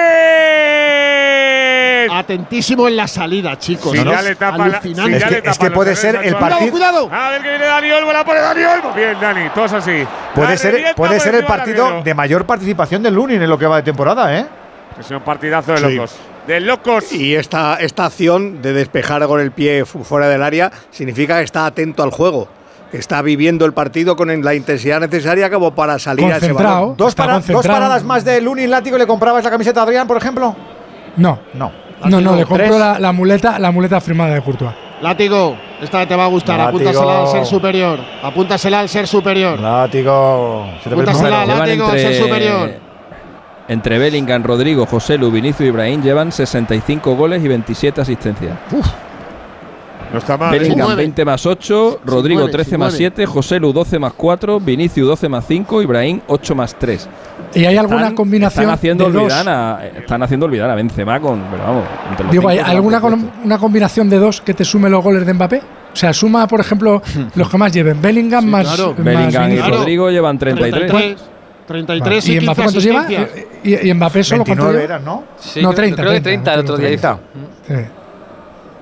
Lunin. Atentísimo en la salida, chicos. Si ¿no? ya le tapa la- Alucinante. si Es ya que- le es tapa que los puede errores ser a el Tchouaméni. partido- ¡Cuidado! A ver que viene Dani Olmo, la pone Dani Olmo. Bien, Dani, todos así. Puede La ser, revienta puede por ser el encima del partido larguero. de mayor participación del Lunin en lo que va de temporada, ¿eh? Es un partidazo de Sí. locos. De locos. Y esta, esta acción de despejar con el pie fu- fuera del área significa que está atento al juego, que está viviendo el partido con la intensidad necesaria como para salir a ese Concentrado. balón. ¿Dos, Está para- dos concentrado. paradas más de Lunin Látigo y le comprabas la camiseta a Adrián, por ejemplo? No, No. no, no, le compro Tres. la, la muleta, la muleta firmada de Courtois. Látigo, esta te va a gustar. Látigo. Apúntasela al ser superior. Apúntasela al ser superior. Látigo. Se te ve el Apúntasela, número. Látigo, al ser superior. Entre Bellingham, Rodrigo, Joselu, Vinicius y Ibrahim llevan sesenta y cinco goles y veintisiete asistencias. No está mal. ¿eh? Bellingham nueve. veinte más ocho, Rodrigo nueve, trece sin más nueve. siete, Joselu doce más cuatro, Vinicius doce más cinco, Ibrahim ocho más tres. ¿Y hay alguna Están- combinación Están haciendo de dos? olvidar a, están haciendo olvidar a Benzema con, pero vamos, entre los Digo, ¿hay cinco alguna delante con- puestos. una combinación de dos que te sume los goles de Mbappé? O sea, suma, por ejemplo, los que más lleven. Bellingham Sí, más, claro. más Bellingham y Vinicius. Rodrigo llevan treinta y tres. treinta y tres. treinta y Vale. tres y, ¿Y quince Mbappé cuántos lleva? asistencias. ¿Y, y Mbappé solo cuántos veintinueve lleva? eran, ¿no? Sí, No, yo- treinta, Creo que treinta, treinta el otro día hizo. treinta. Sí.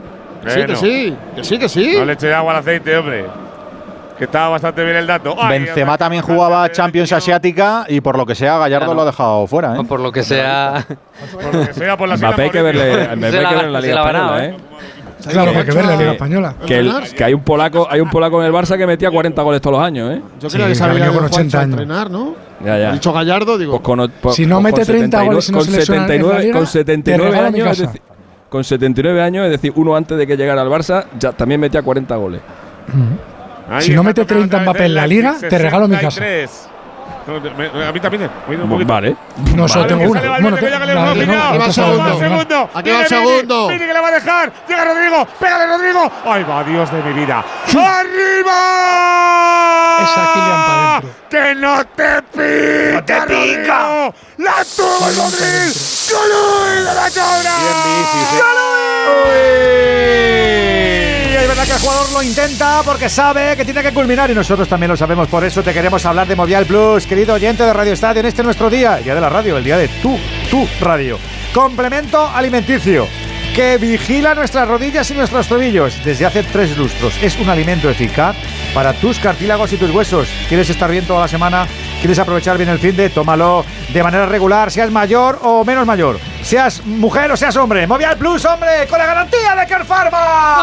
Que sí, que sí, que sí, que sí. No le eché agua al aceite, hombre. Que estaba bastante bien el dato. Ay, Benzema hombre, también jugaba Champions Asiática y por lo que sea Gallardo lo ha dejado fuera, ¿eh? O por lo que sea. Por lo que sea, por la Mbappé hay que verle, Mbappé hay que verle la Liga Española, ¿eh? Claro, hay que ver la Liga Española. Que, el, que hay un polaco, hay un polaco en el Barça que metía cuarenta goles todos los años, ¿eh? Yo creo sí, que sabía con ochenta años. Entrenar, ¿no? Ya, ya. Ha dicho Gallardo, digo. Pues con, pues, si no mete treinta goles y no con se lesiona en la Liga, con setenta y nueve años, es decir, con setenta y nueve años, es decir, uno antes de que llegara al Barça, ya también metía cuarenta goles. Uh-huh. Si no mete treinta Mbappé en la Liga, te regalo mi casa. A mí también. Un poquito. Vale. No, solo tengo uno. Bueno, te, la, la, aquí va el segundo. segundo. Aquí va el segundo. Mini que le va a dejar. Llega Rodrigo. Pégale, Rodrigo. Ay, va, Dios de mi vida. ¡Arriba! Esa Kylian para adentro. ¡Que no te pica! ¡No te pica! ¡La tuvo Rodrigo! ¡Golui de la Cobra! Bien bici. Es verdad que el jugador lo intenta porque sabe que tiene que culminar y nosotros también lo sabemos. Por eso te queremos hablar de Movial Plus, querido oyente de Radio Estadio, en este nuestro día, el día de la radio, el día de tu, tu radio. Complemento alimenticio que vigila nuestras rodillas y nuestros tobillos desde hace tres lustros. Es un alimento eficaz para tus cartílagos y tus huesos. ¿Quieres estar bien toda la semana? ¿Quieres aprovechar bien el finde? Tómalo de manera regular, seas mayor o menos mayor. Seas mujer o seas hombre. Movial Plus, hombre, con la garantía de Care Pharma.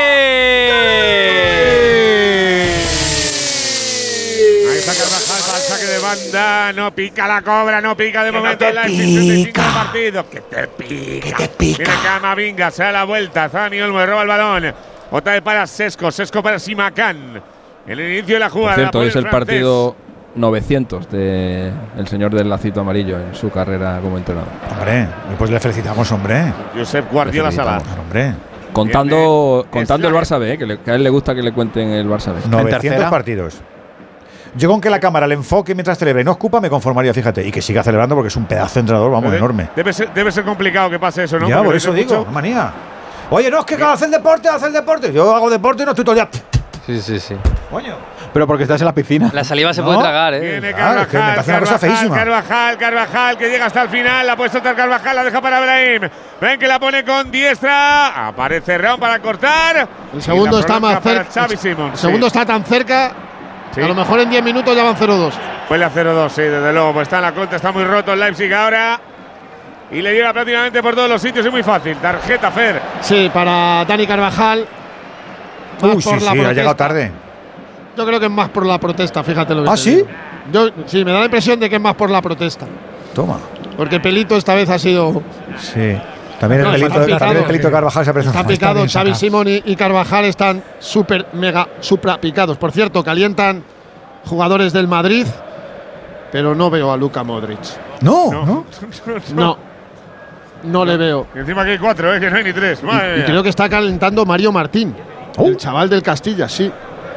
Ahí está Carvajal para el saque de banda. No pica la Cobra, no pica de que momento. No la sesenta y cinco partido. Que te pica. Que te pica. Viene Camavinga, se da la vuelta. Zani Olmo roba el balón. Otra vez para Sesco. Sesco para Simacán. El inicio de la jugada. Por cierto, es el francés. Partido novecientos de el señor del lacito amarillo en su carrera como entrenador. Hombre, pues le felicitamos, hombre. Josep Guardiola Sala. Hombre. Contando, contando el Barça B, que, le, que a él le gusta que le cuenten el Barça B. novecientos partidos. Yo con que la cámara le enfoque mientras celebra y no escupa me conformaría, fíjate. Y que siga celebrando porque es un pedazo de entrenador, vamos, debe, enorme. Debe ser, debe ser complicado que pase eso, ¿no? Ya, porque por eso digo, mucho. Manía. Oye, no, es que hace el deporte, hace el deporte. Yo hago deporte y no estoy todo ya. Sí, sí, sí. Coño. Pero porque estás en la piscina. La saliva se ¿No? puede tragar, ¿eh? Viene Carvajal, claro, me parece una cosa feísima. Carvajal, Carvajal, que llega hasta el final. La puede soltar Carvajal, la deja para Brahim. Ven que la pone con diestra. Aparece Raúl para cortar. El segundo está más cerca. El segundo sí. está tan cerca. Sí. A lo mejor en diez minutos ya van cero dos. Huele a cero dos, sí, desde luego. Pues está en la contra, está muy roto el Leipzig ahora. Y le llega prácticamente por todos los sitios, es muy fácil. Tarjeta Fer. Sí, para Dani Carvajal. Uy, sí, sí, ha llegado tarde. Yo creo que es más por la protesta, fíjate lo que ¿Ah, te sí? digo. Yo, sí, me da la impresión de que es más por la protesta. Toma. Porque Pelito esta vez ha sido… Sí. También, no, el, pelito, picado, también el pelito de Carvajal se ha presentado. Está picado, está Xavi Simón y, y Carvajal están súper, mega, supra picados. Por cierto, calientan jugadores del Madrid, pero no veo a Luka Modric. No, no. No, no, no le veo. Y encima que hay cuatro, ¿eh? Que no hay ni tres. Y, y creo que está calentando Mario Martín, oh. el chaval del Castilla, sí.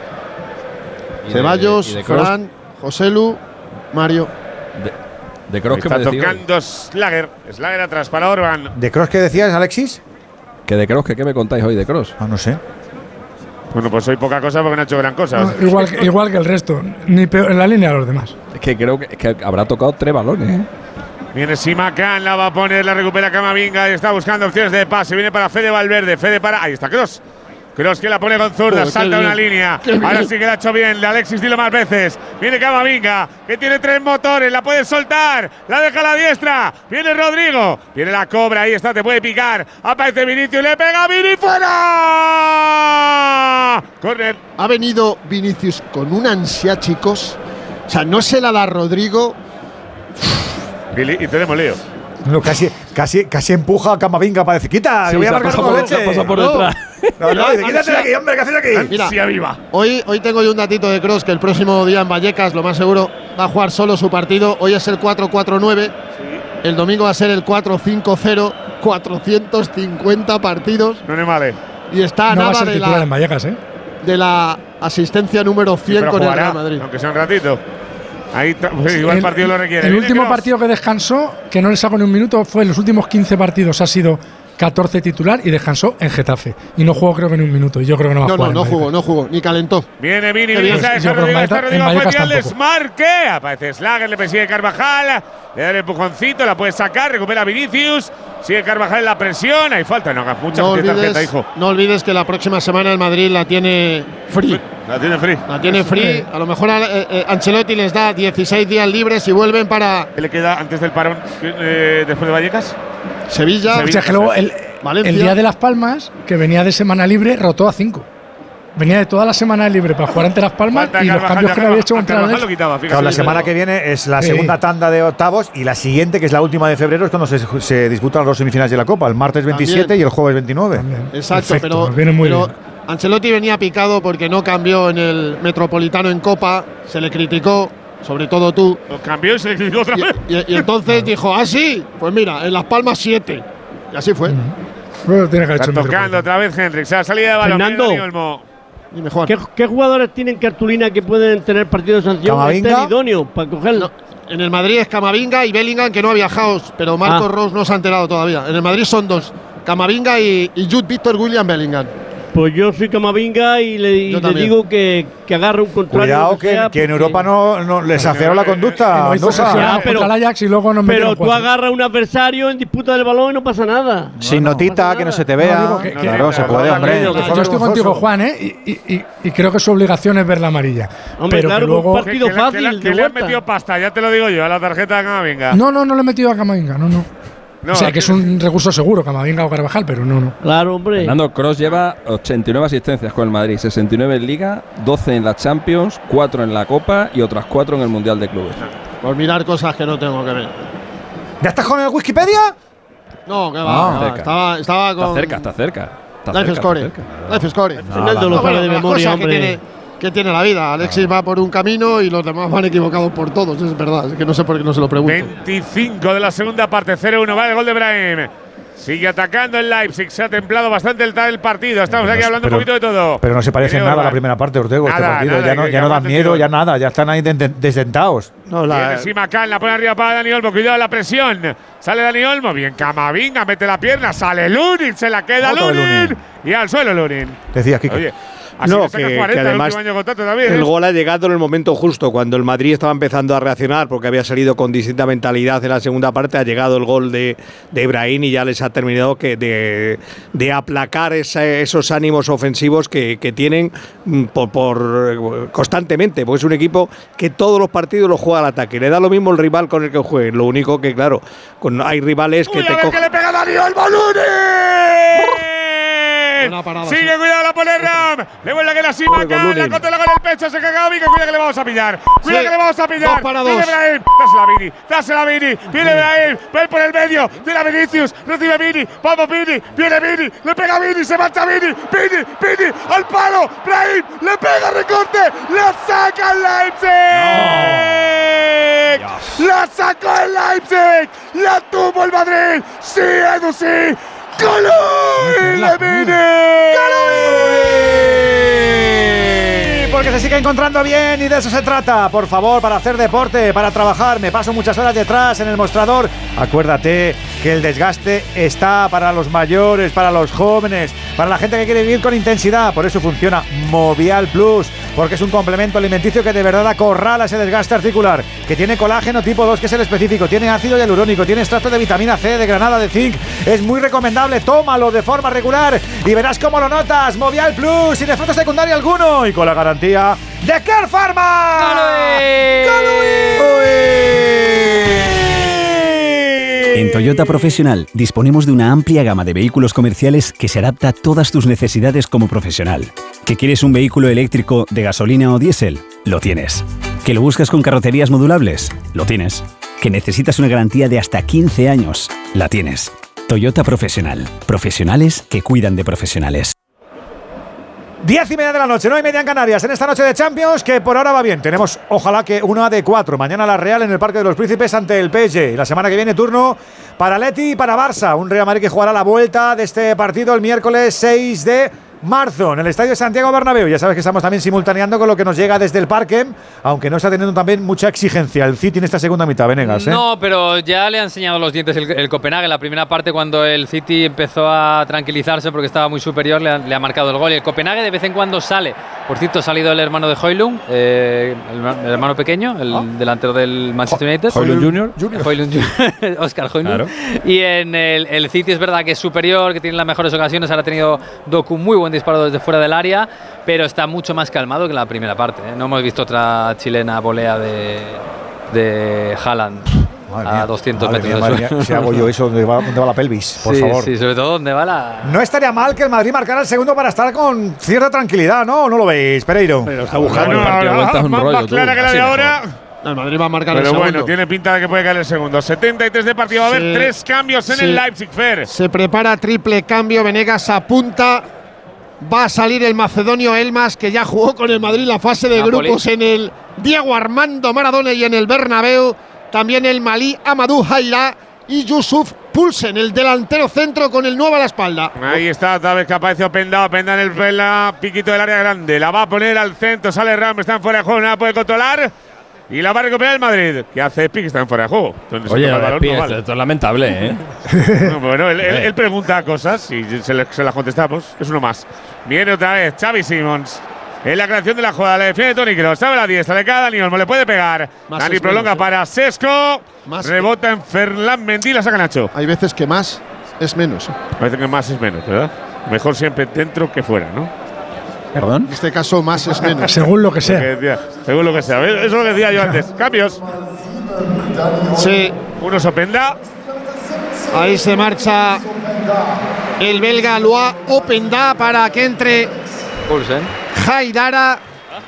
Ceballos, Fran, Joselu, Mario. De, de Kroos que está me decía tocando Slager. Slager atrás para Orban. ¿De Kroos qué decías, Alexis? Que de Kroos, que qué me contáis hoy de Kroos. Ah, no sé. Bueno, pues hoy poca cosa porque no ha hecho gran cosa. No, igual, que, igual que el resto, ni peor, en la línea de los demás. Es que creo que, que habrá tocado tres balones, ¿eh? Viene Simacán, la va a poner, la recupera Camavinga y está buscando opciones de pase. Viene para Fede Valverde, Fede para… Ahí está Kroos. Kroos que la pone con zurda, oh, salta una línea. Ahora sí que la ha hecho bien. Alexis, dilo más veces. Viene Camavinga, que tiene tres motores, la puede soltar. La deja a la diestra. Viene Rodrigo. Viene la Cobra, ahí está, te puede picar. Aparece Vinicius, le pega a Vini, fuera. Corner. Ha venido Vinicius con una ansia, chicos. O sea, no se la da Rodrigo. Y tenemos lío. No, casi, casi, casi empuja a Camavinga para decir, quita, sí, que voy a marcar con leche. Pasa por detrás. No, no, no, quítate de aquí, hombre, ¿qué haces aquí? Mira, sí, viva. Hoy, hoy tengo yo un datito de Kroos que el próximo día en Vallecas, lo más seguro, va a jugar solo su partido. Hoy es el cuatro cuatro nueve. Sí. El domingo va a ser el cuatro cinco cero. cuatrocientos cincuenta partidos. No es vale. Y está a no nada va a ser de, la, en Vallecas, ¿eh? de la asistencia número cien sí, con jugará, el Real Madrid. Aunque sea un ratito. Ahí pues igual el partido lo requiere. El Viene último Kroos. partido que descansó, que no le sacó ni un minuto, fue en los últimos quince partidos. Ha sido catorce titular y descansó en Getafe. Y no jugó creo que ni un minuto. Y yo creo que no va no, a jugar. No, no jugó, no jugó, ni calentó. Viene Vini, Qué Vini, bien. está Yo creo que Rodrigo, en está Vallecas- Rodrigo en Vallecas Fuentes, tampoco. desmarque. Aparece Slager, le persigue Carvajal. Le da el empujoncito, la puede sacar, recupera Vinicius. Sigue Carvajal en la presión. Hay falta, no hagas mucha No tarjeta, olvides, hijo. no olvides que la próxima semana el Madrid la tiene free. La tiene free. La tiene free. A lo mejor a, eh, eh, Ancelotti les da dieciséis días libres y vuelven para. ¿Qué le queda antes del parón eh, después de Vallecas? Sevilla. O sea, que luego el, Valencia. el día de Las Palmas, que venía de semana libre, rotó a cinco. Venía de toda la semana libre para jugar ante Las Palmas Falta y los Carvajal, cambios ya que le había hecho Carvajal- contra Carvajal el lo quitaba, fíjate. Claro, la semana que viene es la Sí. segunda tanda de octavos y la siguiente, que es la última de febrero, es cuando se, se disputan las dos semifinales de la Copa, el martes veintisiete También. y el jueves veintinueve. Exacto, Perfecto, pero, nos viene muy pero bien. Ancelotti venía picado porque no cambió en el Metropolitano en Copa. Se le criticó, sobre todo tú. Los cambió y se le criticó otra vez. Y, y- y entonces dijo, ah, sí, pues mira, en Las Palmas siete. Y así fue. Bueno, tiene que haber Está hecho el tocando otra vez Henrik. Se ha salido de balón. Fernando. Viene Dani Olmo. Dime, Juan. ¿Qué, qué jugadores tienen cartulina que pueden tener partido de sanción? Camavinga. Este es idóneo para cogerlo. En el Madrid es Camavinga y Bellingham, que no ha viajado, pero Marcos Ah. Rose no se ha enterado todavía. En el Madrid son dos, Camavinga y, y Jude Víctor William Bellingham. Pues yo soy Camavinga y le, y Yo le también. digo que, que agarre un contrario. Cuidado lo que, sea, que en porque- Europa no, no les afiaron la conducta. No hay Andújar. posesión Ya, pero- contra el Ajax y luego nos Pero metieron tú cuatro. agarras a un adversario en disputa del balón y no pasa nada. Sin notita, que no se te vea. No, digo que- que- claro, se que- puede, que- hombre. Yo estoy contigo, Juan, ¿eh? Y, y- y- y creo que su obligación es ver la amarilla. Hombre, pero claro, que un luego. partido Que le- fácil que le, de que le han vuelta. metido pasta, ya te lo digo yo, a la tarjeta de Camavinga. No, no, no le he metido a Camavinga, no, no. No, o sea, que aquí- es un recurso seguro, Camavinga o Carvajal, pero no, no. Claro, hombre. Fernando Cross lleva ochenta y nueve asistencias con el Madrid, sesenta y nueve en Liga, doce en la Champions, cuatro en la Copa y otras cuatro en el Mundial de Clubes. Por mirar cosas que no tengo que ver. ¿Ya estás con el Wikipedia? No, que va. Ah, que va. cerca. Estaba, estaba con. Está cerca, está cerca. Está Life cerca, Score. está cerca. Life Score. Fernando lo No, sabe bueno, de las memoria, cosas que hombre. tiene, que tiene la vida. Alexis va por un camino y los demás van equivocados por todos. Es verdad. Es que no sé por qué no se lo pregunto. veinticinco de la segunda parte, cero uno. Va el gol de Brahim. Sigue atacando el Leipzig. Se ha templado bastante el, el partido. Estamos aquí hablando pero- un poquito de todo. Pero no se parece en Viene nada a la Orban. primera parte, Ortego, este Nada, partido. nada, ya no, que- ya que no da avance, miedo, tío. ya nada, ya están ahí de- de- desdentados. No, Viene la, Simacan, la pone arriba para Dani Olmo. Cuidado la presión. Sale Dani Olmo. Bien, Camavinga mete la pierna. Sale Lunin. Se la queda Otro de Lunin. Lunin. Y al suelo Lunin. Decías, Kike. Oye, así No, le saca que- cuarenta que el además último año de contrato también. el ¿eh? gol ha llegado en el momento justo, cuando el Madrid estaba empezando a reaccionar porque había salido con distinta mentalidad en la segunda parte. Ha llegado el gol de, de Brahim y ya les ha terminado que de, de aplacar esa- esos ánimos ofensivos que, que tienen mm, por, por- constantemente, porque es un equipo que todos los partidos lo juega al ataque. Le da lo mismo el rival con el que juegue. Lo único que, claro, con, hay rivales que Uy, te a ver que cogen. le pega Dani Olmo. Lunin. Buena parada, Sigue, sí. cuidado, la pone Ram. Le vuelve a quedar Joder, Simacan. con La Lunin. contra con el pecho. Se caga Vica. Cuida que le vamos a pillar. Cuida Sí. que le vamos a pillar. Dos para Viene dos. Brahim. Dásela a Vini. Dásela a Vini. Viene Brahim. Va por el medio. Tira Vinicius. Recibe Vini. Vamos, Vini. Viene Vini. Le pega Vini. Se marcha Vini. Vini. Vini. Al palo. Brahim. Le pega recorte. La saca el Leipzig. La sacó el Leipzig. La tuvo el Madrid. Sí, Edu, sí. ¡Golui! ¡Le Sí, porque se sigue encontrando bien y de eso se trata. Por favor, para hacer deporte, para trabajar, me paso muchas horas detrás en el mostrador. Acuérdate que el desgaste está para los mayores, para los jóvenes, para la gente que quiere vivir con intensidad. Por eso funciona Movial Plus, porque es un complemento alimenticio que de verdad acorrala ese desgaste articular, que tiene colágeno tipo dos, que es el específico, tiene ácido hialurónico, tiene extracto de vitamina C, de granada, de zinc. Es muy recomendable, tómalo de forma regular y verás cómo lo notas. Movial Plus, sin efecto secundario alguno y con la garantía de Care Pharma. En Toyota Profesional disponemos de una amplia gama de vehículos comerciales que se adapta a todas tus necesidades como profesional. ¿Que quieres un vehículo eléctrico de gasolina o diésel? Lo tienes. ¿Que lo buscas con carrocerías modulables? Lo tienes. ¿Que necesitas una garantía de hasta quince años? La tienes. Toyota Profesional. Profesionales que cuidan de profesionales. Diez y media de la noche, nueve y media en Canarias, en esta noche de Champions, que por ahora va bien. Tenemos, ojalá que una de cuatro. Mañana la Real en el Parque de los Príncipes ante el P S G. La semana que viene turno para Leti y para Barça. Un Real Madrid que jugará la vuelta de este partido el miércoles seis de marzo, en el Estadio Santiago Bernabéu. Ya sabes que estamos también simultaneando con lo que nos llega desde el parque, aunque no está teniendo también mucha exigencia el City en esta segunda mitad, Venegas. ¿eh? No, pero ya le ha enseñado los dientes el, el Copenhague. En la primera parte, cuando el City empezó a tranquilizarse porque estaba muy superior, le ha, le ha marcado el gol. Y el Copenhague de vez en cuando sale. Por cierto, ha salido el hermano de Højlund, eh, el, el hermano pequeño, el ah. delantero del Manchester United. Højlund Junior Højlund Junior Oscar Højlund. Claro. Y en el, el City es verdad que es superior, que tiene las mejores ocasiones. Ahora ha tenido Doku muy buen disparo desde fuera del área, pero está mucho más calmado que en la primera parte. ¿eh? No hemos visto otra chilena volea de, de Haaland a doscientos metros. Madre mía, si hago yo eso, ¿dónde va, dónde va la pelvis? Por sí, favor. Sí, sobre todo, ¿dónde va la...? No estaría mal que el Madrid marcara el segundo para estar con cierta tranquilidad, ¿no? ¿No lo veis, Pereiro? Pero está buscando no, el partido. No, no, un más, rollo, más clara que la de ahora. El Madrid va a marcar Pero el segundo. Pero bueno, tiene pinta de que puede caer el segundo. setenta y tres de partido. Va a haber sí, tres cambios en sí. el Leipzig, Fer. Se prepara triple cambio. Venegas apunta. Va a salir el macedonio Elmas, que ya jugó con el Madrid la fase de Napoli. Grupos en el Diego Armando Maradona y en el Bernabéu. También el malí Amadou Haïra y Yusuf Poulsen, el delantero centro con el nueve a la espalda. Ahí está, otra vez que aparece Openda. Openda en el pela, piquito del área grande. La va a poner al centro. Sale Ram, está en fuera de juego, no la puede controlar. Y la va a recuperar el Madrid. ¿Qué hace Epi? Que está en fuera de juego. Entonces, Oye, el balón, no vale. Esto es lamentable, ¿eh? no, bueno, él, él, él pregunta cosas y se, le, se las contestamos. Es uno más. Viene otra vez Xavi Simons. En la creación de la jugada, le defiende Toni Kroos. Sabe la diestra, le cae Dani Olmo, le puede pegar. Más Dani prolonga menos, para Sesco. Más rebota en Ferland Mendy, la saca Nacho. Hay veces que más es menos. Hay veces que más es menos, ¿verdad? Mejor siempre dentro que fuera, ¿no? ¿Perdón? En este caso, más es menos. Según lo que sea. Lo que decía, según lo que sea. Eso es lo que decía yo antes. Cambios. Sí. Uno se Openda. Ahí se marcha el belga Loa Openda para que entre Poulsen. Haidara.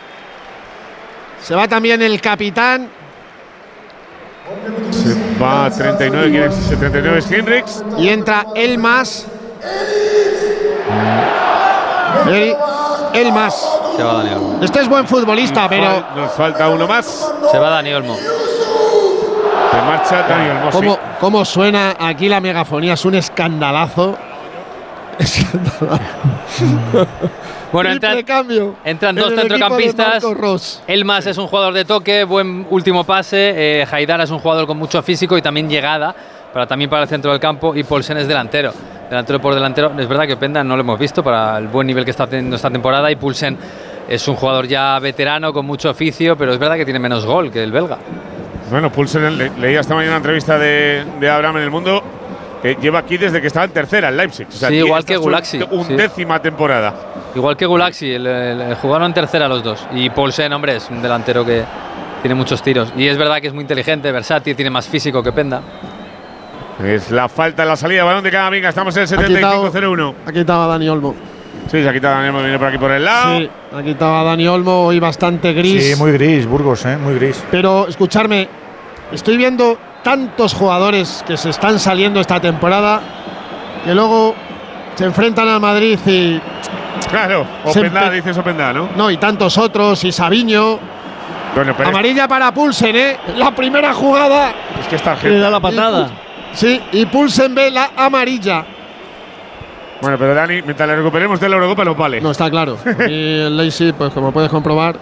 Se va también el capitán. Se va a treinta y nueve. ¿Quién es? treinta y nueve es Henriks. Y entra Elmas. El, Elmas. Se va Dani Olmo. Este es buen futbolista, nos pero. Fal, nos falta uno más. Se va Dani Olmo. Se marcha Dani Olmo. ¿Cómo, sí. ¿Cómo suena aquí la megafonía? Es un escandalazo. Escandalazo. Bueno, entran, cambio entran dos centrocampistas. Elmas es un jugador de toque, buen último pase. Eh, Haidara es un jugador con mucho físico y también llegada, para, también para el centro del campo. Y Poulsen es delantero. Delantero por delantero. Es verdad que Openda no lo hemos visto para el buen nivel que está teniendo esta temporada. Y Poulsen es un jugador ya veterano con mucho oficio, pero es verdad que tiene menos gol que el belga. Bueno, Poulsen, le, leía esta mañana una entrevista de, de Abraham en El Mundo. Que lleva aquí desde que estaba en tercera, en Leipzig. O sea, sí, igual que Gulaxi. Undécima sí. temporada. Igual que Gulaxi, el, el, el, jugaron en tercera los dos. Y Poulsen, hombre, es un delantero que tiene muchos tiros. Y es verdad que es muy inteligente, versátil, tiene más físico que Openda. Es la falta en la salida, balón de Camavinga. Estamos en el setenta y cinco cero uno. Aquí estaba Dani Olmo. Sí, se ha quitado Dani Olmo, viene por aquí por el lado. Sí, aquí estaba Dani Olmo, hoy bastante gris. Sí, muy gris, Burgos, ¿eh? Muy gris. Pero, escucharme, estoy viendo tantos jugadores que se están saliendo esta temporada que luego se enfrentan al Madrid y… Claro, Openda, dices Openda, ¿no? No, y tantos otros, y Sabiño. Bueno, pero amarilla para Poulsen, ¿eh? La primera jugada. Es que está le da la patada. Y, sí, y Poulsen ve la amarilla. Bueno, pero Dani, mientras le recuperemos de la Eurocopa, lo vale. No, está claro. Y el Leipzig, pues como puedes comprobar.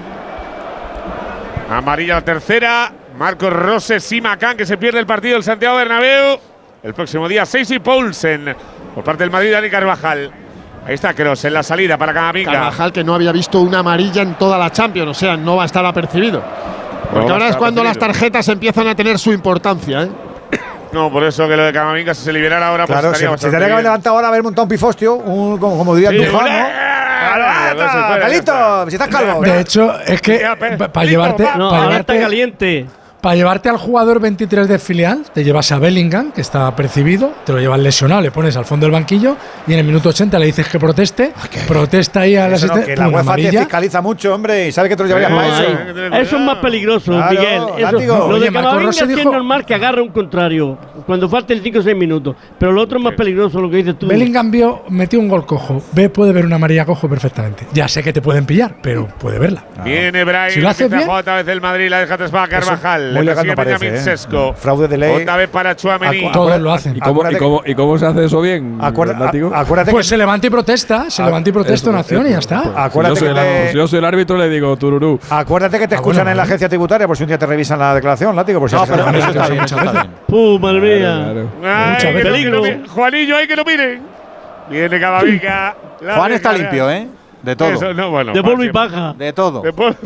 Amarilla la tercera. Marcos Rose, Simacan, que se pierde el partido del Santiago Bernabéu. El próximo día, seis y Poulsen. Por parte del Madrid, Dani Carvajal. Ahí está Kroos en la salida para Camavinga. Carvajal, que no había visto una amarilla en toda la Champions, o sea, no va a estar apercibido. Porque no ahora es cuando las tarjetas empiezan a tener su importancia, ¿eh? No, por eso que lo de Camavinga, si se liberara ahora, claro, pues estaría se, se tendría que haber levantado ahora a haber montado un pifostio, un, como, como diría sí, Duján, ¿no? ¡Claro, pelito! Si estás calvo. De hecho, es que para llevarte… No, pa ahora llevarte, está caliente. Para llevarte al jugador veintitrés de filial, te llevas a Bellingham, que está percibido, te lo llevas lesionado, le pones al fondo del banquillo y en el minuto ochenta le dices que proteste, okay. protesta ahí a la asistente. No, que la UEFA te fiscaliza mucho, hombre, y sabe que te lo llevarías no, para eso. Eso es más peligroso, claro, Miguel. Eso, no, lo de Camavinga sí es normal que agarre un contrario cuando falten cinco o seis minutos, pero lo otro es más peligroso, lo que dices tú. Bellingham vio, metió un gol cojo, ve, puede ver una amarilla cojo perfectamente. Ya sé que te pueden pillar, pero puede verla. Viene Brian, si lo haces bien, otra vez el Madrid, la deja atrás para Carvajal. legal. Muy legal no parece, ¿eh? Fraude de ley. Otra vez para Tchouaméni. Todos lo hacen. ¿Y cómo, y, cómo, ¿Y cómo se hace eso bien? Acuérdate, acuérdate pues que se levanta y protesta, se levanta y protesta una acción y ya está. Acuérdate si, yo soy que el, si yo soy el árbitro, le digo tururú. Acuérdate que te Ah, escuchan bueno, en la ¿eh? agencia tributaria por si un día te revisan la declaración, látigo. Por si No, haces pero algo. eso está bien, eso está bien. ¡Pum, madre mía! Ay, Muchas que no- veces. que no mi- Juanillo, ahí que lo miren. Viene Camavinga. la Juan está recarga. limpio, ¿eh? De todo. Eso, no, bueno, De Juan polvo y siempre. paja. De todo. De polvo.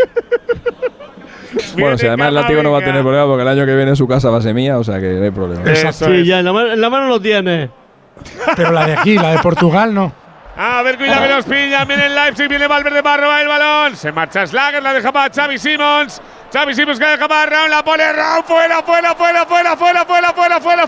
Bueno, si además el látigo no va a tener problema porque el año que viene su casa va a ser mía, o sea que no hay problema. Eso Sí, es. ya, en la, mano, en la mano lo tiene. Pero la de aquí, la de Portugal, no. A ver, cuidado que los pillan. Viene el Leipzig, viene Valverde para robar el balón. Se marcha Schlager, la deja para Xavi Simons. Xavi Simons que deja para Raúl, la pone Raúl. Fuera, fuera, fuera, fuera, fuera, fuera, fuera, fuera,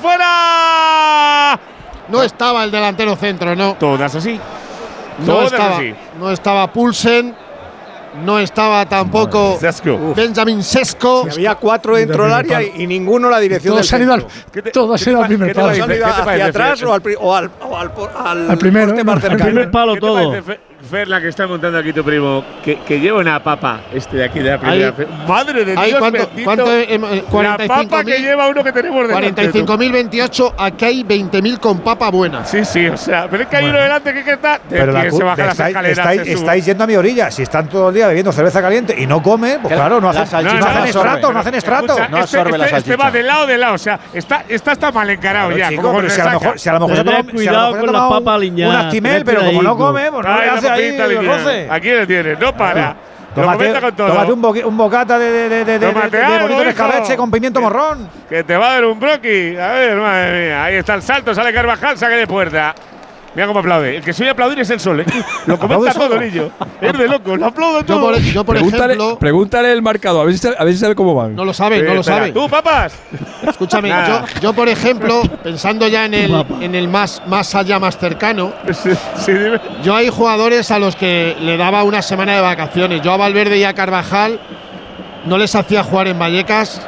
fuera. No estaba el delantero centro, no. Todas así. No Todas estaba, así. no estaba Poulsen, no estaba tampoco Sesko. Benjamin Sesko. Y había cuatro dentro del área y, y ninguno la dirección Todos del han ido al, centro. ¿Qué te- todos qué han ido te al primer pa- qué te palo. parece? ¿Han ido ¿Qué te hacia parece, atrás Fer? o al, pri- o al, o al, al, Al primero, poste no, más al cercano? primer palo ¿Qué te todo. parece, Fer, Fer, la que está montando aquí tu primo? Que, que lleva una papa este de aquí de la primera. Ahí- Fer. Madre de Ahí Dios, cuánto, bendito. cuánto eh, eh, La papa que cuarenta y cinco mil lleva uno que tenemos delante. cuarenta y cinco mil veintiocho, aquí hay veinte mil con papa buena. Sí, sí, o sea, pero es que hay uno delante que, que está. Pero la que cu- se baja las estáis, escaleras. estáis, se sube. estáis yendo a mi orilla. Si están todo el día bebiendo cerveza caliente y no comen, pues Que claro, no la hacen, salchicha no no hacen absorbe. estrato, no hacen estrato. Escucha, No este, absorbe la este, este salchicha. va de lado de lado, o sea, está, esta está mal encarado Claro, ya. chico, como con pero si a lo resaca. mejor, si a lo mejor se ha Tened tomado- si a lo cuidado mejor se ha con la tomado papa un- aliñada, un Actimel, tened pero como no cuidadico. come, pues no Ay, le la hace ahí papita el alineada. roce. Aquí le tienes, no para. Lo Tómate, comenta con todo. tómate un, boqui- un bocata de, de, de, de, de, Tómate de, de algo, bonito de hijo. escabeche con pimiento morrón. Que te va a dar un broqui. A ver, madre mía. Ahí está el salto, sale Carvajal, saque de puerta. Mira cómo aplaude. El que se oye aplaudir es el sol, ¿eh? Lo comenta Aplaude todo, solo. niño. Es de loco, lo aplaudo Yo todo. por, yo, por Pregúntale, ejemplo, pregúntale el marcador, a ver, si sabe, a ver si sabe cómo van. no lo sabe, Eh, no lo espera, sabe. ¿Tú, papas? Escúchame, Nada. yo, yo por ejemplo, pensando ya en el, en el más, más allá, más cercano, Sí, sí, dime. yo hay jugadores a los que le daba una semana de vacaciones. Yo a Valverde y a Carvajal no les hacía jugar en Vallecas,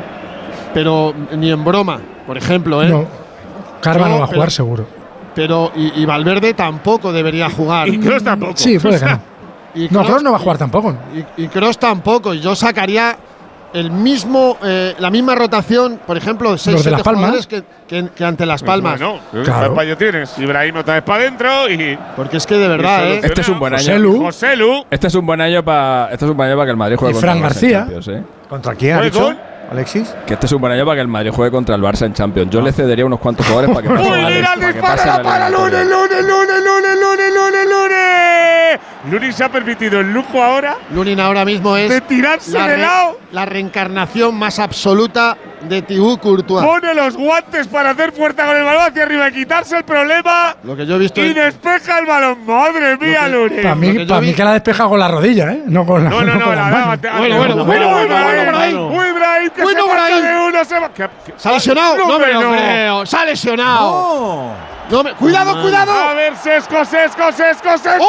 pero ni en broma, por ejemplo, ¿eh? No. Carva No, no va a pero- jugar seguro. Pero y, y Valverde tampoco debería jugar. Y Kroos tampoco. Sí, puede que no. Y No, Kroos- Kroos no va a jugar tampoco. Y, y Kroos tampoco. Y yo sacaría el mismo, eh, la misma rotación, por ejemplo, seis Los de siete Las Palmas. jugadores que, que- que ante Las Palmas. Bueno, Claro. ¿qué fallo tienes? Ibrahim otra vez para adentro y. Porque es que de verdad, y ¿eh? Este es un buen año. Joselu. Joselu. Este es un buen año para este es un buen año para que el Madrid juegue Y contra Fran el Barça en García. Champions, ¿eh? ¿Contra quién ha Oye, dicho? gol. Alexis. Que este es un buen año para que el Madrid juegue contra el Barça en Champions. Yo le cedería unos cuantos jugadores para que ¡Uy, pasen mira el para que disparo! pasen a ¡La la para Lunes, eliminatoria. lunes, lunes, lunes, lunes, lunes, lunes! Lunin se ha permitido el lujo ahora Lunin ahora mismo es de tirarse la, de re- lado. la reencarnación más absoluta de Thibaut Courtois. Pone los guantes para hacer fuerza con el balón hacia arriba y quitarse el problema. Lo que yo he visto Y en- despeja el balón. ¡Madre mía, Lunin! Para mí, Lo que yo para vi- mí que la despeja con la rodilla, ¿eh? No con la No, no, no, con la las manos. daba. Bueno, bueno, bueno, bueno, bueno, Brahim. Uy, Brahim, que Bueno, se marcha Brahim. de uno, se va. que- que- ¿Se ha lesionado? No, me hombre, lo no. creo. Se ha lesionado. No. No me- cuidado, cuidado. A ver, Sesco, Sesco, Sesco, Sesco.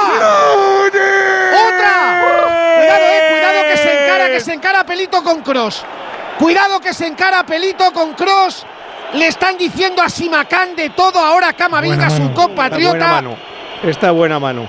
¡Otra! ¡Lunin! ¡Otra! Cuidado, eh, cuidado que se encara, que se encara Pelito con Kroos. Cuidado que se encara Pelito con Kroos. Le están diciendo a Simacán de todo ahora Camavinga, Buena su mano. Esta buena compatriota. mano. Esta buena mano.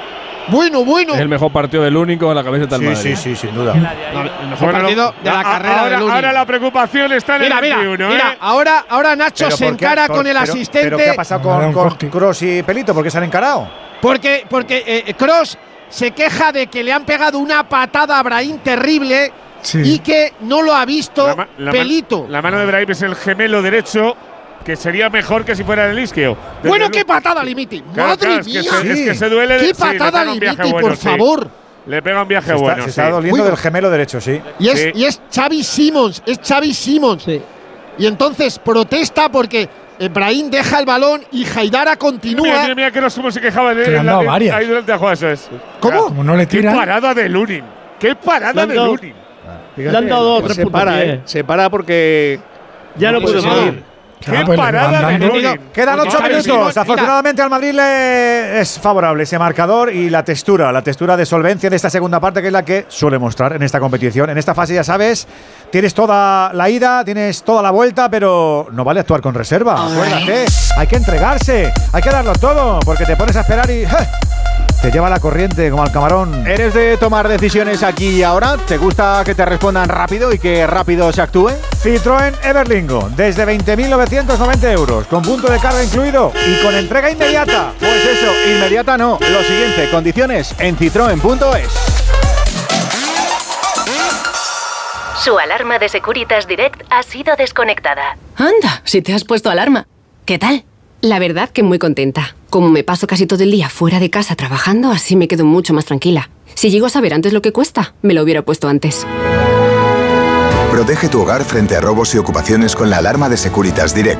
Bueno, bueno. Es el mejor partido del único en la camiseta del Sí, Madrid. sí, sí, sin duda. La- el mejor Bueno, partido de la a- carrera ahora, de Lunin. ahora la preocupación está en Mira, el mira, veintiuno, mira, ¿eh? ahora, ahora Nacho Pero se ¿por qué? encara Por- con el pero- asistente. ¿Pero qué ha pasado Aaron con, con Koski. Kroos y Pelito? ¿Por qué se han encarado? Porque, porque eh, Kroos se queja de que le han pegado una patada a Brahim terrible Sí. y que no lo ha visto La ma- la ma- Pelito. La mano de Brahim es el gemelo derecho, que sería mejor que si fuera el isquio. Desde Bueno, luego- qué patada limite. Claro, Madre claro, es que mía. se- es que se duele de- Qué sí, le patada pega un viaje limite, bueno, por sí. favor. Le pega un viaje Se está, bueno. se sí. está doliendo Uy, del gemelo derecho, sí. Y es, Sí. y es Xavi Simons, es Xavi Simons. Y entonces protesta porque eh, Brahim deja el balón y Haidara continúa. Mira, mira, mira que no es como se quejaba de Que le han la- dado de- varias. ahí durante el juego, eso es. ¿Cómo? Como no le ¡Qué tiran. parada de Lunin! ¡Qué parada Le han de dado- Lunin! Le han dado dos, tres se puntos. para, diez. ¿eh? Se para porque Ya no puede puede más. seguir. ¡Qué Ah, pues le parada van de dando- Lunin! Quedan Porque ocho Xavi minutos. Simons, mira. Afortunadamente al Madrid le es favorable ese marcador y la textura, la textura de solvencia de esta segunda parte, que es la que suele mostrar en esta competición. En esta fase, ya sabes, tienes toda la ida, tienes toda la vuelta, pero no vale actuar con reserva. Acuérdate, hay que entregarse, hay que darlo todo, porque te pones a esperar y ¡eh! Te lleva la corriente como al camarón. ¿Eres de tomar decisiones aquí y ahora? ¿Te gusta que te respondan rápido y que rápido se actúe? Citroën Everlingo, desde veinte mil novecientos noventa euros, con punto de carga incluido y con entrega inmediata. Pues eso, inmediata no. Lo siguiente, condiciones en citroen punto es. Su alarma de Securitas Direct ha sido desconectada. Anda, si te has puesto alarma. ¿Qué tal? La verdad que muy contenta. Como me paso casi todo el día fuera de casa trabajando, así me quedo mucho más tranquila. Si llego a saber antes lo que cuesta, me lo hubiera puesto antes. Protege tu hogar frente a robos y ocupaciones con la alarma de Securitas Direct.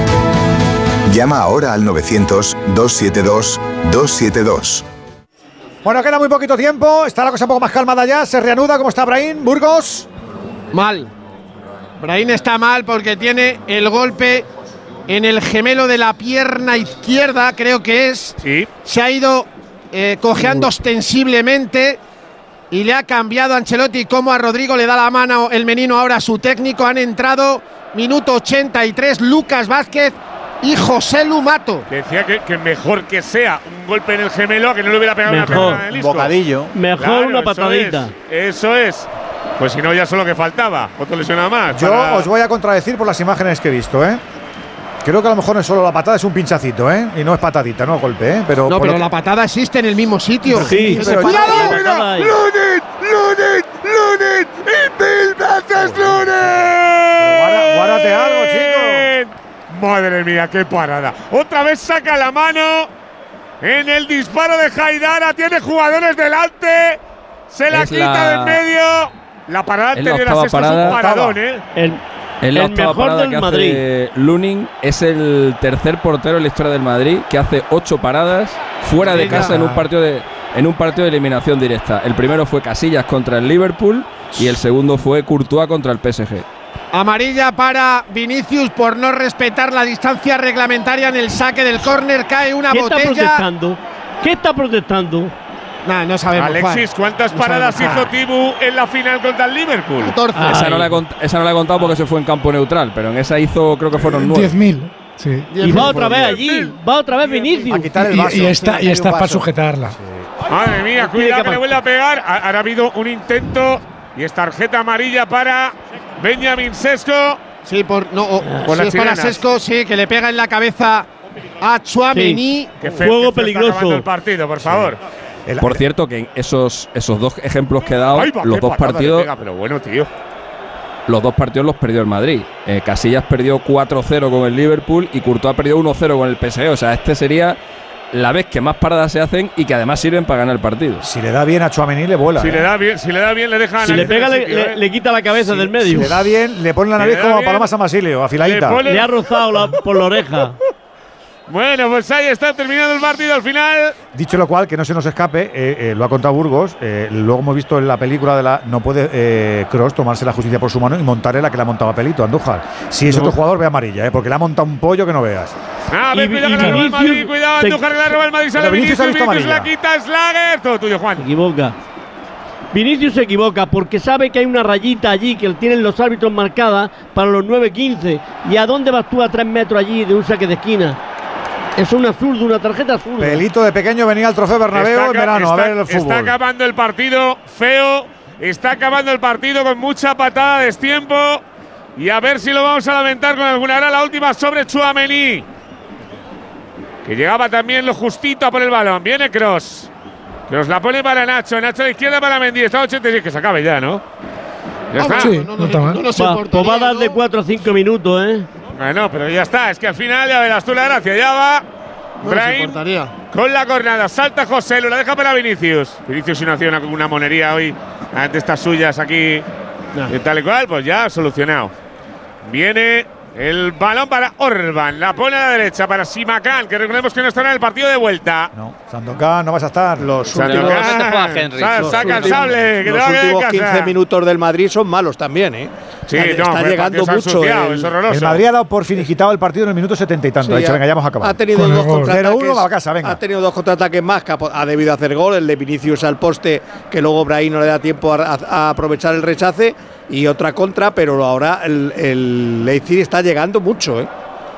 Llama ahora al novecientos, doscientos setenta y dos, doscientos setenta y dos. Bueno, queda muy poquito tiempo. Está la cosa un poco más calmada ya. Se reanuda. ¿Cómo está Brahim? ¿Burgos? Mal. Brahim está mal porque tiene el golpe en el gemelo de la pierna izquierda, creo que es. Sí. Se ha ido eh, cojeando ostensiblemente y le ha cambiado a Ancelotti como a Rodrigo le da la mano el menino ahora a su técnico. Han entrado minuto ochenta y tres Lucas Vázquez y José Lumato. Decía que, que mejor que sea un golpe en el gemelo a que no le hubiera pegado mejor, una pegada en el isco. Bocadillo. Mejor claro, una patadita. Eso es, eso es. Pues si no, ya solo que faltaba. Otro lesionado más. Yo para... os voy a contradecir por las imágenes que he visto, ¿eh? Creo que a lo mejor no es solo la patada, es un pinchacito, ¿eh? Y no es patadita, no golpe, ¿eh? Pero, no, pero lo... la patada existe en el mismo sitio. Sí, pero ¡cuidado! ¡Lunin! ¡Lunin! ¡Lunin! ¡Y mil veces Lunin! Guárdate algo, chico. Madre mía, qué parada. Otra vez saca la mano en el disparo de Haidara. Tiene jugadores delante. Se la es quita la... de en medio. La parada anterior a es un paradón, ¿eh? El, el, el mejor parada del que Madrid. Hace Lunin es el tercer portero en la historia del Madrid que hace ocho paradas fuera de casa en un partido de en un partido de eliminación directa. El primero fue Casillas contra el Liverpool y el segundo fue Courtois contra el P S G. Amarilla para Vinicius por no respetar la distancia reglamentaria en el saque del córner. Cae una ¿Qué botella. ¿Qué está protestando? ¿Qué está protestando? Nah, no sabemos. Alexis, ¿cuántas no paradas sabemos. hizo Tibu en la final contra el Liverpool? Ah, esa, no la he, esa no la he contado porque se fue en campo neutral, pero en esa hizo, creo que fueron nueve. diez mil. Sí. Y va otra vez allí, va otra vez Vinicius. A quitar el vaso. Y, y está, y está para sujetarla. Sí. Madre mía, cuidado que le vuelve a pegar. Ha, ha habido un intento y es tarjeta amarilla para Benjamin Sesko. Sí, por no, oh, por si es para Sesko, sí, que le pega en la cabeza a Tchouaméni. Sí. Que juego peligroso. El partido, por favor. Sí. El, Por cierto, que en esos, esos dos ejemplos que he dado, Ay, los dos partidos. Pega, pero bueno, tío. Los dos partidos los perdió el Madrid. Eh, Casillas perdió cuatro cero con el Liverpool y Courtois perdió uno cero con el P S G. O sea, este sería la vez que más paradas se hacen y que además sirven para ganar el partido. Si le da bien a Tchouaméni, le vuela. Si eh. le da bien, si le da bien, le deja. Si le pega, le, sitio, le, eh. le quita la cabeza si, del medio. Si le da bien, le pone la nariz como a Paloma San Basilio, afiladita. Le, pone, le ha rozado la, por la oreja. Bueno, pues ahí está terminando el partido al final. Dicho lo cual, que no se nos escape, eh, eh, lo ha contado Burgos, eh, luego hemos visto en la película de la… No puede eh, Kroos tomarse la justicia por su mano y montarle la que le ha montado a Pelito, Andújar. Si es no. otro jugador, ve amarilla, eh, porque le ha montado un pollo que no veas. Ah, ven, cuidado que la roba el Madrid, cuidado, Andújar que la roba el Madrid, sale Vinicius, Vinicius, Vinicius la quita, Slager, todo tuyo, Juan. Se equivoca. Vinicius se equivoca porque sabe que hay una rayita allí que tienen los árbitros marcada para los nueve quince. ¿Y a dónde vas tú a tres metros allí de un saque de esquina? Es un azul, de una tarjeta azul. Pelito de pequeño venía al Trofeo Bernabéu está, en verano está, a ver el fútbol. Está acabando el partido feo, está acabando el partido con mucha patada de destiempo y a ver si lo vamos a lamentar con alguna. Ahora la última sobre Tchouaméni, que llegaba también lo justito a por el balón. Viene Kroos. Kroos la pone para Nacho, Nacho a la izquierda para Mendy. Está ochenta y seis, que se acabe ya, ¿no? Ya está. Sí, no, no, no, no, no, no va, pues va a dar de cuatro o cinco minutos, ¿eh? Bueno, pero ya está, es que al final ya verás tú la gracia. Ya va no Brahim con la cornada. Salta José, lo la deja para Vinicius. Vinicius sin hacer una, una monería hoy ante estas suyas aquí, no. y tal y cual, pues ya solucionado. Viene el balón para Orban, la pone a la derecha para Simakan, que recordemos que no estará en el partido de vuelta. No, Sandokan no vas a estar. Los últimos, saca el sable, que los te últimos quince minutos del Madrid son malos también, ¿eh? Sí, está, no, está llegando mucho. El, es horroroso. El Madrid ha dado por finiquitado el partido en el minuto setenta y tanto. Sí, ha dicho, venga, ya hemos acabado. Ha tenido dos contraataques. uno a casa, venga. Ha tenido dos contraataques más que ha debido hacer gol. El de Vinicius al poste, que luego Brahim no le da tiempo a, a, a aprovechar el rechace. Y otra contra, pero ahora el, el Leipzig está llegando mucho, ¿eh?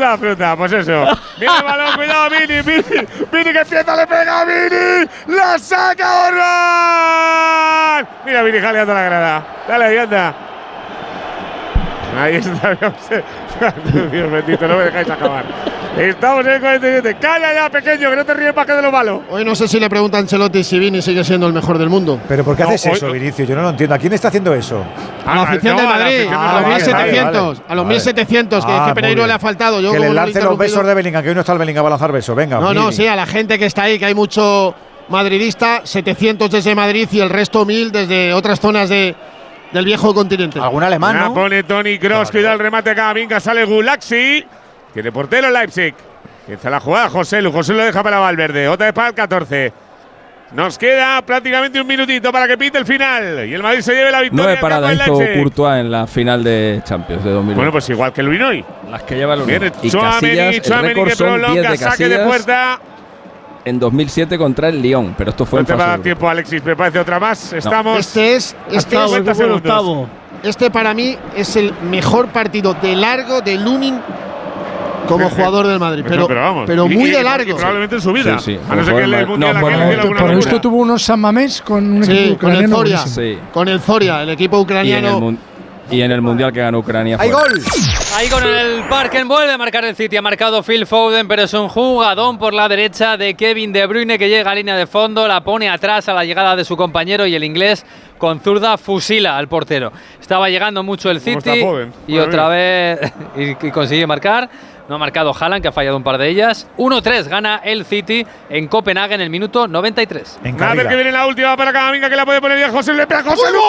fruta, fruta, pues eso. Mira el balón, cuidado, Vini, Vini, Vini que empieza, le pega a Vini, la saca Orban. Mira Vini jaleando la grada. Dale ahí, anda. Ahí está. Dios bendito, no me dejáis acabar. Estamos en el cuarenta y siete. Calla ya, pequeño, que no te ríes más que de lo malo. Hoy no sé si le pregunta a Ancelotti si Vini sigue siendo el mejor del mundo. ¿Pero por qué No, haces hoy- eso, Vinicius? Yo no lo entiendo. ¿A quién está haciendo eso? A la afición no, del a la Madrid, afición a del los Madrid, mil setecientos, vale, a los vale. mil setecientos, que, Ah, que Pereiro muy le ha bien. faltado. Yo que le como lo he lancen los interrumpido- besos de Bellingham, que hoy no está el Bellingham para lanzar besos. Venga. No, no, Vini. sí, a la gente que está ahí, que hay mucho madridista, setecientos desde Madrid y el resto mil desde otras zonas de, del viejo continente. Algún alemán, La ¿no? pone Toni Kroos, cuida el remate Camavinga, sale Gulaxi. Tiene portero Leipzig. Empieza la jugada José Lu, José lo deja para Valverde, otra vez para el catorce. Nos queda prácticamente un minutito para que pite el final y el Madrid se lleve la victoria. Nueve al campo paradas del hizo Leipzig. Courtois en la final de Champions de dos mil veinte. Bueno, pues igual que el Luinoy. Las que lleva el Viene Y Tchouaméni, Casillas, el Tchouaméni récord que son diez prolonga, de saque de Casillas puerta. en dos mil siete contra el Lyon, pero esto fue No en te va a fase dar de tiempo, Alexis, me parece otra más. Estamos. Este es, este, Octavo, es cincuenta segundos. octavo. este para mí es el mejor partido de largo de Lunin como Sí, sí. jugador del Madrid, pero, pero vamos, pero y- muy y- de y largo. probablemente en su vida. Sí, sí. A no ser que el mundial No, aquí bueno, le hiciera alguna Por locura. esto tuvo unos San Mamés con un Sí, equipo con el ucraniano Zoria, buenísimo. Sí. con el Zoria, el equipo Y en, ucraniano. el mun- y en el Mundial que ganó Ucrania. ¡Hay fue. gol! Ahí con el Parken vuelve a marcar el City. Ha marcado Phil Foden, pero es un jugadón por la derecha de Kevin De Bruyne que llega a línea de fondo, la pone atrás a la llegada de su compañero y el inglés con zurda fusila al portero. Estaba llegando mucho el ¿Cómo City está Foden? y Madre otra mía. vez y, y consigue marcar. No ha marcado Haaland, que ha fallado un par de ellas. uno tres gana el City en Copenhague en el minuto noventa y tres. En A ver carrera. que viene la última para Camavinga, que la puede poner bien José. Le pega José Lu.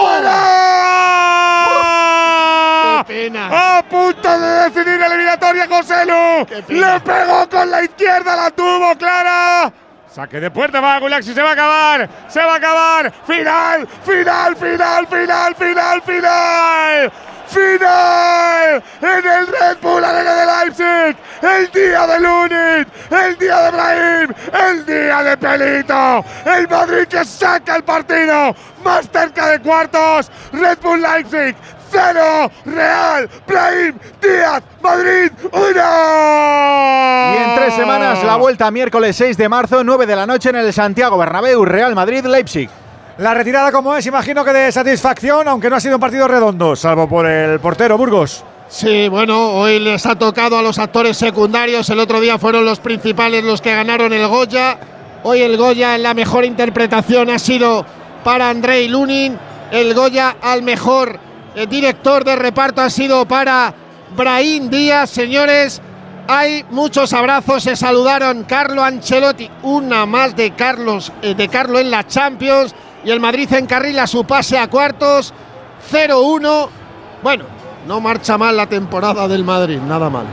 ¡Fuera! ¡Qué pena! A punto de decidir la eliminatoria, José Lu. ¡Qué pena! Le pegó con la izquierda, la tuvo clara. Saque de puerta para Gulaxi, se va a acabar, se va a acabar. Final, final, final, final, final, final. ¡Final! En el Red Bull Arena de Leipzig. El día de Lunin, el día de Brahim, el día de Pelito. El Madrid que saca el partido más cerca de cuartos. Red Bull Leipzig cero, Real, Brahim, Díaz, Madrid uno. Y en tres semanas la vuelta miércoles seis de marzo, nueve de la noche en el Santiago Bernabéu, Real Madrid-Leipzig. La retirada como es, imagino que de satisfacción, aunque no ha sido un partido redondo, salvo por el portero Burgos. Sí, bueno, hoy les ha tocado a los actores secundarios. El otro día fueron los principales los que ganaron el Goya. Hoy el Goya en la mejor interpretación ha sido para Andrei Lunin. El Goya al mejor eh, director de reparto ha sido para Brahim Díaz. Señores, hay muchos abrazos. Se saludaron Carlo Ancelotti, una más de Carlos eh, de Carlo en la Champions. Y el Madrid encarrila su pase a cuartos. cero uno. Bueno, no marcha mal la temporada del Madrid, nada mal.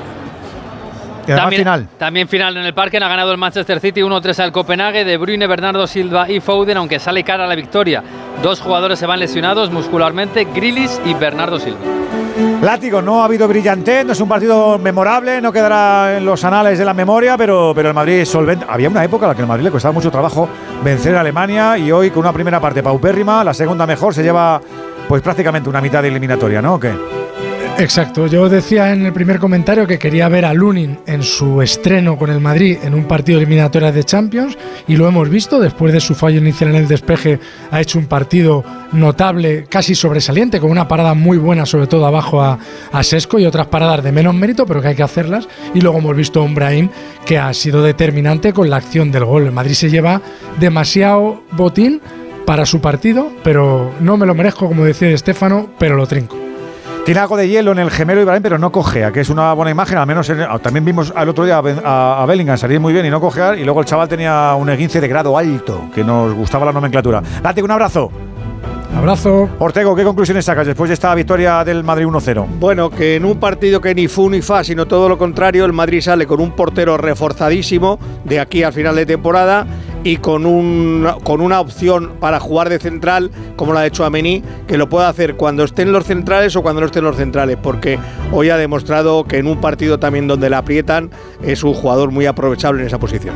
Y además También final. también final en el Parken, ha ganado el Manchester City uno tres al Copenhague. De Bruyne, Bernardo Silva y Foden, aunque sale cara a la victoria. Dos jugadores se van lesionados muscularmente, Grealish y Bernardo Silva. Látigo, no ha habido brillantez, no es un partido memorable, no quedará en los anales de la memoria, pero, pero el Madrid es solvente. Había una época en la que el Madrid le costaba mucho trabajo vencer a Alemania y hoy con una primera parte paupérrima, la segunda mejor, se lleva pues prácticamente una mitad de eliminatoria, ¿no? ¿O qué? Exacto, yo decía en el primer comentario que quería ver a Lunin en su estreno con el Madrid en un partido eliminatorio de Champions y lo hemos visto, después de su fallo inicial en el despeje ha hecho un partido notable, casi sobresaliente, con una parada muy buena, sobre todo abajo a, a Sesco y otras paradas de menos mérito, pero que hay que hacerlas, y luego hemos visto a un Brahim que ha sido determinante con la acción del gol. El Madrid se lleva demasiado botín para su partido, pero no me lo merezco, como decía Estefano, pero lo trinco. Tiene algo de hielo en el gemelo Ibrahim, pero no cojea, que es una buena imagen. Al menos en, también vimos al otro día a, a, a Bellingham salir muy bien y no cojear. Y luego el chaval tenía un esguince de grado alto, que nos gustaba la nomenclatura. Látigo, un abrazo. Abrazo. Ortego, ¿qué conclusiones sacas después de esta victoria del Madrid uno cero? Bueno, que en un partido que ni fu ni fa, sino todo lo contrario, el Madrid sale con un portero reforzadísimo de aquí al final de temporada y con, un, con una opción para jugar de central como la de Tchouaméni, que lo puede hacer cuando estén los centrales o cuando no estén los centrales, porque hoy ha demostrado que en un partido también donde le aprietan es un jugador muy aprovechable en esa posición.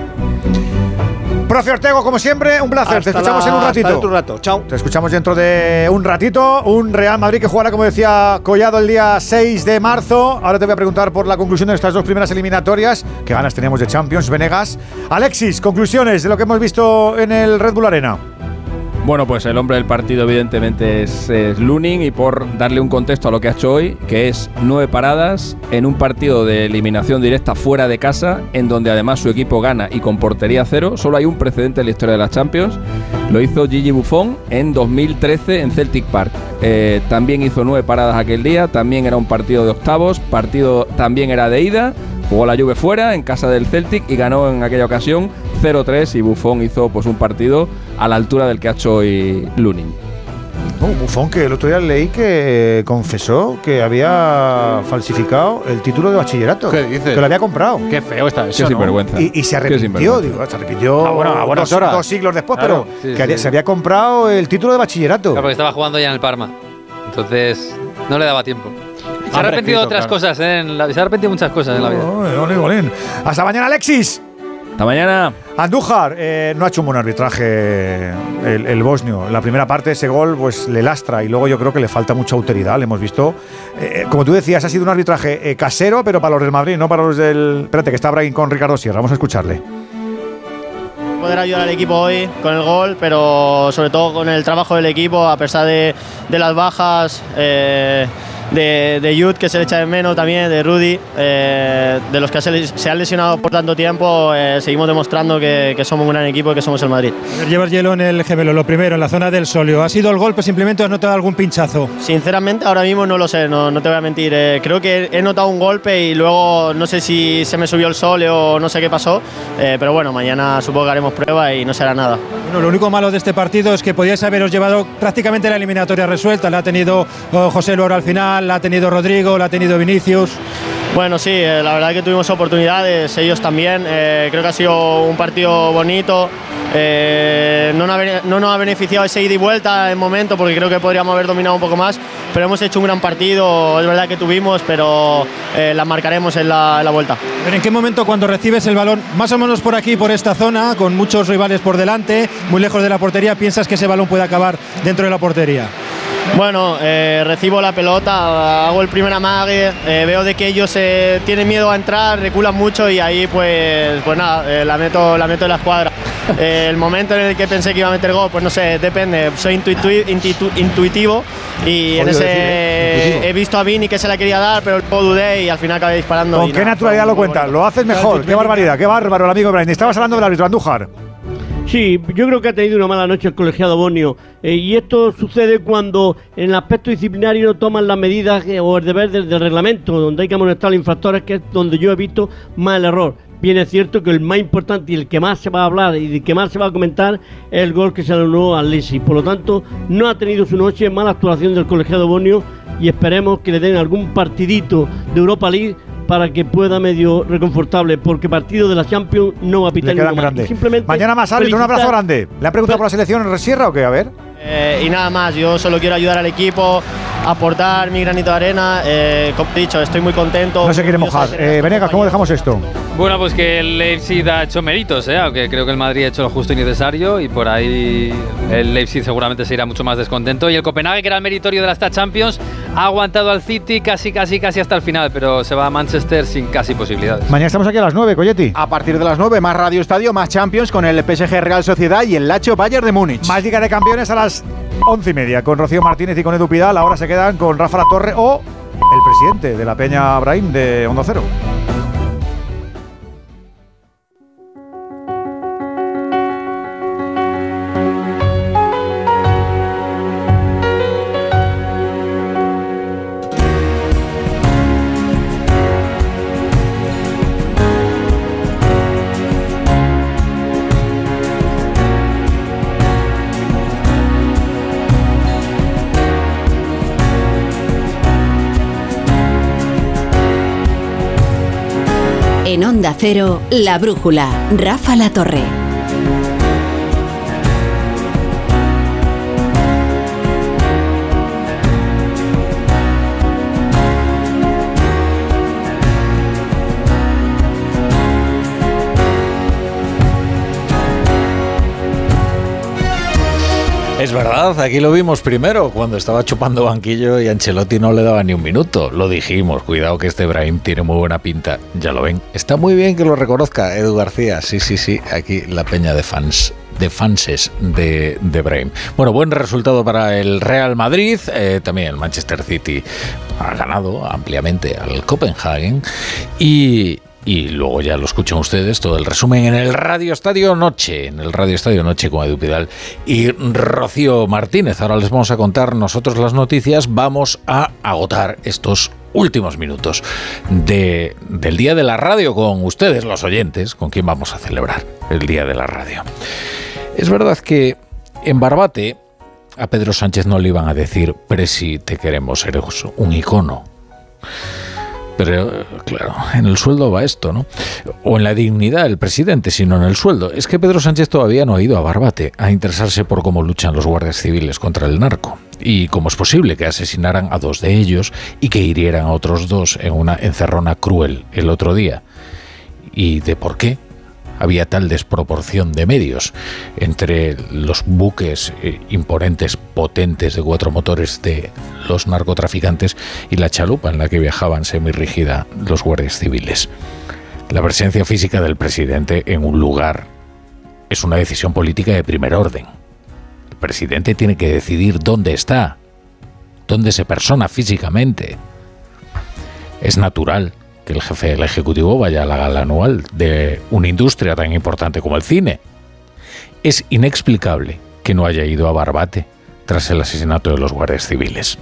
Profe Ortego, como siempre, un placer. Hasta Te escuchamos la, en un ratito. Hasta dentro de un rato. Chao. Te escuchamos dentro de un ratito. Un Real Madrid que jugará, como decía Collado, el día seis de marzo. Ahora te voy a preguntar por la conclusión de estas dos primeras eliminatorias. ¿Qué ganas teníamos de Champions, Venegas? Alexis, conclusiones de lo que hemos visto en el Red Bull Arena. Bueno, pues el hombre del partido evidentemente es, es Lunin, y por darle un contexto a lo que ha hecho hoy, que es nueve paradas en un partido de eliminación directa fuera de casa, en donde además su equipo gana y con portería cero. Solo hay un precedente en la historia de las Champions. Lo hizo Gigi Buffon en dos mil trece en Celtic Park. Eh, también hizo nueve paradas aquel día, también era un partido de octavos, partido también era de ida. Jugó la Juve fuera, en casa del Celtic, y ganó en aquella ocasión cero tres, y Buffon hizo pues un partido a la altura del que ha hecho hoy Lunin. Oh, Buffon, que el otro día leí que confesó que había falsificado el título de bachillerato. ¿Qué dices? Que lo había comprado. Qué feo está eso, Qué sinvergüenza. Y, y se arrepintió, digo, se arrepintió ah, bueno, a buenas dos, horas. dos siglos después, Claro, pero sí, que sí. había- se había comprado el título de bachillerato. Claro, porque estaba jugando ya en el Parma. Entonces, no le daba tiempo. Se ha Hambre arrepentido de frito, otras claro. cosas, ¿eh? En la- se ha arrepentido de muchas cosas en la vida. Ole, ole, olín. Hasta mañana, Alexis. Hasta mañana. Andújar eh, no ha hecho un buen arbitraje el, el bosnio. En la primera parte ese gol pues le lastra, y luego yo creo que le falta mucha autoridad. Le hemos visto, eh, como tú decías, ha sido un arbitraje eh, casero, pero para los del Madrid, no para los del... Espérate, que está Brahim con Ricardo Sierra. Vamos a escucharle. Poder ayudar al equipo hoy con el gol, pero sobre todo con el trabajo del equipo, a pesar de, de las bajas, eh, de, de Jude, que se le echa de menos también, de Rudy, eh, de los que se, se han lesionado por tanto tiempo. Eh, seguimos demostrando que, que somos un gran equipo y que somos el Madrid. Llevas hielo en el gemelo, lo primero, en la zona del sóleo. ¿Ha sido el golpe, simplemente has notado algún pinchazo? Sinceramente, ahora mismo no lo sé, no, no te voy a mentir. Eh, creo que he notado un golpe y luego no sé si se me subió el sóleo o no sé qué pasó, eh, pero bueno, mañana supongo que haremos prueba y no será nada. Bueno, lo único malo de este partido es que podíais haberos llevado prácticamente la eliminatoria resuelta. La ha tenido oh, José Luis al final, la ha tenido Rodrigo, la ha tenido Vinicius. Bueno, sí, eh, la verdad que tuvimos oportunidades, ellos también. Eh, creo que ha sido un partido bonito. Eh, no, nos ha, no nos ha beneficiado ese ida y vuelta en momento, porque creo que podríamos haber dominado un poco más, pero hemos hecho un gran partido. Es verdad que tuvimos, pero eh, las marcaremos en la, en la vuelta. Pero ¿en qué momento, cuando recibes el balón, más o menos por aquí, por esta zona, con muchos rivales por delante, muy lejos de la portería, piensas que ese balón puede acabar dentro de la portería? Bueno, eh, recibo la pelota, hago el primer amague, eh, veo de que ellos eh, tienen miedo a entrar, reculan mucho, y ahí pues, pues nada, eh, la, meto, la meto en la escuadra. Eh, el momento en el que pensé que iba a meter gol, pues no sé, depende, soy intuitu- intuitu- intuitivo y en Jodido ese decir, ¿eh? Intuitivo. he visto a Vini que se la quería dar, pero luego dudé y al final acabé disparando. ¿Con y qué nada, naturalidad fue lo muy cuentas? bonito. Lo haces mejor. Qué barbaridad, qué bárbaro el amigo Brahim. Estabas hablando del árbitro, Andújar. Sí, yo creo que ha tenido una mala noche el colegiado Bonio, eh, y esto sucede cuando en el aspecto disciplinario no toman las medidas eh, o el deber del, del reglamento, donde hay que amonestar a los infractores, que es donde yo he visto más el error. Bien es cierto que el más importante y el que más se va a hablar y el que más se va a comentar es el gol que se le anuló al Leipzig. Por lo tanto, no ha tenido su noche, mala actuación del colegiado Bonio, y esperemos que le den algún partidito de Europa League para que pueda medio reconfortable, porque partido de la Champions no va a pitar Le queda ninguno más. grande. Simplemente Mañana más, árbitro, un abrazo felicitar- grande. ¿Le ha preguntado por la selección en Sierra o qué? A ver. Eh, y nada más, yo solo quiero ayudar al equipo, aportar mi granito de arena. Eh, como he dicho, estoy muy contento. No se quiere mojar. Eh, Venegas, ¿cómo dejamos esto? Bueno, pues que el Leipzig ha hecho méritos, ¿eh? Aunque creo que el Madrid ha hecho lo justo y necesario, y por ahí el Leipzig seguramente se irá mucho más descontento. Y el Copenhague, que era el meritorio de la Star Champions, ha aguantado al City casi, casi, casi hasta el final, pero se va a Manchester sin casi posibilidades. Mañana estamos aquí a las nueve, Coyetti. A partir de las nueve, más Radio Estadio, más Champions con el P S G Real Sociedad y el Lazio Bayern de Múnich. Más Liga de Campeones a las once y media con Rocío Martínez y con Edu Pidal. Ahora se quedan con Rafa La Torre o el presidente de la Peña Brahim de Onda Cero. En Onda Cero, La Brújula, Rafa La Torre. Es verdad, aquí lo vimos primero, cuando estaba chupando banquillo y Ancelotti no le daba ni un minuto. Lo dijimos, cuidado que este Brahim tiene muy buena pinta. Ya lo ven. Está muy bien que lo reconozca Edu García. Sí, sí, sí, aquí la peña de fans. de fanses de, de Brahim. Bueno, buen resultado para el Real Madrid, eh, también el Manchester City ha ganado ampliamente al Copenhagen y, y luego ya lo escuchan ustedes, todo el resumen en el Radio Estadio Noche, en el Radio Estadio Noche con Edu Pidal y Rocío Martínez. Ahora les vamos a contar nosotros las noticias, vamos a agotar estos últimos minutos de, del Día de la Radio con ustedes, los oyentes, con quien vamos a celebrar el Día de la Radio. Es verdad que en Barbate a Pedro Sánchez no le iban a decir, Presi, te queremos, eres un icono. Pero, claro, en el sueldo va esto, ¿no? O en la dignidad del presidente, sino en el sueldo. Es que Pedro Sánchez todavía no ha ido a Barbate a interesarse por cómo luchan los guardias civiles contra el narco. Y cómo es posible que asesinaran a dos de ellos y que hirieran a otros dos en una encerrona cruel el otro día. Y de por qué había tal desproporción de medios entre los buques eh, imponentes, potentes de cuatro motores de los narcotraficantes y la chalupa en la que viajaban semirrígida los guardias civiles. La presencia física del presidente en un lugar es una decisión política de primer orden. El presidente tiene que decidir dónde está, dónde se persona físicamente. Es natural que el jefe del Ejecutivo vaya a la gala anual de una industria tan importante como el cine. Es inexplicable que no haya ido a Barbate tras el asesinato de los guardias civiles.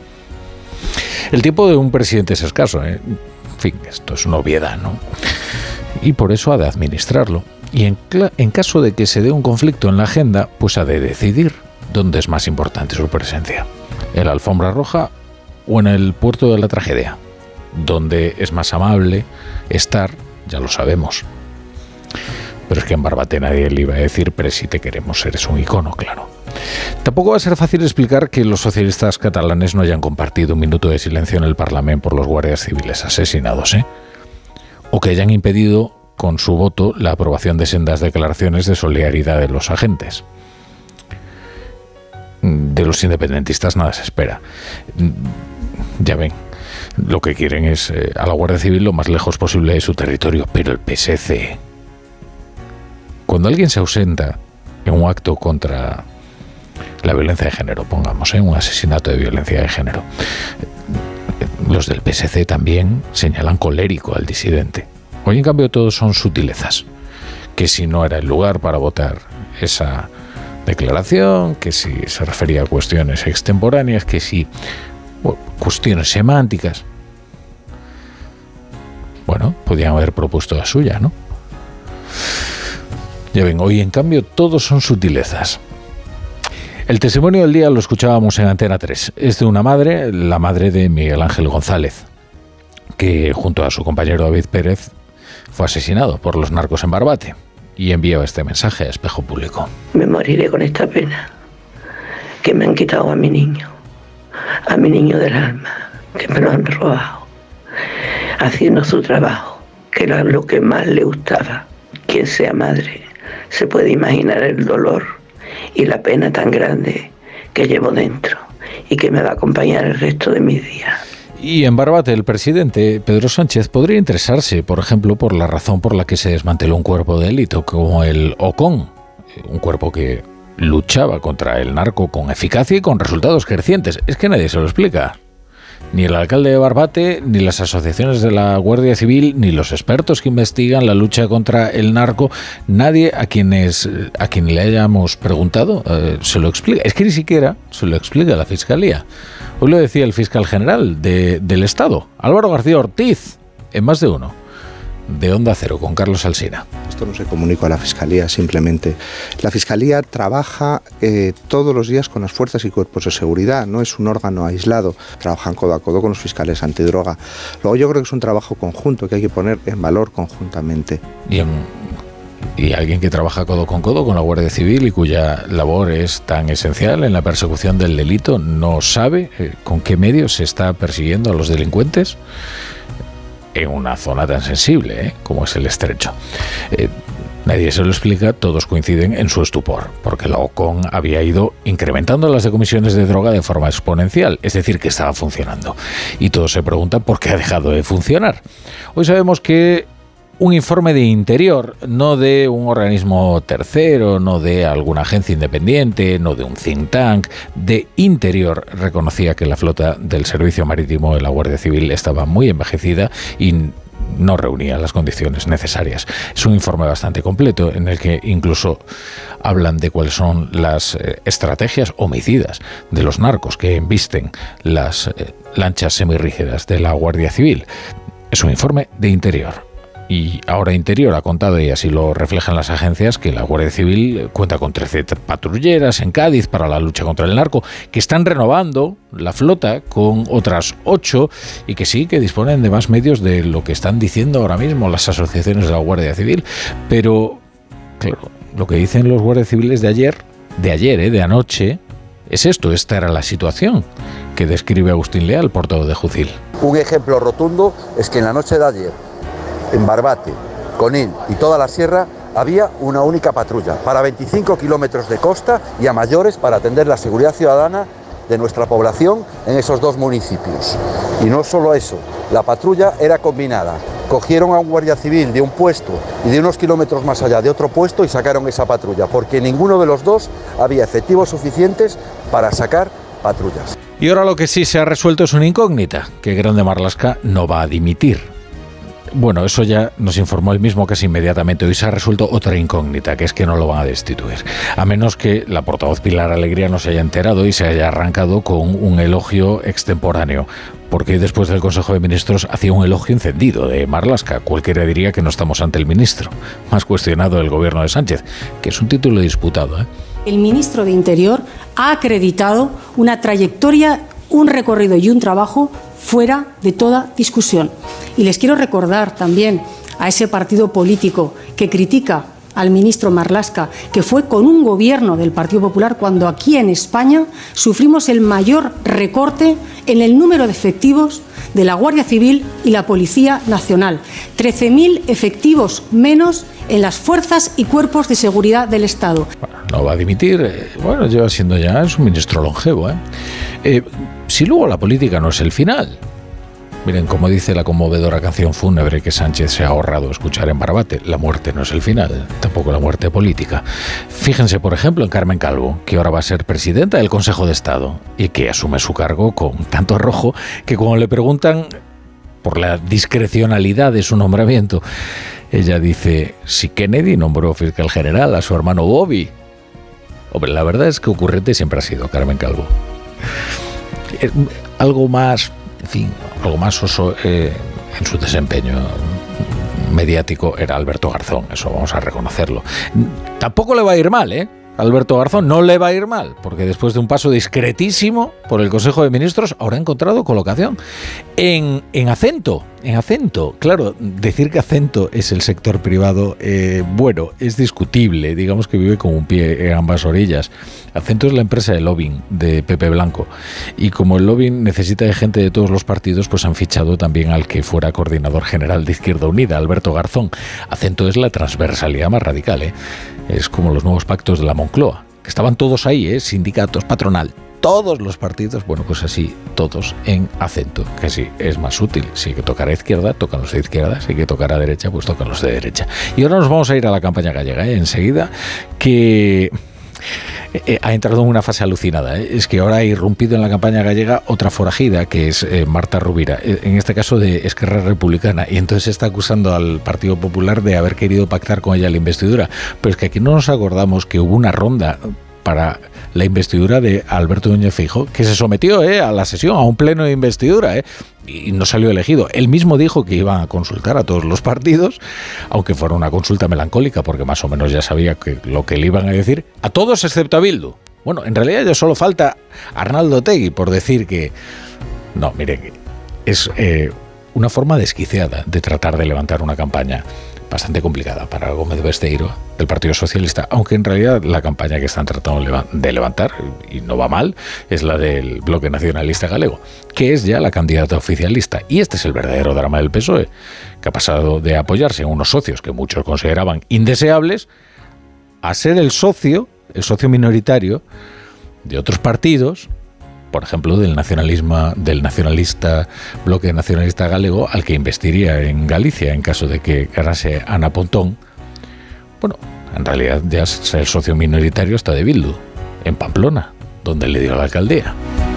El tiempo de un presidente es escaso, ¿eh? En fin, esto es una obviedad, ¿no? Y por eso ha de administrarlo. Y en, en caso de que se dé un conflicto en la agenda, pues ha de decidir dónde es más importante su presencia. ¿En la alfombra roja o en el puerto de la tragedia? Donde es más amable estar, ya lo sabemos. Pero es que en Barbate nadie le iba a decir, Presi, te queremos, eres un icono, claro. Tampoco va a ser fácil explicar que los socialistas catalanes no hayan compartido un minuto de silencio en el Parlamento por los guardias civiles asesinados, ¿eh? O que hayan impedido con su voto la aprobación de sendas declaraciones de solidaridad de los agentes. De los independentistas nada se espera. Ya ven, lo que quieren es eh, a la Guardia Civil lo más lejos posible de su territorio, pero el P S C, cuando alguien se ausenta en un acto contra la violencia de género, pongamos, ¿eh? un asesinato de violencia de género, los del P S C también señalan colérico al disidente. Hoy en cambio todos son sutilezas, que si no era el lugar para votar esa declaración, que si se refería a cuestiones extemporáneas, que si bueno, cuestiones semánticas. Bueno, podían haber propuesto la suya, ¿no? Ya ven, hoy en cambio todos son sutilezas. El testimonio del día lo escuchábamos en Antena tres. Es de una madre, la madre de Miguel Ángel González, que junto a su compañero David Pérez fue asesinado por los narcos en Barbate, y envió este mensaje a Espejo Público. Me moriré con esta pena, que me han quitado a mi niño, a mi niño del alma, que me lo han robado, haciendo su trabajo, que era lo que más le gustaba. Quien sea madre se puede imaginar el dolor y la pena tan grande que llevo dentro y que me va a acompañar el resto de mis días. Y en Barbate el presidente Pedro Sánchez podría interesarse, por ejemplo, por la razón por la que se desmanteló un cuerpo de élite como el OCON, un cuerpo que luchaba contra el narco con eficacia y con resultados crecientes. Es que nadie se lo explica. Ni el alcalde de Barbate, ni las asociaciones de la Guardia Civil, ni los expertos que investigan la lucha contra el narco, nadie a quienes a quien le hayamos preguntado eh, se lo explica. Es que ni siquiera se lo explica la Fiscalía. Hoy lo decía el fiscal general de, del Estado, Álvaro García Ortiz, en Más de Uno, de Onda Cero, con Carlos Alsina. Esto no se comunicó a la Fiscalía, simplemente. La Fiscalía trabaja eh, todos los días con las fuerzas y cuerpos de seguridad, no es un órgano aislado, trabajan codo a codo con los fiscales antidroga. Luego yo creo que es un trabajo conjunto que hay que poner en valor conjuntamente. Y, en, y alguien que trabaja codo con codo con la Guardia Civil y cuya labor es tan esencial en la persecución del delito, ¿no sabe eh, con qué medios se está persiguiendo a los delincuentes? En una zona tan sensible ¿eh? como es el Estrecho. Eh, Nadie se lo explica, todos coinciden en su estupor, porque la OCON había ido incrementando las decomisiones de droga de forma exponencial, es decir, que estaba funcionando. Y todos se preguntan por qué ha dejado de funcionar. Hoy sabemos que un informe de Interior, no de un organismo tercero, no de alguna agencia independiente, no de un think tank, de Interior, reconocía que la flota del Servicio Marítimo de la Guardia Civil estaba muy envejecida y no reunía las condiciones necesarias. Es un informe bastante completo en el que incluso hablan de cuáles son las eh, estrategias homicidas de los narcos que embisten las eh, lanchas semirrígidas de la Guardia Civil. Es un informe de Interior. Y ahora Interior ha contado, y así lo reflejan las agencias, que la Guardia Civil cuenta con trece patrulleras en Cádiz para la lucha contra el narco, que están renovando la flota con otras ocho y que sí, que disponen de más medios de lo que están diciendo ahora mismo las asociaciones de la Guardia Civil. Pero, claro, lo que dicen los guardias civiles de ayer, de ayer, ¿eh? de anoche, es esto, esta era la situación que describe Agustín Leal, portavoz de Jucil. Un ejemplo rotundo es que en la noche de ayer, en Barbate, Conil y toda la sierra, había una única patrulla para veinticinco kilómetros de costa y a mayores para atender la seguridad ciudadana de nuestra población en esos dos municipios. Y no solo eso, la patrulla era combinada. Cogieron a un guardia civil de un puesto y de unos kilómetros más allá de otro puesto y sacaron esa patrulla, porque ninguno de los dos había efectivos suficientes para sacar patrullas. Y ahora lo que sí se ha resuelto es una incógnita, que Grande Marlaska no va a dimitir. Bueno, eso ya nos informó él mismo casi inmediatamente. Hoy se ha resuelto otra incógnita, que es que no lo van a destituir. A menos que la portavoz Pilar Alegría no se haya enterado y se haya arrancado con un elogio extemporáneo. Porque después del Consejo de Ministros hacía un elogio encendido de Marlaska. Cualquiera diría que no estamos ante el ministro más cuestionado del gobierno de Sánchez, que es un título disputado, ¿eh? El ministro de Interior ha acreditado una trayectoria, un recorrido y un trabajo fuera de toda discusión. Y les quiero recordar también a ese partido político que critica al ministro Marlaska, que fue con un gobierno del Partido Popular cuando aquí en España sufrimos el mayor recorte en el número de efectivos de la Guardia Civil y la Policía Nacional. trece mil efectivos menos en las fuerzas y cuerpos de seguridad del Estado. Bueno, no va a dimitir. Bueno, lleva siendo ya, es un ministro longevo, ¿eh? Eh, si luego la política no es el final. Miren, como dice la conmovedora canción fúnebre que Sánchez se ha ahorrado escuchar en Barbate, la muerte no es el final, tampoco la muerte política. Fíjense, por ejemplo, en Carmen Calvo, que ahora va a ser presidenta del Consejo de Estado y que asume su cargo con tanto arrojo que cuando le preguntan por la discrecionalidad de su nombramiento, ella dice, si Kennedy nombró fiscal general a su hermano Bobby. Hombre, la verdad es que ocurrente siempre ha sido Carmen Calvo. Algo más, en fin, algo más oso eh, en su desempeño mediático era Alberto Garzón, eso vamos a reconocerlo. Tampoco le va a ir mal, ¿eh? Alberto Garzón no le va a ir mal, porque después de un paso discretísimo por el Consejo de Ministros, ahora ha encontrado colocación en, en Acento. En Acento, claro, decir que Acento es el sector privado, eh, bueno, es discutible, digamos que vive con un pie en ambas orillas. Acento es la empresa de lobbying de Pepe Blanco, y como el lobbying necesita de gente de todos los partidos, pues han fichado también al que fuera coordinador general de Izquierda Unida, Alberto Garzón. Acento es la transversalidad más radical, ¿eh? Es como los nuevos pactos de la Moncloa, que estaban todos ahí, ¿eh? Sindicatos, patronal, todos los partidos, bueno, pues así, todos en Acento, que así es más útil. Si hay que tocar a izquierda, tocan los de izquierda, si hay que tocar a derecha, pues tocan los de derecha. Y ahora nos vamos a ir a la campaña gallega, ¿eh? Enseguida, que eh, ha entrado en una fase alucinada, ¿eh? Es que ahora ha irrumpido en la campaña gallega otra forajida, que es eh, Marta Rovira, en este caso de Esquerra Republicana, y entonces está acusando al Partido Popular de haber querido pactar con ella la investidura. Pero es que aquí no nos acordamos que hubo una ronda para la investidura de Alberto Núñez Feijóo, que se sometió eh, a la sesión, a un pleno de investidura, eh, y no salió elegido. Él mismo dijo que iban a consultar a todos los partidos, aunque fuera una consulta melancólica, porque más o menos ya sabía que lo que le iban a decir, a todos excepto a Bildu. Bueno, en realidad ya solo falta Arnaldo Otegi por decir que... No, mire, es eh, una forma desquiciada de tratar de levantar una campaña. bastante complicada para Gómez Besteiro del Partido Socialista, aunque en realidad la campaña que están tratando de levantar, y no va mal, es la del Bloque Nacionalista Galego, que es ya la candidata oficialista. Y este es el verdadero drama del P S O E, que ha pasado de apoyarse en unos socios que muchos consideraban indeseables a ser el socio, el socio minoritario de otros partidos, por ejemplo, del nacionalismo, del nacionalista Bloque Nacionalista Galego, al que investiría en Galicia en caso de que ganase Ana Pontón. Bueno, en realidad ya es el socio minoritario está de Bildu, en Pamplona, donde le dio la alcaldía.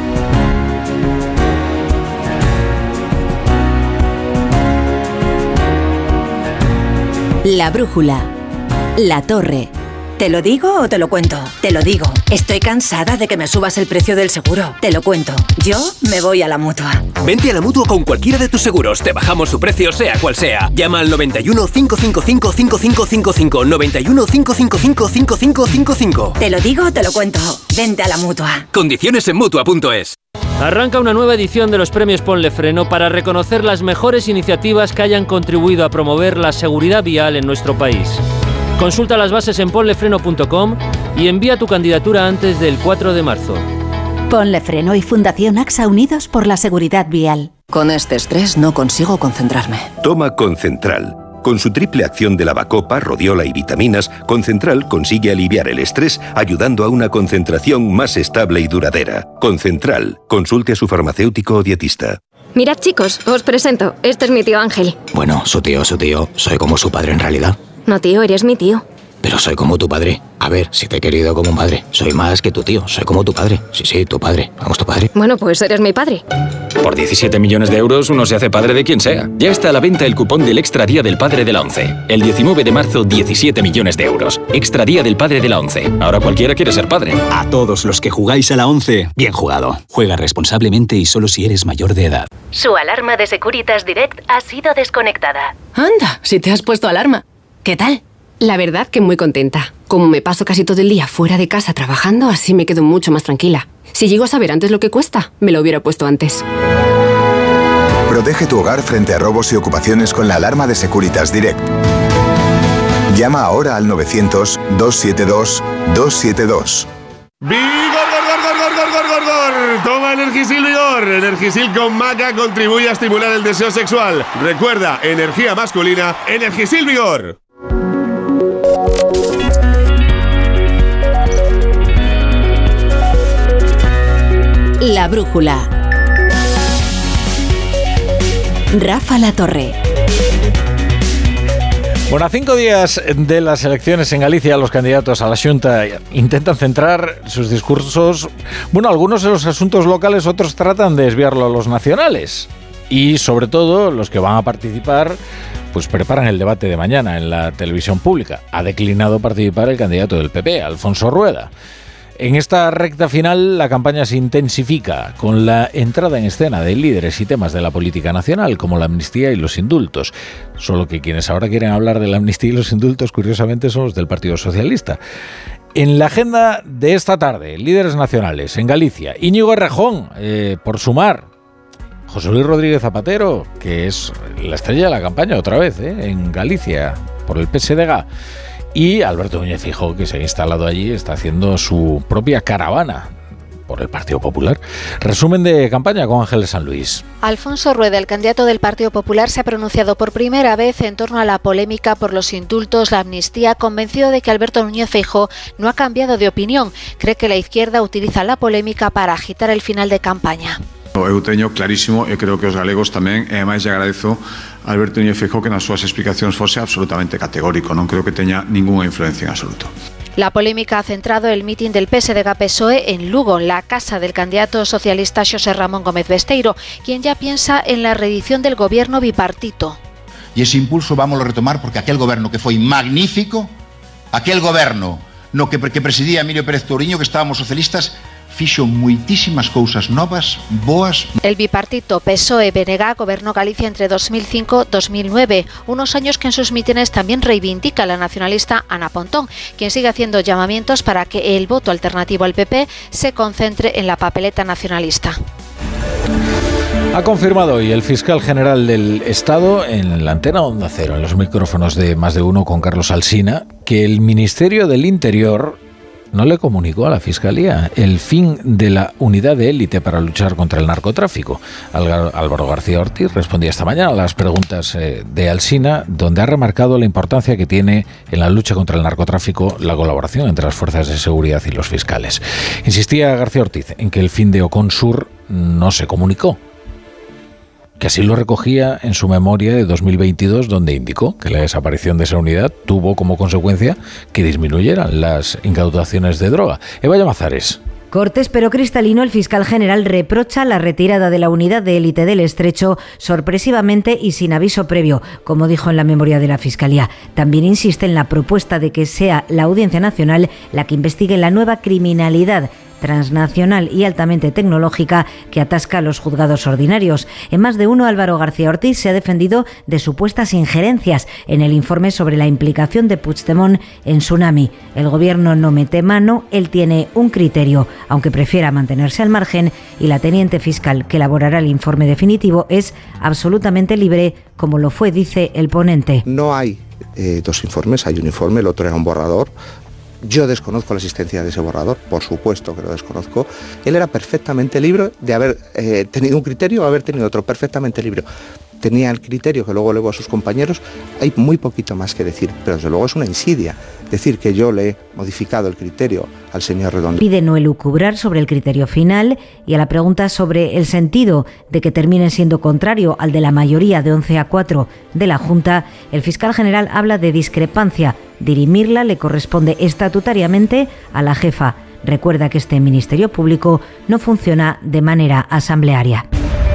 La brújula. La Torre. ¿Te lo digo o te lo cuento? Te lo digo. Estoy cansada de que me subas el precio del seguro. Te lo cuento. Yo me voy a la Mutua. Vente a la Mutua con cualquiera de tus seguros. Te bajamos su precio, sea cual sea. Llama al noventa y uno, cinco cinco cinco, cinco cinco cinco cinco. noventa y uno, cinco cinco cinco, cinco cinco cinco cinco. Te lo digo o te lo cuento. Vente a la Mutua. Condiciones en Mutua punto es. Arranca una nueva edición de los premios Ponle Freno para reconocer las mejores iniciativas que hayan contribuido a promover la seguridad vial en nuestro país. Consulta las bases en ponle freno punto com y envía tu candidatura antes del cuatro de marzo. Ponle Freno y Fundación AXA, unidos por la seguridad vial. Con este estrés no consigo concentrarme. Toma Concentral. Con su triple acción de lavacopa, rodiola y vitaminas, Concentral consigue aliviar el estrés ayudando a una concentración más estable y duradera. Concentral. Consulte a su farmacéutico o dietista. Mirad, chicos, os presento. Este es mi tío Ángel. Bueno, su tío, su tío. Soy como su padre en realidad. No, tío, eres mi tío. Pero soy como tu padre. A ver, si te he querido como un padre. Soy más que tu tío. Soy como tu padre. Sí, sí, tu padre. Vamos, tu padre. Bueno, pues eres mi padre. Por diecisiete millones de euros uno se hace padre de quien sea. Ya está a la venta el cupón del Extra Día del Padre de la ONCE. El diecinueve de marzo, diecisiete millones de euros. Extra Día del Padre de la ONCE. Ahora cualquiera quiere ser padre. A todos los que jugáis a la ONCE, bien jugado. Juega responsablemente y solo si eres mayor de edad. Su alarma de Securitas Direct ha sido desconectada. Anda, si te has puesto alarma. ¿Qué tal? La verdad que muy contenta. Como me paso casi todo el día fuera de casa trabajando, así me quedo mucho más tranquila. Si llego a saber antes lo que cuesta, me lo hubiera puesto antes. Protege tu hogar frente a robos y ocupaciones con la alarma de Securitas Direct. Llama ahora al novecientos, doscientos setenta y dos, doscientos setenta y dos. ¡Vigor, gor, gor, gor, gor, gor, gor, gor! Toma Energisil Vigor. Energisil con maca contribuye a estimular el deseo sexual. Recuerda, energía masculina, Energisil Vigor. La brújula. Rafa La Torre. Bueno, a cinco días de las elecciones en Galicia, los candidatos a la Xunta intentan centrar sus discursos, bueno, algunos en los asuntos locales, otros tratan de desviarlo a los nacionales. Y sobre todo, los que van a participar, pues preparan el debate de mañana en la televisión pública. Ha declinado participar el candidato del P P, Alfonso Rueda. En esta recta final, la campaña se intensifica con la entrada en escena de líderes y temas de la política nacional, como la amnistía y los indultos. Solo que quienes ahora quieren hablar de la amnistía y los indultos, curiosamente, son los del Partido Socialista. En la agenda de esta tarde, líderes nacionales en Galicia, Íñigo Errejón, eh, por sumar, José Luis Rodríguez Zapatero, que es la estrella de la campaña otra vez, eh, en Galicia, por el P S D G, y Alberto Núñez Feijóo, que se ha instalado allí, está haciendo su propia caravana por el Partido Popular. Resumen de campaña con Ángeles San Luis. Alfonso Rueda, el candidato del Partido Popular, se ha pronunciado por primera vez en torno a la polémica por los indultos, la amnistía, convencido de que Alberto Núñez Feijóo no ha cambiado de opinión. Cree que la izquierda utiliza la polémica para agitar el final de campaña. Eu teño clarísimo e creo que os galegos tamén, e máis lle agradezo a Alberto Núñez Feijóo que nas súas explicacións fose absolutamente categórico, non creo que teña ningunha influencia en absoluto. La polémica ha centrado el mitin del P S D G P S O E en Lugo, la casa del candidato socialista Xosé Ramón Gómez Besteiro, quien ya piensa en la reedición del gobierno bipartito. E ese impulso vamos a retomar porque aquel gobierno que foi magnífico, aquel gobierno no que, que presidía Emilio Pérez Touriño, que estábamos socialistas, fixo moitísimas cousas novas, boas. El bipartito P S O E-B N G gobernó Galicia entre dos mil cinco y dos mil nueve, unos años que en sus mítines también reivindica la nacionalista Ana Pontón, quien sigue haciendo llamamientos para que el voto alternativo al P P se concentre en la papeleta nacionalista. Ha confirmado hoy el fiscal general del Estado en la antena Onda Cero, en los micrófonos de Más de Uno con Carlos Alsina, que el Ministerio del Interior no le comunicó a la Fiscalía el fin de la unidad de élite para luchar contra el narcotráfico. Álvaro García Ortiz respondía esta mañana a las preguntas de Alsina, donde ha remarcado la importancia que tiene en la lucha contra el narcotráfico la colaboración entre las fuerzas de seguridad y los fiscales. Insistía García Ortiz en que el fin de Oconsur no se comunicó, que así lo recogía en su memoria de dos mil veintidós, donde indicó que la desaparición de esa unidad tuvo como consecuencia que disminuyeran las incautaciones de droga. Eva Llamazares. Cortés pero cristalino, el fiscal general reprocha la retirada de la unidad de élite del Estrecho sorpresivamente y sin aviso previo, como dijo en la memoria de la Fiscalía. También insiste en la propuesta de que sea la Audiencia Nacional la que investigue la nueva criminalidad transnacional y altamente tecnológica que atasca a los juzgados ordinarios. En Más de Uno, Álvaro García Ortiz se ha defendido de supuestas injerencias en el informe sobre la implicación de Puigdemont en Tsunami. El gobierno no mete mano, él tiene un criterio, aunque prefiera mantenerse al margen, y la teniente fiscal que elaborará el informe definitivo es absolutamente libre, como lo fue, dice el ponente. No hay eh, dos informes, hay un informe, el otro era un borrador. Yo desconozco la existencia de ese borrador, por supuesto que lo desconozco. Él era perfectamente libre de haber eh, tenido un criterio o haber tenido otro, perfectamente libre. Tenía el criterio que luego elevó a sus compañeros. Hay muy poquito más que decir, pero desde luego es una insidia decir que yo le he modificado el criterio al señor Redondo. Pide no elucubrar sobre el criterio final, y a la pregunta sobre el sentido de que termine siendo contrario al de la mayoría de once a cuatro de la Junta, el fiscal general habla de discrepancia. Dirimirla le corresponde estatutariamente a la jefa. Recuerda que este Ministerio Público no funciona de manera asamblearia.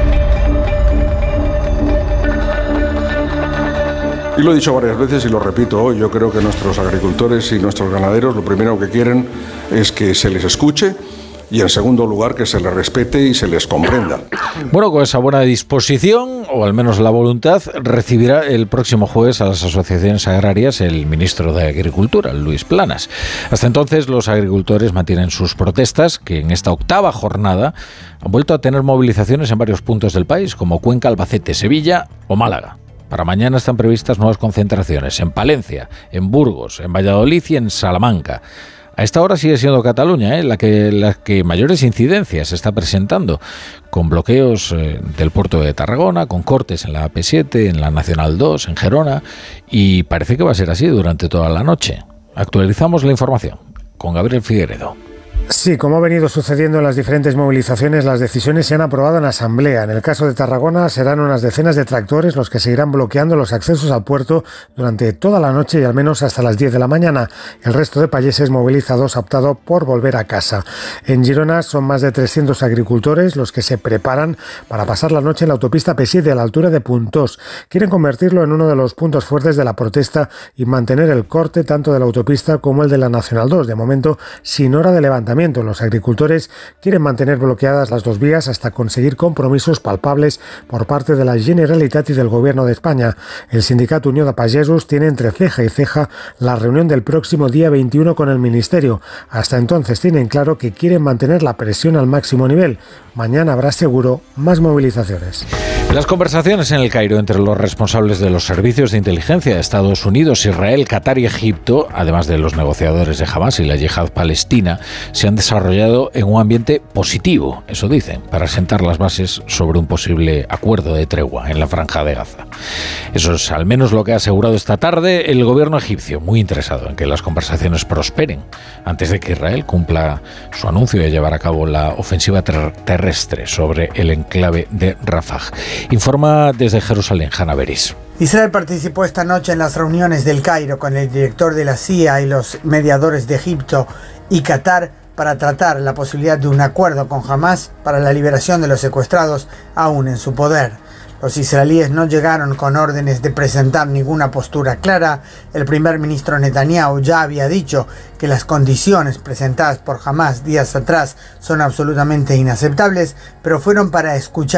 Y lo he dicho varias veces y lo repito hoy, yo creo que nuestros agricultores y nuestros ganaderos lo primero que quieren es que se les escuche y en segundo lugar que se les respete y se les comprenda. Bueno, con esa buena disposición, o al menos la voluntad, recibirá el próximo jueves a las asociaciones agrarias el ministro de Agricultura, Luis Planas. Hasta entonces los agricultores mantienen sus protestas, que en esta octava jornada han vuelto a tener movilizaciones en varios puntos del país, como Cuenca, Albacete, Sevilla o Málaga. Para mañana están previstas nuevas concentraciones en Palencia, en Burgos, en Valladolid y en Salamanca. A esta hora sigue siendo Cataluña ¿eh? la, que, la que mayores incidencias está presentando, con bloqueos eh, del puerto de Tarragona, con cortes en la A P siete, en la Nacional dos, en Gerona, y parece que va a ser así durante toda la noche. Actualizamos la información con Gabriel Figueredo. Sí, como ha venido sucediendo en las diferentes movilizaciones, las decisiones se han aprobado en asamblea. En el caso de Tarragona serán unas decenas de tractores los que seguirán bloqueando los accesos al puerto durante toda la noche y al menos hasta las diez de la mañana. El resto de payeses movilizados ha optado por volver a casa. En Girona son más de trescientos agricultores los que se preparan para pasar la noche en la autopista P siete a la altura de Puntós. Quieren convertirlo en uno de los puntos fuertes de la protesta y mantener el corte tanto de la autopista como el de la Nacional dos, de momento sin hora de levantamiento. Los agricultores quieren mantener bloqueadas las dos vías hasta conseguir compromisos palpables por parte de la Generalitat y del Gobierno de España. El sindicato Unió de Pagesos tiene entre ceja y ceja la reunión del próximo día veintiuno con el Ministerio. Hasta entonces tienen claro que quieren mantener la presión al máximo nivel. Mañana habrá seguro más movilizaciones. Las conversaciones en el Cairo entre los responsables de los servicios de inteligencia de Estados Unidos, Israel, Qatar y Egipto, además de los negociadores de Hamas y la Yihad palestina, se han desarrollado en un ambiente positivo, eso dicen, para sentar las bases sobre un posible acuerdo de tregua en la Franja de Gaza. Eso es al menos lo que ha asegurado esta tarde el gobierno egipcio, muy interesado en que las conversaciones prosperen, antes de que Israel cumpla su anuncio de llevar a cabo la ofensiva ter- terrestre sobre el enclave de Rafah. Informa desde Jerusalén, Hanna Beris. Israel participó esta noche en las reuniones del Cairo con el director de la C I A y los mediadores de Egipto y Qatar para tratar la posibilidad de un acuerdo con Hamas para la liberación de los secuestrados aún en su poder. Los israelíes no llegaron con órdenes de presentar ninguna postura clara. El primer ministro Netanyahu ya había dicho que las condiciones presentadas por Hamas días atrás son absolutamente inaceptables, pero fueron para escuchar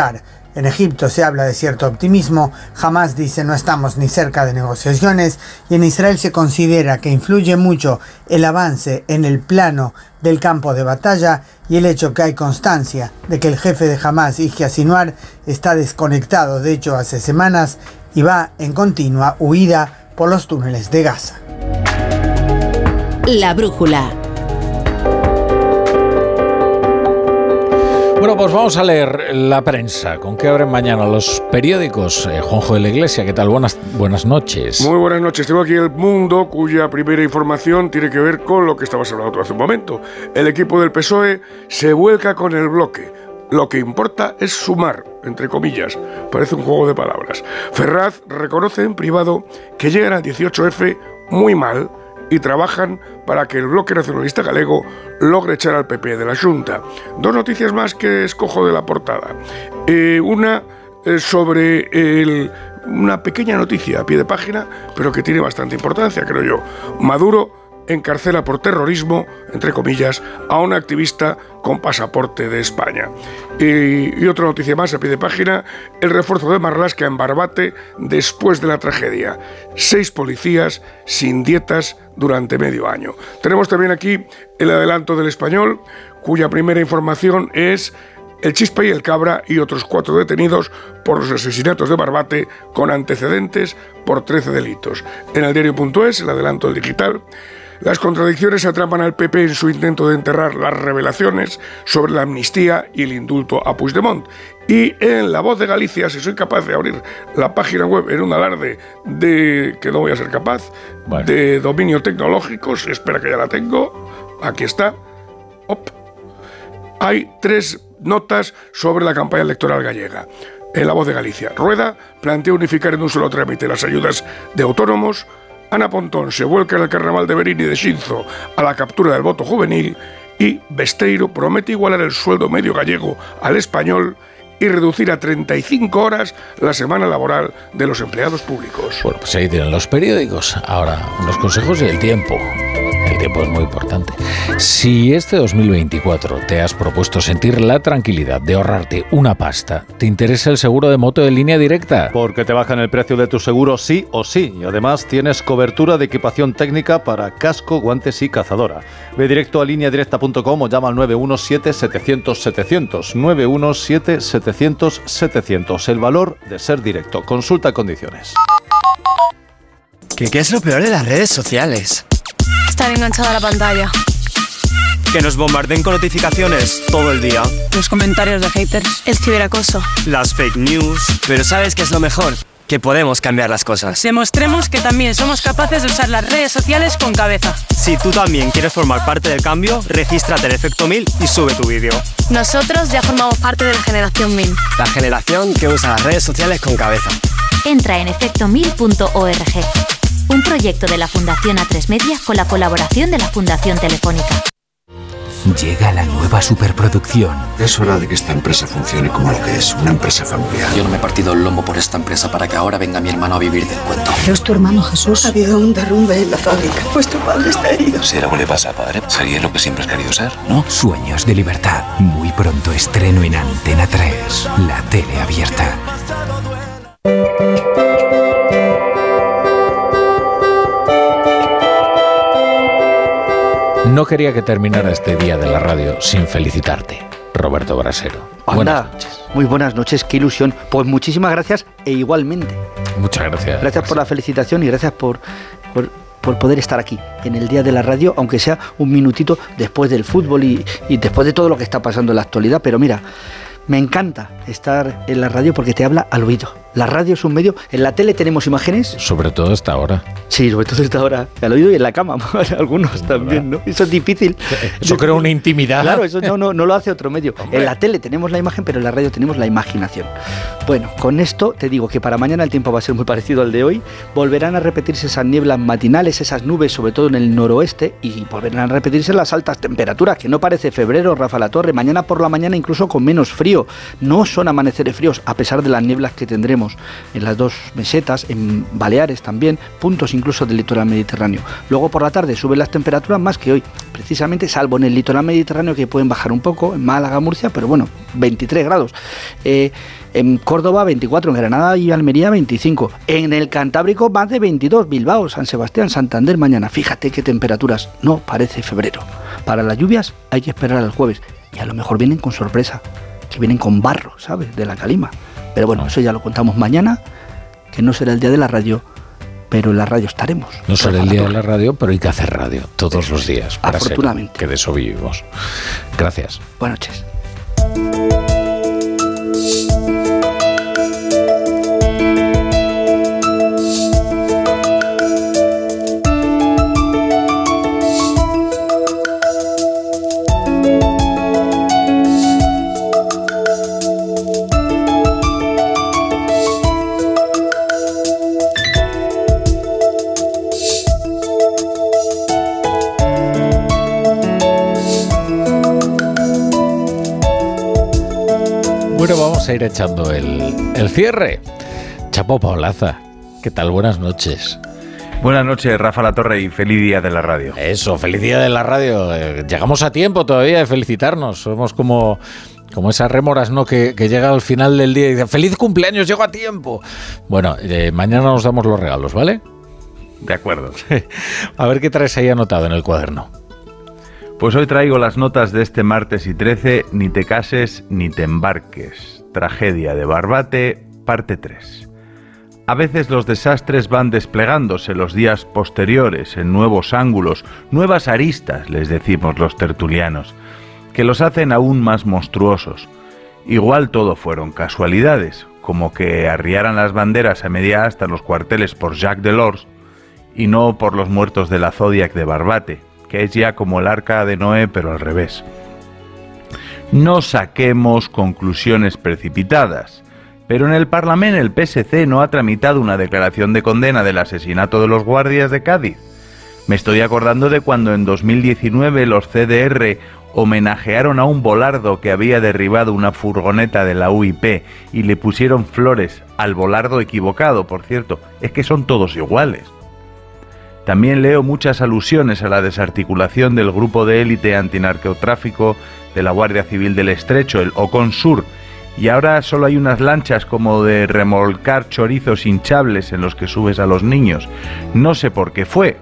En Egipto se habla de cierto optimismo, Hamás dice no estamos ni cerca de negociaciones y en Israel se considera que influye mucho el avance en el plano del campo de batalla y el hecho que hay constancia de que el jefe de Hamás, Yahya Sinwar, está desconectado de hecho hace semanas y va en continua huida por los túneles de Gaza. La brújula. Bueno, pues vamos a leer la prensa. ¿Con qué abren mañana los periódicos? Eh, Juanjo de la Iglesia, ¿qué tal? Buenas, buenas noches. Muy buenas noches. Tengo aquí El Mundo, cuya primera información tiene que ver con lo que estabas hablando tú hace un momento. El equipo del P S O E se vuelca con el bloque. Lo que importa es sumar, entre comillas. Parece un juego de palabras. Ferraz reconoce en privado que llegan al dieciocho efe muy mal y trabajan para que el bloque nacionalista galego logre echar al P P de la Xunta. Dos noticias más que escojo de la portada. Eh, una eh, sobre el, una pequeña noticia a pie de página, pero que tiene bastante importancia, creo yo. Maduro encarcela por terrorismo, entre comillas, a una activista con pasaporte de España. Y, y otra noticia más a pie de página, el refuerzo de Marlaska en Barbate después de la tragedia. Seis policías sin dietas durante medio año. Tenemos también aquí el adelanto del Español, cuya primera información es el Chispa y el Cabra y otros cuatro detenidos por los asesinatos de Barbate con antecedentes por trece delitos. En el diario.es, el adelanto del digital, las contradicciones atrapan al P P en su intento de enterrar las revelaciones sobre la amnistía y el indulto a Puigdemont. Y en La Voz de Galicia, si soy capaz de abrir la página web en un alarde de que no voy a ser capaz, bueno, de dominio tecnológico, espera que ya la tengo, aquí está, Op. Hay tres notas sobre la campaña electoral gallega. En La Voz de Galicia, Rueda plantea unificar en un solo trámite las ayudas de autónomos. Ana Pontón se vuelca en el carnaval de Verín y de Xinzo a la captura del voto juvenil y Besteiro promete igualar el sueldo medio gallego al español y reducir a treinta y cinco horas la semana laboral de los empleados públicos. Bueno, pues ahí tienen los periódicos. Ahora, los consejos y el tiempo. El tiempo es muy importante. Si este dos mil veinticuatro te has propuesto sentir la tranquilidad de ahorrarte una pasta, ¿te interesa el seguro de moto de Línea Directa? Porque te bajan el precio de tu seguro sí o sí. Y además tienes cobertura de equipación técnica para casco, guantes y cazadora. Ve directo a línea directa punto com o llama al nueve uno siete setecientos setecientos. nueve uno siete setecientos setecientos. El valor de ser directo. Consulta condiciones. ¿Qué, qué es lo peor de las redes sociales? Estar enganchada a la pantalla. Que nos bombarden con notificaciones todo el día. Los comentarios de haters. El ciberacoso. Las fake news. Pero ¿sabes qué es lo mejor? Que podemos cambiar las cosas. Demostremos que también somos capaces de usar las redes sociales con cabeza. Si tú también quieres formar parte del cambio, regístrate en Efecto Mil y sube tu vídeo. Nosotros ya formamos parte de la generación Mil. La generación que usa las redes sociales con cabeza. Entra en efecto mil punto org. Un proyecto de la Fundación A tres Media con la colaboración de la Fundación Telefónica. Llega la nueva superproducción. Es hora de que esta empresa funcione como lo que es, una empresa familiar. Yo no me he partido el lomo por esta empresa para que ahora venga mi hermano a vivir del cuento. ¿Pero es tu hermano Jesús? Ha habido un derrumbe en la fábrica. Vuestro padre está herido. Si algo le pasa a padre, sería lo que siempre has querido ser, ¿no? Sueños de libertad. Muy pronto estreno en Antena tres. La tele abierta. No quería que terminara este día de la radio sin felicitarte, Roberto Brasero. Anda, buenas noches. Muy buenas noches, qué ilusión. Pues muchísimas gracias e igualmente. Muchas gracias. Gracias por la felicitación y gracias por, por, por poder estar aquí en el día de la radio, aunque sea un minutito después del fútbol y, y después de todo lo que está pasando en la actualidad. Pero mira, me encanta estar en la radio porque te habla al oído. La radio es un medio, en la tele tenemos imágenes. Sobre todo hasta ahora. Sí, sobre todo hasta ahora. Al oído y en la cama, algunos también, ¿no? Eso es difícil. Eso crea una intimidad. Claro, eso no, no, no lo hace otro medio. Hombre. En la tele tenemos la imagen, pero en la radio tenemos la imaginación. Bueno, con esto te digo que para mañana el tiempo va a ser muy parecido al de hoy. Volverán a repetirse esas nieblas matinales, esas nubes, sobre todo en el noroeste, y volverán a repetirse las altas temperaturas, que no parece febrero, Rafa La Torre. Mañana por la mañana incluso con menos frío. No son amaneceres fríos, a pesar de las nieblas que tendremos. tenemos en las dos mesetas, en Baleares también, puntos incluso del litoral mediterráneo. Luego por la tarde suben las temperaturas más que hoy, precisamente salvo en el litoral mediterráneo que pueden bajar un poco, en Málaga, Murcia, pero bueno, veintitrés grados. Eh, en Córdoba veinticuatro, en Granada y Almería veinticinco, en el Cantábrico más de veintidós, Bilbao, San Sebastián, Santander mañana. Fíjate qué temperaturas, no parece febrero. Para las lluvias hay que esperar al jueves y a lo mejor vienen con sorpresa, que vienen con barro, ¿sabes?, de la calima. Pero bueno, eso ya lo contamos mañana, que no será el día de la radio, pero en la radio estaremos. No será el día de la radio, pero hay que hacer radio todos los días para afortunadamente, ser, que de eso vivimos. Gracias. Buenas noches. Bueno, vamos a ir echando el, el cierre. Chapo Paulaza, ¿qué tal? Buenas noches. Buenas noches, Rafa La Torre, y feliz día de la radio. Eso, feliz día de la radio. Eh, llegamos a tiempo todavía de felicitarnos. Somos como, como esas rémoras, ¿no?, que, que llega al final del día y dicen ¡feliz cumpleaños, llego a tiempo! Bueno, eh, mañana nos damos los regalos, ¿vale? De acuerdo. A ver qué traes ahí anotado en el cuaderno. Pues hoy traigo las notas de este martes y trece, Ni te cases ni te embarques. Tragedia de Barbate, parte tres. A veces los desastres van desplegándose los días posteriores en nuevos ángulos, nuevas aristas, les decimos los tertulianos, que los hacen aún más monstruosos. Igual todo fueron casualidades, como que arriaran las banderas a media asta en los cuarteles por Jacques Delors y no por los muertos de la Zodiac de Barbate, que es ya como el arca de Noé, pero al revés. No saquemos conclusiones precipitadas, pero en el Parlamento el P S C no ha tramitado una declaración de condena del asesinato de los guardias de Cádiz. Me estoy acordando de cuando en dos mil diecinueve los C D R homenajearon a un volardo que había derribado una furgoneta de la U I P y le pusieron flores al volardo equivocado, por cierto, es que son todos iguales. También leo muchas alusiones a la desarticulación del grupo de élite antinarcotráfico de la Guardia Civil del Estrecho, el OCONSUR, y ahora solo hay unas lanchas como de remolcar chorizos hinchables en los que subes a los niños. No sé por qué fue.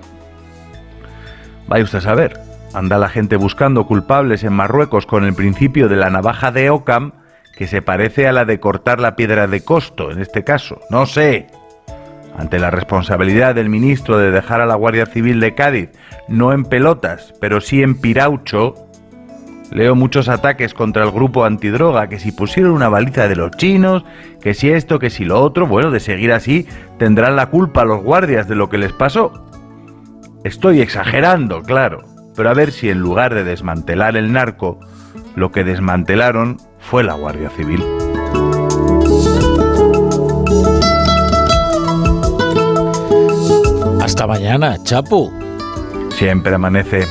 Vaya usted a saber, anda la gente buscando culpables en Marruecos con el principio de la navaja de Occam, que se parece a la de cortar la piedra de costo, en este caso. No sé. Ante la responsabilidad del ministro de dejar a la Guardia Civil de Cádiz, no en pelotas, pero sí en piraucho, leo muchos ataques contra el grupo antidroga, que si pusieron una baliza de los chinos, que si esto, que si lo otro. Bueno, de seguir así, tendrán la culpa los guardias de lo que les pasó. Estoy exagerando, claro, pero a ver si en lugar de desmantelar el narco, lo que desmantelaron fue la Guardia Civil. Hasta mañana, Chapu. Siempre amanece.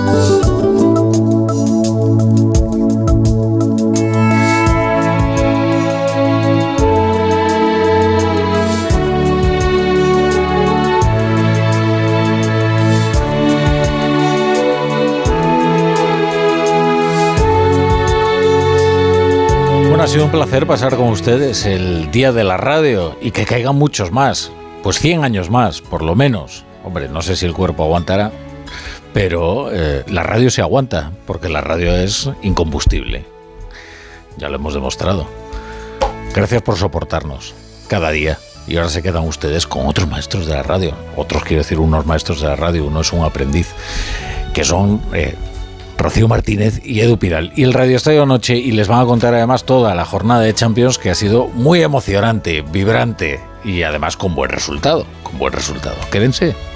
Bueno, ha sido un placer pasar con ustedes el día de la radio y que caigan muchos más. Pues cien años más, por lo menos. Hombre, no sé si el cuerpo aguantará, pero eh, la radio se aguanta, porque la radio es incombustible. Ya lo hemos demostrado. Gracias por soportarnos cada día. Y ahora se quedan ustedes con otros maestros de la radio. Otros, quiero decir, unos maestros de la radio. Uno es un aprendiz, que son eh, Rocío Martínez y Edu Pidal. Y el Radio Estadio Noche, y les van a contar además toda la jornada de Champions, que ha sido muy emocionante, vibrante, y además con buen resultado, con buen resultado. Quédense.